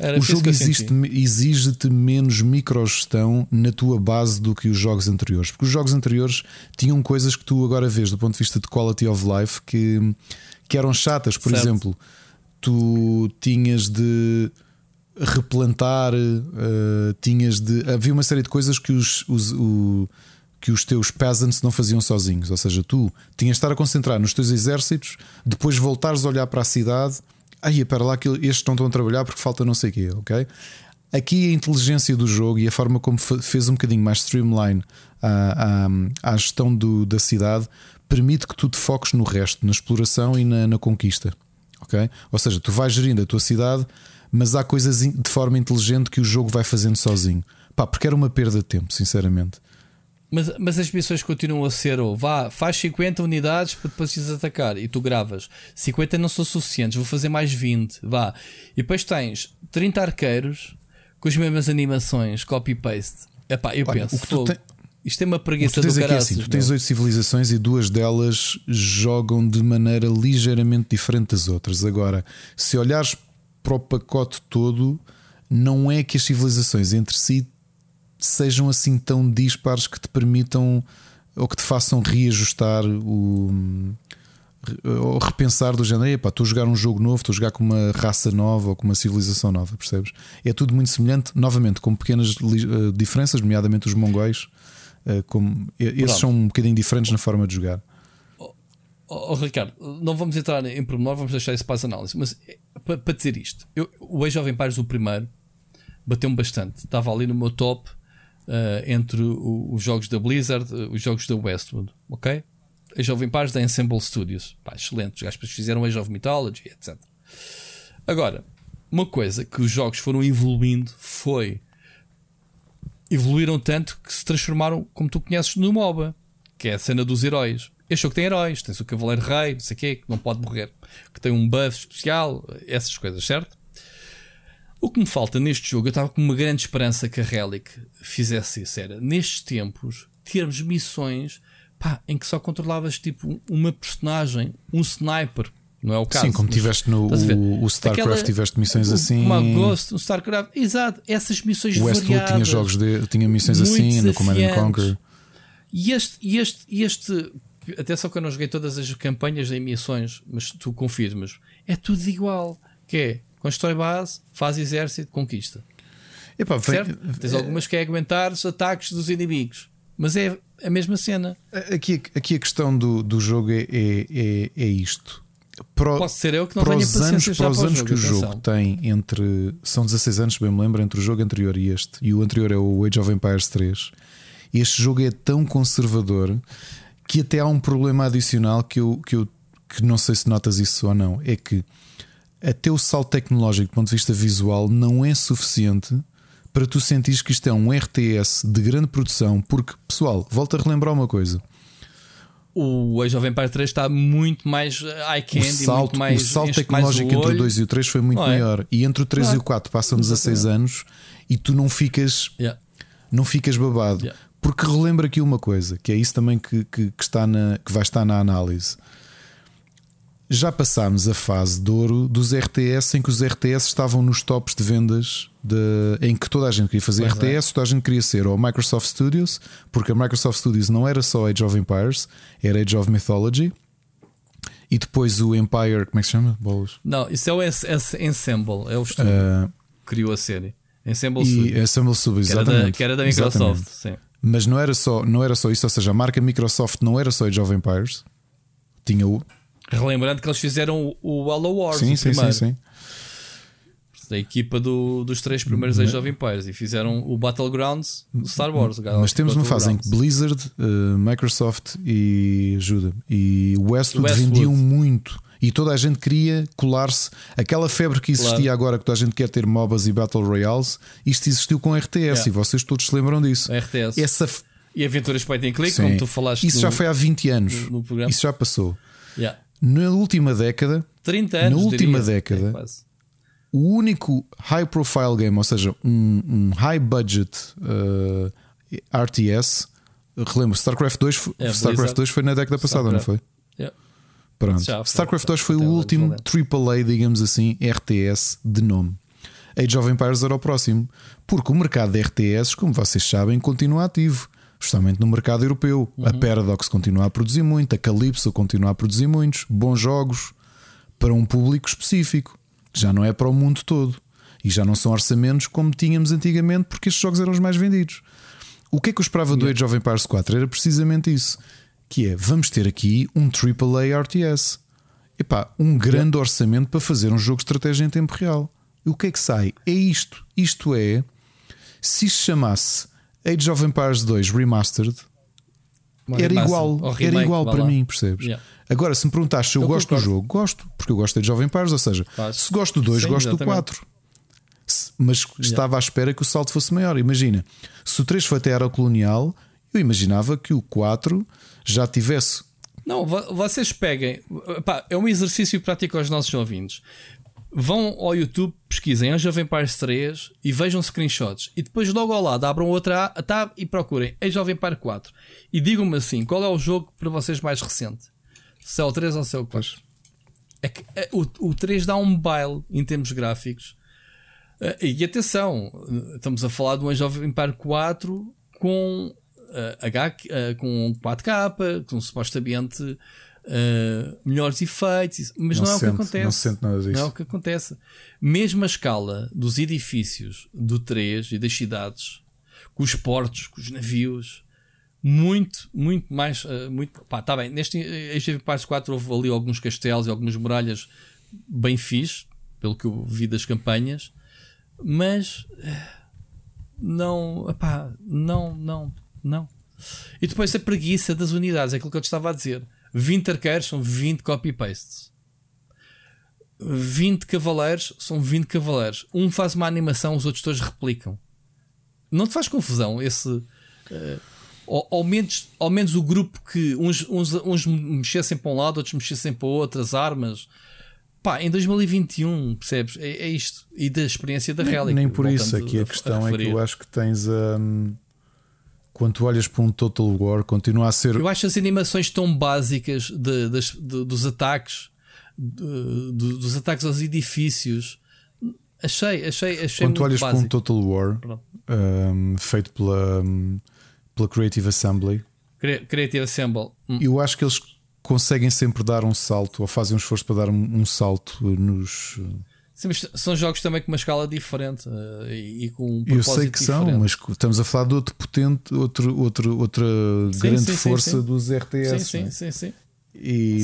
exige-te menos microgestão na tua base do que os jogos anteriores, porque os jogos anteriores tinham coisas que tu agora vês do ponto de vista de quality of life que eram chatas. Por exemplo, tu tinhas de replantar, havia uma série de coisas que os teus peasants não faziam sozinhos. Ou seja, tu tinhas de estar a concentrar nos teus exércitos, depois voltares a olhar para a cidade. Espera lá que estes não estão a trabalhar porque falta não sei o quê, ok? Aqui a inteligência do jogo e a forma como fez um bocadinho mais streamline à gestão da cidade permite que tu te foques no resto, na exploração e na conquista. Okay? Ou seja, tu vais gerindo a tua cidade, mas há coisas de forma inteligente que o jogo vai fazendo sozinho. Pá, porque era uma perda de tempo, sinceramente. Mas as missões continuam a ser: faz 50 unidades para depois te atacar e tu gravas. 50 não são suficientes, vou fazer mais 20. Vá. E depois tens 30 arqueiros com as mesmas animações, copy-paste. Epá, eu penso, isto é uma preguiça do caralho. Assim, tu tens 8 civilizações e 2 delas jogam de maneira ligeiramente diferente das outras. Agora, se olhares para o pacote todo, não é que as civilizações entre si sejam assim tão dispares que te permitam ou que te façam reajustar ou repensar do género: epá, estou a jogar um jogo novo, estou a jogar com uma raça nova ou com uma civilização nova, percebes? É tudo muito semelhante, novamente com pequenas diferenças, nomeadamente os mongóis, esses são um bocadinho diferentes na forma de jogar. Ricardo, não vamos entrar em pormenor, vamos deixar isso para as análises, mas para dizer isto, o Age of Empires, o primeiro, bateu-me bastante, estava ali no meu top entre os jogos da Blizzard, os jogos da Westwood, ok? Age of Empires da Ensemble Studios, pá, excelente, os gajos fizeram Age of Mythology, etc. Agora, uma coisa que os jogos foram evoluindo evoluíram tanto que se transformaram, como tu conheces, no MOBA, que é a cena dos heróis. Este jogo tem heróis, tens o Cavaleiro Rei, não sei o quê, que não pode morrer, que tem um buff especial, essas coisas, certo? O que me falta neste jogo, eu estava com uma grande esperança que a Relic fizesse isso, era nestes tempos termos missões, pá, em que só controlavas tipo uma personagem, um sniper, não é o caso. Sim, como tiveste no o StarCraft, tiveste missões assim. Como a Ghost, o StarCraft, exato, essas missões variadas. O Westwood tinha missões assim, no Command & Conquer. E este, atenção que eu não joguei todas as campanhas em missões, mas tu confirmas, é tudo igual, que é constrói base, faz exército, conquista. Epá, certo? Tens algumas que é aguentar os ataques dos inimigos, mas é a mesma cena. Aqui a questão do jogo é isto. Posso ser eu que não tenho paciência já para os anos jogo, que o jogo tem são 16 anos, bem me lembro, entre o jogo anterior e este, e o anterior é o Age of Empires 3. Este jogo é tão conservador que até há um problema adicional que não sei se notas isso ou não, é que até o salto tecnológico do ponto de vista visual não é suficiente para tu sentires que isto é um RTS de grande produção, porque, pessoal, volto a relembrar uma coisa: o Age of Empires 3 está muito mais eye-candy, muito mais. O salto tecnológico entre o 2 e o 3 foi muito maior, e entre o 3 e o 4 passam 16 anos e tu não ficas babado. Porque relembra aqui uma coisa, que é isso também que vai estar na análise. Já passámos a fase de ouro dos RTS, em que os RTS estavam nos tops de vendas, em que toda a gente queria fazer RTS, toda a gente queria ser ou Microsoft Studios, porque a Microsoft Studios não era só Age of Empires, era Age of Mythology, e depois o Empire, como é que se chama? Bolos? Não, isso é o Ensemble, é o estúdio que criou a série. Ensemble Studios, exatamente. Que era da Microsoft, sim. Mas não era só isso, ou seja, a marca Microsoft não era só Age of Empires, tinha o. Relembrando que eles fizeram o Halo Wars, sim. Da equipa dos 3 primeiros Age of Empires, e fizeram o Battlegrounds do Star Wars. Mas temos uma fase em que Blizzard, Microsoft e Westwood vendiam muito, e toda a gente queria colar-se. Aquela febre que existia agora, que toda a gente quer ter MOBAs e Battle Royales, isto existiu com RTS, e vocês todos se lembram disso. RTS. E aventuras point and click, como tu falaste. Isso já foi há 20 anos. No programa. Isso já passou. Na última década, 30 anos, o único high profile game, ou seja, um high budget RTS, relembro, StarCraft 2 foi na década passada, não foi? Pronto. StarCraft 2 foi o último AAA, digamos assim, RTS de nome. Age of Empires era o próximo, porque o mercado de RTS, como vocês sabem, continua ativo. Justamente no mercado europeu. A Paradox continua a produzir muito, a Calypso continua a produzir muitos bons jogos para um público específico. Já não é para o mundo todo. E já não são orçamentos como tínhamos antigamente, porque estes jogos eram os mais vendidos. O que é que eu esperava do Age of Empires 4? Era precisamente isso, que é, vamos ter aqui um AAA RTS. Epá, um grande orçamento para fazer um jogo de estratégia em tempo real. E o que é que sai? É isto. Isto é, se se chamasse Age of Empires 2 Remastered, era igual, remake, era igual para mim, percebes? Yeah. Agora, se me perguntares se eu gosto do jogo, gosto, porque eu gosto de Jovem Empires, ou seja, se gosto do 2, Sim, gosto exatamente. do 4. Mas estava à espera que o salto fosse maior. Imagina, se o 3 foi até a Era Colonial, eu imaginava que o 4 já tivesse. Não, vocês peguem. Pá, é um exercício prático aos nossos ouvintes. Vão ao YouTube, pesquisem Age of Empires 3 e vejam screenshots. E depois, logo ao lado, abram outra tab e procurem Age of Empires 4. E digam-me assim: qual é o jogo para vocês mais recente? Se é o 3 ou se é o 4? É que o 3 dá um baile em termos gráficos. E atenção, estamos a falar do Age of Empires 4 com com 4K, com supostamente melhores efeitos, mas não é o que acontece. Não se sente nada disso. Não é o que acontece. Mesmo a escala dos edifícios do 3 e das cidades, com os portos, com os navios, muito mais. Pá, tá bem. Neste Age of Empires 4 houve ali alguns castelos e algumas muralhas bem fixe, pelo que eu vi das campanhas, mas não. Epá, não. E depois a preguiça das unidades, é aquilo que eu te estava a dizer. 20 arqueiros são 20 copy-pastes. 20 cavaleiros são 20 cavaleiros. Um faz uma animação, os outros todos replicam. Não te faz confusão esse. Ao menos o grupo que uns mexessem para um lado, outros mexessem para outro, as armas. Pá, em 2021, percebes? É isto. E da experiência da Relic. Nem por isso. Aqui a questão é que eu acho que tens quando tu olhas para um Total War, continua a ser. Eu acho as animações tão básicas dos ataques, dos ataques aos edifícios. Achei quando tu olhas básico. para um Total War feito pela Creative Assembly, eu acho que eles conseguem sempre dar um salto, ou fazem um esforço para dar um salto nos. Sim, mas são jogos também com uma escala diferente e com um propósito. Eu sei que diferente. São, mas estamos a falar de outro potente, outra grande força dos RTS. Sim. E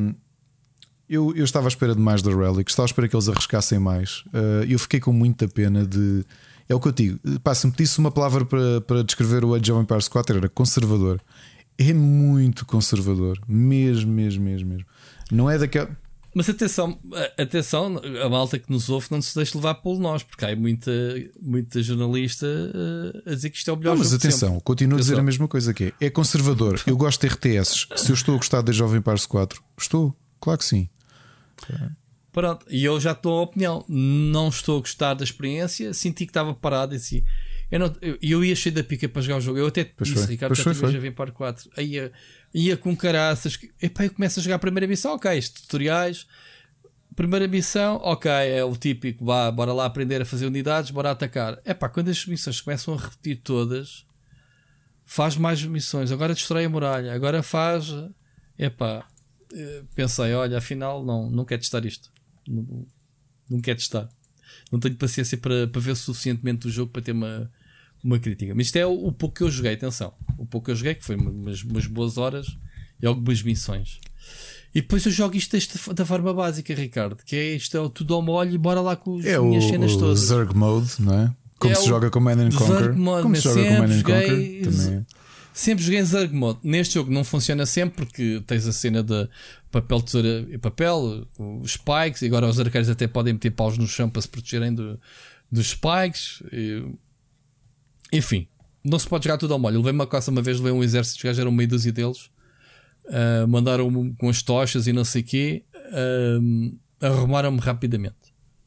eu estava à espera de mais da Relic, estava à espera que eles arriscassem mais. Eu fiquei com muita pena de. É o que eu digo. Pá, se me pedisse uma palavra para descrever o Age of Empires 4, era conservador. É muito conservador, mesmo. Não é daquela. Mas atenção, a malta que nos ouve não se deixe levar por nós, porque há muita jornalista a dizer que isto é o melhor jogo. Mas atenção, continuo a dizer a mesma coisa que é conservador. Eu gosto de RTS. Se eu estou a gostar de Jovem Empires 4, estou, claro que sim. Pronto, e eu já estou a opinião. Não estou a gostar da experiência, senti que estava parado e assim. Eu ia cheio da pica para jogar o jogo. Eu até disse, Ricardo, já tive Jovem Empires 4. Aí ia com caraças. Epá, eu começo a jogar a primeira missão. Ok, estes tutoriais. Primeira missão, ok, é o típico. Bora lá aprender a fazer unidades, bora atacar. Epá, quando as missões começam a repetir todas, faz mais missões. Agora destrói a muralha. Agora faz. Epá, pensei, olha, afinal, não quero testar isto. Não quero testar. Não tenho paciência para ver suficientemente do jogo para ter uma crítica. Mas isto é o pouco que eu joguei, atenção. O pouco que eu joguei, que foi umas boas horas e algumas missões. E depois eu jogo isto da forma básica, Ricardo, que é isto, é tudo ao molho e bora lá com as minhas cenas todas. É o Zerg Mode, não é? Como se joga com Command & Conquer. Como se joga com Command & Conquer também. Sempre joguei em Zerg Mode. Neste jogo não funciona sempre porque tens a cena de papel, tesoura e papel, os spikes, e agora os arqueiros até podem meter paus no chão para se protegerem dos spikes. Enfim, não se pode jogar tudo ao molho. Levei uma coça uma vez, levei um exército, os gajos eram meia dúzia deles, mandaram-me com as tochas e não sei o quê, arrumaram-me rapidamente.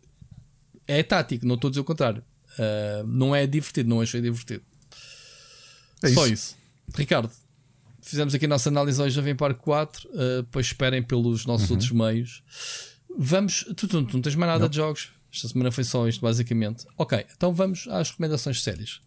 É tático, não estou a dizer o contrário. Não é divertido, não achei divertido. Só isso. Ricardo, fizemos aqui a nossa análise hoje, já vem para 4. Depois esperem pelos nossos outros meios. Vamos. Tu não tens mais nada de jogos. Esta semana foi só isto, basicamente. Ok, então vamos às recomendações de séries.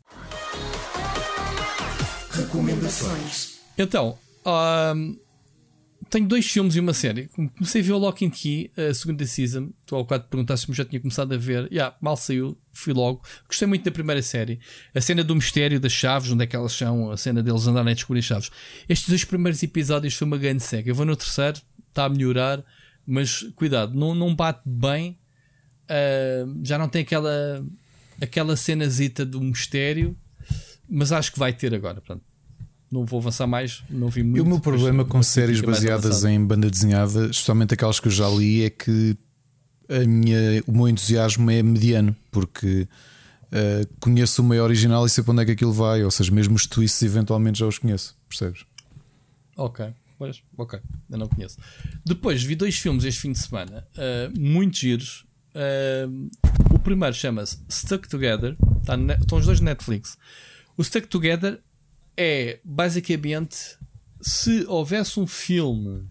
Recomendações. Então, tenho 2 filmes e uma série. Comecei a ver o Lock and Key, a segunda season. Tu ao bocado perguntaste se me já tinha começado a ver. Mal saiu, fui logo. Gostei muito da primeira série. A cena do mistério das chaves, onde é que elas são, a cena deles andarem a descobrir chaves. Estes 2 primeiros episódios foi uma grande seca. Eu vou no terceiro, está a melhorar, mas cuidado, não bate bem. Já não tem aquela cenazita do mistério, mas acho que vai ter agora. Portanto, não vou avançar mais, não vi muito. E o meu problema com séries baseadas em banda desenhada, especialmente aquelas que eu já li, é que o meu entusiasmo é mediano, porque conheço o meio original e sei para onde é que aquilo vai, ou seja, mesmo os twists eventualmente já os conheço, percebes? Ok, eu não conheço. Depois vi 2 filmes este fim de semana, muito giros. O primeiro chama-se Stuck Together, estão os dois no Netflix. O Stuck Together é basicamente se houvesse um filme.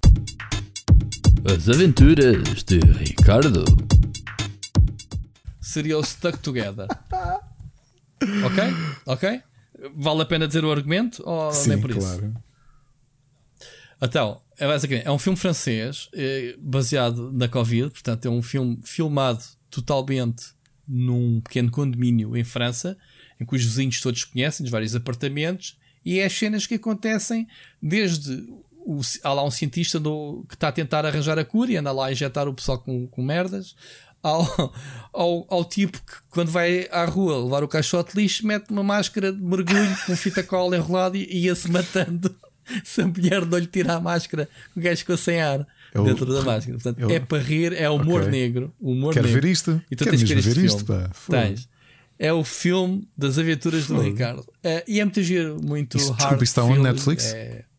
As Aventuras de Ricardo. Seria o Stuck Together. Ok? Vale a pena dizer o argumento ou Sim, nem por isso? Claro. Então, basicamente, é um filme francês baseado na Covid, portanto, é um filme filmado totalmente num pequeno condomínio em França, em que os vizinhos todos conhecem, dos vários apartamentos, e é as cenas que acontecem desde há lá um cientista que está a tentar arranjar a cura e anda lá a injetar o pessoal com merdas, ao tipo que quando vai à rua levar o caixote de lixo mete uma máscara de mergulho com fita cola enrolada e ia-se matando se a mulher não lhe tira a máscara, o gajo ficou sem ar dentro da máscara. Portanto, é para rir, é humor negro. Quero negro. ver isto. E tu Quero tens que ver mesmo ver este isto. filme. Tens. É o filme das aventuras do Ricardo. E é muito giro, muito isso, hard. Desculpa, está on Netflix?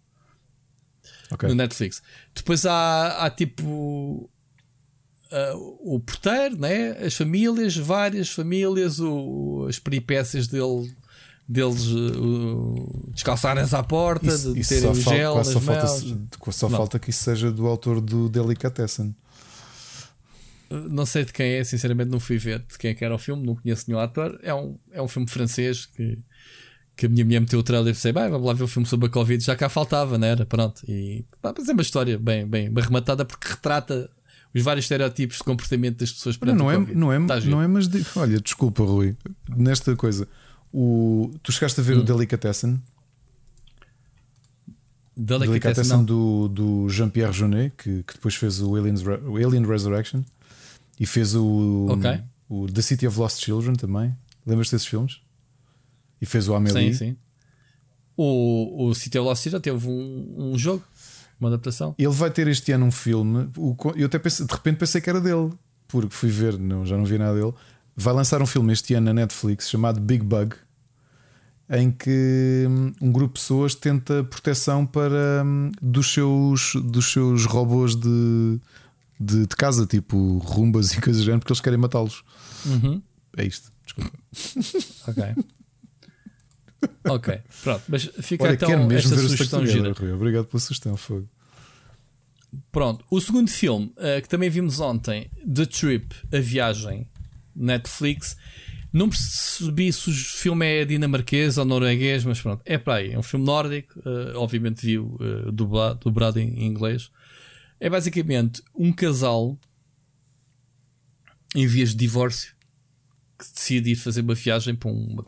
No Netflix. Depois há tipo o porteiro, né? As famílias, várias famílias, as peripécias deles descalçarem-se à porta, isso, de terem o gel nas mãos. Só falta que isso seja do autor do Delicatessen. Não sei de quem é, sinceramente não fui ver de quem é que era o filme, não conheço nenhum ator. É um filme francês que a minha mulher meteu o trailer e pensei, vamos lá ver o filme sobre a Covid, já cá faltava, não era? Pronto. Mas é uma história bem rematada porque retrata os vários estereótipos de comportamento das pessoas perante a Covid. Não é, mas olha, desculpa, Rui, nesta coisa, tu chegaste a ver o Delicatessen? Delicatessen do Jean-Pierre Jeunet, que depois fez o Alien Resurrection e fez o The City of Lost Children também. Lembras-te desses filmes? E fez o Amélie. Sim. O City of Lost Children teve um jogo, uma adaptação. Ele vai ter este ano um filme. Eu até de repente pensei que era dele, porque fui ver, já não vi nada dele. Vai lançar um filme este ano na Netflix chamado Big Bug, em que um grupo de pessoas tenta proteção dos seus robôs de casa, tipo rumbas e coisas do género, porque eles querem matá-los. É isto, desculpa. Ok, pronto, mas fica então quero mesmo esta ver sugestão gira. Obrigado pela sugestão, fogo. Pronto, o segundo filme que também vimos ontem, The Trip, A Viagem, Netflix. Não percebi se o filme é dinamarquês ou norueguês, mas pronto, é para aí. É um filme nórdico, obviamente viu dublado em inglês. É basicamente um casal em vias de divórcio que decide ir fazer uma viagem para um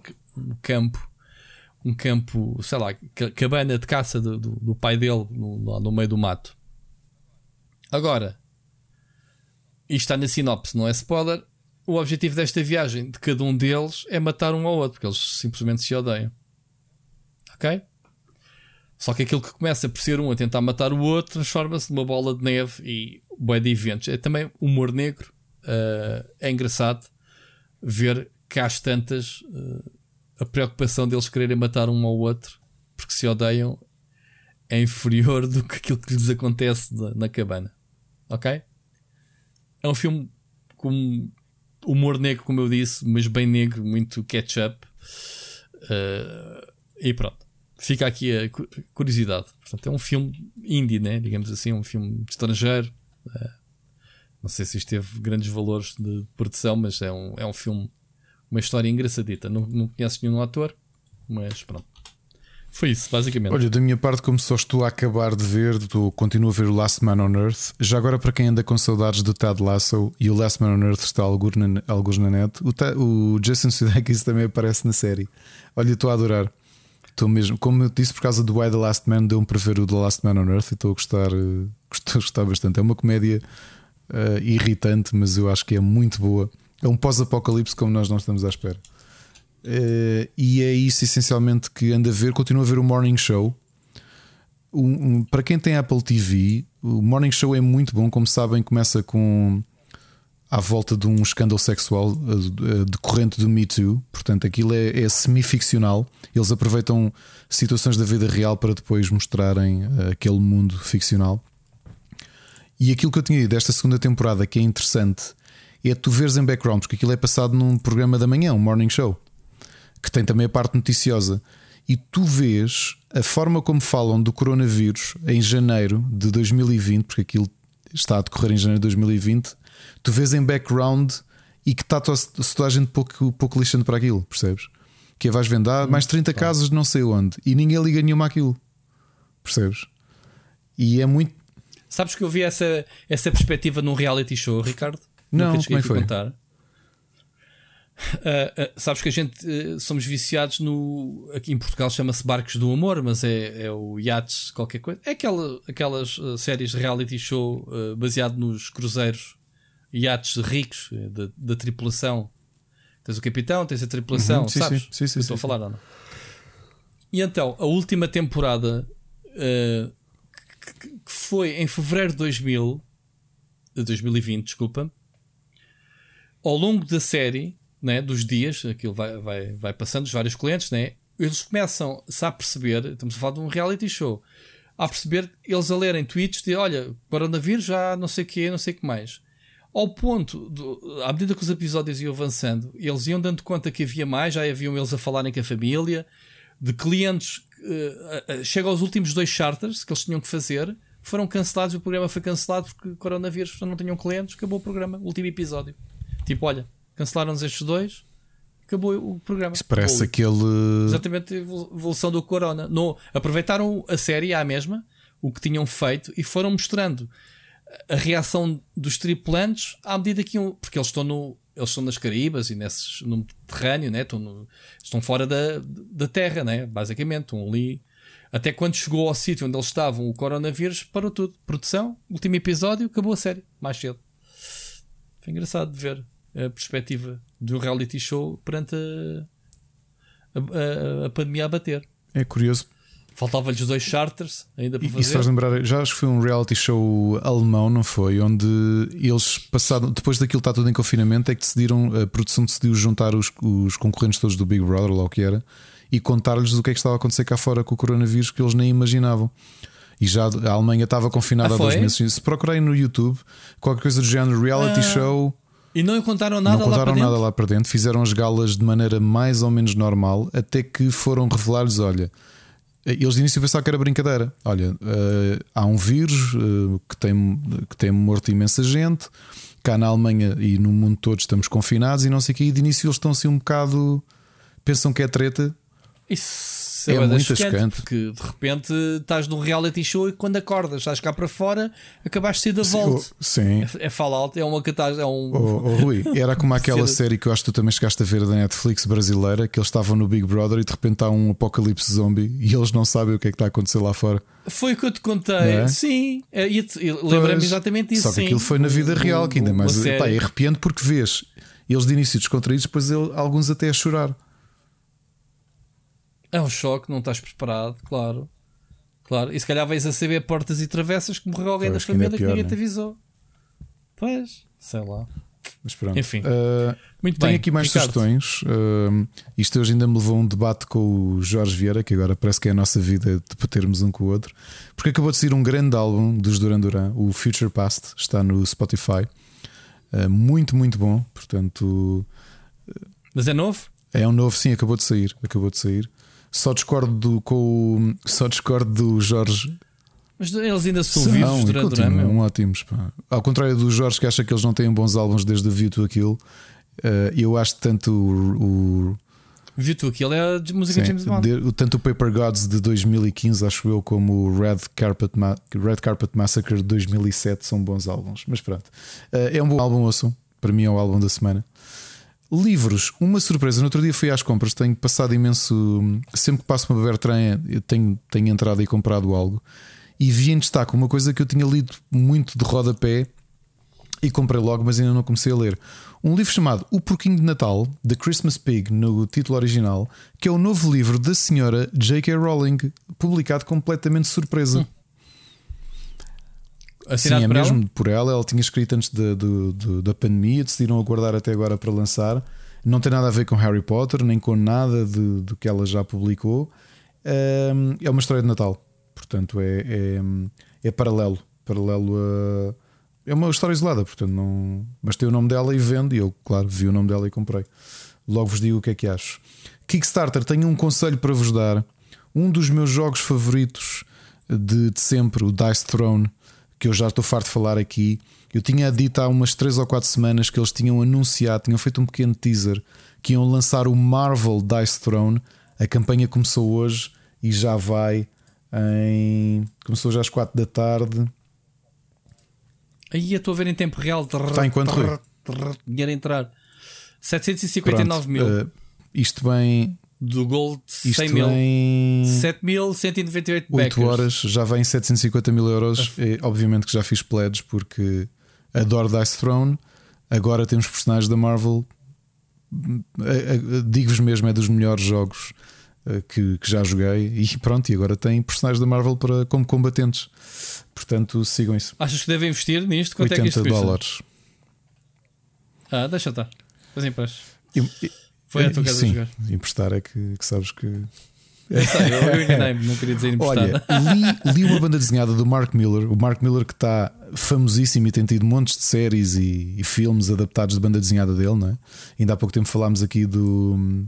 campo, sei lá, cabana de caça do pai dele no meio do mato. Agora, isto está na sinopse, não é spoiler. O objetivo desta viagem de cada um deles é matar um ao outro, porque eles simplesmente se odeiam. Ok? Só que aquilo que começa por ser um a tentar matar o outro transforma-se numa bola de neve e bué de eventos. É também humor negro. É engraçado ver que às tantas a preocupação deles quererem matar um ao outro porque se odeiam é inferior do que aquilo que lhes acontece na cabana. Ok? É um filme com humor negro, como eu disse, mas bem negro, muito ketchup. E pronto. Fica aqui a curiosidade. Portanto, é um filme indie, né? Digamos assim, um filme estrangeiro. Não sei se isto teve grandes valores de produção, mas é um filme, uma história engraçadita. Não conheço nenhum ator, mas pronto. Foi isso, basicamente. Olha, da minha parte, como só estou a acabar de ver, continuo a ver o Last Man on Earth. Já agora, para quem anda com saudades do Ted Lasso, e o Last Man on Earth está alguns na net, o Jason Sudeikis também aparece na série. Olha, estou a adorar. Estou mesmo, como eu disse, por causa do Why the Last Man, deu-me para ver o The Last Man on Earth e estou a gostar bastante. É uma comédia irritante, mas eu acho que é muito boa. É um pós-apocalipse como nós não estamos à espera. E é isso essencialmente que anda a ver. Continua a ver o Morning Show. Para quem tem Apple TV, o Morning Show é muito bom. Como sabem, começa com à volta de um escândalo sexual decorrente do Me Too. Portanto, aquilo é semi-ficcional. Eles aproveitam situações da vida real para depois mostrarem aquele mundo ficcional. E aquilo que eu tinha dito desta segunda temporada que é interessante é tu veres em background, porque aquilo é passado num programa da manhã, um Morning Show, que tem também a parte noticiosa. E tu vês a forma como falam do coronavírus em janeiro de 2020, porque aquilo está a decorrer em janeiro de 2020. Tu vês em background e que está toda a gente pouco lixando para aquilo, percebes? Que vais vendo, mais 30 casos não sei onde, e ninguém liga nenhuma àquilo, percebes? E é muito. Sabes que eu vi essa perspectiva num reality show, Ricardo? Não, como é que foi? Contar. Sabes que a gente somos viciados no. Aqui em Portugal chama-se Barcos do Amor, mas é o Yachts, qualquer coisa. É aquelas séries de reality show baseado nos cruzeiros, iates ricos da tripulação. Tens o capitão, tens a tripulação, sabes? Sim, estou a falar, não? E então, a última temporada que foi em fevereiro de 2020, desculpa, ao longo da série, né, dos dias, aquilo vai passando, os vários clientes, né, eles começam-se a perceber, estamos a falar de um reality show, a perceber, eles a lerem tweets de, olha, coronavírus já não sei o que, não sei o que mais. Ao ponto, à medida que os episódios iam avançando, eles iam dando conta que havia mais, já haviam eles a falarem com a família, de clientes, chega aos últimos 2 charters que eles tinham que fazer, foram cancelados, o programa foi cancelado porque coronavírus, não tinham clientes, acabou o programa, último episódio. Tipo, olha, cancelaram-nos estes 2, acabou o programa. Isso parece aquele. Exatamente a evolução do corona. Aproveitaram a série à mesma, o que tinham feito, e foram mostrando a reação dos tripulantes à medida que iam. Porque eles estão nas Caraíbas e no Mediterrâneo, né? Estão fora da terra, né? Basicamente, estão ali. Até quando chegou ao sítio onde eles estavam, o coronavírus parou tudo. Produção, último episódio, acabou a série, mais cedo. Foi engraçado de ver a perspectiva de um reality show perante a pandemia a bater. É curioso. Faltavam-lhes 2 charters ainda para fazer. Isso faz lembrar, já acho que foi um reality show alemão, não foi? Onde eles passaram, depois daquilo está tudo em confinamento, é que a produção decidiu juntar os concorrentes todos do Big Brother, lá o que era, e contar-lhes o que é que estava a acontecer cá fora com o coronavírus que eles nem imaginavam. E já a Alemanha estava confinada há 2 meses. Se procurei no YouTube qualquer coisa do género reality show. E não contaram nada não contaram nada lá para dentro. Fizeram as galas de maneira mais ou menos normal, até que foram revelar-lhes: olha, eles de início pensavam que era brincadeira. Olha, há um vírus que tem morto imensa gente. Cá na Alemanha e no mundo todo estamos confinados e não sei o que. E de início eles estão assim um bocado. Pensam que é treta. Isso é muito chocante. Porque de repente estás num reality show e quando acordas, estás cá para fora, acabaste de sair da volta. Sim. É Fallout, é uma catástrofe. Rui, era como aquela série que eu acho que tu também chegaste a ver da Netflix brasileira, que eles estavam no Big Brother e de repente há um apocalipse zombie e eles não sabem o que é que está a acontecer lá fora. Foi o que eu te contei, é? Sim. Lembrei-me exatamente disso. Só que aquilo foi na vida real, que ainda mais é arrepiante porque vês eles de início descontraídos, depois alguns até a chorar. É um choque, não estás preparado, claro. E se calhar vais a saber portas e travessas que morreu alguém da família que ninguém te avisou. Pois, sei lá. Mas pronto. Enfim, muito tenho bem. aqui mais Ricardo. sugestões. Isto hoje ainda me levou a um debate com o Jorge Vieira, que agora parece que é a nossa vida de batermos um com o outro. Porque acabou de sair um grande álbum dos Duran Duran, o Future Past, está no Spotify. Muito, muito bom. Portanto, mas é novo? É um novo, sim, acabou de sair. Só discordo do Jorge. Mas eles ainda são vivos durante o ano. Ótimos, pá. Ao contrário do Jorge, que acha que eles não têm bons álbuns desde o View to a Kill, eu acho que tanto o View to a Kill é de música de James Bond. Tanto o Paper Gods de 2015, acho eu, como o Red Carpet Massacre de 2007 são bons álbuns. Mas pronto, é um bom álbum, ouçam. Para mim é o álbum da semana. Livros, uma surpresa. No outro dia fui às compras, tenho passado imenso. Sempre que passo uma Bertrand, eu tenho entrado e comprado algo. E vi em destaque uma coisa que eu tinha lido muito de rodapé e comprei logo, mas ainda não comecei a ler. Um livro chamado O Porquinho de Natal, The Christmas Pig, no título original, que é o novo livro da senhora J.K. Rowling, publicado completamente de surpresa. Assinado Sim, é por mesmo ela? por ela. Ela tinha escrito antes da pandemia, decidiram aguardar até agora para lançar. Não tem nada a ver com Harry Potter, nem com nada do que ela já publicou. É uma história de Natal, portanto é paralelo a. É uma história isolada, portanto não. Mas tem o nome dela e vende. E eu, claro, vi o nome dela e comprei. Logo vos digo o que é que acho. Kickstarter, tenho um conselho para vos dar. Um dos meus jogos favoritos de sempre, o Dice Throne, que eu já estou farto de falar aqui. Eu tinha dito há umas 3 ou 4 semanas que eles tinham anunciado, tinham feito um pequeno teaser, que iam lançar o Marvel Dice Throne. A campanha começou hoje e já vai em. Começou já às 4 da tarde. Aí eu estou a ver em tempo real. Está em quanto, Rui? Dinheiro a entrar 759 mil. Isto vem. Do Gold, Isto 100 mil. em 7.198 8 backers. horas, já vai em 750 mil euros. Obviamente que já fiz pledge porque adoro Dice Throne. Agora temos personagens da Marvel. Digo-vos mesmo, é dos melhores jogos que já joguei. E pronto, e agora tem personagens da Marvel como combatentes. Portanto, sigam isso. Achas que devem investir nisto? Quanto é que isto $80. Ah, deixa estar. Depois emprestas. Foi a tua casa sim, jogar. Emprestar é que sabes que. Eu enganei-me, não queria dizer emprestar. Olha, li uma banda desenhada do Mark Miller. O Mark Miller que está famosíssimo e tem tido montes de séries e filmes adaptados de banda desenhada dele, não é? Ainda há pouco tempo falámos aqui do.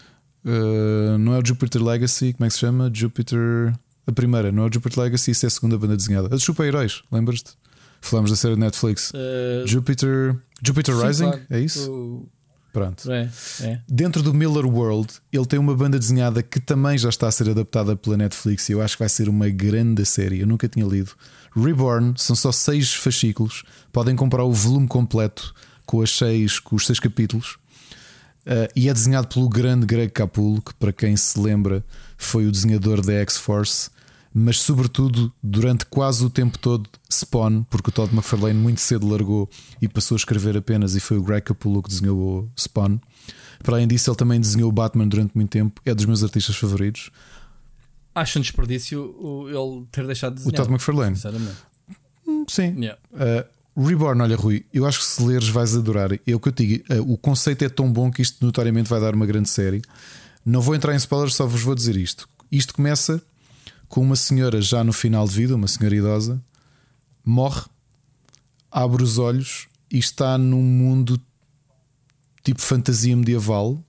Não é o Jupiter Legacy, como é que se chama? Jupiter. A primeira, não é o Jupiter Legacy, isso é a segunda banda desenhada. A dos super-heróis, lembras-te? Falámos da série de Netflix. Jupiter sim, Rising, claro. é isso? Pronto. É. Dentro do Miller World, ele tem uma banda desenhada que também já está a ser adaptada pela Netflix e eu acho que vai ser uma grande série. Eu nunca tinha lido. Reborn, são só 6 fascículos. Podem comprar o volume completo com os 6 capítulos. E é desenhado pelo grande Greg Capullo, que para quem se lembra foi o desenhador da X-Force, mas sobretudo durante quase o tempo todo Spawn, porque o Todd McFarlane muito cedo largou e passou a escrever apenas, e foi o Greg Capullo que desenhou o Spawn. Para além disso, ele também desenhou o Batman durante muito tempo. É dos meus artistas favoritos. Acho um desperdício ele ter deixado de desenhar. O Todd McFarlane, sinceramente. sim. Yeah. Reborn, olha, Rui, eu acho que se leres vais adorar. É o que eu te digo, o conceito é tão bom que isto notoriamente vai dar uma grande série. Não vou entrar em spoilers, só vos vou dizer isto. Isto começa com uma senhora já no final de vida, uma senhora idosa, morre, abre os olhos e está num mundo tipo fantasia medieval.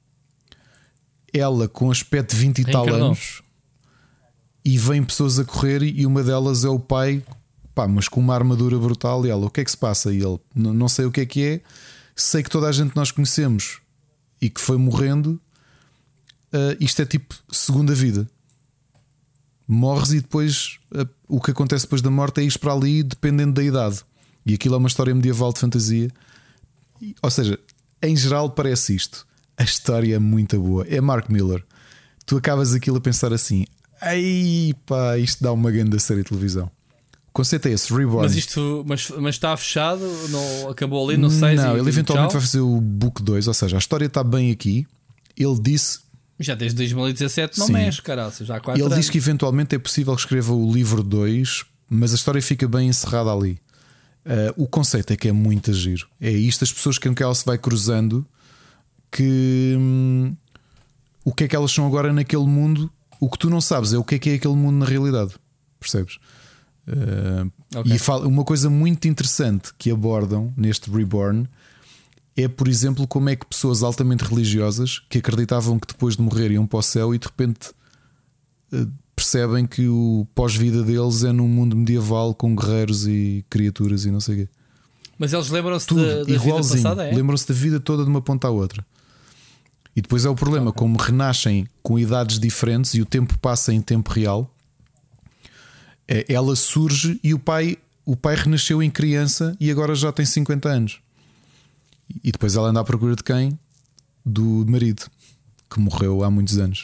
Ela com aspecto de 20 e tal anos, e vêm pessoas a correr e uma delas é o pai, mas com uma armadura brutal. E ela, o que é que se passa? E ele, não sei o que é, sei que toda a gente nós conhecemos e que foi morrendo. Isto é tipo segunda vida. Morres e depois o que acontece depois da morte é ir para ali dependendo da idade. E aquilo é uma história medieval de fantasia. Ou seja, em geral parece isto. A história é muito boa. É Mark Miller. Tu acabas aquilo a pensar assim: ai pá, isto dá uma grande série de televisão. O conceito é esse, Reborn. Mas está fechado? Não, acabou ali, não sei. Não, ele eventualmente vai fazer o Book 2. Ou seja, a história está bem aqui. Ele disse. Já desde 2017 não sim, mexe, caralho. Já há 4 ele anos. diz que eventualmente é possível que escreva o livro 2, mas a história fica bem encerrada ali. O conceito é que é muito giro. É isto, as pessoas com que ela se vai cruzando, que o que é que elas são agora naquele mundo. O que tu não sabes é o que é aquele mundo na realidade. Percebes? Okay. E uma coisa muito interessante que abordam neste Reborn é, por exemplo, como é que pessoas altamente religiosas que acreditavam que depois de morrer iam para o céu e de repente percebem que o pós-vida deles é num mundo medieval com guerreiros e criaturas e não sei o quê. Mas eles lembram-se da vida passada, é? Lembram-se da vida toda de uma ponta à outra. E depois é o problema, como renascem com idades diferentes e o tempo passa em tempo real, ela surge e o pai renasceu em criança e agora já tem 50 anos. E depois ela anda à procura de quem? Do marido, que morreu há muitos anos.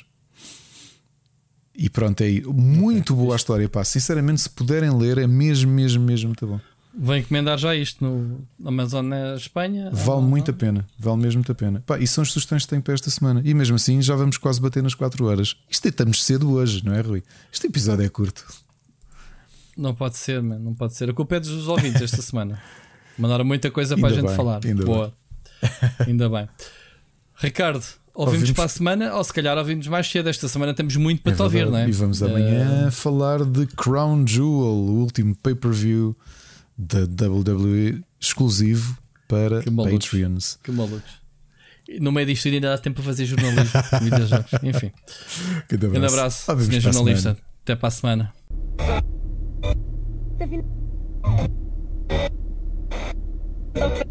E pronto, é muito boa a história, pá. Sinceramente, se puderem ler, é mesmo muito bom. Vou encomendar já isto no Amazon na Espanha. Vale muito a pena, vale mesmo muito a pena. Pá, e são as sugestões que tenho para esta semana. E mesmo assim já vamos quase bater nas 4 horas. Isto estamos cedo hoje, não é, Rui? Este episódio é curto. Não pode ser, man, não pode ser. A culpa é dos ouvintes esta semana. Mandaram muita coisa para Ainda a gente bem, falar. ainda Boa. Ainda bem. Ricardo, ouvimos para a semana, ou se calhar ouvimos mais cedo. Esta semana temos muito para te ouvir, não é? E vamos amanhã falar de Crown Jewel, o último pay-per-view da WWE exclusivo para Patreons. Que malucos. No meio disto ainda dá tempo para fazer jornalismo. Videojogos. Enfim. Grande abraço, senhor jornalista. Até para a semana.